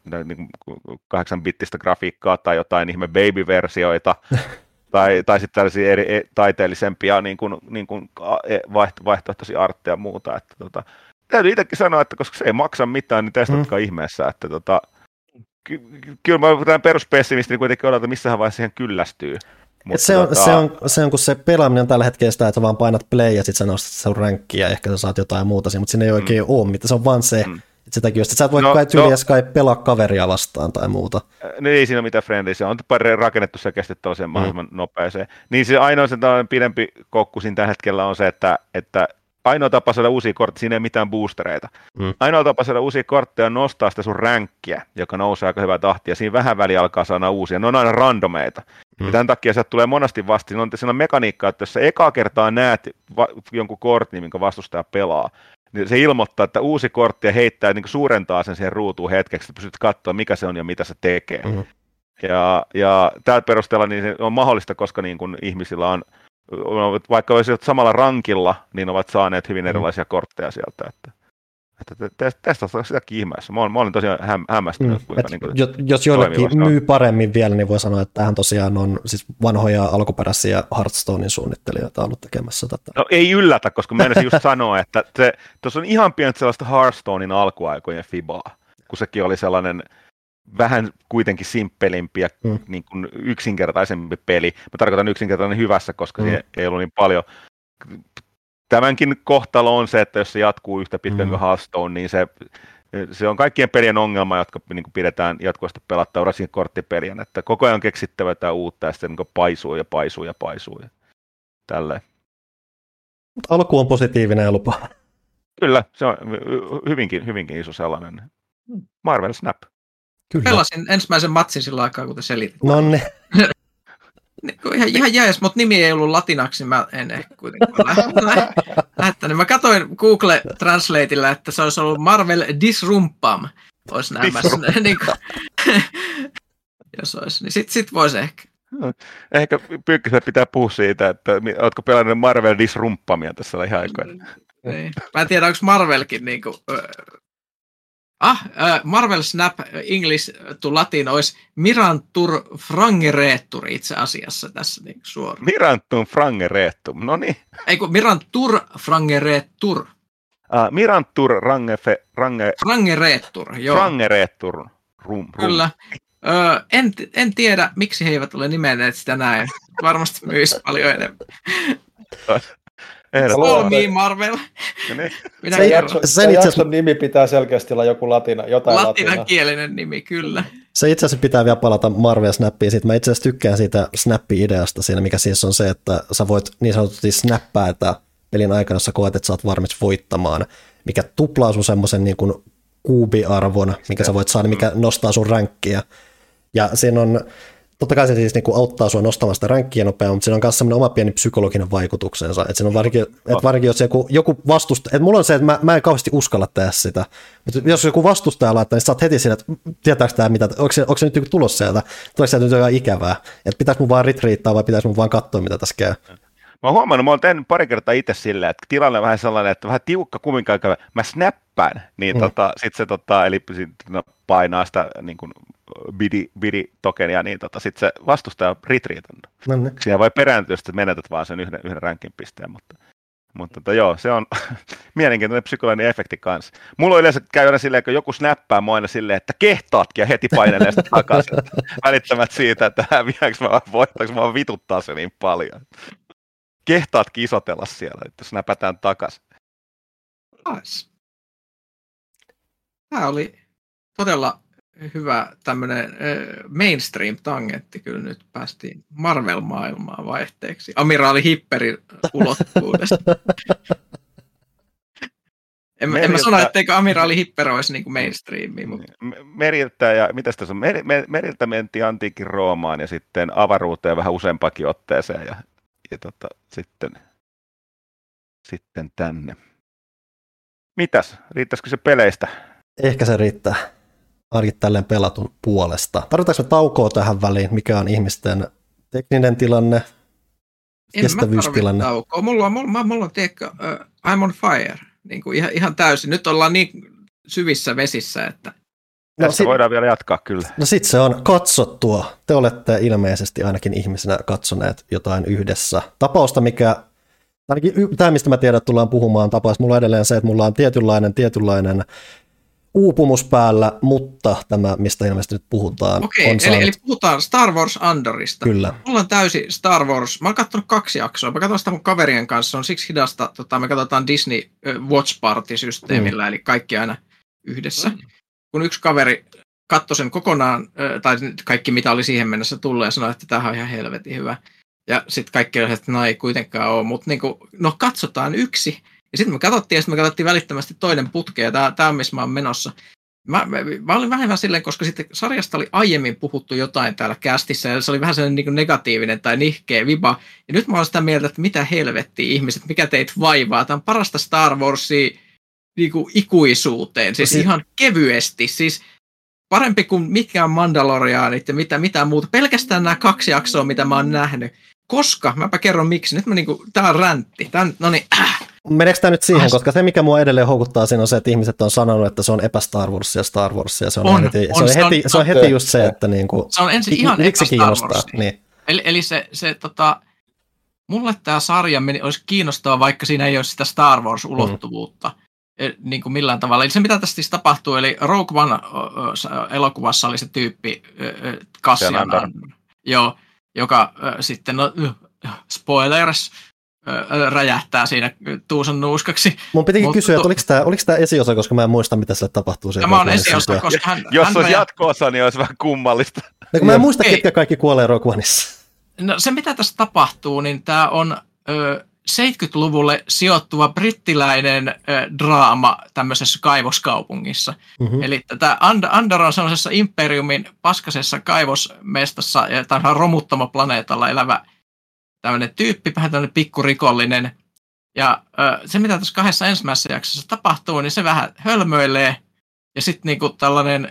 8-bittistä grafiikkaa tai jotain ihme baby-versioita. Tai sitten tällaisia taiteellisempia niin kuin vaihtoehtoisia artteja ja muuta. Että, täytyy itsekin sanoa, että koska se ei maksa mitään, niin testatkaa ihmeessä. Että, kyllä mä tämän peruspessimisti niin kuitenkin odotan, missähän vaiheessa siihen kyllästyy. Mutta, se on, kun se pelaaminen on tällä hetkellä sitä, että vaan painat play ja sitten sä nostat sen rankkia ja ehkä sä saat jotain muuta, mutta siinä ei oikein ole mitään. Se on vaan se, että sitäkin just, että sä et voi kai pelaa kaveria vastaan tai muuta. No ei siinä ole mitään friendliä, se on rakennettu selkeästi toiseen mahdollisimman nopeeseen. Niin se ainoa se pidempi kokku siinä tällä hetkellä on se, että ainoa tapa saada uusia kortteja, siinä ei mitään boostereita. Ainoa tapa saada uusia kortteja on nostaa sitä sun ränkkiä, joka nousee aika hyvää tahtia. Siinä vähän väliä alkaa saada uusia. Ne on aina randomeita. Ja tämän takia sieltä tulee monesti vasta. Siinä on mekaniikkaa, että jos sä ekaa kertaa näet jonkun kortin, minkä vastustaja pelaa, niin se ilmoittaa, että uusi kortti ja heittää, niin suurentaa sen siihen ruutuun hetkeksi, että pystyt katsoa, mikä se on ja mitä se tekee. Ja tällä perusteella niin se on mahdollista, koska niin kun ihmisillä on, vaikka olisivat samalla rankilla, niin ovat saaneet hyvin erilaisia kortteja sieltä. Että testataan sitäkin ihmeessä. Mä olin tosiaan hämmästynyt. Jos joillekin myy paremmin vielä, niin voi sanoa, että tämähän tosiaan on siis vanhoja alkuperäisiä Hearthstonein suunnittelijoita ollut tekemässä tätä. No ei yllätä, koska mä menisin just sanoa, että tuossa on ihan pientä sellaista Hearthstonein alkuaikojen fibaa, kun sekin oli sellainen vähän kuitenkin simppelimpi ja niin kuin yksinkertaisempi peli. Mä tarkoitan yksinkertainen hyvässä, koska se ei ollut niin paljon. Tämänkin kohtalo on se, että jos se jatkuu yhtä pitkään kuin Hearthstone, niin se on kaikkien pelien ongelma, jotka niin kuin pidetään jatkuvasti pelattavana siihen korttipelien, että koko ajan on keksittävä jotain uutta ja sitten niin paisuu ja tälleen. Mutta alku on positiivinen ja lupa. Kyllä, se on hyvinkin iso sellainen. Marvel Snap. Kyllä. Pelasin ensimmäisen matsin sillä aikaa, kun te selitit. Nonne. Ihan jäis, mutta nimi ei ollut latinaksi, mä en ehkä kuitenkaan lähettänyt. Mä katsoin Google Translateilla, että se olisi ollut Marvel Disrumpam. Olisi nähmässä, niin jos olisi, niin sit voisi ehkä. Ehkä Pyykköselle pitää puhua siitä, että ootko pelannut Marvel Disrumpamia tässä ihan aikoina. Mä en tiedä, onko Marvelkin niinku... Marvel Snap English to Latin olisi Mirantur Frangeretur itse asiassa tässä niin suoraan. Mirantur Frangeretur, no niin. Eikö Mirantur Frangeretur? Mirantur Frangeretur, joo. Frangeretur. Kyllä. En tiedä, miksi he eivät ole nimenneet sitä näin. Varmasti myisi paljon enemmän. Olmiin Marvel. Sen jakson nimi pitää selkeästi olla joku latinankielinen nimi, kyllä. Se itse asiassa pitää vielä palata Marvel Snappiin. Mä itse asiassa tykkään siitä Snappi-ideasta siinä, mikä siis on se, että sä voit niin sanotusti snappäätä pelin aikana, jos sä koet, että sä oot varmasti voittamaan, mikä tuplaa sun semmoisen niin kuin kuubiarvon, mikä sä voit saada, mikä nostaa sun ränkkiä. Ja siinä on... Totta kai se siis niin kuin auttaa sua nostamaan sitä ränkkiä nopeammin, mutta siinä on myös sellainen oma pieni psykologinen vaikutuksensa. Että siinä on varsinkin jos joku vastustaja, että mulla on se, että mä en kauheasti uskalla tehdä sitä, mutta jos joku vastustaja laittaa, niin sä oot heti siinä, että tietääkö tämä mitä, onko se nyt tulossa sieltä, tuleeko sieltä nyt jotain ikävää, että pitäisi mun vaan retriittaa vai pitäisi mun vaan katsoa, mitä tässä käy. Mä oon huomannut, mä oon tehnyt pari kertaa itse silleen, että tilanne on vähän sellainen, että vähän tiukka kumminkaan, mä snappään, niin sitten se eli painaa sitä niin kuin bidi-tokenia, niin sitten se vastustaja on retriitannut. Siinä voi perääntyä, että menetät vaan sen yhden rankin pisteen, mutta joo, se on mielenkiintoinen psykologinen efekti kanssa. Mulla on yleensä käy aina silleen, kun joku snappaa mua aina silleen, että kehtaatkin ja heti painelee sitä takaisin. Välittämät siitä, että häviääkö mä voittaanko mä vituttaa se niin paljon. Kehtaatkin isotella siellä, että snäpätään takaisin. Tämä oli todella hyvä tämmöinen mainstream-tangentti. Kyllä nyt päästiin Marvel-maailmaan vaihteeksi. Amiraali Hipperin ulottuvuudesta. En mä sano, etteikö Amiraali Hipper olisi niin kuin mainstreami. Mutta... Meriltä ja mitäs tässä on? Meriltä mentiin antiikin Roomaan ja sitten avaruuteen vähän useampakin otteeseen ja sitten tänne. Mitäs? Riittäisikö se peleistä? Ehkä se riittää ainakin tälleen pelatun puolesta. Tarvitaanko me taukoa tähän väliin? Mikä on ihmisten tekninen tilanne? Kestävyystilanne? En mä tarvitse taukoa. Mulla on tiedätkö, I'm on fire. Niin kuin ihan täysin. Nyt ollaan niin syvissä vesissä, että... Tästä voidaan vielä jatkaa kyllä. No sit se on katsottua. Te olette ilmeisesti ainakin ihmisenä katsoneet jotain yhdessä. Tapausta, mikä... Ainakin tämä, mistä mä tiedän, että tullaan puhumaan tapaus. Mulla on edelleen se, että mulla on tietynlainen uupumus päällä, mutta tämä, mistä ilmeisesti nyt puhutaan, okei, on saanut... eli puhutaan Star Wars Andorista. Kyllä. Mulla on täysi Star Wars. Mä oon katsonut 2 jaksoa. Mä katson sitä mun kaverien kanssa. On siksi hidasta. Me katsotaan Disney Watch Party-systeemillä, eli kaikki aina yhdessä. Kun yksi kaveri katsoi sen kokonaan, tai kaikki mitä oli siihen mennessä tullut, ja sanoi, että tämä on ihan helvetin hyvä. Ja sitten kaikki oli, että no ei kuitenkaan ole, mutta niinku, no katsotaan yksi. Ja sitten me katsottiin välittömästi toinen putke, ja tämä on missä mä oon menossa. Mä olin vähän silleen, koska sitten sarjasta oli aiemmin puhuttu jotain täällä kästissä, ja se oli vähän sellainen niin kuin negatiivinen tai nihkeä viba. Ja nyt mä oon sitä mieltä, että mitä helvettiä ihmiset, mikä teitä vaivaa. Tämä on parasta Star Warsia niin kuin ikuisuuteen, siis ihan kevyesti. Siis parempi kuin mitkään Mandalorianit ja mitään muuta. Pelkästään nämä 2 jaksoa, mitä mä oon nähnyt. Koska, mäpä kerron miksi, nyt mä niinku, tää on räntti, Meneekö tämä nyt siihen, koska se mikä mua edelleen houkuttaa siinä on se, että ihmiset on sanonut, että se on Star Warsia, se on heti just se, että niinku, se on ensin ihan miksi se kiinnostaa. Niin. Eli mulle tämä sarja olisi kiinnostava, vaikka siinä ei ole sitä Star Wars-ulottuvuutta niin kuin millään tavalla. Eli se mitä tässä siis tapahtuu, eli Rogue One-elokuvassa oli se tyyppi Cassian Andor, joka sitten, spoilers, räjähtää siinä tuusan nuuskaksi. Mun pitikin kysyä, että oliko tämä esiosa, koska mä en muista, mitä sille tapahtuu. Tämä on esiosa, koska hän jos olisi jatko-osa, niin olisi vähän kummallista. No, mä en muista, ketkä kaikki kuolee Rogue Oneissa. No se, mitä tässä tapahtuu, niin tämä on 70-luvulle sijoittuva brittiläinen draama tämmöisessä kaivoskaupungissa. Mm-hmm. Eli tätä Andor on sellaisessa imperiumin paskasessa kaivosmestassa ja tämä on romuttamoplaneetalla elävä tämmöinen tyyppi, vähän tämmöinen pikkurikollinen. Ja se, mitä tässä 2 ensimmäisessä jaksossa tapahtuu, niin se vähän hölmöilee ja sitten niinku tällainen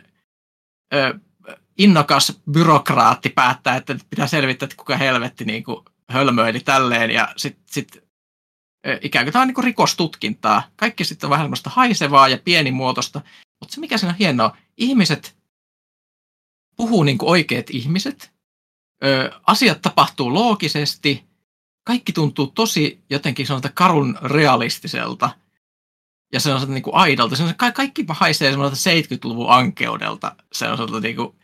innokas byrokraatti päättää, että pitää selvittää, että kuka helvetti niinku hölmöili tälleen ja sitten ikään kuin tämä on niin kuin rikostutkintaa. Kaikki sitten on vähän semmoista haisevaa ja pienimuotoista, mutta se mikä siinä on hienoa, ihmiset puhuu niin kuin oikeat ihmiset, asiat tapahtuu loogisesti, kaikki tuntuu tosi jotenkin sanotaan karun realistiselta ja se on niin kuin aidolta. Kaikki haisee semmoista 70-luvun ankeudelta, se on niin kuin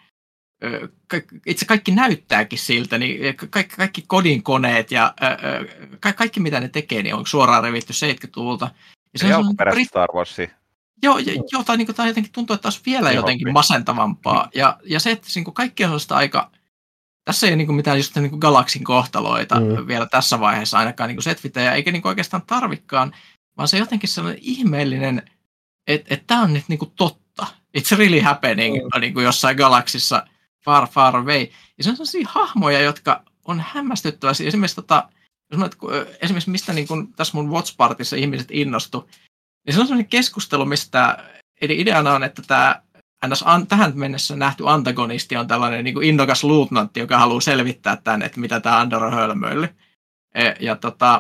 itse kaikki näyttääkin siltä, niin kaikki kodinkoneet ja kaikki mitä ne tekee, niin on suoraan revitty 70-luvulta. Ja se on alkuperäistä Star Warsia. Joo, tai niin tämä jotenkin tuntuu, että olisi vielä jotenkin masentavampaa. Ja se, että niin kaikki on sellaista aika... Tässä ei ole niin mitään just niin galaksin kohtaloita vielä tässä vaiheessa ainakaan niin setvitejä, eikä niin oikeastaan tarvikaan, vaan se jotenkin sellainen ihmeellinen, että tämä on nyt niin totta. It's really happening niin jossain galaksissa. Far, far away. Ja se on sellaisia hahmoja, jotka on hämmästyttävästi. Esimerkiksi mistä niin kun tässä mun Watch Partissa ihmiset innostu, niin se on sellainen keskustelu, mistä eli ideana on, että tämä tähän mennessä nähty antagonisti on tällainen niin kuin innokas luutnantti, joka haluaa selvittää tämän, että mitä tämä Andor on hölmöillyt. Ja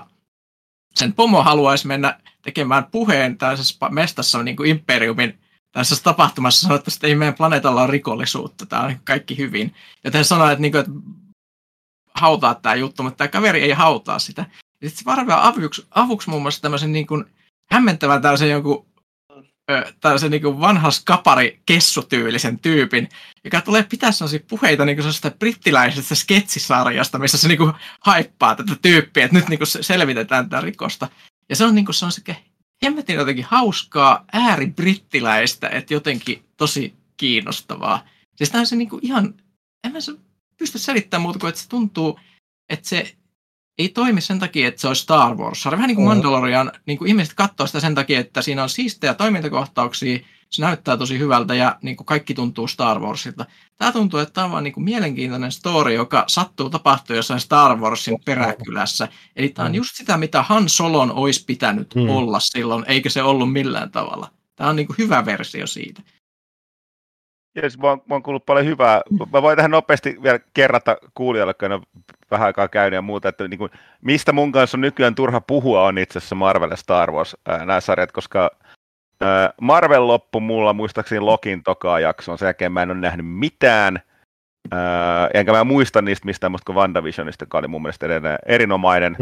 sen pomo haluaisi mennä tekemään puheen tällaisessa mestassa niin kuin imperiumin tässä tapahtumassa sanoi, että ei meidän planeetalla ole rikollisuutta, tämä on kaikki hyvin. Joten sanoi, että hautaa tämä juttu, mutta tämä kaveri ei hautaa sitä. Ja sitten se varmaan avuksi muun muassa tämmöisen niin kuin hämmentävän tällaisen niin kuin vanhan skapari-kessutyylisen tyypin, joka tulee pitää sellaisia puheita niin kuin sellaista brittiläisestä sketsisarjasta, missä se niin kuin haippaa tätä tyyppiä, että nyt niin kuin selvitetään tätä rikosta. Ja se on niin kuin se on sekä hemmetin jotenkin hauskaa, ääribrittiläistä, että jotenkin tosi kiinnostavaa. Siis tämä on se niinku ihan, en mä pysty selittämään muuta kuin, että se tuntuu, että se ei toimi sen takia, että se on Star Wars. Vähän niin kuin Mandalorian, niin kuin ihmiset katsoo sitä sen takia, että siinä on siistejä toimintakohtauksia, se näyttää tosi hyvältä ja niin kuin kaikki tuntuu Star Warsilta. Tämä tuntuu, että tämä on vaan niin kuin mielenkiintoinen story, joka sattuu tapahtua jossain Star Warsin peräkylässä. Eli tämä on just sitä, mitä Han Solon olisi pitänyt olla silloin, eikä se ollut millään tavalla. Tämä on niin kuin hyvä versio siitä. Yes, mä oon kuullut paljon hyvää. Mä voin tähän nopeasti vielä kerrata kuulijalle, kun on vähän aikaa käynyt ja muuta, että niin kuin, mistä mun kanssa on nykyään turha puhua on itse asiassa Marvel ja Star Wars nämä sarjat, koska Marvel loppu mulla muistaakseni Lokin tokaa jaksoon, sen jälkeen mä en ole nähnyt mitään, enkä mä muista niistä mistään musta kuin WandaVisionista, joka oli mun mielestä edelleen erinomainen.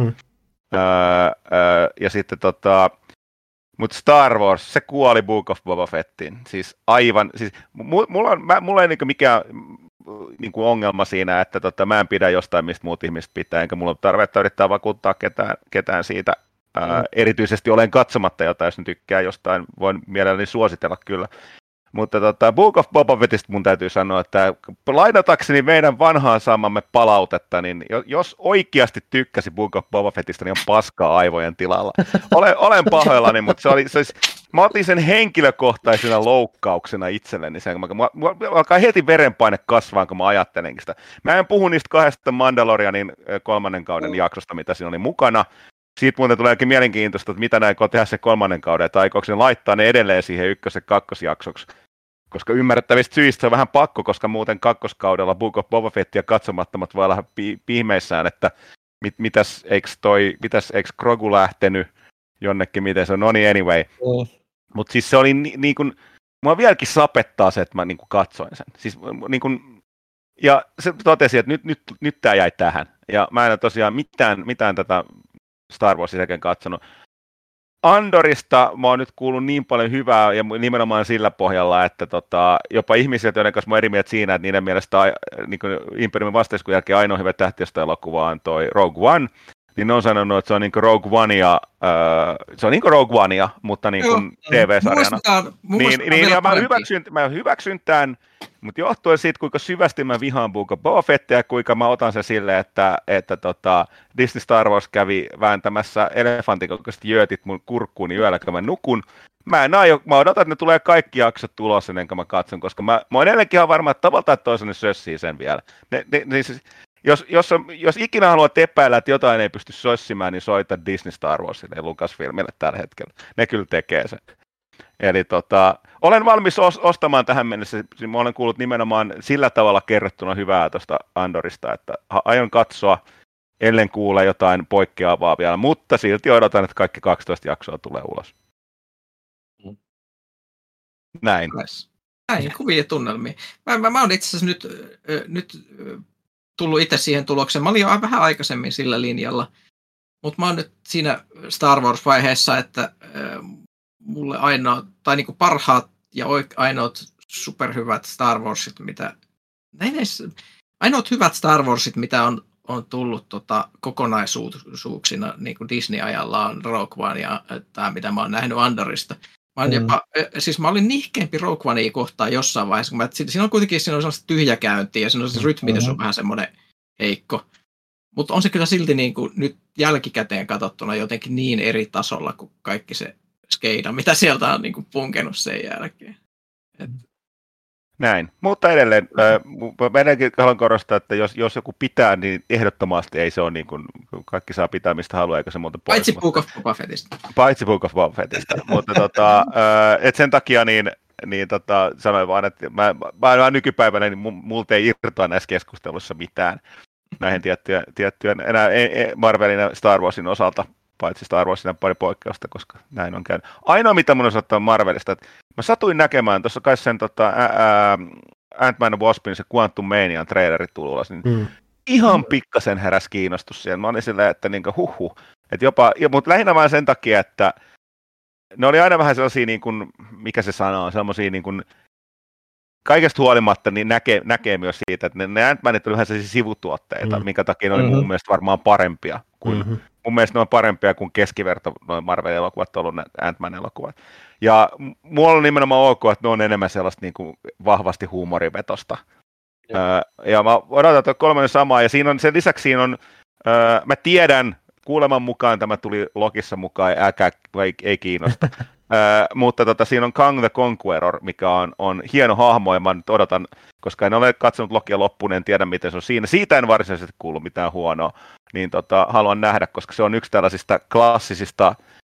Ja sitten mutta Star Wars, se kuoli Book of Boba Fettiin. Siis aivan, siis mulla ei niinku mikään niinku ongelma siinä, että mä en pidä jostain, mistä muut ihmiset pitää, enkä mulla ole tarvetta yrittää vakuuttaa ketään siitä. Erityisesti olen katsomatta jotain, jos ne tykkää jostain, voin mielelläni suositella kyllä. Mutta Book of Boba Fettistä mun täytyy sanoa, että lainatakseni meidän vanhaan saamamme palautetta, niin jos oikeasti tykkäsi Book of Boba Fettistä, niin on paskaa aivojen tilalla. Olen pahoillani, mutta mä otin sen henkilökohtaisena loukkauksena itselleni. Sen, mä alkaa heti verenpaine kasvaa, kun mä ajattelenkin sitä. Mä en puhu niistä 2 Mandalorianin 3. kauden jaksosta, mitä siinä oli mukana. Siitä muuten tulee mielenkiintoista, että mitä näin tehdä sen 3. kauden, että aikooko ne laittaa ne edelleen siihen 1. ja 2. jaksoksi. Koska ymmärrettävistä syistä se on vähän pakko, koska muuten 2. kaudella Book of Boba Fett ja katsomattomat voi olla pihmeissään, että eikö Grogu lähtenyt jonnekin, miten se on, no niin anyway. Mutta siis se oli niin kuin, mua vieläkin sapettaa se, että mä niin kuin katsoin sen. Siis, niin kuin, ja se totesi, että nyt tämä jäi tähän. Ja mä en ole tosiaan mitään tätä Star Warsin jälkeen katsonut. Andorista mä oon nyt kuullut niin paljon hyvää ja nimenomaan sillä pohjalla, että jopa ihmisiltä, joiden kanssa mä oon eri mieltä siinä, että niiden mielestä niin Imperiumin vastaiskun jälkeen ainoa hyvä tähtiöstä elokuva on toi Rogue One, niin ne on sanonut, että se on niinku Rogue Onea, mutta niin kuin TV-sarjana. Ja mä hyväksyn tämän, mutta johtuen siitä, kuinka syvästi mä vihaan Book of Boba Fettia ja kuinka mä otan sen silleen, että Disney Star Wars kävi vääntämässä elefantikokaiset jöötit mun kurkkuuni yöllä, kun mä nukun. Mä odotan, että ne tulee kaikki jaksot tulossa ennen kuin mä katson, koska mä oon edelleenkin ihan varma, että tavallaan toisaalta sössii sen vielä. Jos ikinä haluat epäillä, että jotain ei pysty sössimään, niin soita Disney Star Warsille ja Lucasfilmille tällä hetkellä. Ne kyllä tekee sen. Eli olen valmis ostamaan tähän mennessä. Mä olen kuullut nimenomaan sillä tavalla kerrottuna hyvää tuosta Andorista, että aion katsoa, ellen kuule jotain poikkeavaa vielä, mutta silti odotan, että kaikki 12 jaksoa tulee ulos. Näin. Näin, kuvia tunnelmia. Mä olen itse asiassa nyt tullut itse siihen tulokseen. Mä olin jo vähän aikaisemmin sillä linjalla, mutta mä oon nyt siinä Star Wars-vaiheessa, että mulle ainoa, tai niinku parhaat ja ainoat superhyvät Star Warsit, ainoat hyvät Star Warsit, mitä on tullut kokonaisuuksina niin kuin Disney-ajalla on Rogue One ja tämä, mitä mä oon nähnyt Andorista. Mä olin nihkeämpi Rogue Onea kohtaan jossain vaiheessa, kun siinä on kuitenkin sellaista tyhjäkäyntiä ja siinä on se rytmitys on vähän semmoinen heikko. Mutta on se kyllä silti niin kuin nyt jälkikäteen katsottuna jotenkin niin eri tasolla kuin kaikki se skeida, mitä sieltä on niin kuin punkenut sen jälkeen. Näin, mutta edelleen, meidänkin haluan korostaa, että jos joku pitää, niin ehdottomasti ei se ole niin kuin, kaikki saa pitää mistä haluaa, eikä se muuta pois. Paitsi Book of Boba Fettistä. Paitsi Book of Boba Fettistä, mutta et sen takia sanoin vaan, että mä nykypäivänä, niin multa ei irtoa näissä keskusteluissa mitään näihin tiettyjen enää Marvelin ja Star Warsin osalta. Paitsi Star Warsin pari poikkeusta, koska näin on käynyt. Ainoa, mitä mun osoittaa Marvelista, että mä satuin näkemään, tuossa kai sen Ant-Man and Waspin se Quantum Manian traileri tuli ulos, niin ihan pikkasen heräs kiinnostus siellä. Mä olin silleen, että niinku että mutta lähinnä vain sen takia, että ne oli aina vähän sellaisia, niin kuin, mikä se sana on, sellaisia niin kuin, kaikesta huolimatta niin näkee myös siitä, että ne Ant-Manit oli vähän sellaisia sivutuotteita, minkä takia ne oli mun mielestä varmaan parempia kuin mun mielestä ne on parempia kuin keskiverto noin Marvel-elokuvat on ollut ne Ant-Man-elokuvat. Ja mulla on nimenomaan ok, että ne on enemmän sellaista niin kuin vahvasti huumorivetosta. Ja mä odotan, että 3 samaa, ja sen lisäksi siinä on, mä tiedän kuuleman mukaan tämä tuli logissa mukaan, ei kiinnosta. Mutta siinä on Kang the Conqueror, mikä on hieno hahmo, ja mä nyt odotan, koska en ole katsonut Lokia loppuun, en tiedä miten se on siinä. Siitä en varsinaisesti kuulu mitään huonoa, niin haluan nähdä, koska se on yksi tällaisista klassisista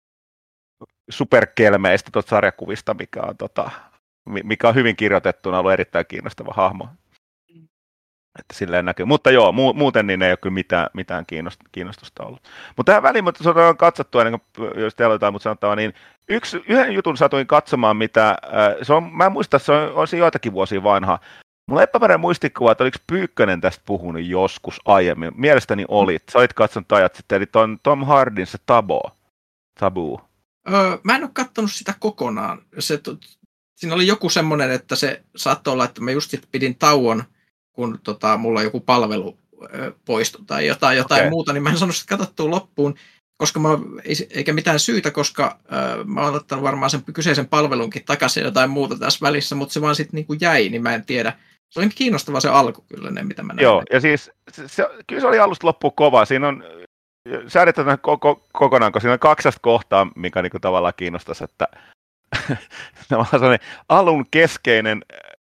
superkelmeistä sarjakuvista, mikä on hyvin kirjoitettuna, ollut erittäin kiinnostava hahmo. Että silleen näkyy. Mutta joo, muuten niin ei ole kyllä mitään kiinnostusta ollut. Mutta tähän väliin, mutta se on katsottu ennen kuin, jos teillä on jotain muuta sanottavaa, niin yhden jutun satuin katsomaan, mä en muista, se on joitakin vuosia vanha. Mulla on epämääräinen muistikuva, että oliko Pyykkönen tästä puhunut joskus aiemmin. Mielestäni olit. Sä olit katsonut ajat sitten, eli Tom Hardin se Taboo. Mä en ole katsonut sitä kokonaan. Siinä oli joku semmoinen, että se saattoi olla, että mä just pidin tauon, kun mulla joku palvelu poistui tai jotain muuta, niin mä en sanonut sitä katsottua loppuun, koska eikä mitään syytä, koska mä oon ottanut varmaan sen kyseisen palvelunkin takaisin jotain muuta tässä välissä, mutta se vaan sitten niin kuin jäi, niin mä en tiedä. Se oli kiinnostava se alku kyllä, ne mitä mä näin. Joo, ja siis kyllä se oli alusta loppuun kova. Siinä on säädetään kokonaan, kun siinä on 2 kohtaa, mikä niin kuin tavallaan kiinnostaisi, että tavallaan sellainen alun keskeinen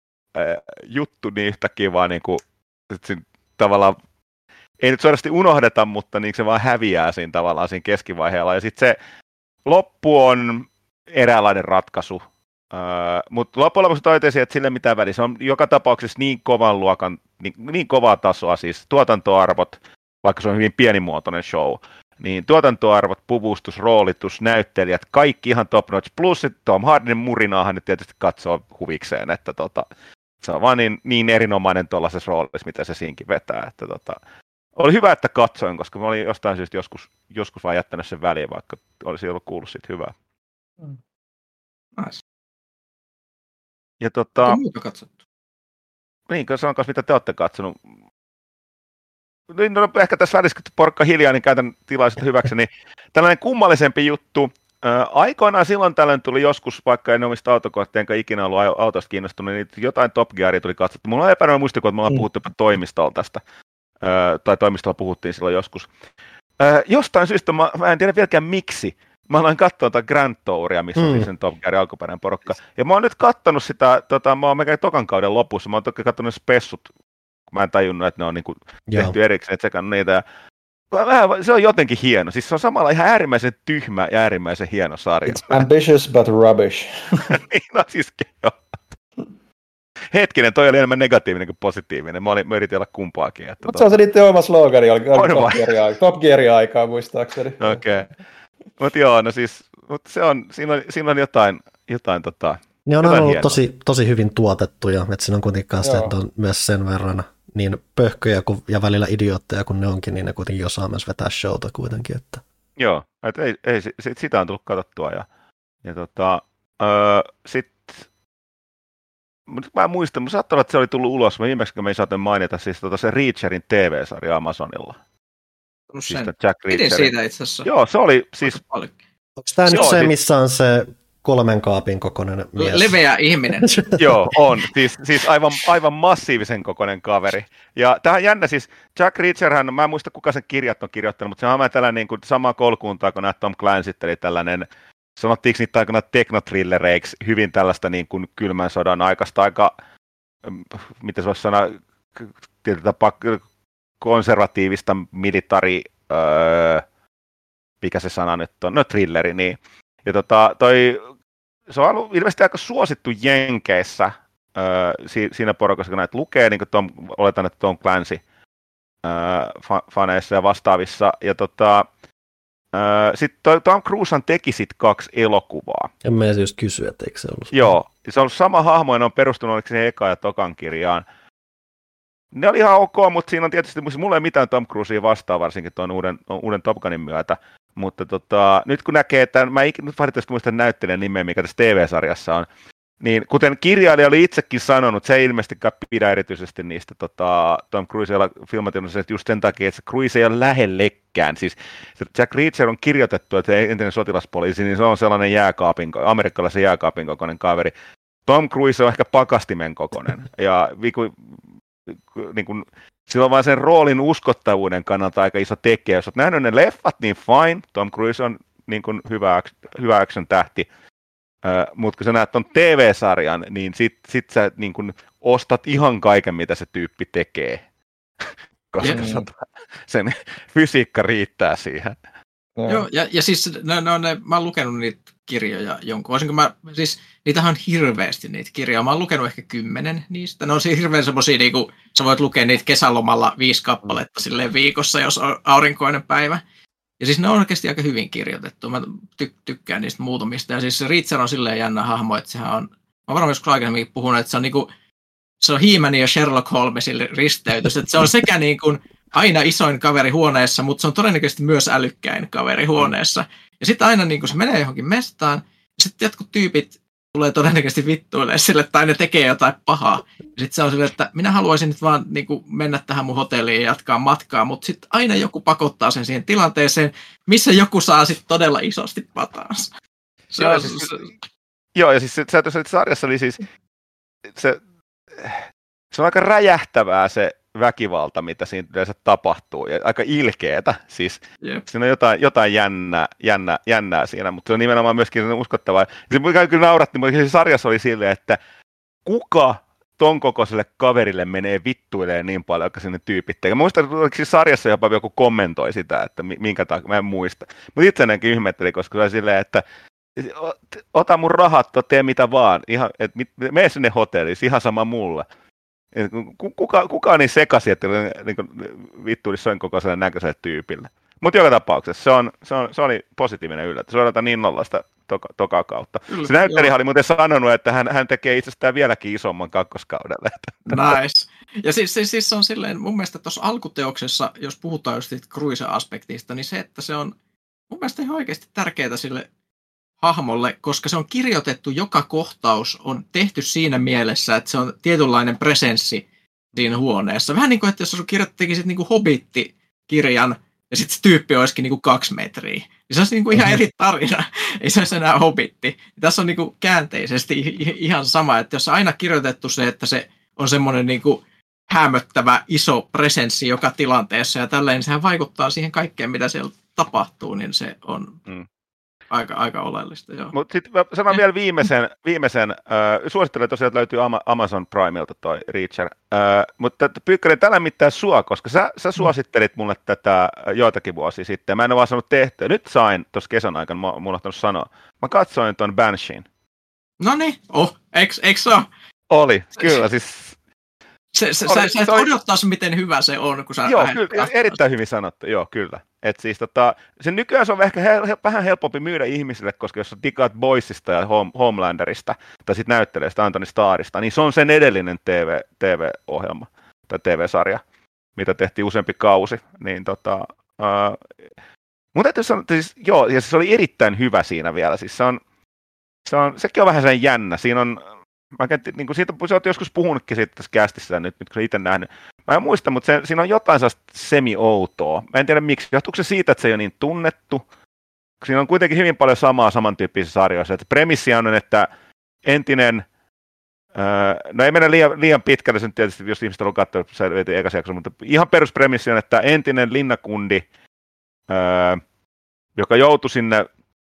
juttu niin yhtäkkiä vaan niin kuin, tavallaan ei nyt suorasti unohdeta, mutta niin se vaan häviää siinä tavallaan siinä keskivaiheella. Ja sitten se loppu on eräänlainen ratkaisu. Mutta loppujen lopuksi totesin, että sille mitään väliä. Se on joka tapauksessa niin kovan luokan, niin kovaa tasoa, siis tuotantoarvot, vaikka se on hyvin pienimuotoinen show, niin tuotantoarvot, puvustus, roolitus, näyttelijät, kaikki ihan top notch. Plus Tom Hardin murinaahan nyt tietysti katsoo huvikseen, että se on vaan niin erinomainen tuollaisessa roolissa, mitä se siinkin vetää. Että oli hyvä, että katsoin, koska mä olin jostain syystä joskus vaan jättänyt sen väliin, vaikka olisi ollut kuullut siitä hyvää. Nice. Ja muuta katsottu? Niin, se on kanssa, mitä te olette katsonut. No, ehkä tässä välissä, kun porukka hiljaa, niin käytän tilaisuutta hyväkseni. Tällainen kummallisempi juttu. Aikoinaan silloin tällöin tuli joskus, vaikka en omista autokohtia, enkä ikinä ollut autosta kiinnostunut, niin jotain Top Gearia tuli katsottu. Mulla on epäilyä muistikuva, että me ollaan puhuttu toimistolla tästä. Tai toimistolla puhuttiin silloin joskus. Jostain syystä, mä en tiedä vieläkään miksi, mä aloin katsoa tätä Grand Touria, missä on siis sen Top Gearin alkuperäinen porukka. Ja mä oon nyt kattonut sitä, mä oon melkein tokan kauden lopussa, mä oon toki kattonut spessut, kun mä en tajunnut, että ne on niinku tehty erikseen, että sekannut niitä. Ja se on jotenkin hieno. Siis se on samalla ihan äärimmäisen tyhmä ja äärimmäisen hieno sarja. It's ambitious but rubbish. Niin, no siis joo. Hetkinen, toi oli enemmän negatiivinen kuin positiivinen. Mä yritin olla kumpaakin. Mutta se on se niiden oma slogani, oli Top Gearin aikaa muistaakseni. Okei. Okay. Mutta joo, no siis, siinä on jotain ne on ollut tosi hyvin tuotettuja, että siinä on kuitenkin se, että on myös sen verran niin pöhköjä ja välillä idiootteja kun ne onkin, niin ne kuitenkin osaa myös vetää showta kuitenkin. Että. Joo, että ei, sitä on tullut katsottua ja sitten mä en muista, mutta saattaa olla, että se oli tullut ulos, mä viimeksi me ei saatu mainita siis se Reacherin TV-sarja Amazonilla. Siis Jack Reacherin. Pidin siitä itse asiassa. Joo, se oli siis. Onko tämä nyt se, missä on se 3 kaapin kokoinen mies? Leveä ihminen. Joo, on. Siis aivan massiivisen kokoinen kaveri. Ja tähän on jännä, siis Jack Reacherhän, mä en muista kuka sen kirjat on kirjoittanut, mutta se on tällainen niin kuin samaa koulukuntaa kuin nämä Tom Clancyt, eli tällainen, sanottiinko niitä aikana teknotrillereiksi, hyvin tällaista niin kuin kylmän sodan aikaista aika, miten se voisi sanoa, tietyllä tapaa konservatiivista militari, mikä se sana nyt on, no thrilleri, niin. Ja se on ollut ilmeisesti aika suosittu Jenkeissä siinä porukassa, kun näitä lukee, niin kuin oletan, että Tom Clancy faneissa ja vastaavissa. Ja sitten Tom Cruisehan teki sitten 2 elokuvaa. En mä just kysyä, että eikö se ollut? Joo, se on ollut sama hahmo, ja ne on perustunut oliko siihen eka ja tokan kirjaan. Ne oli ihan ok, mutta siinä on tietysti, mulla ei mitään Tom Cruisea vastaan, varsinkin tuon uuden Top Gunin myötä. Mutta nyt kun näkee, että mä nyt valitettavasti muistan näyttelijän nimeä, mikä tässä TV-sarjassa on, niin kuten kirjailija oli itsekin sanonut, se ei ilmeisestikään pidä erityisesti niistä Tom Cruisella filmatilaisista just sen takia, että se Cruise ei ole lähellekään. Siis Jack Reacher on kirjoitettu, että entinen sotilaspoliisi, niin se on sellainen amerikkalaisen jääkaapin kokoinen kaveri. Tom Cruise on ehkä pakastimen kokoinen. Ja niin kuin, sillä on vaan sen roolin uskottavuuden kannalta aika iso tekijä. Jos olet nähnyt ne leffat, niin fine, Tom Cruise on niin kuin hyvä action-tähti, mutta kun sä näet ton TV-sarjan, niin sit sä niin kuin ostat ihan kaiken, mitä se tyyppi tekee, koska sen fysiikka riittää siihen. Joo, ja siis mä oon lukenut niitä kirjoja jonkun. Siis niitähän on hirveästi niitä kirjoja. Mä oon lukenut ehkä 10 niistä. Ne on siis hirveän semmosia, niinku, sä voit lukea niitä kesälomalla 5 kappaletta silleen viikossa, jos on aurinkoinen päivä. Ja siis ne on oikeasti aika hyvin kirjoitettu. Mä tykkään niistä muutamista. Ja siis se Reacher on silleen jännä hahmo, että sehän on, mä varmaan joskus aikaisemmin puhunut, että se on niinku, se on He-Man ja Sherlock Holmesin risteytys. Että se on sekä niinku aina isoin kaveri huoneessa, mutta se on todennäköisesti myös älykkäin kaveri huoneessa. Ja sitten aina niin kun se menee johonkin mestaan, ja sitten jotkut tyypit tulee todennäköisesti vittuille sille, tai ne tekee jotain pahaa. Ja sitten se on silleen, että minä haluaisin nyt vaan niin kun mennä tähän mun hotelliin ja jatkaa matkaa, mutta sitten aina joku pakottaa sen siihen tilanteeseen, missä joku saa sitten todella isosti pataansa. Joo, ja siis se sarjassa oli siis, se on aika räjähtävää se väkivalta, mitä siinä yleensä tapahtuu, ja aika ilkeetä, siis siinä on jotain jännää siinä, mutta se on nimenomaan myöskin uskottavaa. Se kyllä nauratti, mutta siinä sarjassa oli silleen, että kuka ton kokoiselle kaverille menee vittuilemaan niin paljon, joka sinne tyypit tekee. Mä muistan, että siis sarjassa jopa joku kommentoi sitä, että minkä takia, mä en muista. Mutta itsenäänkin ihmetteli, koska se oli silleen, että ota mun rahat, tee mitä vaan, mene sinne hotelliin, ihan sama mulle. Kuka on niin sekaisin, että niin vittuudessa on kokoiselle näköiselle tyypille. Mutta joka tapauksessa se oli positiivinen yllätys. Se odotan niin nollasta toka kautta. Se näyttelijä oli muuten sanonut, että hän tekee itsestään vieläkin isomman kakkoskaudelle. Nice. Ja siis on silleen, mun mielestä tuossa alkuteoksessa, jos puhutaan just siitä Cruisen-aspektista, niin se, että se on mun mielestä ihan oikeasti tärkeää sille hahmolle, koska se on kirjoitettu, joka kohtaus on tehty siinä mielessä, että se on tietynlainen presenssi siinä huoneessa. Vähän niin kuin, että jos sun tekisit niin kuin Hobbit-kirjan, ja sitten se tyyppi olisikin niin kuin 2 metriä. Niin se olisi niin kuin ihan eri tarina. Ei se olisi enää Hobbitti. Tässä on niin kuin käänteisesti ihan sama, että jos on aina kirjoitettu se, että se on semmoinen niin kuin hämöttävä iso presenssi joka tilanteessa, ja tälleen, niin sehän vaikuttaa siihen kaikkeen, mitä siellä tapahtuu, niin se on aika oleellista, joo. Mutta sitten sanon vielä viimeisen suosittelen tosiaan, että löytyy Amazon Primeilta toi Reacher, mutta Pyykkönen, tällä mitään sua, koska sä suosittelit mulle tätä joitakin vuosia sitten, mä en ole vaan saanut tehtyä. Nyt sain tuossa kesän aikana, mä oon unohtanut sanoa, mä katsoin ton Bansheen. Noniin, eikö se ole? Oli, kyllä, siis Sä et odottaisi, miten hyvä se on, kun sä joo, kyllä, erittäin hyvin sanottu, joo, kyllä. Et siis sen nykyään se on ehkä vähän helpompi myydä ihmisille, koska jos digaat Boysista ja Homelanderista, tai sitten näyttelijästä Anthony Starrista, niin se on sen edellinen TV-ohjelma, tai TV-sarja, mitä tehtiin useampi kausi. Niin mun täytyy sanoa, että siis, joo, ja se oli erittäin hyvä siinä vielä, siis sekin on vähän sen jännä, siinä on niin siitä sä oot joskus puhunutkin siitä tässä kästissä nyt kun sä itse nähnyt. Mä en muista, mutta siinä on jotain sellaista semi-outoa. Mä en tiedä miksi. Johtuuko se siitä, että se ei ole niin tunnettu? Siinä on kuitenkin hyvin paljon samantyyppisissä sarjoissa. Että premissi on, että entinen, no ei mennä liian pitkälle, sen tietysti jos ihmiset on katsonut, se löytyy ekassa jaksossa, mutta ihan peruspremissi on, että entinen linnakundi, joka joutui sinne,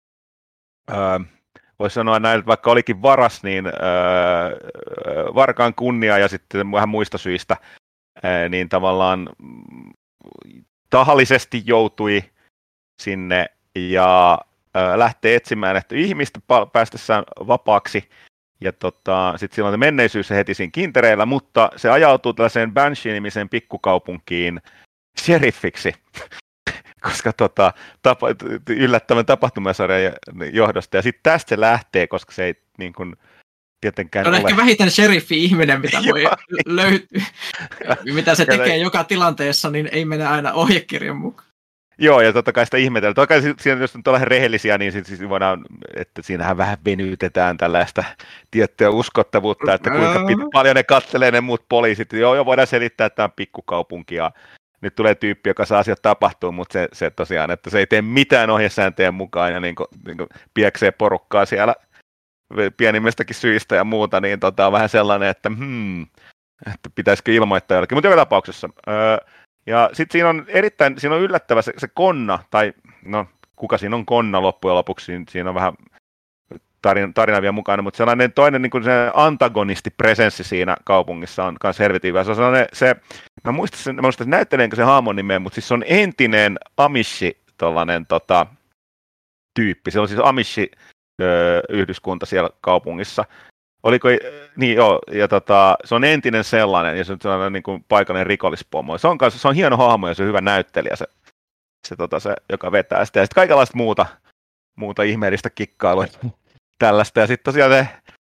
voisi sanoa näin, vaikka olikin varas, niin varkaan kunnia ja sitten vähän muista syistä, niin tavallaan tahallisesti joutui sinne ja lähtee etsimään että ihmistä päästessään vapaaksi. Ja sitten silloin menneisyys se heti siinä kintereillä, mutta se ajautuu tällaiseen Banshee-nimiseen pikkukaupunkiin sheriffiksi. Koska yllättävän tapahtumasarjan johdosta. Ja sitten tästä se lähtee, koska se ei niin kuin tietenkään ole. On ehkä vähiten sheriffi-ihminen, mitä voi löytyä. Mitä se tekee joka tilanteessa, niin ei mene aina ohjekirjan mukaan. Joo, ja totta kai sitä ihmetellä. Totta kai siinä, jos nyt ollaan rehellisiä, niin siis voidaan, että siinähän vähän venytetään tällaista tiettyä uskottavuutta, että kuinka paljon ne katselee ne muut poliisit. Joo, voidaan selittää, että tämä on pikkukaupunki ja nyt tulee tyyppi, joka saa asiat tapahtua, mutta se tosiaan, että se ei tee mitään ohjesääntöjen mukaan ja niin kuin pieksee porukkaa siellä pienimmistäkin syistä ja muuta, niin on vähän sellainen, että että pitäisikö ilmoittaa jollekin, mutta joka tapauksessa. Ja sitten siinä on yllättävä se konna, tai no kuka siinä on konna loppujen lopuksi, siinä on vähän tarina vielä mukana, mutta sellainen toinen niin kuin se antagonistipresenssi siinä kaupungissa on myös helvetin. Se on sellainen, mä muistan näyttelenkö se hahmon nimeä, mutta siis se on entinen Amishi tollainen tyyppi. Se on siis Amishi-yhdyskunta siellä kaupungissa. Oliko, niin joo, ja se on entinen sellainen, ja se on sellainen niin kuin paikallinen rikollispomo. Se on hieno hahmo, ja se on hyvä näyttelijä, se joka vetää sitä. Ja sitten kaikenlaista muuta ihmeellistä kikkailua tällaista. Ja sitten tosiaan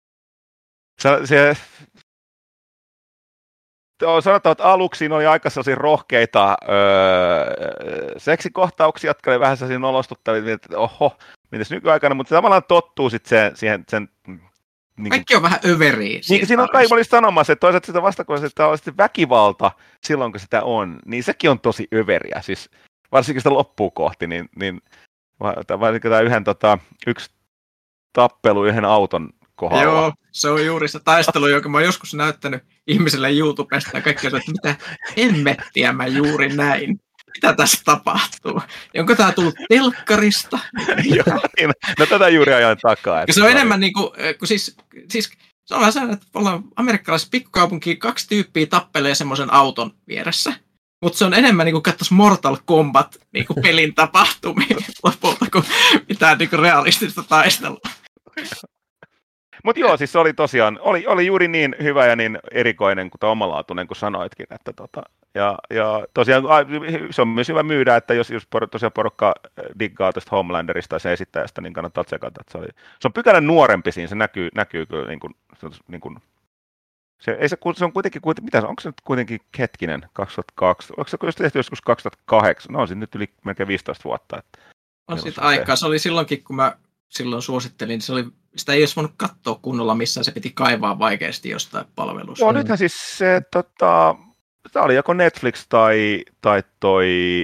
sanotaan, että aluksi siinä oli aika sellaisia rohkeita seksikohtauksia, jotka oli vähän sellaisia nolostuttavia, että oho, mitäs nykyaikana, mutta tavallaan tottuu sitten siihen niin kaikki on vähän överiä. Niin, siinä on kai, mä olisin sanomassa, että toisaalta sitä vastakohdassa, että on sitten väkivalta silloin, kun sitä on, niin sekin on tosi överiä. Siis varsinkin sitä loppuun kohti, niin varsinkin tämä yksi tappelu yhden auton kohdalla. Joo, se on juuri se taistelu, joka mä oon joskus näyttänyt ihmiselle YouTubesta ja kaikki on, että mitä hemmettiä mä juuri näin. Mitä tässä tapahtuu? Onko tämä tullut telkkarista? Joo, niin. No tätä juuri ajan takaa. Se on enemmän niin kuin siis se on vähän sellainen, että ollaan amerikkalaisessa pikkukaupunkiin 2 tyyppiä tappelee semmoisen auton vieressä. Mutta se on enemmän niin kuin katsoisi Mortal Kombat niin kuin pelin tapahtumia lopulta kuin mitään niin kuin realistista taistelua. Mutta joo, siis se oli tosiaan, oli juuri niin hyvä ja niin erikoinen kuin omalaatuinen kuin sanoitkin, että ja tosiaan se on myös hyvä myydä, että jos tosiaan porukka diggaa tästä Homelanderista tai se esittäjästä, niin kannattaa tsekata, että se on pykälän nuorempi siinä, se näkyy kyllä niin kuin se on kuitenkin, mitä onko se nyt kuitenkin hetkinen, 2002, onko se tehty joskus 2008, no on se nyt yli melkein 15 vuotta. Että on siitä aikaa, se oli silloinkin, kun mä silloin suosittelin, sitä ei olisi voinut katsoa kunnolla missään, se piti kaivaa vaikeasti jostain palvelusta. Joo, nythän siis se, tämä oli joko Netflix tai toi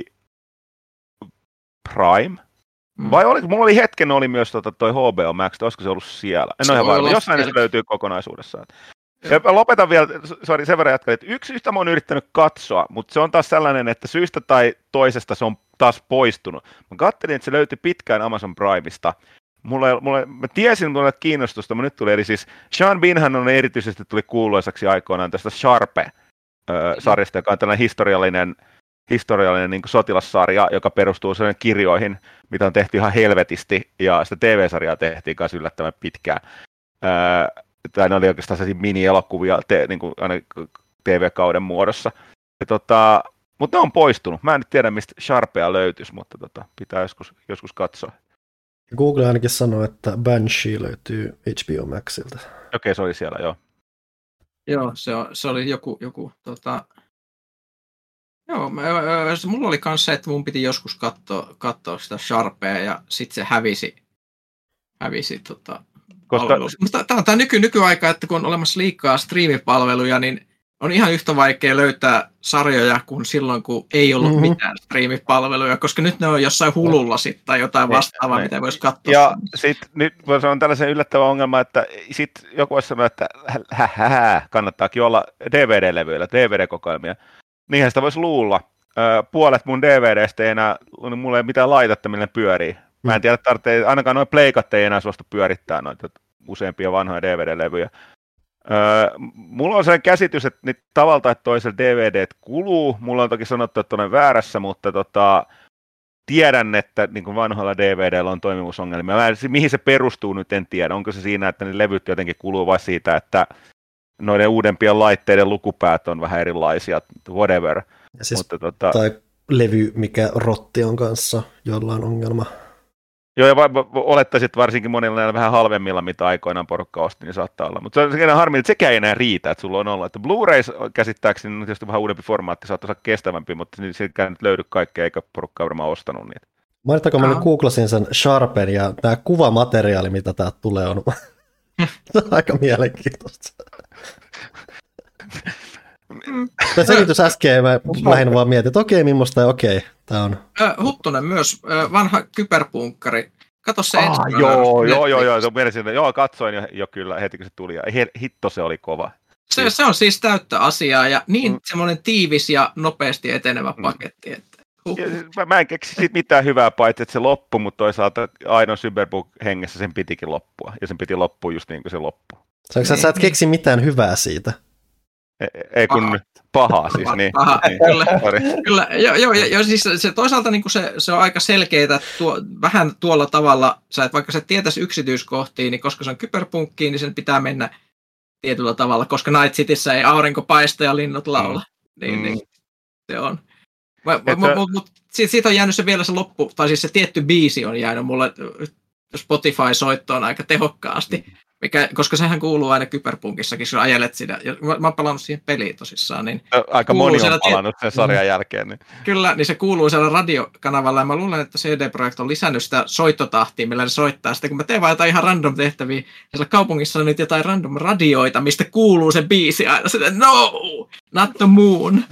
Prime, vai mulla oli hetken, oli myös toi HBO Max, olisiko se ollut siellä? En ole ihan varma, jossain se löytyy kokonaisuudessaan. Ja lopetan vielä, sen verran jatkan, että yhtä mä oon yrittänyt katsoa, mutta se on taas sellainen, että syystä tai toisesta se on taas poistunut. Mä katselin, että se löytyi pitkään Amazon Primeista. Mä tiesin, että mulla oli kiinnostusta, mutta nyt tuli, eli siis Sean Beanhan on erityisesti tuli kuuluisaksi aikoinaan tästä Sharpe-sarjasta, joka on tällainen historiallinen niin kuin sotilassarja, joka perustuu sellainen kirjoihin, mitä on tehty ihan helvetisti, ja sitä TV-sarjaa tehtiin kanssa yllättävän pitkään. Tai ne oli oikeastaan sellaisia mini-elokuvia niin kuin aina TV-kauden muodossa. Mutta ne on poistunut. Mä en nyt tiedä, mistä Sharpea löytyisi, mutta pitää joskus katsoa. Google ainakin sanoo, että Banshee löytyy HBO Maxilta. Okei, se oli siellä, joo. Joo, se oli joku joo, mulla oli myös se, että mun piti joskus katsoa sitä Sharpea ja sitten se hävisi koska mutta tämä on nykyaika, että kun on olemassa liikaa striimipalveluja, niin on ihan yhtä vaikea löytää sarjoja kuin silloin, kun ei ollut mitään striimipalveluja, koska nyt ne on jossain Hululla sitten tai jotain vastaavaa, mitä voisi katsoa. Ja sitten nyt se on tällaisen yllättävä ongelma, että sitten joku voisi sanoa, että kannattaakin olla DVD-levyillä, DVD-kokoelmia. Niinhän sitä voisi luulla. Puolet mun DVDstä ei enää, mulla ei mitään laitetta, millä ne pyörii. Mä en tiedä, ainakaan noin pleikat ei enää suostu pyörittää noita useampia vanhoja DVD-levyjä. Mulla on sellainen käsitys, että nyt tavalla tai toisella DVDt kuluu. Mulla on toki sanottu, että olen väärässä, mutta tiedän, että niin kuin vanhoilla DVDllä on toimivuusongelmia. Mihin se perustuu nyt, en tiedä. Onko se siinä, että ne levyt jotenkin kuluu vai siitä, että noiden uudempien laitteiden lukupäät on vähän erilaisia, whatever. Siis, mutta, tai levy, mikä rotti on kanssa, jolla on ongelma. Joo, ja olettaisin, että varsinkin monilla näillä vähän halvemmilla, mitä aikoinaan porukka osti, niin saattaa olla. Mutta se on harmi, että sekään ei enää riitä, että sulla on ollut. Että Blu-rays käsittääkseni on tietysti vähän uudempi formaatti, saattaa olla kestävämpi, mutta sekään nyt löydy kaikkea, eikä porukka varmaan ostanut niitä. Mainittaako mä nyt googlasin sen Sharpen, ja tämä kuvamateriaali, mitä täältä tulee, on aika mielenkiintoista. Tämä selitys äsken, mä lähinnä vaan mietin, että okei, millaista ja okei, tämä on. Huttunen myös, vanha kyberpunkkari. Kato se joo, se on mielenkiintoista. Joo, katsoin jo kyllä heti, kun se tuli, ja hitto se oli kova. Se on siis täyttä asiaa ja niin semmoinen tiivis ja nopeasti etenevä paketti. Että, Mä en keksi siitä mitään hyvää paitsi, että se loppui, mutta toisaalta ainoa Cyberpunk hengessä sen pitikin loppua. Ja sen piti loppua just niin kuin se loppui. Sä et keksi mitään hyvää siitä? Ei kun pahaa siis. Niin. Paha, niin. kyllä. Joo, siis se toisaalta niin se on aika selkeää, vähän tuolla tavalla, vaikka sä tietäisi yksityiskohtia, niin koska se on kyberpunkkiin, niin sen pitää mennä tietyllä tavalla, koska Night Cityssä ei aurinko paista ja linnut laula. Niin se on. Mutta siitä on jäänyt vielä se loppu, tai siis se tietty biisi on jäänyt mulle Spotify-soittoon aika tehokkaasti, koska sehän kuuluu aina kyberpunkissakin, kun ajelet sitä. Mä oon palannut siihen peliin tosissaan. Niin aika moni on palannut sen sarjan jälkeen. Niin. Kyllä, niin se kuuluu siellä radiokanavalla, ja mä luulen, että CD Projekt on lisännyt sitä soittotahtia, millä ne soittaa. Sitten kun mä teen vaan jotain ihan random tehtäviä, ja siellä kaupungissa on nyt jotain random radioita, mistä kuuluu se biisi aina. Sitten, no, not the moon.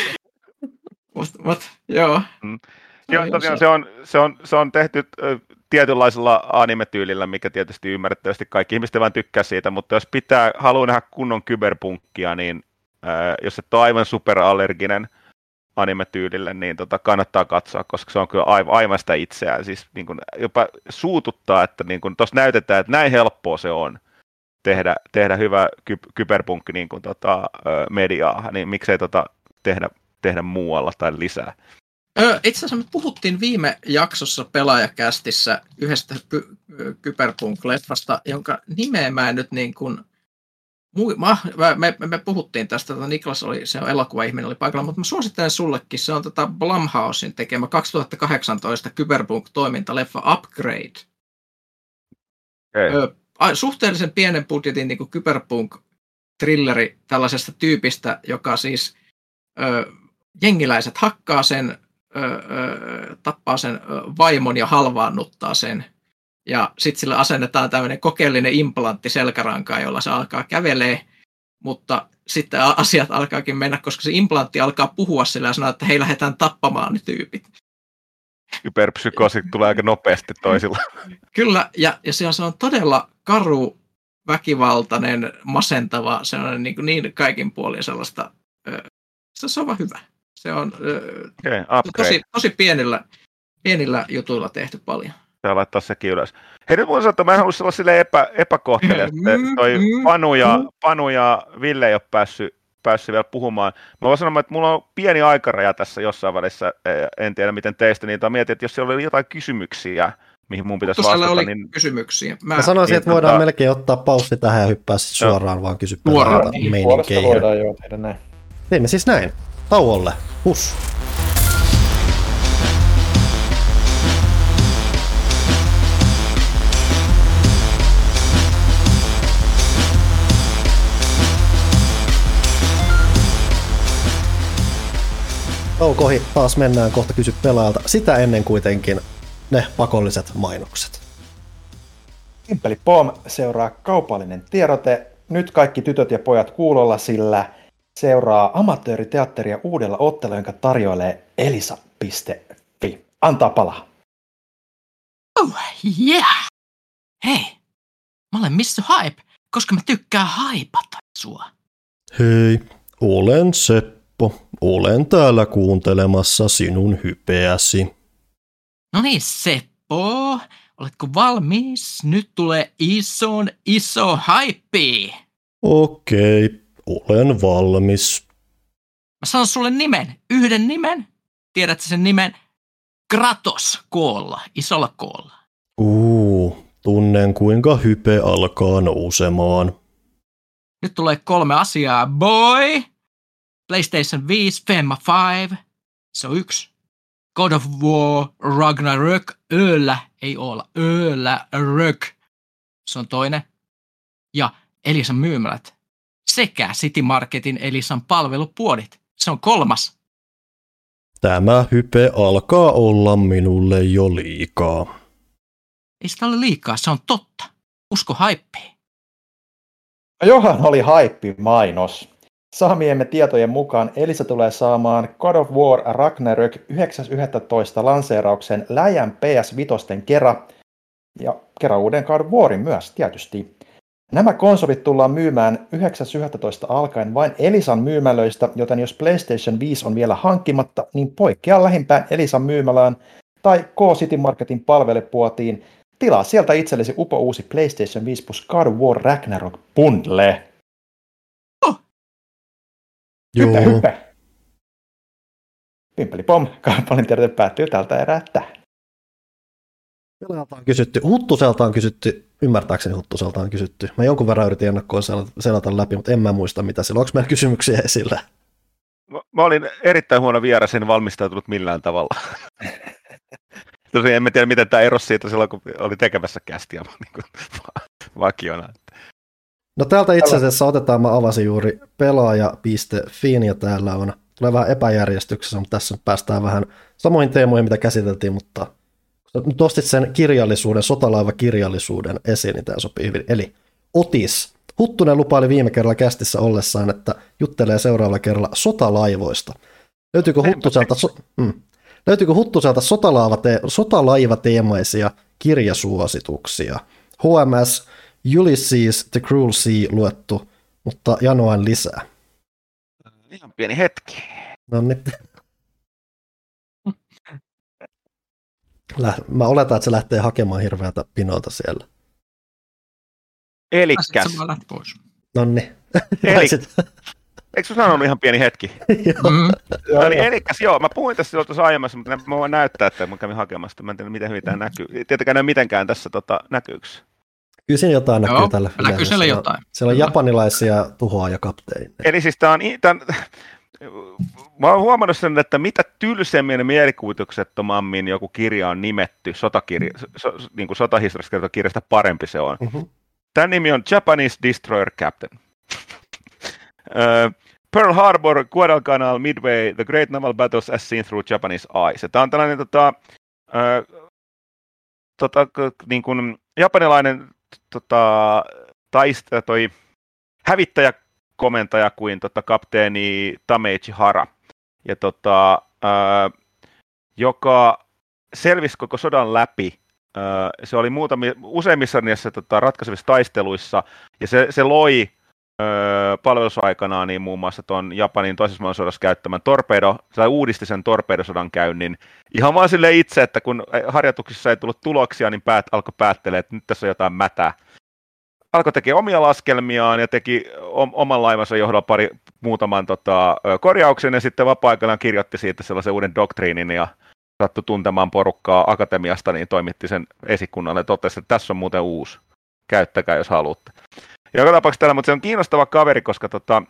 Joo. Joo, tosiaan se on tehty tietynlaisella anime-tyylillä, mikä tietysti ymmärrettävästi kaikki ihmiset vaan tykkää siitä, mutta jos haluaa nähdä kunnon kyberpunkkia, niin jos et ole aivan superallerginen anime-tyylille, niin kannattaa katsoa, koska se on kyllä aivan sitä itseään. Siis niin kuin, jopa suututtaa, että niin kuin tuossa näytetään, että näin helppoa se on tehdä hyvä kyberpunkki niin kuin, mediaa, niin miksei tehdä muualla tai lisää. Itse asiassa me puhuttiin viime jaksossa Pelaajakästissä yhdestä Cyberpunk-leffasta, jonka nimeä mä en nyt niin kuin... Me puhuttiin tästä, Niklas se on elokuva-ihminen, oli paikalla, mutta mä suosittelen sullekin, se on Blumhousen tekemä 2018 Cyberpunk-toimintaleffa Upgrade. Suhteellisen pienen budjetin niin kuin Cyberpunk-thrilleri tällaisesta tyypistä, joka siis jengiläiset hakkaa sen, tappaa sen vaimon ja halvaannuttaa sen. Ja sitten sille asennetaan tämmöinen kokeellinen implantti selkärankaan, jolla se alkaa kävelee, mutta sitten asiat alkaakin mennä, koska se implantti alkaa puhua sillä ja sanoa, että hei, lähdetään tappamaan ne tyypit. Hyperpsykoosi tulee aika nopeasti toisilla. Kyllä, ja se on todella karu, väkivaltainen, masentava, se on niin kaikin puolin sellaista, se on vaan hyvä. Se on tosi pienillä jutuilla tehty paljon. Pitää laittaa sekin ylös. Hei, nyt voin sanoa, että mä en halua olla silleen epäkohtelias. Toi Panu ja Ville ei ole päässyt vielä puhumaan. Mä voin sanoa, että mulla on pieni aikaraja tässä jossain välissä. En tiedä, miten teistä niitä on. Mietin, että jos siellä oli jotain kysymyksiä, mihin mun pitäisi vastata. Oli niin... kysymyksiä. Mä sanoisin, että voidaan melkein ottaa paussi tähän ja hyppää suoraan vaan kysy meininkeihin. Puolesta voidaan jo tehdä näin. Teemme siis näin. Tauolle. Hus. Tauko ohi, taas mennään kohta kysy pelaajalta. Sitä ennen kuitenkin ne pakolliset mainokset. Simppeli Pom seuraa kaupallinen tiedote. Nyt kaikki tytöt ja pojat kuulolla, sillä seuraa amatööriteatteria uudella otteella, jonka tarjoilee elisa.fi. Antaa palaa. Oh yeah! Hei, mä olen Mr. Hype, koska mä tykkään haipata sua. Hei, olen Seppo. Olen täällä kuuntelemassa sinun hypeäsi. No niin, Seppo, oletko valmis? Nyt tulee iso haippi. Okei, olen valmis. Mä sanon sulle yhden nimen. Tiedätkö sen nimen? Kratos koolla, isolla koolla. Tunnen kuinka hype alkaa nousemaan. Nyt tulee 3 asiaa, boy. PlayStation 5, Femma 5, se on 1. God of War, Ragnarök, ei olla, Rök, se on toinen. Ja Elisan myymälät sekä City Marketin Elisan palvelupuodit, se on 3. Tämä hype alkaa olla minulle jo liikaa. Ei sitä ole liikaa, se on totta. Usko haippiin. Johan oli haippi-mainos. Saamiemme tietojen mukaan Elisa tulee saamaan God of War Ragnarök 9.11. lanseerauksen läjän PS5 kera ja kera uuden God of Warin myös tietysti. Nämä konsolit tullaan myymään 9.11. alkaen vain Elisan myymälöistä, joten jos PlayStation 5 on vielä hankkimatta, niin poikkea lähimpään Elisan myymälään tai K-City Marketin palvelepuotiin. Tilaa sieltä itsellesi upouusi PlayStation 5 plus God of War Ragnarok bundle. Hyppä. Pimpeli pom, kaupallinen tiedote päättyy tältä erää tähän. Pelaajalta on kysytty, Huttuselta on kysytty, ymmärtääkseni Huttuselta on kysytty. Mä jonkun verran yritin ennakkoon selata läpi, mutta en mä muista mitä siellä. Onko meillä kysymyksiä esillä? Mä olin erittäin huono vieras, en valmistautunut millään tavalla. Tosiaan en tiedä, miten tämä erosi siitä silloin, kun oli tekemässä kästiä niin vakiona. No täältä itse asiassa otetaan, mä avasin juuri pelaaja.fi ja täällä on, tulee vähän epäjärjestyksessä, mutta tässä päästään vähän samoihin teemoihin, mitä käsiteltiin, mutta nyt ostit sen kirjallisuuden, sotalaivakirjallisuuden esiin, niin tämä sopii hyvin. Eli Otis. Huttunen lupaili viime kerralla kästissä ollessaan, että juttelee seuraavalla kerralla sotalaivoista. Löytyykö Huttuselta sotalaivateemaisia kirjasuosituksia? HMS Ulysses The Cruel Sea luettu, mutta janoan lisää. Ihan pieni hetki. No niin. Mä oletan, että se lähtee hakemaan hirveätä pinolta siellä. Elikkäs. Sitten lähti pois. Nonni. Eikö sun sanonut ihan pieni hetki? No niin, elikkäs joo, mä puhuin tässä silloin tuossa aiemmassa, mutta mä voin näyttää, että mä kävin hakemasta. Mä en tiedä, miten hyvin tämä näkyy. Tietenkään näy mitenkään tässä näkyykö. Kyllä siinä jotain näkyy tällä. Näkyy siellä jotain. Siellä on japanilaisia tuhoajakapteineja. Eli siis mä oon huomannut sen, että mitä tylsemmin ja mielikuvituksettomammin joku kirja on nimetty niin kuin sotahistoriasta kertoo kirjasta, parempi se on. Tämän nimi on Japanese Destroyer Captain. Pearl Harbor, Guadalcanal, Midway, The Great Naval Battles as Seen Through Japanese Eyes. Tämä on tällainen niin kuin japanilainen toi hävittäjäkomentaja kuin kapteeni Tameichi Hara, ja joka selvisi koko sodan läpi. Se oli useimmissa niissä ratkaisevissa taisteluissa, ja se loi palvelusaikanaan niin muun muassa tuon Japanin toisessa maailmansodassa käyttämän uudisti sen torpedosodan käynnin ihan vaan silleen itse, että kun harjoituksissa ei tullut tuloksia, niin alkoi päättelee, että nyt tässä on jotain mätää. Alkoi tekemään omia laskelmiaan ja teki oman laivansa johdolla muutaman korjauksen, ja sitten vapaa-aikanaan kirjoitti siitä sellaisen uuden doktriinin ja sattui tuntemaan porukkaa akatemiasta, niin toimitti sen esikunnalle ja totesi, että tässä on muuten uusi. Käyttäkää, jos haluatte. Joka tapauksessa täällä, mutta se on kiinnostava kaveri, koska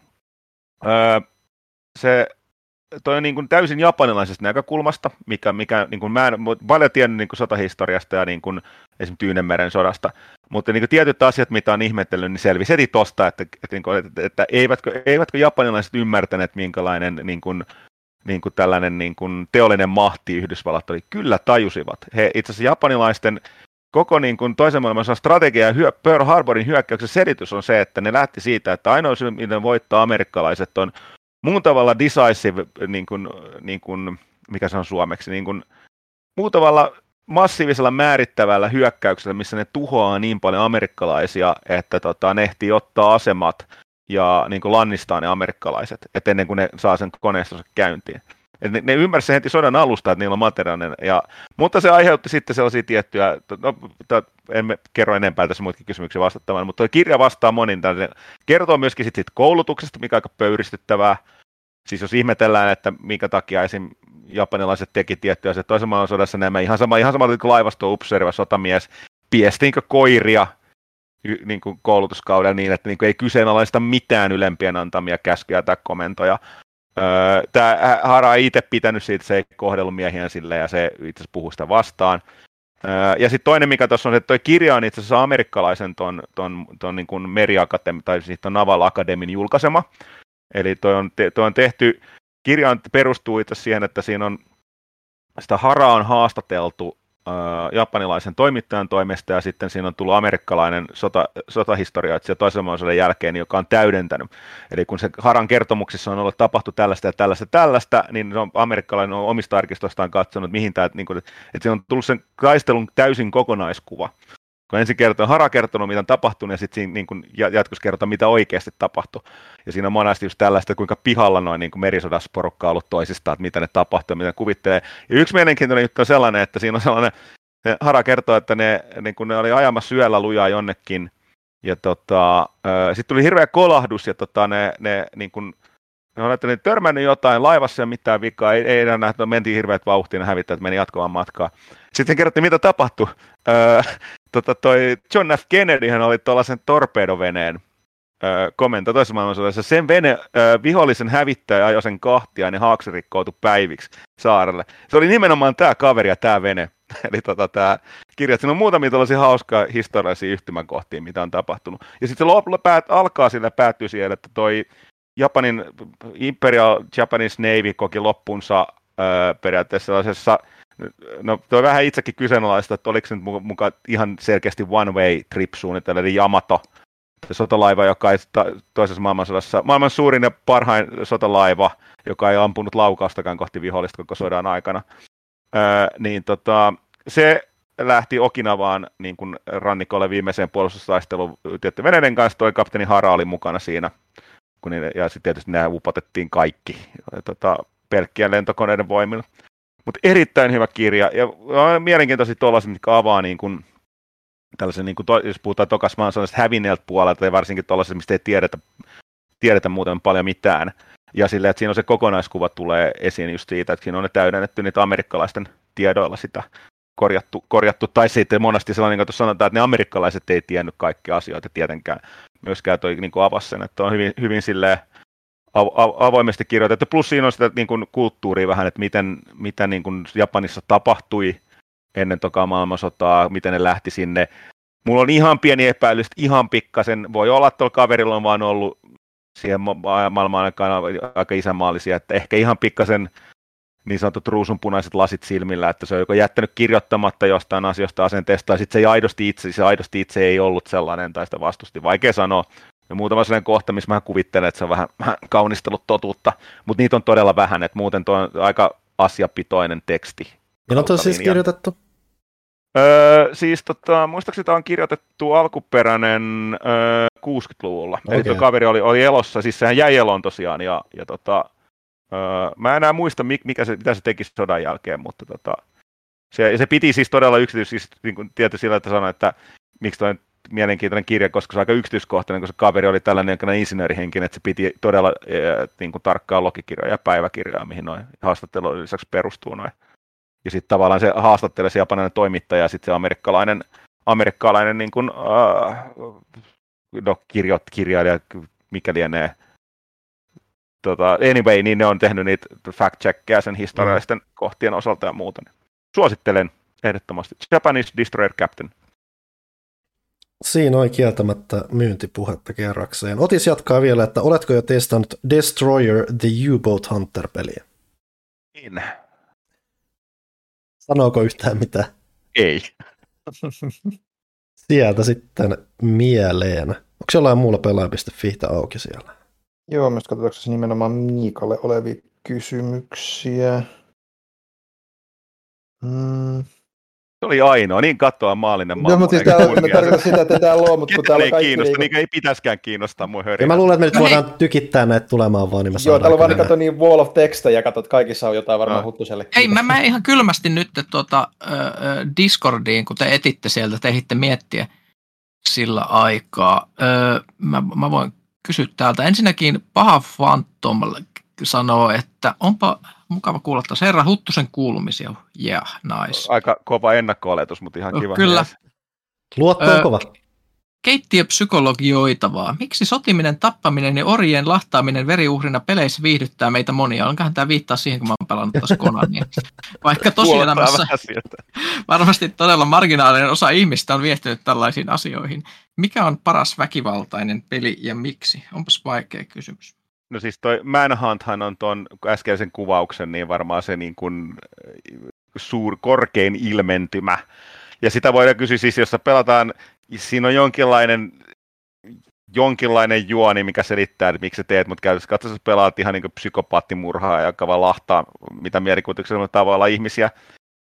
toi on niin kuin täysin japanilaisesta näkökulmasta, mikä niin kuin mä en paljon tiennyt niin kuin sotahistoriasta ja niin kuin esimerkiksi Tyynenmeren sodasta, mutta niin kuin tietyt asiat, mitä on ihmetellyt, niin selvisi heti tosta, että eivätkö japanilaiset ymmärtäneet, minkälainen niin kuin tällainen niin kuin teollinen mahti Yhdysvallat oli. Kyllä tajusivat. He itse asiassa japanilaisten koko niin kuin toisen maailmansodan strategia ja Pearl Harborin hyökkäyksen selitys on se, että ne lähti siitä, että ainoa syy, miten voittaa amerikkalaiset, on muun tavalla decisive, niin kuin, mikä se on suomeksi, niin kuin, muun tavalla massiivisella määrittävällä hyökkäyksellä, missä ne tuhoaa niin paljon amerikkalaisia, että ne ehtii ottaa asemat ja niin kuin lannistaa ne amerikkalaiset, että ennen kuin ne saa sen koneistonsa käyntiin. Ne ymmärsivät heti sodan alusta, että niillä on materiaalinen, mutta se aiheutti sitten sellaisia tiettyjä, en kerro enempää tässä muitakin kysymyksiä vastattamaan, mutta tuo kirja vastaa monin, kertoo myöskin siitä koulutuksesta, mikä on aika pöyristyttävää. Siis jos ihmetellään, että minkä takia esim. Japanilaiset teki tiettyjä asioita toisen maailmansodassa, nämä ihan samalla kuin laivasto-upseeri vai sotamies piesti niin koiria niin kuin koulutuskaudella niin, että niin kuin ei kyseenalaista mitään ylempien antamia käskyjä tai komentoja. Tämä Hara ei itse pitänyt siitä, se ei kohdellut miehiään silleen, ja se itse asiassa puhuu sitä vastaan. Ja sitten toinen, mikä tuossa on, että tuo kirja on itse asiassa amerikkalaisen ton niin kuin meriakatemi, tai siis ton Naval Academyn julkaisema. Eli toi on tehty, kirja perustuu itse siihen, että siinä on, sitä Haraa on haastateltu japanilaisen toimittajan toimesta, ja sitten siinä on tullut amerikkalainen sotahistorioitsija toisen maailmansodan jälkeen, joka on täydentänyt. Eli kun se Haran kertomuksissa on ollut tapahtu tällaista ja tällaista, niin amerikkalainen on omista arkistoistaan katsonut, mihin tämä, että siinä on tullut sen taistelun täysin kokonaiskuva. kun ensin Hara kertonut, mitä on tapahtunut, ja sitten siinä niin kuin jatkossa kertoo, mitä oikeasti tapahtui. Ja siinä on monesti just tällaista, kuinka pihalla noin niin kuin merisodassa porukka on ollut toisistaan, että mitä ne tapahtuu, mitä ne kuvittelee. Ja yksi mielenkiintoinen juttu on sellainen, että siinä on sellainen, Hara kertoo, että ne oli ajamassa yöllä lujaa jonnekin, ja sitten tuli hirveä kolahdus, ja ne niin kuin, ne on ajattelin, että törmännyt jotain laivassa ja mitään vikaa, ei enää nähdä, mentiin hirveät vauhtiin ja hävittäjät meni jatkamaan matkaa. Sitten kerrottiin, mitä tapahtui. Toi John F. Kennedy hän oli tuollaisen torpedoveneen komento toisessa maailmansodassa. Sen vihollisen hävittäjä ajoi sen kahtia ja ne haaksi rikkoutui päiviksi saarelle. Se oli nimenomaan tämä kaveri ja tämä vene. Eli tämä kirja, siinä on muutamia tällaisia hauskaa historiallisia yhtymäkohtia, mitä on tapahtunut. Ja sitten se alkaa sillä päättyy siihen, että toi Japanin Imperial Japanese Navy koki loppunsa periaatteessa sellaisessa, no toi vähän itsekin kyseenalaista, että oliko se nyt mukaan ihan selkeästi one-way trip-suunnitelma, eli Yamato, sotalaiva, joka ei toisessa maailmansodassa, maailman suurin ja parhain sotalaiva, joka ei ampunut laukaustakaan kohti vihollista koko sodan aikana, se lähti Okinawaan niin kuin rannikolle viimeiseen puolustustaisteluun tietty veneiden kanssa, toi kapteeni Hara oli mukana siinä, ja sitten tietysti nämä upotettiin kaikki pelkkien lentokoneiden voimilla. Mutta erittäin hyvä kirja, ja mielenkiintoisia tuollaiset, mitkä avaa niin kuin, tällaisen, niin kuin jos puhutaan tokas maan sellaisesta hävinneeltä puolelta, ja varsinkin tuollaiset, mistä ei tiedetä muuten paljon mitään. Ja silleen, että siinä on se kokonaiskuva tulee esiin just siitä, että siinä on ne täydennetty niitä amerikkalaisten tiedoilla sitä korjattu, tai sitten monesti sellainen, niin kuin sanotaan, että ne amerikkalaiset ei tiennyt kaikkia asioita tietenkään. Myöskään toi niin kuin avasi sen, että on hyvin silleen avoimesti kirjoitettu. Plus siinä on sitä niin kuin kulttuuria vähän, että mitä niin kuin Japanissa tapahtui ennen tokaa maailmansotaa, miten ne lähti sinne. Mulla on ihan pieni epäilys, ihan pikkasen. Voi olla, että tuolla kaverilla on vaan ollut siihen maailman aikana aika isänmaallisia, että ehkä ihan pikkasen niin sanotut ruusunpunaiset lasit silmillä, että se on joko jättänyt kirjoittamatta jostain asioista asenteesta, tai sitten se aidosti itse ei ollut sellainen, tai sitä vastusti. Vaikea sanoa. Ja muutama sellainen kohta, missä mä kuvittelen, että se on vähän kaunistellut totuutta, mutta niitä on todella vähän, että muuten tuo on aika asiapitoinen teksti. Milloin on siis kirjoitettu? Muistaakseni tämä on kirjoitettu alkuperäinen 60-luvulla. Okay. Eli tuo kaveri oli elossa, siis sehän jäi eloon tosiaan, ja mä en enää muista, mitä se teki sodan jälkeen, mutta se piti siis todella yksityisesti, niin kuin tietysti sillä, että sanoi, että miksi toi mielenkiintoinen kirja, koska se on aika yksityiskohtainen, koska kaveri oli tällainen insinöörihenkinen, että se piti todella niin kuin tarkkaa logikirjaa ja päiväkirjaa, mihin noin haastattelujen lisäksi perustuu noin. Ja sitten tavallaan se haastattelee se japanilainen toimittaja ja sitten se amerikkalainen niin kuin, kirjailija, mikä lienee. Anyway, niin ne on tehnyt niitä fact-checkkejä sen historiallisten kohtien osalta ja muuta. Suosittelen ehdottomasti. Japanese Destroyer Captain. Siinä on kieltämättä myyntipuhetta kerrakseen. Otis jatkaa vielä, että oletko jo testannut Destroyer the U-Boat Hunter-peliä? En. Sanooko yhtään mitään? Ei. Sieltä sitten mieleen. Onko jollain muulla pelaaja.fi auki siellä? Joo, myös katsotaanko se nimenomaan Miikalle olevia kysymyksiä. Se oli ainoa, niin katsoa maallinen maailma. No, mutta siis tämä tarkoittaa sitä, että täällä on, mutta kun täällä on kaikki... Kiinnosta, niin ei pitäiskään kiinnostaa mun hörinä. Ja mä luulen, että me nyt voidaan tykittää näitä tulemaan vaan, niin mä joo, täällä on vaan kato niin wall of text, ja katsot, kaikissa on jotain varmaan Huttuselle. Ei, mä ihan kylmästi nyt Discordiin, kun te etitte sieltä, te ehditte miettiä sillä aikaa. Mä voin kysyä täältä. Ensinnäkin Paha Phantom sanoo, että onpa mukava kuulla taas herra Huttusen kuulumisia. Yeah, nice. Aika kova ennakko-oletus, mutta ihan kiva. Kyllä. Luotto on kova. Keittiöpsykologioitavaa. Miksi sotiminen, tappaminen ja orjien lahtaaminen veriuhrina peleissä viihdyttää meitä monia? Onkohan tämä viittaa siihen, kun mä oon pelannut tuossa Konania? Vaikka tosielämässä varmasti todella marginaalinen osa ihmistä on viehtynyt tällaisiin asioihin. Mikä on paras väkivaltainen peli ja miksi? Onpas vaikea kysymys. No siis toi Manhunthan on tuon äskeisen kuvauksen niin varmaan se niin kuin korkein ilmentymä. Ja sitä voidaan kysyä siis, jos pelataan, siinä on jonkinlainen juoni, mikä selittää, että miksi sä teet, mutta käytössä katsotaan, että pelaat ihan niin kuin psykopaattimurhaa, joka vaan lahtaa mitä mielikuvituksella tavalla ihmisiä.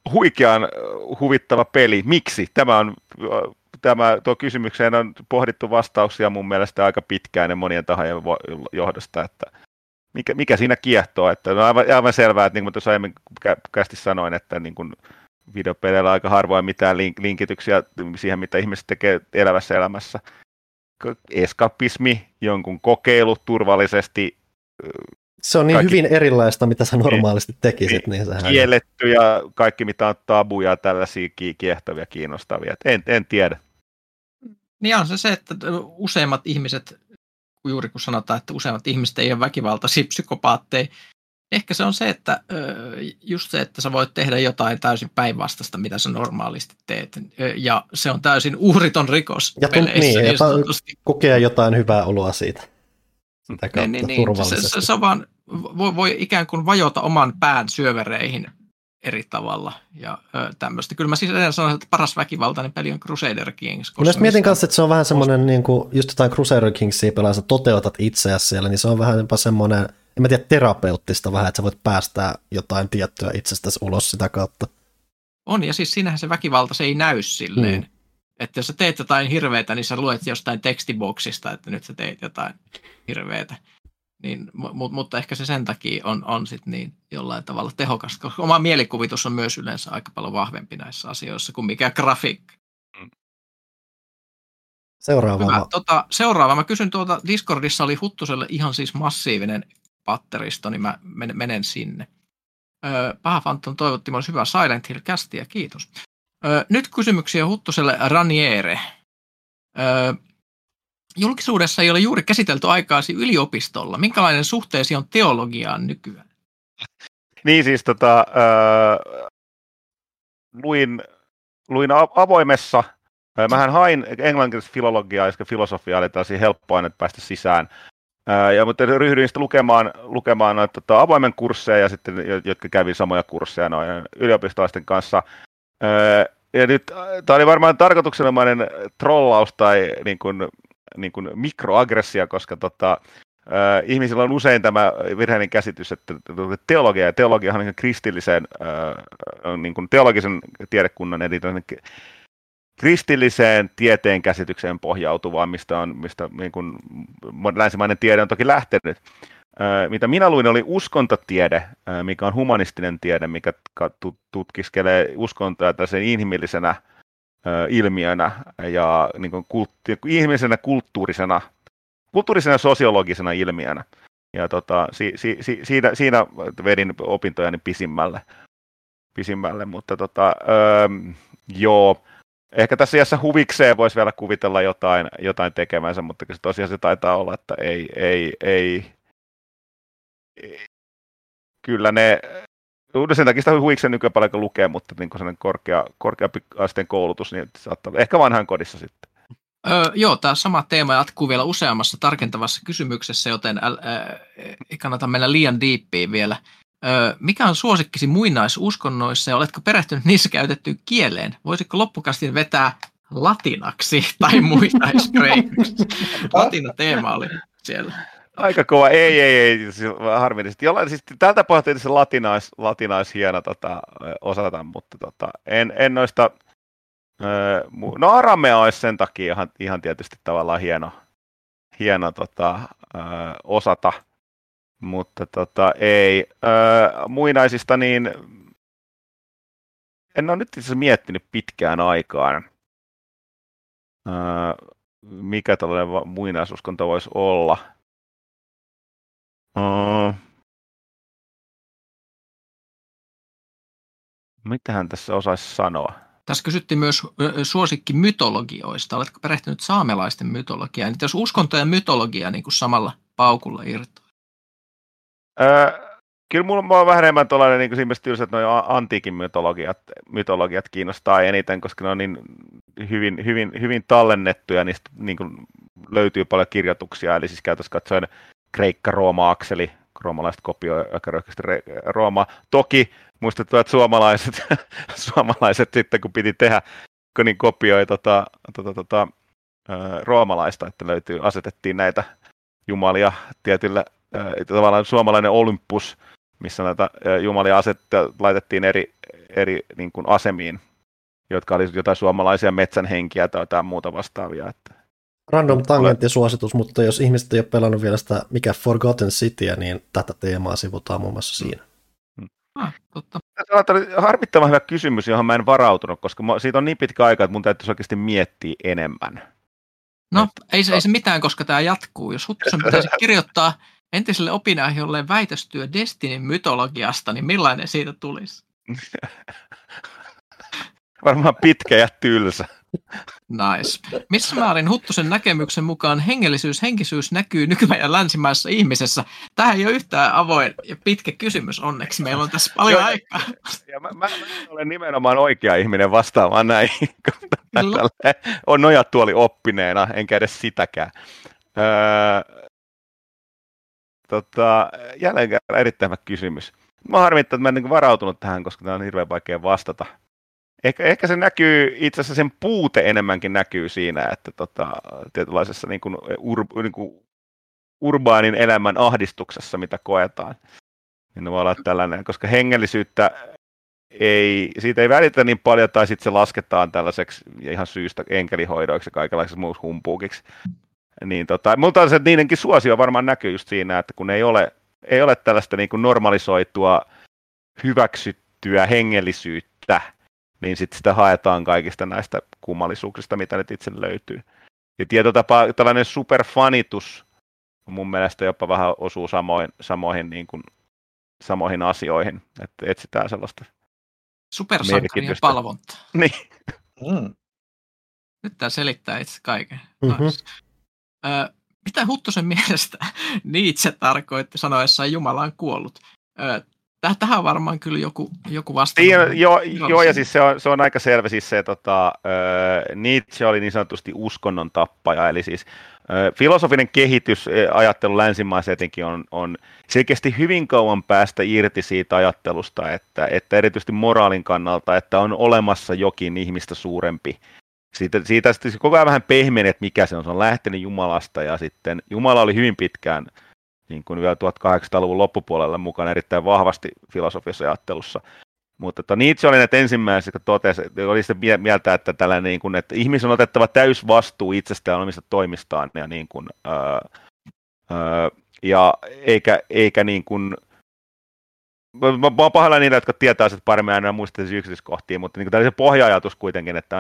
huikean huvittava peli. Miksi? Tuo kysymykseen on pohdittu vastauksia mun mielestä aika pitkään ja monien tahojen johdosta, että mikä siinä kiehtoo. Että on aivan selvää, että niin kuin tuossa aiemmin kästi sanoin, että niin kuin videopeleillä on aika harvoin mitään linkityksiä siihen, mitä ihmiset tekee elävässä elämässä. Eskapismi, jonkun kokeilu turvallisesti. Se on niin hyvin erilaista, mitä sä normaalisti tekisit. Niin kielletty ja kaikki, mitä on tabuja, tällaisia kiehtovia, kiinnostavia. En tiedä. Niin on se, että useimmat ihmiset, juuri kun sanotaan, että useimmat ihmiset ei ole väkivaltaisia psykopaatteja, ehkä se on se, että just se, että sä voit tehdä jotain täysin päinvastaista, mitä sä normaalisti teet. Ja se on täysin uhriton rikos ja peleissä. Ja kokea jotain hyvää oloa siitä. Sitä kautta turvallisesti. Se on vaan, voi ikään kuin vajota oman pään syövereihin eri tavalla ja tämmöistä. Kyllä mä siis edelleen sanon, että paras väkivaltainen peli on Crusader Kings. Mä mietin kanssa, että se on vähän semmoinen, niin kuin just jotain Crusader Kingsia pelaa, sä toteutat itseäsi siellä, niin se on vähän jopa semmoinen, en mä tiedä, terapeuttista vähän, että sä voit päästää jotain tiettyä itsestäsi ulos sitä kautta. On, ja siis siinähän se väkivalta, se ei näy silleen. Että jos sä teet jotain hirveätä, niin sä luet jostain tekstiboksista, että nyt sä teet jotain hirveätä. Niin, mutta ehkä se sen takia on sit niin jollain tavalla tehokas, koska oma mielikuvitus on myös yleensä aika paljon vahvempi näissä asioissa kuin mikä grafiikka. Seuraava. Mä kysyn Discordissa oli Huttuselle ihan siis massiivinen patteristo, niin mä menen sinne. Paha Phantom toivotti myös hyvää Silent Hill-kästiä, kiitos. Nyt kysymyksiä Huttuselle Raniere. Julkisuudessa ei ole juuri käsitelty aikaasi yliopistolla. Minkälainen suhteesi on teologiaan nykyään? Niin siis luin avoimessa. Mähän hain englanninkielistä filologiaa ja filosofiaa, eli tällaisia helppoa päästä sisään. Mutta ryhdyin sitten lukemaan noita avoimen kursseja ja sitten, jotka kävi samoja kursseja noin yliopistolaisten kanssa. Ja nyt tämä oli varmaan tarkoituksenomainen trollaus tai niin kuin mikroaggressia, koska ihmisillä on usein tämä virheinen käsitys, että teologia on niin kristillisen, niin kuin teologisen tiedekunnan eli kristilliseen tieteen käsitykseen pohjautuvaa, mistä niin kuin länsimainen tiede on toki lähtenyt. Mitä minä luin, oli uskontotiede, mikä on humanistinen tiede, mikä tutkiskelee uskontoa tällaisen inhimillisenä ilmiönä ja niin kuin ihmisenä kulttuurisena sosiologisena ilmiönä. Ja siinä vedin opintojani pisimmälle, mutta joo. Ehkä tässä iässä huvikseen voisi vielä kuvitella jotain tekemänsä, mutta tosiaan se taitaa olla, että ei. Kyllä ne, sen takia sitä huvikseen nykyään paljon lukee, mutta niin sellainen korkea-asteen koulutus, niin saattaa ehkä vanhaan kodissa sitten. Joo, tämä sama teema jatkuu vielä useammassa tarkentavassa kysymyksessä, joten ei kannata mennä liian diippiin vielä. Mikä on suosikkisi muinaisuskonnoissa ja oletko perehtynyt niissä käytettyyn kieleen? Voisitko loppukastin vetää latinaksi tai muinaiskreikaksi? Latina-teema oli siellä. Aika kova, ei, harmillisesti. Siis tältä pohjalta se latinais hieno osata, mutta en noista, no aramea olisi sen takia ihan tietysti tavallaan hieno osata. Mutta ei. Muinaisista niin en ole nyt itse miettinyt pitkään aikaan, mikä tällainen muinaisuskonto voisi olla. Mitähän tässä osaisi sanoa? Tässä kysyttiin myös suosikkimytologioista. Oletko perehtynyt saamelaisten mytologiaan? Jos uskonto ja mytologia niin kuin samalla paukulla irtoaa. Kyllä mulla on vähän enemmän tuollainen niin siinä tylsä, että nuo antiikin mytologiat kiinnostaa eniten, koska ne on niin hyvin tallennettuja, niistä niin kuin löytyy paljon kirjoituksia, eli siis käytössä katsoen Kreikka-Rooma-akseli, roomalaiset kopioi aika röyhkästi Roomaa. Toki muistetaan, että suomalaiset sitten kun piti tehdä, niin kopioi roomalaista, että asetettiin näitä jumalia tietyllä tavallaan suomalainen Olympus missä näitä jumalia laitettiin eri niin kuin asemiin, jotka oli jotain suomalaisia metsänhenkiä tai jotain muuta vastaavia. Että Random tangenttisuositus, mutta jos ihmiset ei ole pelannut vielä sitä mikä Forgotten Cityä, niin tätä teemaa sivutaan muun muassa siinä. Totta. Tämä oli harmittavan hyvä kysymys, johon mä en varautunut, koska siitä on niin pitkä aika, että mun täytyisi oikeasti miettiä enemmän. No, ei se mitään, koska tämä jatkuu. Jos Huttusen pitäisi kirjoittaa entiselle opinahjolle väitöstyö Destinin mytologiasta, niin millainen siitä tulisi? Varmaan pitkä ja tylsä. Nice. Missä määrin Huttusen näkemyksen mukaan henkisyys näkyy nykyajan länsimaisessa ihmisessä? Tähän ei ole yhtään avoin ja pitkä kysymys onneksi. Meillä on tässä paljon aikaa. Ja mä olen nimenomaan oikea ihminen vastaamaan näin. On nojatuoli oppineena, enkä edes sitäkään. Jälleen kerran erittäin hyvä kysymys. Mä harmittaa, että mä en niin varautunut tähän, koska tämä on hirveän vaikea vastata. Ehkä se näkyy, itse asiassa sen puute enemmänkin näkyy siinä, että tietynlaisessa niin kuin urbaanin elämän ahdistuksessa, mitä koetaan. Niin voi olla tällainen, koska hengellisyyttä siitä ei välitä niin paljon, tai sitten se lasketaan tällaiseksi ihan syystä enkelihoidoiksi ja kaikenlaiseksi muuksi humpuukiksi. Niin mutta se niidenkin suosio varmaan näkyy just siinä, että kun ei ole tällaista niin kuin normalisoitua, hyväksyttyä hengellisyyttä, niin sitten sitä haetaan kaikista näistä kummallisuuksista, mitä nyt itse löytyy. Ja tietotapa, tällainen superfanitus mun mielestä jopa vähän osuu samoihin asioihin, että etsitään sellaista supersankarien palvontaa. Niin. Nyt tämä selittää itse kaiken. Mm-hmm. Mitä Huttusen mielestä Nietzsche tarkoitti sanoessaan Jumala on kuollut? Tähän on varmaan kyllä joku vastaus. Joo, ja siis se on aika selvä. Siis se, Nietzsche oli niin sanotusti uskonnon tappaja, eli siis filosofinen kehitys, ajattelu länsimaissa etenkin on selkeästi hyvin kauan päästä irti siitä ajattelusta, että erityisesti moraalin kannalta, että on olemassa jokin ihmistä suurempi. Siitä sitten koko ajan vähän pehmeni, että mikä se on lähtenyt Jumalasta, ja sitten Jumala oli hyvin pitkään niin kuin vielä 1800-luvun loppupuolella mukana erittäin vahvasti filosofisessa ajattelussa. Mutta Nietzsche oli näitä ensimmäisiä, jotka totesi, oli sitä mieltä, että tällainen, niin kuin, että ihmisen on otettava täys vastuu itsestään omista toimistaan, ja, niin kuin, ja eikä niin kuin, mä oon pahalla niillä, jotka tietää asiat paremmin, aina muista yksityiskohtia, mutta niin tällainen pohja-ajatus kuitenkin, että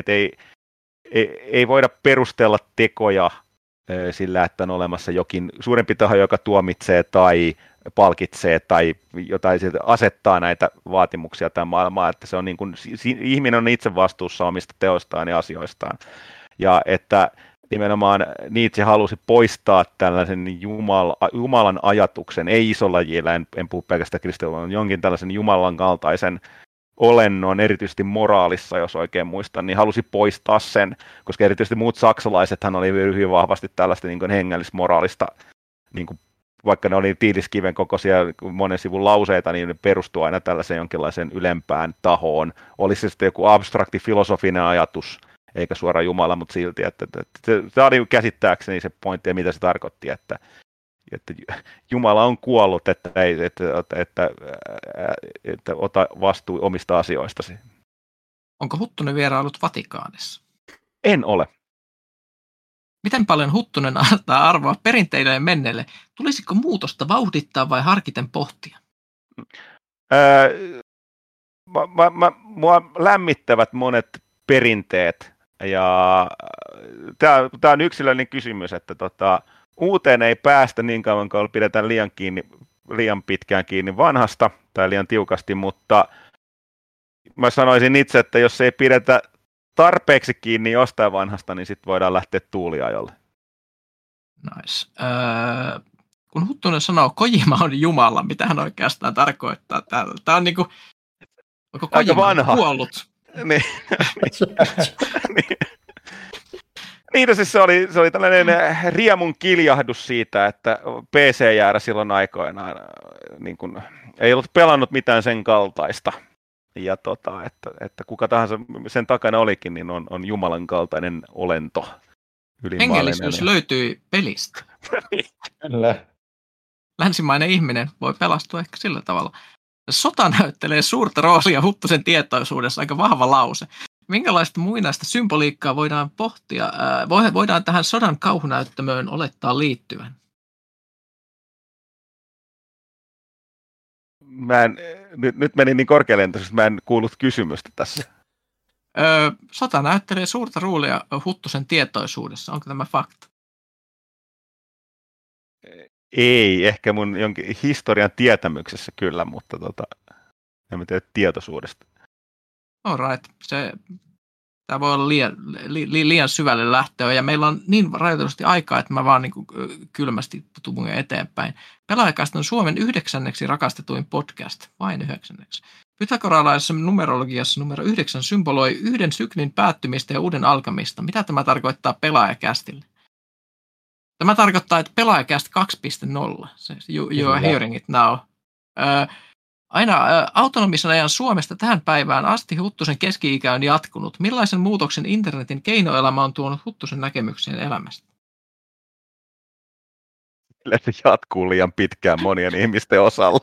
ei voida perustella tekoja sillä, että on olemassa jokin suurempi taho, joka tuomitsee tai palkitsee tai jotain asettaa näitä vaatimuksia tämän maailmaan, että se on niin kuin, ihminen on itse vastuussa omista teoistaan ja asioistaan. Ja että nimenomaan Nietzsche halusi poistaa tällaisen Jumalan ajatuksen, ei isolla jillä, en puhu pelkästään kristinuskosta, vaan jonkin tällaisen Jumalan kaltaisen olennon, erityisesti moraalissa, jos oikein muistan, niin halusi poistaa sen, koska erityisesti muut saksalaisethan oli hyvin vahvasti tällaista niin kuin hengällismoraalista, niin kuin, vaikka ne oli tiiliskiven kokoisia monen sivun lauseita, niin ne perustuu aina tällaiseen jonkinlaiseen ylempään tahoon. Olisi se sitten joku abstrakti filosofinen ajatus, eikä suora Jumala, mutta silti, että tämä oli käsittääkseni se pointti, ja mitä se tarkoitti, että Jumala on kuollut, että ota vastuu omista asioistasi. Onko Huttunen vierailut Vatikaanissa? En ole. Miten paljon Huttunen antaa arvoa perinteille menneille? Tulisiko muutosta vauhdittaa vai harkiten pohtia? Mua lämmittävät monet perinteet, ja tämä on yksilöllinen kysymys, että uuteen ei päästä niin kauan, kun pidetään liian pitkään kiinni vanhasta tai liian tiukasti, mutta mä sanoisin itse, että jos ei pidetä tarpeeksi kiinni jostain vanhasta, niin sitten voidaan lähteä tuuliajolle. Nice. Kun Huttunen sanoo, Kojima on Jumala, mitä hän oikeastaan tarkoittaa täällä? Tämä on niinku, onko Kojima kuollut? Niin. Niin, siis se oli tällainen riemun kiljahdus siitä, että PC-jäärä silloin aikoinaan niin kun, ei ollut pelannut mitään sen kaltaista. Ja että kuka tahansa sen takana olikin, niin on Jumalan kaltainen olento. Hengellisyys löytyi pelistä. Kyllä. länsimainen ihminen voi pelastua ehkä sillä tavalla. Sota näyttelee suurta roolia Huttusen tietoisuudessa, aika vahva lause. Minkälaista muinaista symboliikkaa voidaan pohtia, voidaan tähän sodan kauhunäyttämöön olettaa liittyvän? Nyt meni niin korkealentoisesti, mä en kuullut kysymystä tässä. Sota näyttelee suurta roolia Huttusen tietoisuudessa. Onko tämä fakta? Ei, ehkä mun jonkin historian tietämyksessä kyllä, mutta en tiedä tietoisuudesta. Alright, tämä voi olla liian syvälle lähtöä, ja meillä on niin rajoitetusti aikaa, että mä vaan niin kuin kylmästi tuun eteenpäin. Pelaajakästä on Suomen 9. rakastetuin podcast, vain 9. Pythagoralaisessa numerologiassa numero 9 symboloi yhden syklin päättymistä ja uuden alkamista. Mitä tämä tarkoittaa pelaajakästille? Tämä tarkoittaa, että pelaajakäst 2.0, you are hearing it now. Aina autonomisen ajan Suomesta tähän päivään asti Huttusen keski-ikä on jatkunut. Millaisen muutoksen internetin keinoelämä on tuonut Huttusen näkemykseen elämästä? Kyllä se jatkuu liian pitkään monien ihmisten osalla.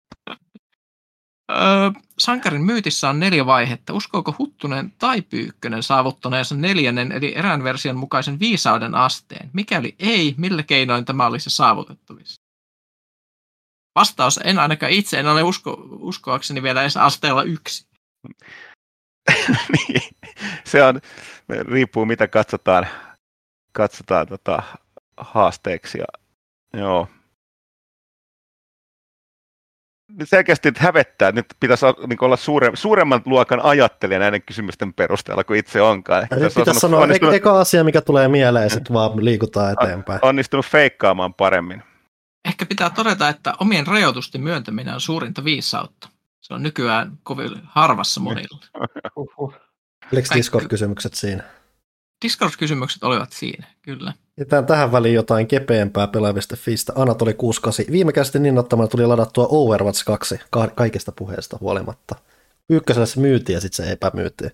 Sankarin myytissä on 4 vaihetta. Uskooko Huttunen tai Pyykkönen saavuttaneensa 4. eli erään version mukaisen viisauden asteen? Mikäli ei, millä keinoin tämä olisi saavutettavissa? Vastaus, en ainakaan itse, en ole uskoakseni vielä edes asteella 1. Niin, se on, riippuu mitä katsotaan haasteeksi. Joo. Selkeästi hävettää, että nyt pitäisi olla suuremman luokan ajattelija näiden kysymysten perusteella kuin itse onkaan. Pitäisi sanoa eka asia, mikä tulee mieleen, ja sitten vaan liikutaan eteenpäin. Onnistunut feikkaamaan paremmin. Ehkä pitää todeta, että omien rajoitusten myöntäminen on suurinta viisautta. Se on nykyään kovin harvassa monilla. Oliko Discord-kysymykset siinä? Discord-kysymykset olivat siinä, kyllä. Jätään tähän väliin jotain kepeämpää Pelaaja.fiistä. Anatoli 68. Viimekästi niin ottamana tuli ladattua Overwatch 2 kaikesta puheesta huolimatta. Ykkösellä se myytiin ja sitten se epämyytiin.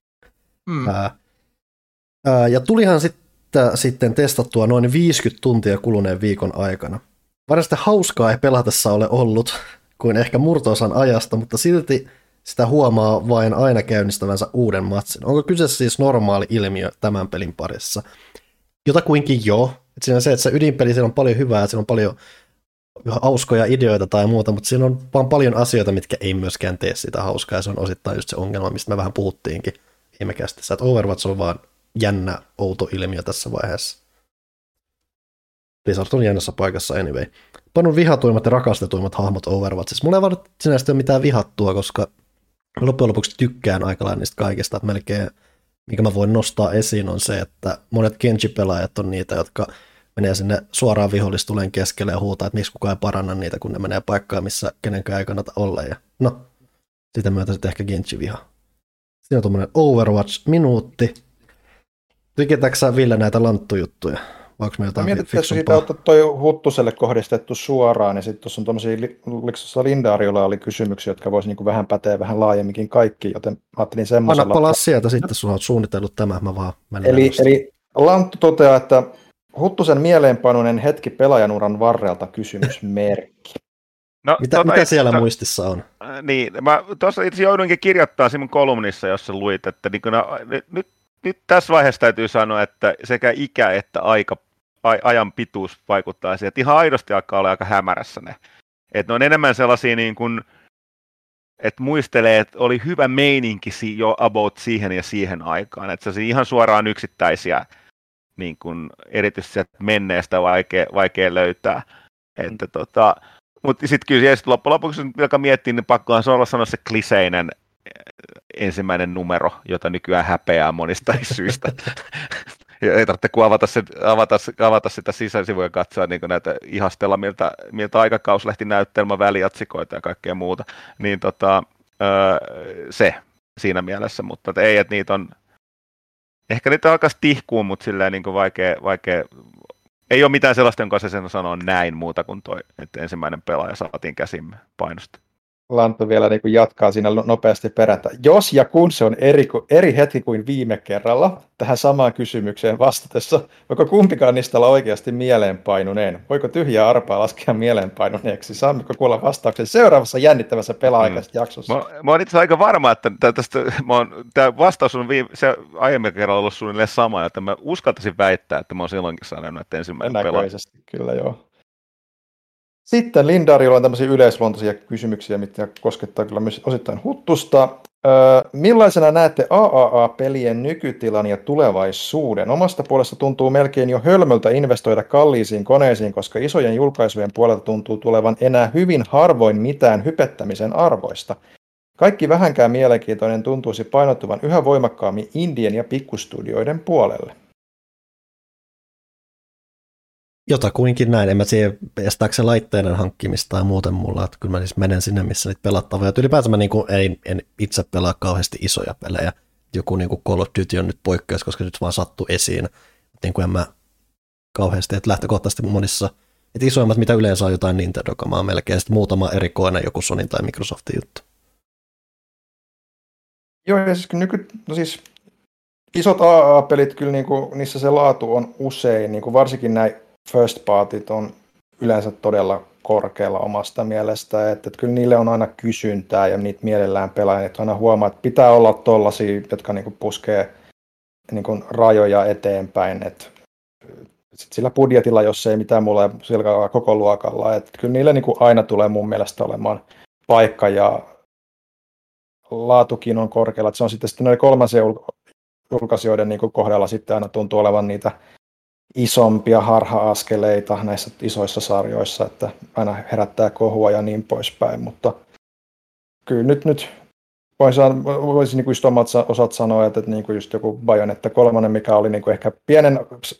Ja tulihan sitten testattua noin 50 tuntia kuluneen viikon aikana. Varmasti hauskaa ei pelatessa ole ollut kuin ehkä murto-osan ajasta, mutta silti sitä huomaa vain aina käynnistävänsä uuden matsin. Onko kyse siis normaali ilmiö tämän pelin parissa? Jotakuinkin joo. Että siinä on se, että se ydinpeli, siinä on paljon hyvää, siinä on paljon hauskoja ideoita tai muuta, mutta siinä on vaan paljon asioita, mitkä ei myöskään tee sitä hauskaa, ja se on osittain just se ongelma, mistä me vähän puhuttiinkin viime kästissä, että Overwatch on vaan jännä, outo ilmiö tässä vaiheessa. Blizzard on jännässä paikassa anyway. Panun vihatuimmat ja rakastetuimmat hahmot Overwatchissa. Mulla ei vaan sinänsä ole mitään vihattua, koska loppujen lopuksi tykkään aika lailla niistä kaikista, että melkein mikä mä voin nostaa esiin on se, että monet Genji-pelaajat on niitä, jotka menee sinne suoraan vihollistuleen keskelle ja huutaa, että miksi kukaan ei paranna niitä, kun ne menee paikkaan, missä kenenkään ei kannata olla. Ja no, sitä myötä sitten ehkä Genji-viha. Siinä on tuommoinen Overwatch-minuutti. Tykitätkö sä, Ville, näitä lanttujuttuja? Onko me jotain fiksumpaa? Siitä ottaa toi Huttuselle kohdistettu suoraan, ja sitten tuossa on tuommoisia, oliko Lindaariolla oli kysymyksiä, jotka voisi niinku vähän päteä vähän laajemminkin kaikki, joten ajattelin semmoisella. Anna palaa sieltä sitten, sun olet suunnitellut tämä, mä vaan menen. Eli Lanttu toteaa, että Huttusen mieleenpanoinen hetki pelaajanuran varrelta kysymysmerkki. No, mitä siellä muistissa on? Niin, mä tuossa itse joudunkin kirjoittamaan sinun kolumnissa, jossa luit, että niin nyt tässä vaiheessa täytyy sanoa, että sekä ikä että ajan pituus vaikuttaa siihen, että ihan aidosti alkaa olla aika hämärässä ne. Että ne on enemmän sellaisia, niin kuin, että muistelee, että oli hyvä meininki jo about siihen ja siihen aikaan. Että se on ihan suoraan yksittäisiä, niin kuin, erityisesti menneestä vaikea löytää. Mutta sitten kyllä loppujen lopuksi, joka miettii, niin pakkohan se olla sanoa se kliseinen ensimmäinen numero, jota nykyään häpeää monista syistä. Ei tarvitse kuin avata sitä sisäsivuja ja katsoa niin näitä ihastella, miltä aikakauslehtinäyttelmä väliatsikoita ja kaikkea muuta. Niin se siinä mielessä, mutta ei, että niitä on, ehkä niitä alkaisi tihkuun, mutta silleen niin kuin vaikea, ei ole mitään sellaista, jonka se sen sanoo näin muuta kuin toi, että ensimmäinen pelaaja saatiin käsimme painosta. Lanttu vielä niin kuin jatkaa siinä nopeasti perätä. Jos ja kun se on eri hetki kuin viime kerralla, tähän samaan kysymykseen vastatessa, voiko kumpikaan niistä olla oikeasti mieleenpainuneen? Voiko tyhjää arpaa laskea mieleenpainuneeksi? Saammeko kuulla vastauksen seuraavassa jännittävässä pelaajaisessa jaksossa? Mä oon itse aika varma, että tämä vastaus on se aiemmin kerralla ollut suunnilleen sama, joten mä uskaltaisin väittää, että mä oon silloinkin sanonut, että ensimmäinen pelaaja. Näköisesti, kyllä joo. Sitten Lindarilla on tämmöisiä yleisluontoisia kysymyksiä, mitkä koskettaa kyllä myös osittain Huttusta. Millaisena näette AAA-pelien nykytilan ja tulevaisuuden? Omasta puolesta tuntuu melkein jo hölmöltä investoida kalliisiin koneisiin, koska isojen julkaisujen puolelta tuntuu tulevan enää hyvin harvoin mitään hypettämisen arvoista. Kaikki vähänkään mielenkiintoinen tuntuisi painottuvan yhä voimakkaammin indien ja pikkustudioiden puolelle. Jotakuinkin näin. En mä tiedä, estääkö se laitteiden hankkimista tai muuten mulla, että kyllä mä siis menen sinne, missä niitä pelattavia. Ylipäänsä mä en itse pelaa kauheasti isoja pelejä. Joku niin kuin Call of Duty on nyt poikkeus, koska nyt vaan sattui esiin. Niin kuin en mä kauheasti, että lähtökohtaisesti monissa, että isoimmat mitä yleensä on jotain Nintendo-kamaa melkein, sitten muutama erikoinen joku Sonin tai Microsoftin juttu. Joo, ja siis isot AA-pelit kyllä niissä se laatu on usein, varsinkin näin first partyt on yleensä todella korkealla omasta mielestä, että kyllä niille on aina kysyntää ja niitä mielellään pelaa, että aina huomaa, että pitää olla tollaisia, jotka puskee rajoja eteenpäin, että sillä budjetilla, jos ei mitään mulla sillä koko luokalla, että kyllä niille aina tulee mun mielestä olemaan paikka ja laatukin on korkealla, että se on sitten noiden kolmansien julkaisijoiden kohdalla sitten aina tuntuu olevan niitä isompia harha-askeleita näissä isoissa sarjoissa, että aina herättää kohua ja niin poispäin, mutta kyllä nyt voisin just omat osat sanoa, että just joku Bayonetta 3, mikä oli ehkä pienen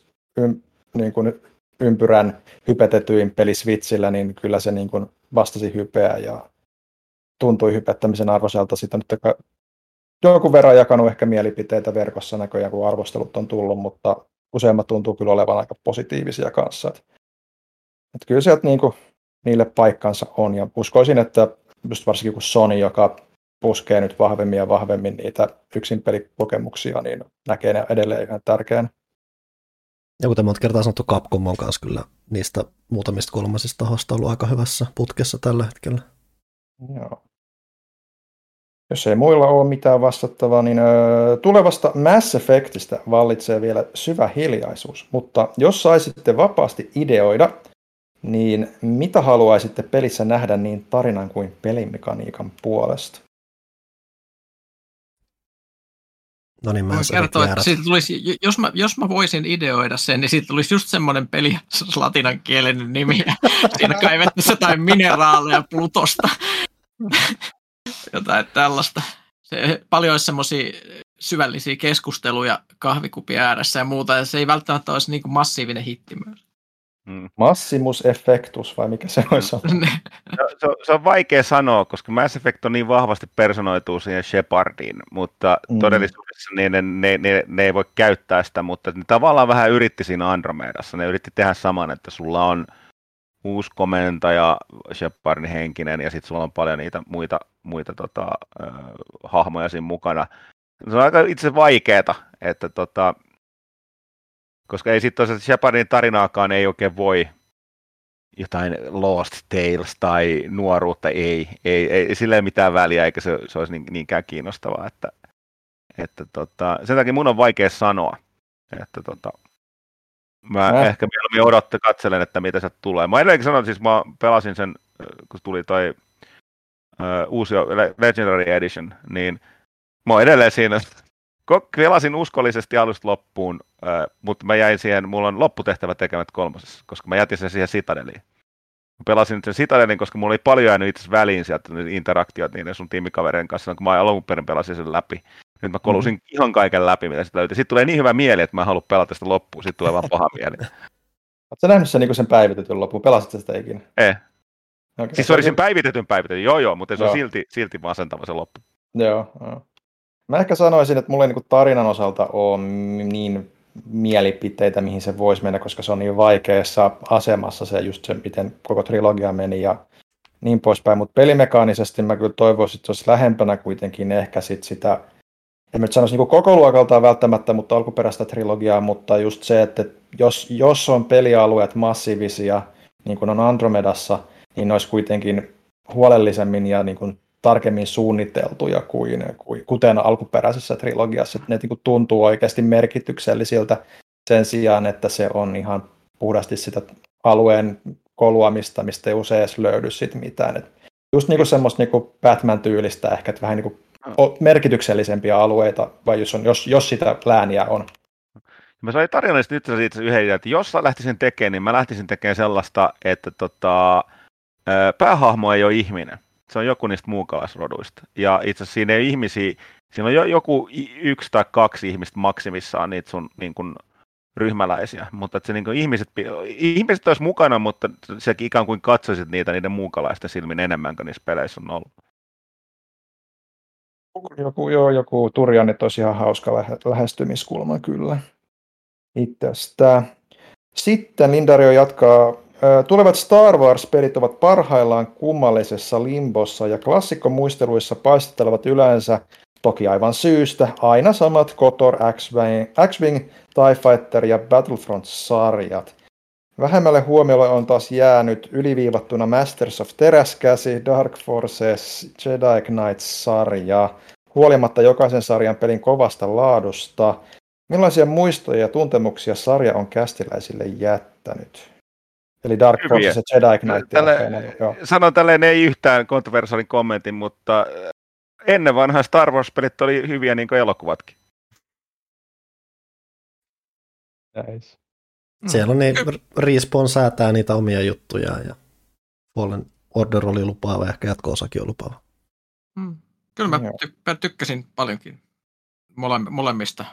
ympyrän hypetetyin peli Switchillä, niin kyllä se vastasi hypeä ja tuntui hypettämisen arvoiselta. Sitten nyt jonkun verran jakanut ehkä mielipiteitä verkossa näköjään, kun arvostelut on tullut, mutta useimmat tuntuu kyllä olevan aika positiivisia kanssa. Että kyllä sieltä niille paikkansa on, ja uskoisin, että just varsinkin kun Sony, joka puskee nyt vahvemmin ja vahvemmin niitä yksin pelikokemuksia, niin näkee ne edelleen ihan tärkeänä. Ja kuten monta kertaa sanottu, Capcom on kanssa kyllä niistä muutamista kolmasista tahosta ollut aika hyvässä putkessa tällä hetkellä. Joo. Jos ei muilla ole mitään vastattavaa, niin tulevasta Mass Effectistä vallitsee vielä syvä hiljaisuus. Mutta jos saisitte vapaasti ideoida, niin mitä haluaisitte pelissä nähdä niin tarinan kuin pelimekaniikan puolesta? No niin, mä kertoa, että siitä tulisi, jos mä voisin ideoida sen, niin siitä tulisi just semmoinen peli, latinankielinen nimi, ja siinä kaivettaisiin jotain mineraaleja Plutosta. Jotain tällaista. Paljon olisi semmoisia syvällisiä keskusteluja kahvikupin ääressä ja muuta, ja se ei välttämättä olisi massiivinen hitti myös. Massimus Effectus, vai mikä se olisi? Se on vaikea sanoa, koska Mass Effect on niin vahvasti personoituu siihen Shepardiin, mutta todellisuudessa ne ei voi käyttää sitä, mutta ne tavallaan vähän yritti siinä Andromedassa. Ne yritti tehdä saman, että sulla on uusi komentaja, Shepardin henkinen, ja sitten sulla on paljon niitä muita hahmoja siinä mukana. Se on aika itse vaikeeta, että koska ei sitten tosiaan Shepardin tarinaakaan ei oikein voi jotain Lost Tales tai nuoruutta, ei sillä ei mitään väliä, eikä se olisi niinkään kiinnostavaa, että sen takia mun on vaikea sanoa, että mä ehkä mieluummin katselen, että mitä se tulee. Mä edelleenkin sanon, siis mä pelasin sen, kun tuli toi uusi Legendary Edition, niin mä oon edelleen siinä, pelasin uskollisesti alusta loppuun, mutta mä jäin siihen, mulla on lopputehtävä tekemät 3, koska mä jätin sen siihen Citadeliin. Mä pelasin nyt sen Citadelin, koska mulla oli paljon jäänyt itse väliin sieltä interaktiot niiden sun tiimikaverien kanssa, kun mä alun perin pelasin sen läpi. Nyt mä kolusin ihan kaiken läpi, mitä sitä löytyi. Sitten tulee niin hyvä mieli, että mä en halua pelata sitä loppuun. Sitten tulee vaan paha mieli. Oletko nähnyt sen päivitetyn loppuun? Pelasit sitä ikinä? Ei. Okay. Siis se oli sen päivitetyn. Joo, mutta se on silti masentava se loppu. Joo. Mä ehkä sanoisin, että mulla ei tarinan osalta ole niin mielipiteitä, mihin se voisi mennä, koska se on niin vaikeassa asemassa se just se, miten koko trilogia meni. Ja niin poispäin, mutta pelimekaanisesti mä kyllä toivoisin, että se olisi lähempänä kuitenkin ehkä sitä, en nyt sanoisi niin koko luokaltaan välttämättä, mutta alkuperäistä trilogiaa, mutta just se, että jos on pelialueet massiivisia, niin kuin on Andromedassa, niin ne olisi kuitenkin huolellisemmin ja niin kuin tarkemmin suunniteltuja kuten alkuperäisessä trilogiassa, että ne niin kuin tuntuu oikeasti merkityksellisiltä sen sijaan, että se on ihan puhdasti sitä alueen koluamista, mistä ei usein edes löydy sit mitään. Et just niinku semmoista niinku Batman-tyylistä ehkä, että vähän niinku merkityksellisempiä alueita, vai jos sitä lääniä on. Mä sain tarinallisesti nyt siitä yhden, että jos lähtisin tekemään, niin mä lähtisin tekemään sellaista, että päähahmo ei ole ihminen. Se on joku niistä muukalaisroduista. Ja itse asiassa siinä ei ihmisiä, siinä on joku 1 tai 2 ihmistä maksimissaan niitä sun niin kuin ryhmäläisiä, mutta että se niin kuin ihmiset olisi mukana, mutta sekin ikään kuin katsoisit niiden muukalaisten silmin enemmän kuin niissä peleissä on ollut. Joku Turjanit olisi ihan hauska lähestymiskulma kyllä itsestä. Sitten Lindario jatkaa. Tulevat Star Wars-pelit ovat parhaillaan kummallisessa limbossa ja klassikkomuisteluissa paistettelevat yleensä, toki aivan syystä, aina samat KOTOR, X-Wing, TIE Fighter ja Battlefront-sarjat. Vähemmälle huomiolle on taas jäänyt yliviivattuna Masters of Teräskäsi, Dark Forces, Jedi Knights-sarja, huolimatta jokaisen sarjan pelin kovasta laadusta. Millaisia muistoja ja tuntemuksia sarja on kästiläisille jättänyt? Eli Dark Forces ja Jedi Knight. Sanon tälleen ei yhtään kontroversiaalin kommentin, mutta ennen vanhaa Star Wars-pelit oli hyviä niin kuin elokuvatkin. Nice. Siellä on niin, Respawn säätää niitä omia juttuja ja Fallen Order oli lupaava ja ehkä jatko-osakin on lupaava. Kyllä mä tykkäsin paljonkin molemmista.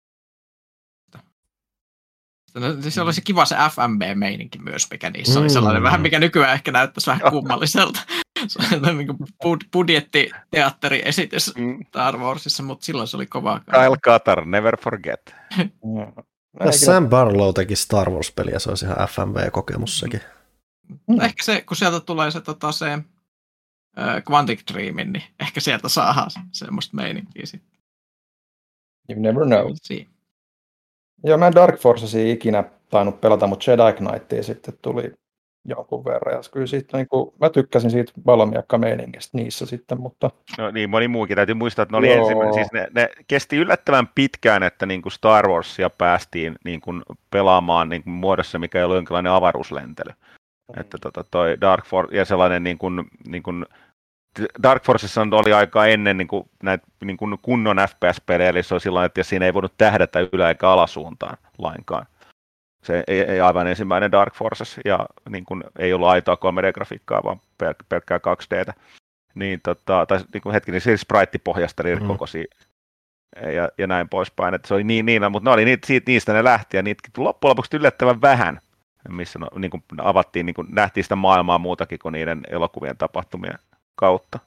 Se olisi kiva se FMB-meininki myös, mikä niissä oli sellainen vähän, mikä nykyään ehkä näyttäisi vähän kummalliselta. Se on niin kuin budjettiteatteriesitys Star Warsissa, mutta silloin se oli kovaa. Kyle Katar, never forget. Jos Sam Barlow teki Star Wars-peliä, se olisi ihan FMV-kokemus sekin. Ehkä se, kun sieltä tulee se Quantic Dreamin, niin ehkä sieltä saadaan semmoista meininkiä sitten. You never know. Joo, mä en Dark Forcesia ikinä tainnut pelata, mutta Jedi Knightia sitten tuli jonkun verran. Ja kyllä siitä, niin kuin, mä tykkäsin siitä valomiakka-meiningistä niissä sitten, mutta... No niin, moni muukin. Täytyy muistaa, että ne oli ensimmäinen. Siis ne kesti yllättävän pitkään, että niin kuin Star Warsia päästiin niin kuin pelaamaan niin kuin muodossa, mikä ei ollut jonkinlainen avaruuslentely. Että toi Dark Force ja sellainen niin kuin Dark Forcessa oli aika ennen niin kuin näitä niin kuin kunnon FPS-pelejä, eli se on silloin, että siinä ei voinut tähdätä ylä- eikä alasuuntaan lainkaan. Se ei aivan ensimmäinen Dark Forces, ja niin kuin ei ollut aitoa 3D-grafiikkaa, vaan pelkkää 2Dtä. Niin, tai niin kuin hetkinen, siis sprite-pohjasta kokoisia ja näin poispäin. Että se oli niin, mutta ne oli niistä ne lähti, ja niitä loppujen lopuksi yllättävän vähän, missä niin kuin avattiin, niin kuin nähtiin sitä maailmaa muutakin kuin niiden elokuvien tapahtumien kautta.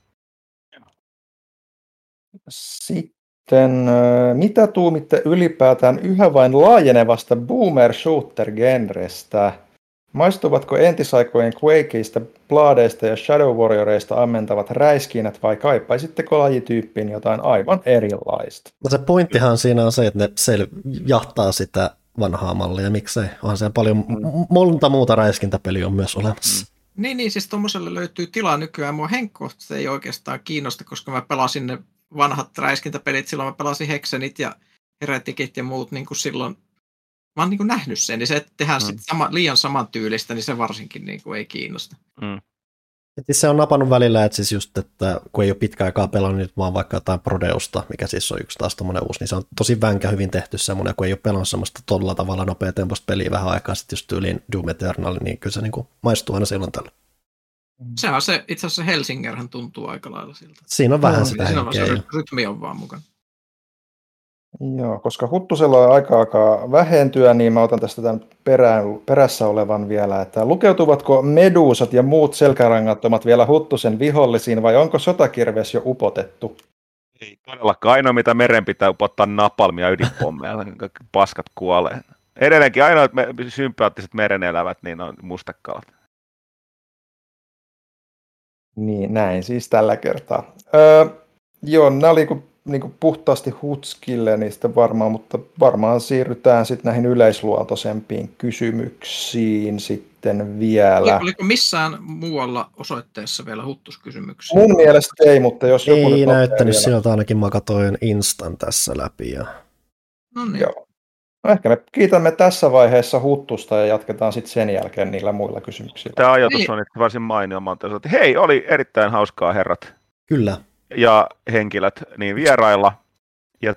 Sitten, mitä tuumitte ylipäätään yhä vain laajenevasta boomer-shooter-genrestä? Maistuvatko entisaikojen Quakeista, Bladeista ja Shadow Warrioreista ammentavat räiskinnät vai kaipaisitteko lajityyppiin jotain aivan erilaista? No se pointtihan siinä on se, että ne jahtaa sitä vanhaa mallia, miksei? Onhan siellä paljon monta muuta räiskintäpeliä on myös olemassa. Niin, siis tuommoiselle löytyy tilaa nykyään. Mua henkkohtaisesti ei oikeastaan kiinnosta, koska mä pelasin ne vanhat räiskintäpelit. Silloin mä pelasin Hexenit ja Heretikit ja muut niin kuin silloin. Mä oon niin kuin nähnyt sen, niin se, että tehdään liian samantyylistä, niin se varsinkin niin kuin ei kiinnosta. Se on napannut välillä, että siis just, että kun ei ole pitkä aikaa pelannut, niin vaan vaikka jotain Prodeusta, mikä siis on yksi taas tommoinen uusi, niin se on tosi vänkä hyvin tehty semmoinen, kun ei ole pelannut semmoista todella tavalla nopeatempoista peliä vähän aikaa sitten just tyyliin Doom Eternal, niin kyllä se niin kuin maistuu aina silloin tällä. Se on se, itse asiassa Helsingerhän tuntuu aika lailla siltä. Siinä on vähän sitä henkeä. Se rytmi on vaan mukana. Joo, koska Huttusella on aika vähentyä, niin mä otan tästä tämän perässä olevan vielä, että lukeutuvatko meduusat ja muut selkärangattomat vielä Huttusen vihollisiin vai onko sotakirves jo upotettu? Ei todellakaan. Ainoa mitä meren pitää upottaa napalmia ydinpommeja, paskat kuolee. Edelleenkin ainoat sympaattiset merenelävät niin on mustakalat. Niin, näin siis tällä kertaa. Joo, nämä oli niinku puhtaasti Hutskille niistä varmaan, mutta varmaan siirrytään sitten näihin yleisluontoisempiin kysymyksiin sitten vielä. Oliko missään muualla osoitteessa vielä huttuskysymyksiä? Mun mielestä ei, mutta jos joku Ei nyt näyttänyt vielä. siltä, ainakin mä katsoin Instan tässä läpi. Ja... No niin. Joo. No ehkä me kiitämme tässä vaiheessa Huttusta ja jatketaan sitten sen jälkeen niillä muilla kysymyksillä. Tämä ajatus on että varsin mainio. Että hei, oli erittäin hauskaa herrat Kyllä. ja henkilöt niin vierailla. Ja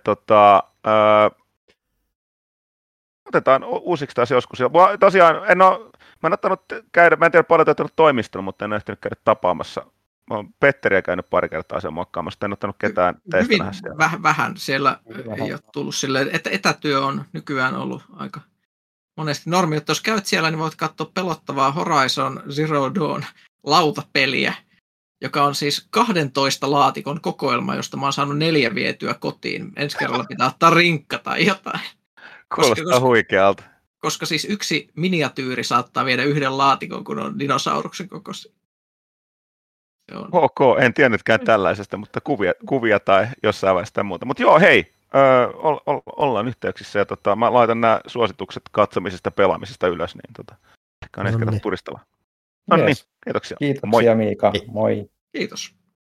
otetaan uusiksi taas joskus. Ja tosiaan, mä en ottanut käydä, mä en tiedä paljon tehty toimistolla, mutta en ole ehtinyt käydä tapaamassa. Mä oon Petteriä käynyt pari kertaa sen moikkaamassa, en ottanut ketään teistä Hyvin nähdä siellä. vähän siellä ei ole tullut silleen, että etätyö on nykyään ollut aika monesti normi, että jos käyt siellä, niin voit katsoa pelottavaa Horizon Zero Dawn lautapeliä, joka on siis 12 laatikon kokoelma, josta mä oon saanut 4 vietyä kotiin. Ensi kerralla pitää ottaa rinkka tai jotain. Kuulostaa huikealta. Koska siis yksi miniatyyri saattaa viedä 1 laatikon, kun on dinosauruksen kokoisia. Ok, en tiennytkään tällaisesta, mutta kuvia tai jossain vaiheessa sitä muuta. Mutta joo, hei, ollaan yhteyksissä ja mä laitan nämä suositukset katsomisesta ja pelaamisesta ylös, niin on ensi kertaa turistella. No niin, kiitoksia. Kiitoksia Moi. Miika, moi. Kiitos.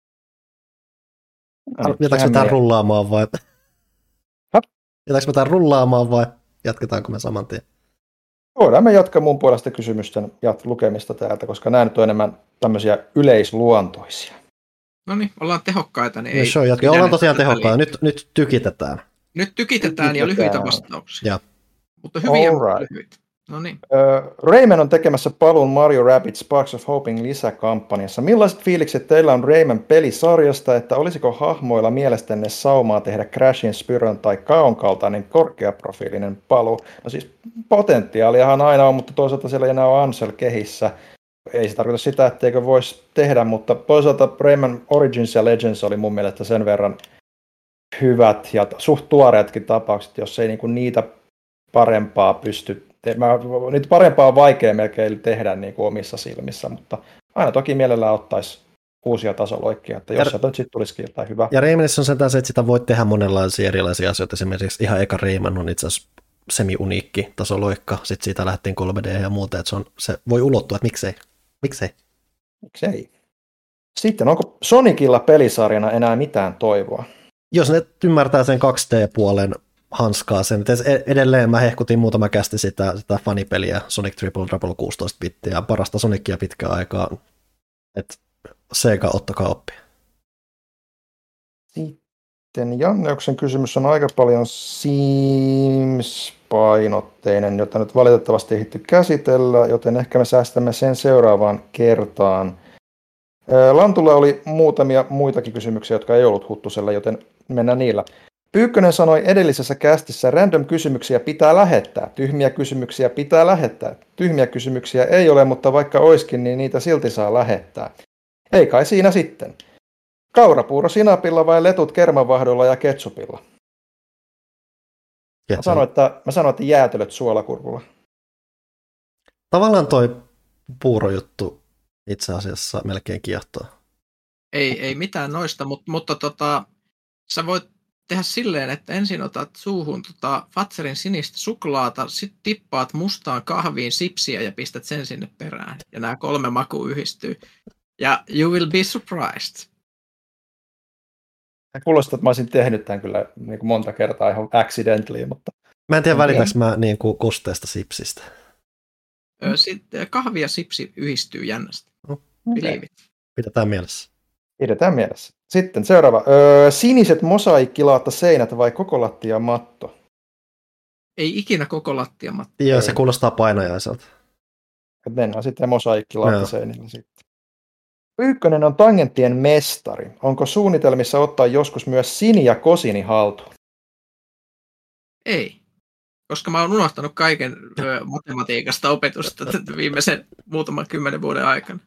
Jätätkö me tämän rullaamaan vai? Jätätkö me tämän rullaamaan vai jatketaanko me saman tien? Voidaan me jatkaa mun puolesta kysymysten lukemista täältä, koska nämä nyt on enemmän tämmöisiä yleisluontoisia. No niin, ollaan tehokkaita. Niin ei ollaan tosiaan tehokkaita. Nyt tykitetään. Nyt tykitetään ja lyhyitä vastauksia. Ja. Mutta hyviä, mutta lyhyitä. No niin. Rayman on tekemässä paluun Mario Rabbids Sparks of Hoping lisäkampanjassa. Millaiset fiilikset teillä on Rayman pelisarjasta, että olisiko hahmoilla mielestänne saumaa tehdä Crashin, Spyron tai Kaon kaltainen korkeaprofiilinen paluu? No siis potentiaaliahan aina on, mutta toisaalta siellä ei enää ole Ansel kehissä. Ei se tarkoita sitä, etteikö voisi tehdä, mutta toisaalta Rayman Origins ja Legends oli mun mielestä sen verran hyvät ja suht tuoreetkin tapaukset, jos ei niinku niitä parempaa pysty niitä parempaa on vaikea melkein tehdä niin kuin omissa silmissä, mutta aina toki mielellään ottaisi uusia tasoloikkia, että jos sieltä nyt sitten tulisikin jotain hyvää. Ja Raymanissa on sentään se, että sitä voit tehdä monenlaisia erilaisia asioita. Esimerkiksi ihan eka Rayman on itse asiassa semi-uniikki tasoloikka, sitten siitä lähdettiin 3D ja muuta, että se voi ulottua, että miksei. Sitten onko Sonicilla pelisarjana enää mitään toivoa? Jos ne ymmärtää sen 2D-puolen hanskaa sen. Edelleen mä hehkutin muutama kästi sitä fanipeliä Sonic Triple Trouble 16 bittiä, parasta Sonicia pitkään aikaa. että Sega, ottakaa oppia. Sitten Janneuksen kysymys on aika paljon Sims-painotteinen, jota nyt valitettavasti ei ehditty käsitellä, joten ehkä me säästämme sen seuraavaan kertaan. Lantulla oli muutamia muitakin kysymyksiä, jotka ei ollut Huttusella, joten mennään niillä. Pyykkönen sanoi edellisessä kästissä, random kysymyksiä pitää lähettää, tyhmiä kysymyksiä pitää lähettää. Tyhmiä kysymyksiä ei ole, mutta vaikka oiskin, niin niitä silti saa lähettää. Ei kai siinä sitten. Kaurapuuro sinapilla vai letut kermavahdolla ja ketsupilla? Mä sanoin, että jäätelöt suolakurkulla. Tavallaan toi puurojuttu itse asiassa melkein kiehtoo. Ei mitään noista, mutta sä voit tehdä silleen, että ensin otat suuhun Fatserin sinistä suklaata, sitten tippaat mustaan kahviin sipsiä ja pistät sen sinne perään. Ja nämä 3 makua yhdistyy. Ja you will be surprised. Kuulostaa, että mä olisin tehnyt tämän kyllä niin kuin monta kertaa ihan accidentally, mutta... Mä en tiedä, välitäks mä niin kuin kusteesta sipsistä. Sitten kahvi ja sipsi yhdistyy jännästi. Okay. Pidetään mielessä. Pidetään mielessä. Sitten seuraava. Siniset mosaikkilaatta seinät vai koko lattia matto? Ei ikinä koko lattia matto. Joo, se kuulostaa painajaiselta. Mennään sitten mosaikkilaatta seinillä sitten. Pyykkönen on tangenttien mestari. Onko suunnitelmissa ottaa joskus myös Sini ja Kosini haltuun? Ei. Koska mä oon unohtanut kaiken matematiikasta opetusta viimeisen muutaman 10 vuoden aikana.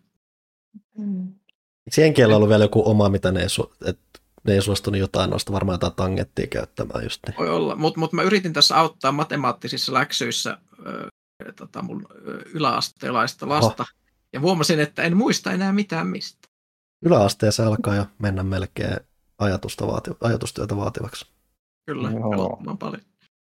Eikö Jenkeillä ollut vielä joku oma, mitä ne ei suostunut jotain noista, varmaan jotain tangenttia käyttämään just niin. Voi olla, mutta mä yritin tässä auttaa matemaattisissa läksyissä mun yläasteelaista lasta, ja huomasin, että en muista enää mitään mistä. Yläasteessa alkaa jo mennä melkein ajatustyötä vaativaksi. Kyllä, Joo. pelottavan paljon.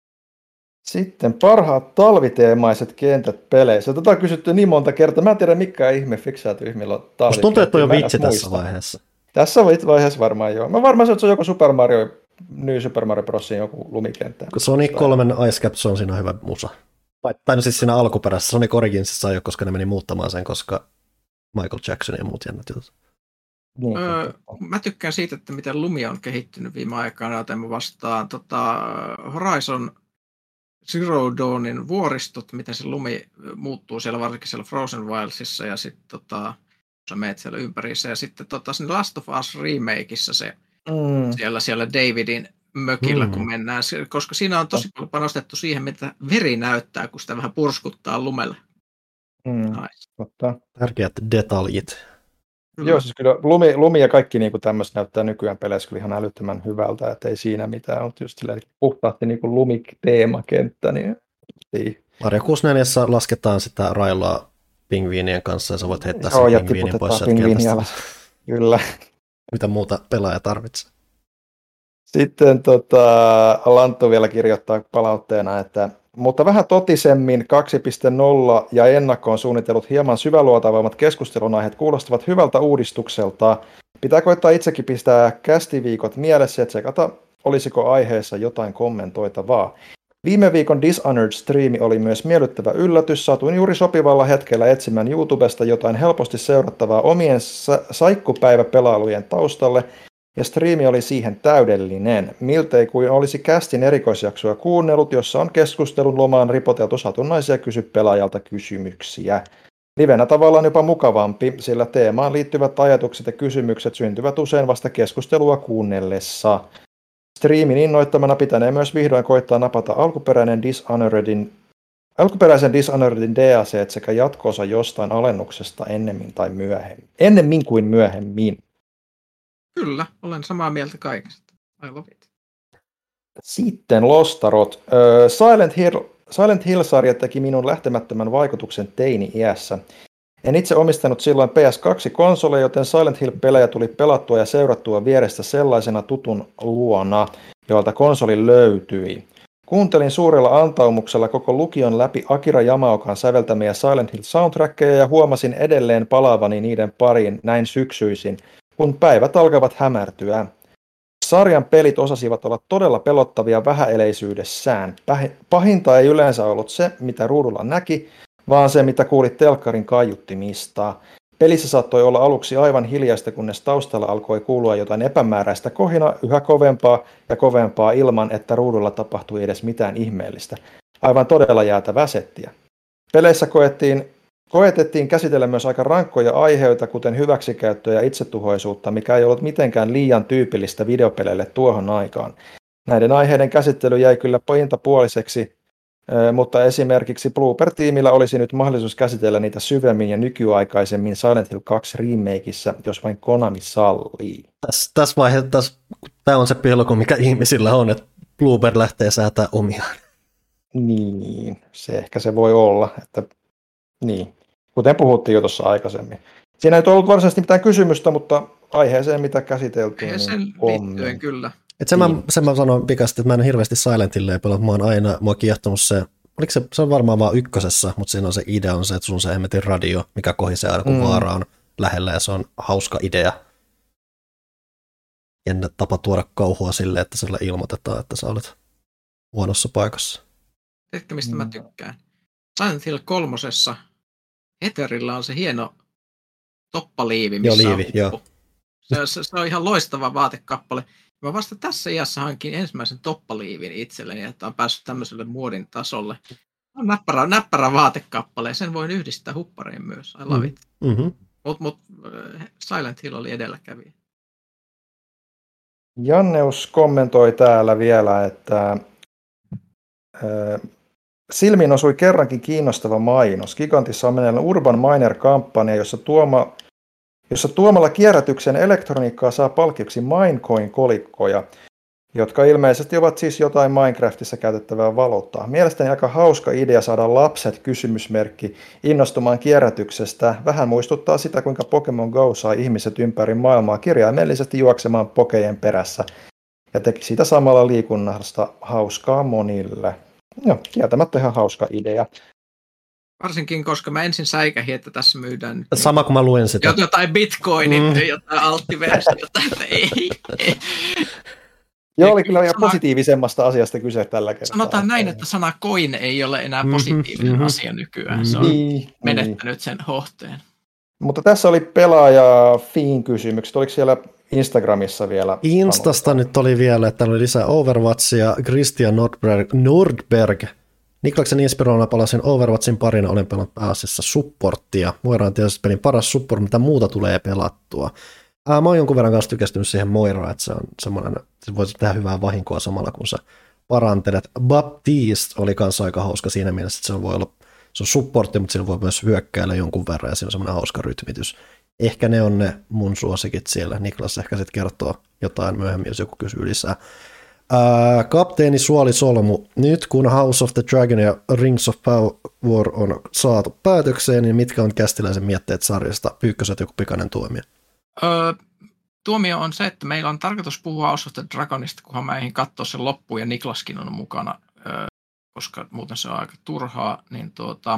Sitten parhaat talviteemaiset kentät peleissä. Tätä on kysytty niin monta kertaa. Mä en tiedä, mikä ihme fiksäätyihmillä on talviteemaiset. Musta tuntuu, että toi on Mä en vitsi edes tässä muista. vaiheessa. Tässä vaiheessa varmaan joo. Mä varmaan se, että se on joko Super Mario, New Super Mario Brosin joku lumikenttä. Sonic 3 Ice Cap, se on siinä hyvä musa. Tai no siis siinä alkuperäisessä Sonic Originsissa ei ole, koska ne meni muuttamaan sen, koska Michael Jackson ja muut jännät jutut. Niin, Mä tykkään siitä, että miten Lumia on kehittynyt viime aikana, joten mä vastaan Horizon Zero Dawnin vuoristot, miten se lumi muuttuu siellä, varsinkin siellä Frozen Wildsissa, ja sitten sä meet siellä ympärissä, ja sitten siinä Last of Us remakeissa se siellä Davidin mökillä, kun mennään, koska siinä on tosi paljon panostettu siihen, mitä veri näyttää, kun sitä vähän purskuttaa lumelle. Totta. Tärkeät detaljit. Joo, siis kyllä lumi ja kaikki niinku tämmöistä näyttää nykyään peleissä kyllä ihan älyttömän hyvältä, että ei siinä mitään, mutta just silleen puhtaasti niinku lumiteemakenttä, niin ei. Mario 64 lasketaan sitä railoa pingviinien kanssa ja sä voit heittää Joo, sen pingviinin pois sieltä kentästä. Kyllä. Mitä muuta pelaaja tarvitsee? Sitten Lanttu vielä kirjoittaa palautteena, että mutta vähän totisemmin 2.0 ja ennakkoon suunnitellut hieman syväluotavammat keskustelun aiheet kuulostavat hyvältä uudistukselta. Pitää koittaa itsekin pistää kästiviikot mielessä ja tsekata, olisiko aiheessa jotain kommentoitavaa. Viime viikon Dishonored-striimi oli myös miellyttävä yllätys. Satuin juuri sopivalla hetkellä etsimään YouTubesta jotain helposti seurattavaa omien saikkupäiväpelailujen taustalle, ja striimi oli siihen täydellinen. Miltei kuin olisi castin erikoisjaksoa kuunnellut, jossa on keskustelun lomaan ripoteltu satunnaisia kysy pelaajalta kysymyksiä. Livenä tavallaan jopa mukavampi, sillä teemaan liittyvät ajatukset ja kysymykset syntyvät usein vasta keskustelua kuunnellessa. Striimin innoittamana pitänee myös vihdoin koittaa napata alkuperäisen Dishonoredin DLC sekä jatko-osa jostain alennuksesta ennemmin kuin myöhemmin. Kyllä, olen samaa mieltä kaikesta. I love it. Sitten Lostarot. Silent Hill-sarja teki minun lähtemättömän vaikutuksen teini-iässä. En itse omistanut silloin PS2-konsoleja, joten Silent Hill-pelejä tuli pelattua ja seurattua vierestä sellaisena tutun luona, joilta konsoli löytyi. Kuuntelin suurella antaumuksella koko lukion läpi Akira Yamaokan säveltämiä Silent Hill-soundtrackeja ja huomasin edelleen palaavani niiden pariin näin syksyisin, kun päivät alkavat hämärtyä. Sarjan pelit osasivat olla todella pelottavia vähäeleisyydessään. Pahinta ei yleensä ollut se, mitä ruudulla näki, vaan se, mitä kuulit telkkarin kaiuttimista. Pelissä saattoi olla aluksi aivan hiljaista, kunnes taustalla alkoi kuulua jotain epämääräistä kohina yhä kovempaa ja kovempaa ilman, että ruudulla tapahtui edes mitään ihmeellistä. Aivan todella jäätävää settiä. Peleissä koetettiin käsitellä myös aika rankkoja aiheita, kuten hyväksikäyttöä ja itsetuhoisuutta, mikä ei ollut mitenkään liian tyypillistä videopeleille tuohon aikaan. Näiden aiheiden käsittely jäi kyllä pintapuoliseksi, mutta esimerkiksi Blooper-tiimillä olisi nyt mahdollisuus käsitellä niitä syvemmin ja nykyaikaisemmin Silent Hill 2 remakeissa, jos vain Konami sallii. Tässä vaiheessa tämä on se pelko, mikä ihmisillä on, että Blooper lähtee säätää omiaan. Niin, se voi olla, että niin, kuten puhuttiin jo tuossa aikaisemmin. Siinä ei ollut varsinaisesti mitään kysymystä, mutta aiheeseen, mitä käsiteltiin, niin liittyen kyllä. Sen mä sanon pikaisesti, että mä en hirveästi Silent Hillia pelannut. Mä oon aina, mua kiehtonut se, se on varmaan vaan ykkösessä, mutta siinä on se idea on se, että sun se hemmetin radio, mikä kohisee aina, kun vaara on lähellä, ja se on hauska idea. Jännä tapa tuoda kauhua silleen, että sille ilmoitetaan, että sä olet huonossa paikassa. Tiedätkö, mistä mä tykkään? Silent Hill 3:ssa Etherillä on se hieno toppaliivi, missä liivi, on huppu. Se on ihan loistava vaatekappale. Mä vasta tässä iässä hankin ensimmäisen toppaliivin itselleni, että on päässyt tämmöiselle muodin tasolle. On näppärä vaatekappale ja sen voin yhdistää huppariin myös. I love it. Mm-hmm. Mut Silent Hill oli edelläkävijä. Janneus kommentoi täällä vielä, että silmiin osui kerrankin kiinnostava mainos. Gigantissa on meneillään Urban Miner-kampanja, jossa tuomalla kierrätyksen elektroniikkaa saa palkkioksi Minecoin-kolikkoja. jotka ilmeisesti ovat siis jotain Minecraftissa käytettävää valuuttaa. Mielestäni aika hauska idea saada lapset kysymysmerkki innostumaan kierrätyksestä. Vähän muistuttaa sitä, kuinka Pokemon Go sai ihmiset ympäri maailmaa kirjaimellisesti juoksemaan pokejen perässä ja teki siitä samalla liikunnasta hauskaa monille. No, kieltämättä ihan hauska idea. Varsinkin, koska mä ensin säikähin, että tässä myydään sama kuin mä luen sitä. Jotain bitcoinit, jotain alttiversiota, että ei. Joo, oli kyllä ihan positiivisemmasta asiasta kyse tällä kertaa. Sanotaan näin, että sana coin ei ole enää positiivinen asia nykyään. Se on menettänyt sen hohteen. Mutta tässä oli pelaaja Fiin kysymykset. Oliko siellä Instagramissa vielä? Instasta nyt oli vielä, että oli lisää Overwatchia. Christian Nordberg. Niklaksen inspiroina palasin Overwatchin parina, olen pelannut pääasiassa supporttia. Moira on tietysti pelin paras support, mitä muuta tulee pelattua. Mä oon jonkun verran kanssa tykästynyt siihen Moiraan, että se on semmoinen, se voisi tehdä hyvää vahinkoa samalla, kun sä parantelet. Baptiste oli kanssa aika hauska siinä mielessä, että se on supportti, mutta siinä voi myös hyökkäillä jonkun verran, ja siinä on semmoinen hauska rytmitys. Ehkä ne on ne mun suosikit siellä. Niklas ehkä sitten kertoo jotain myöhemmin, jos joku kysyy lisää. Kapteeni Suoli Solmu, nyt kun House of the Dragon ja Rings of Power on saatu päätökseen, niin mitkä on Kästiläisen mietteet sarjasta? Pyykköset joku pikainen tuomio? Tuomio on se, että meillä on tarkoitus puhua House of the Dragonista, kunhan mä eihin katsoa sen loppuun ja Niklaskin on mukana, koska muuten se on aika turhaa, niin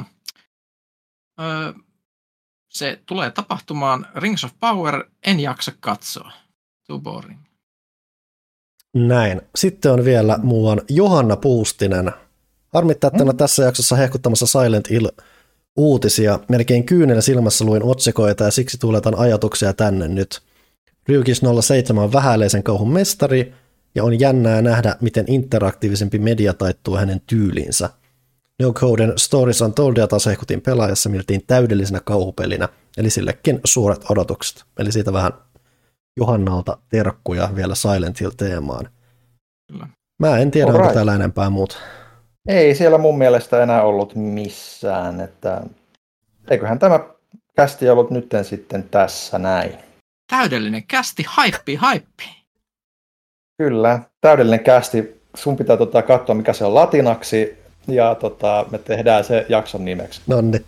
se tulee tapahtumaan. Rings of Power en jaksa katsoa. Too boring. Näin. Sitten on vielä muuan Johanna Puustinen. Harmittaa, että en tässä jaksossa hehkuttamassa Silent Hill-uutisia. Melkein kyynellä silmässä luin otsikoita ja siksi tuletan ajatuksia tänne nyt. Ryykis 07 on vähäileisen kauhun mestari ja on jännää nähdä, miten interaktiivisempi media taittuu hänen tyyliinsä. No Coden Stories Untoldia taas hehkutin pelaajassa miltiin täydellisenä kauhupelinä, eli sillekin suuret odotukset. Eli siitä vähän Johannalta terkkuja vielä Silent Hill-teemaan. Kyllä. Mä en tiedä, onko täällä enempää muuta. Ei siellä mun mielestä enää ollut missään, että eiköhän tämä kästi ollut nytten sitten tässä näin. Täydellinen kästi, haippi. Kyllä, täydellinen kästi. Sun pitää katsoa, mikä se on latinaksi, ja me tehdään se jakson nimeksi. Nonni.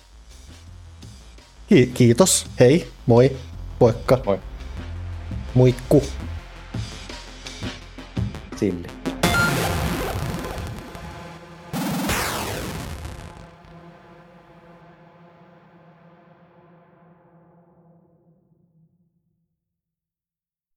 Kiitos, hei, moi, moikka. Moi. Moikku. Silli.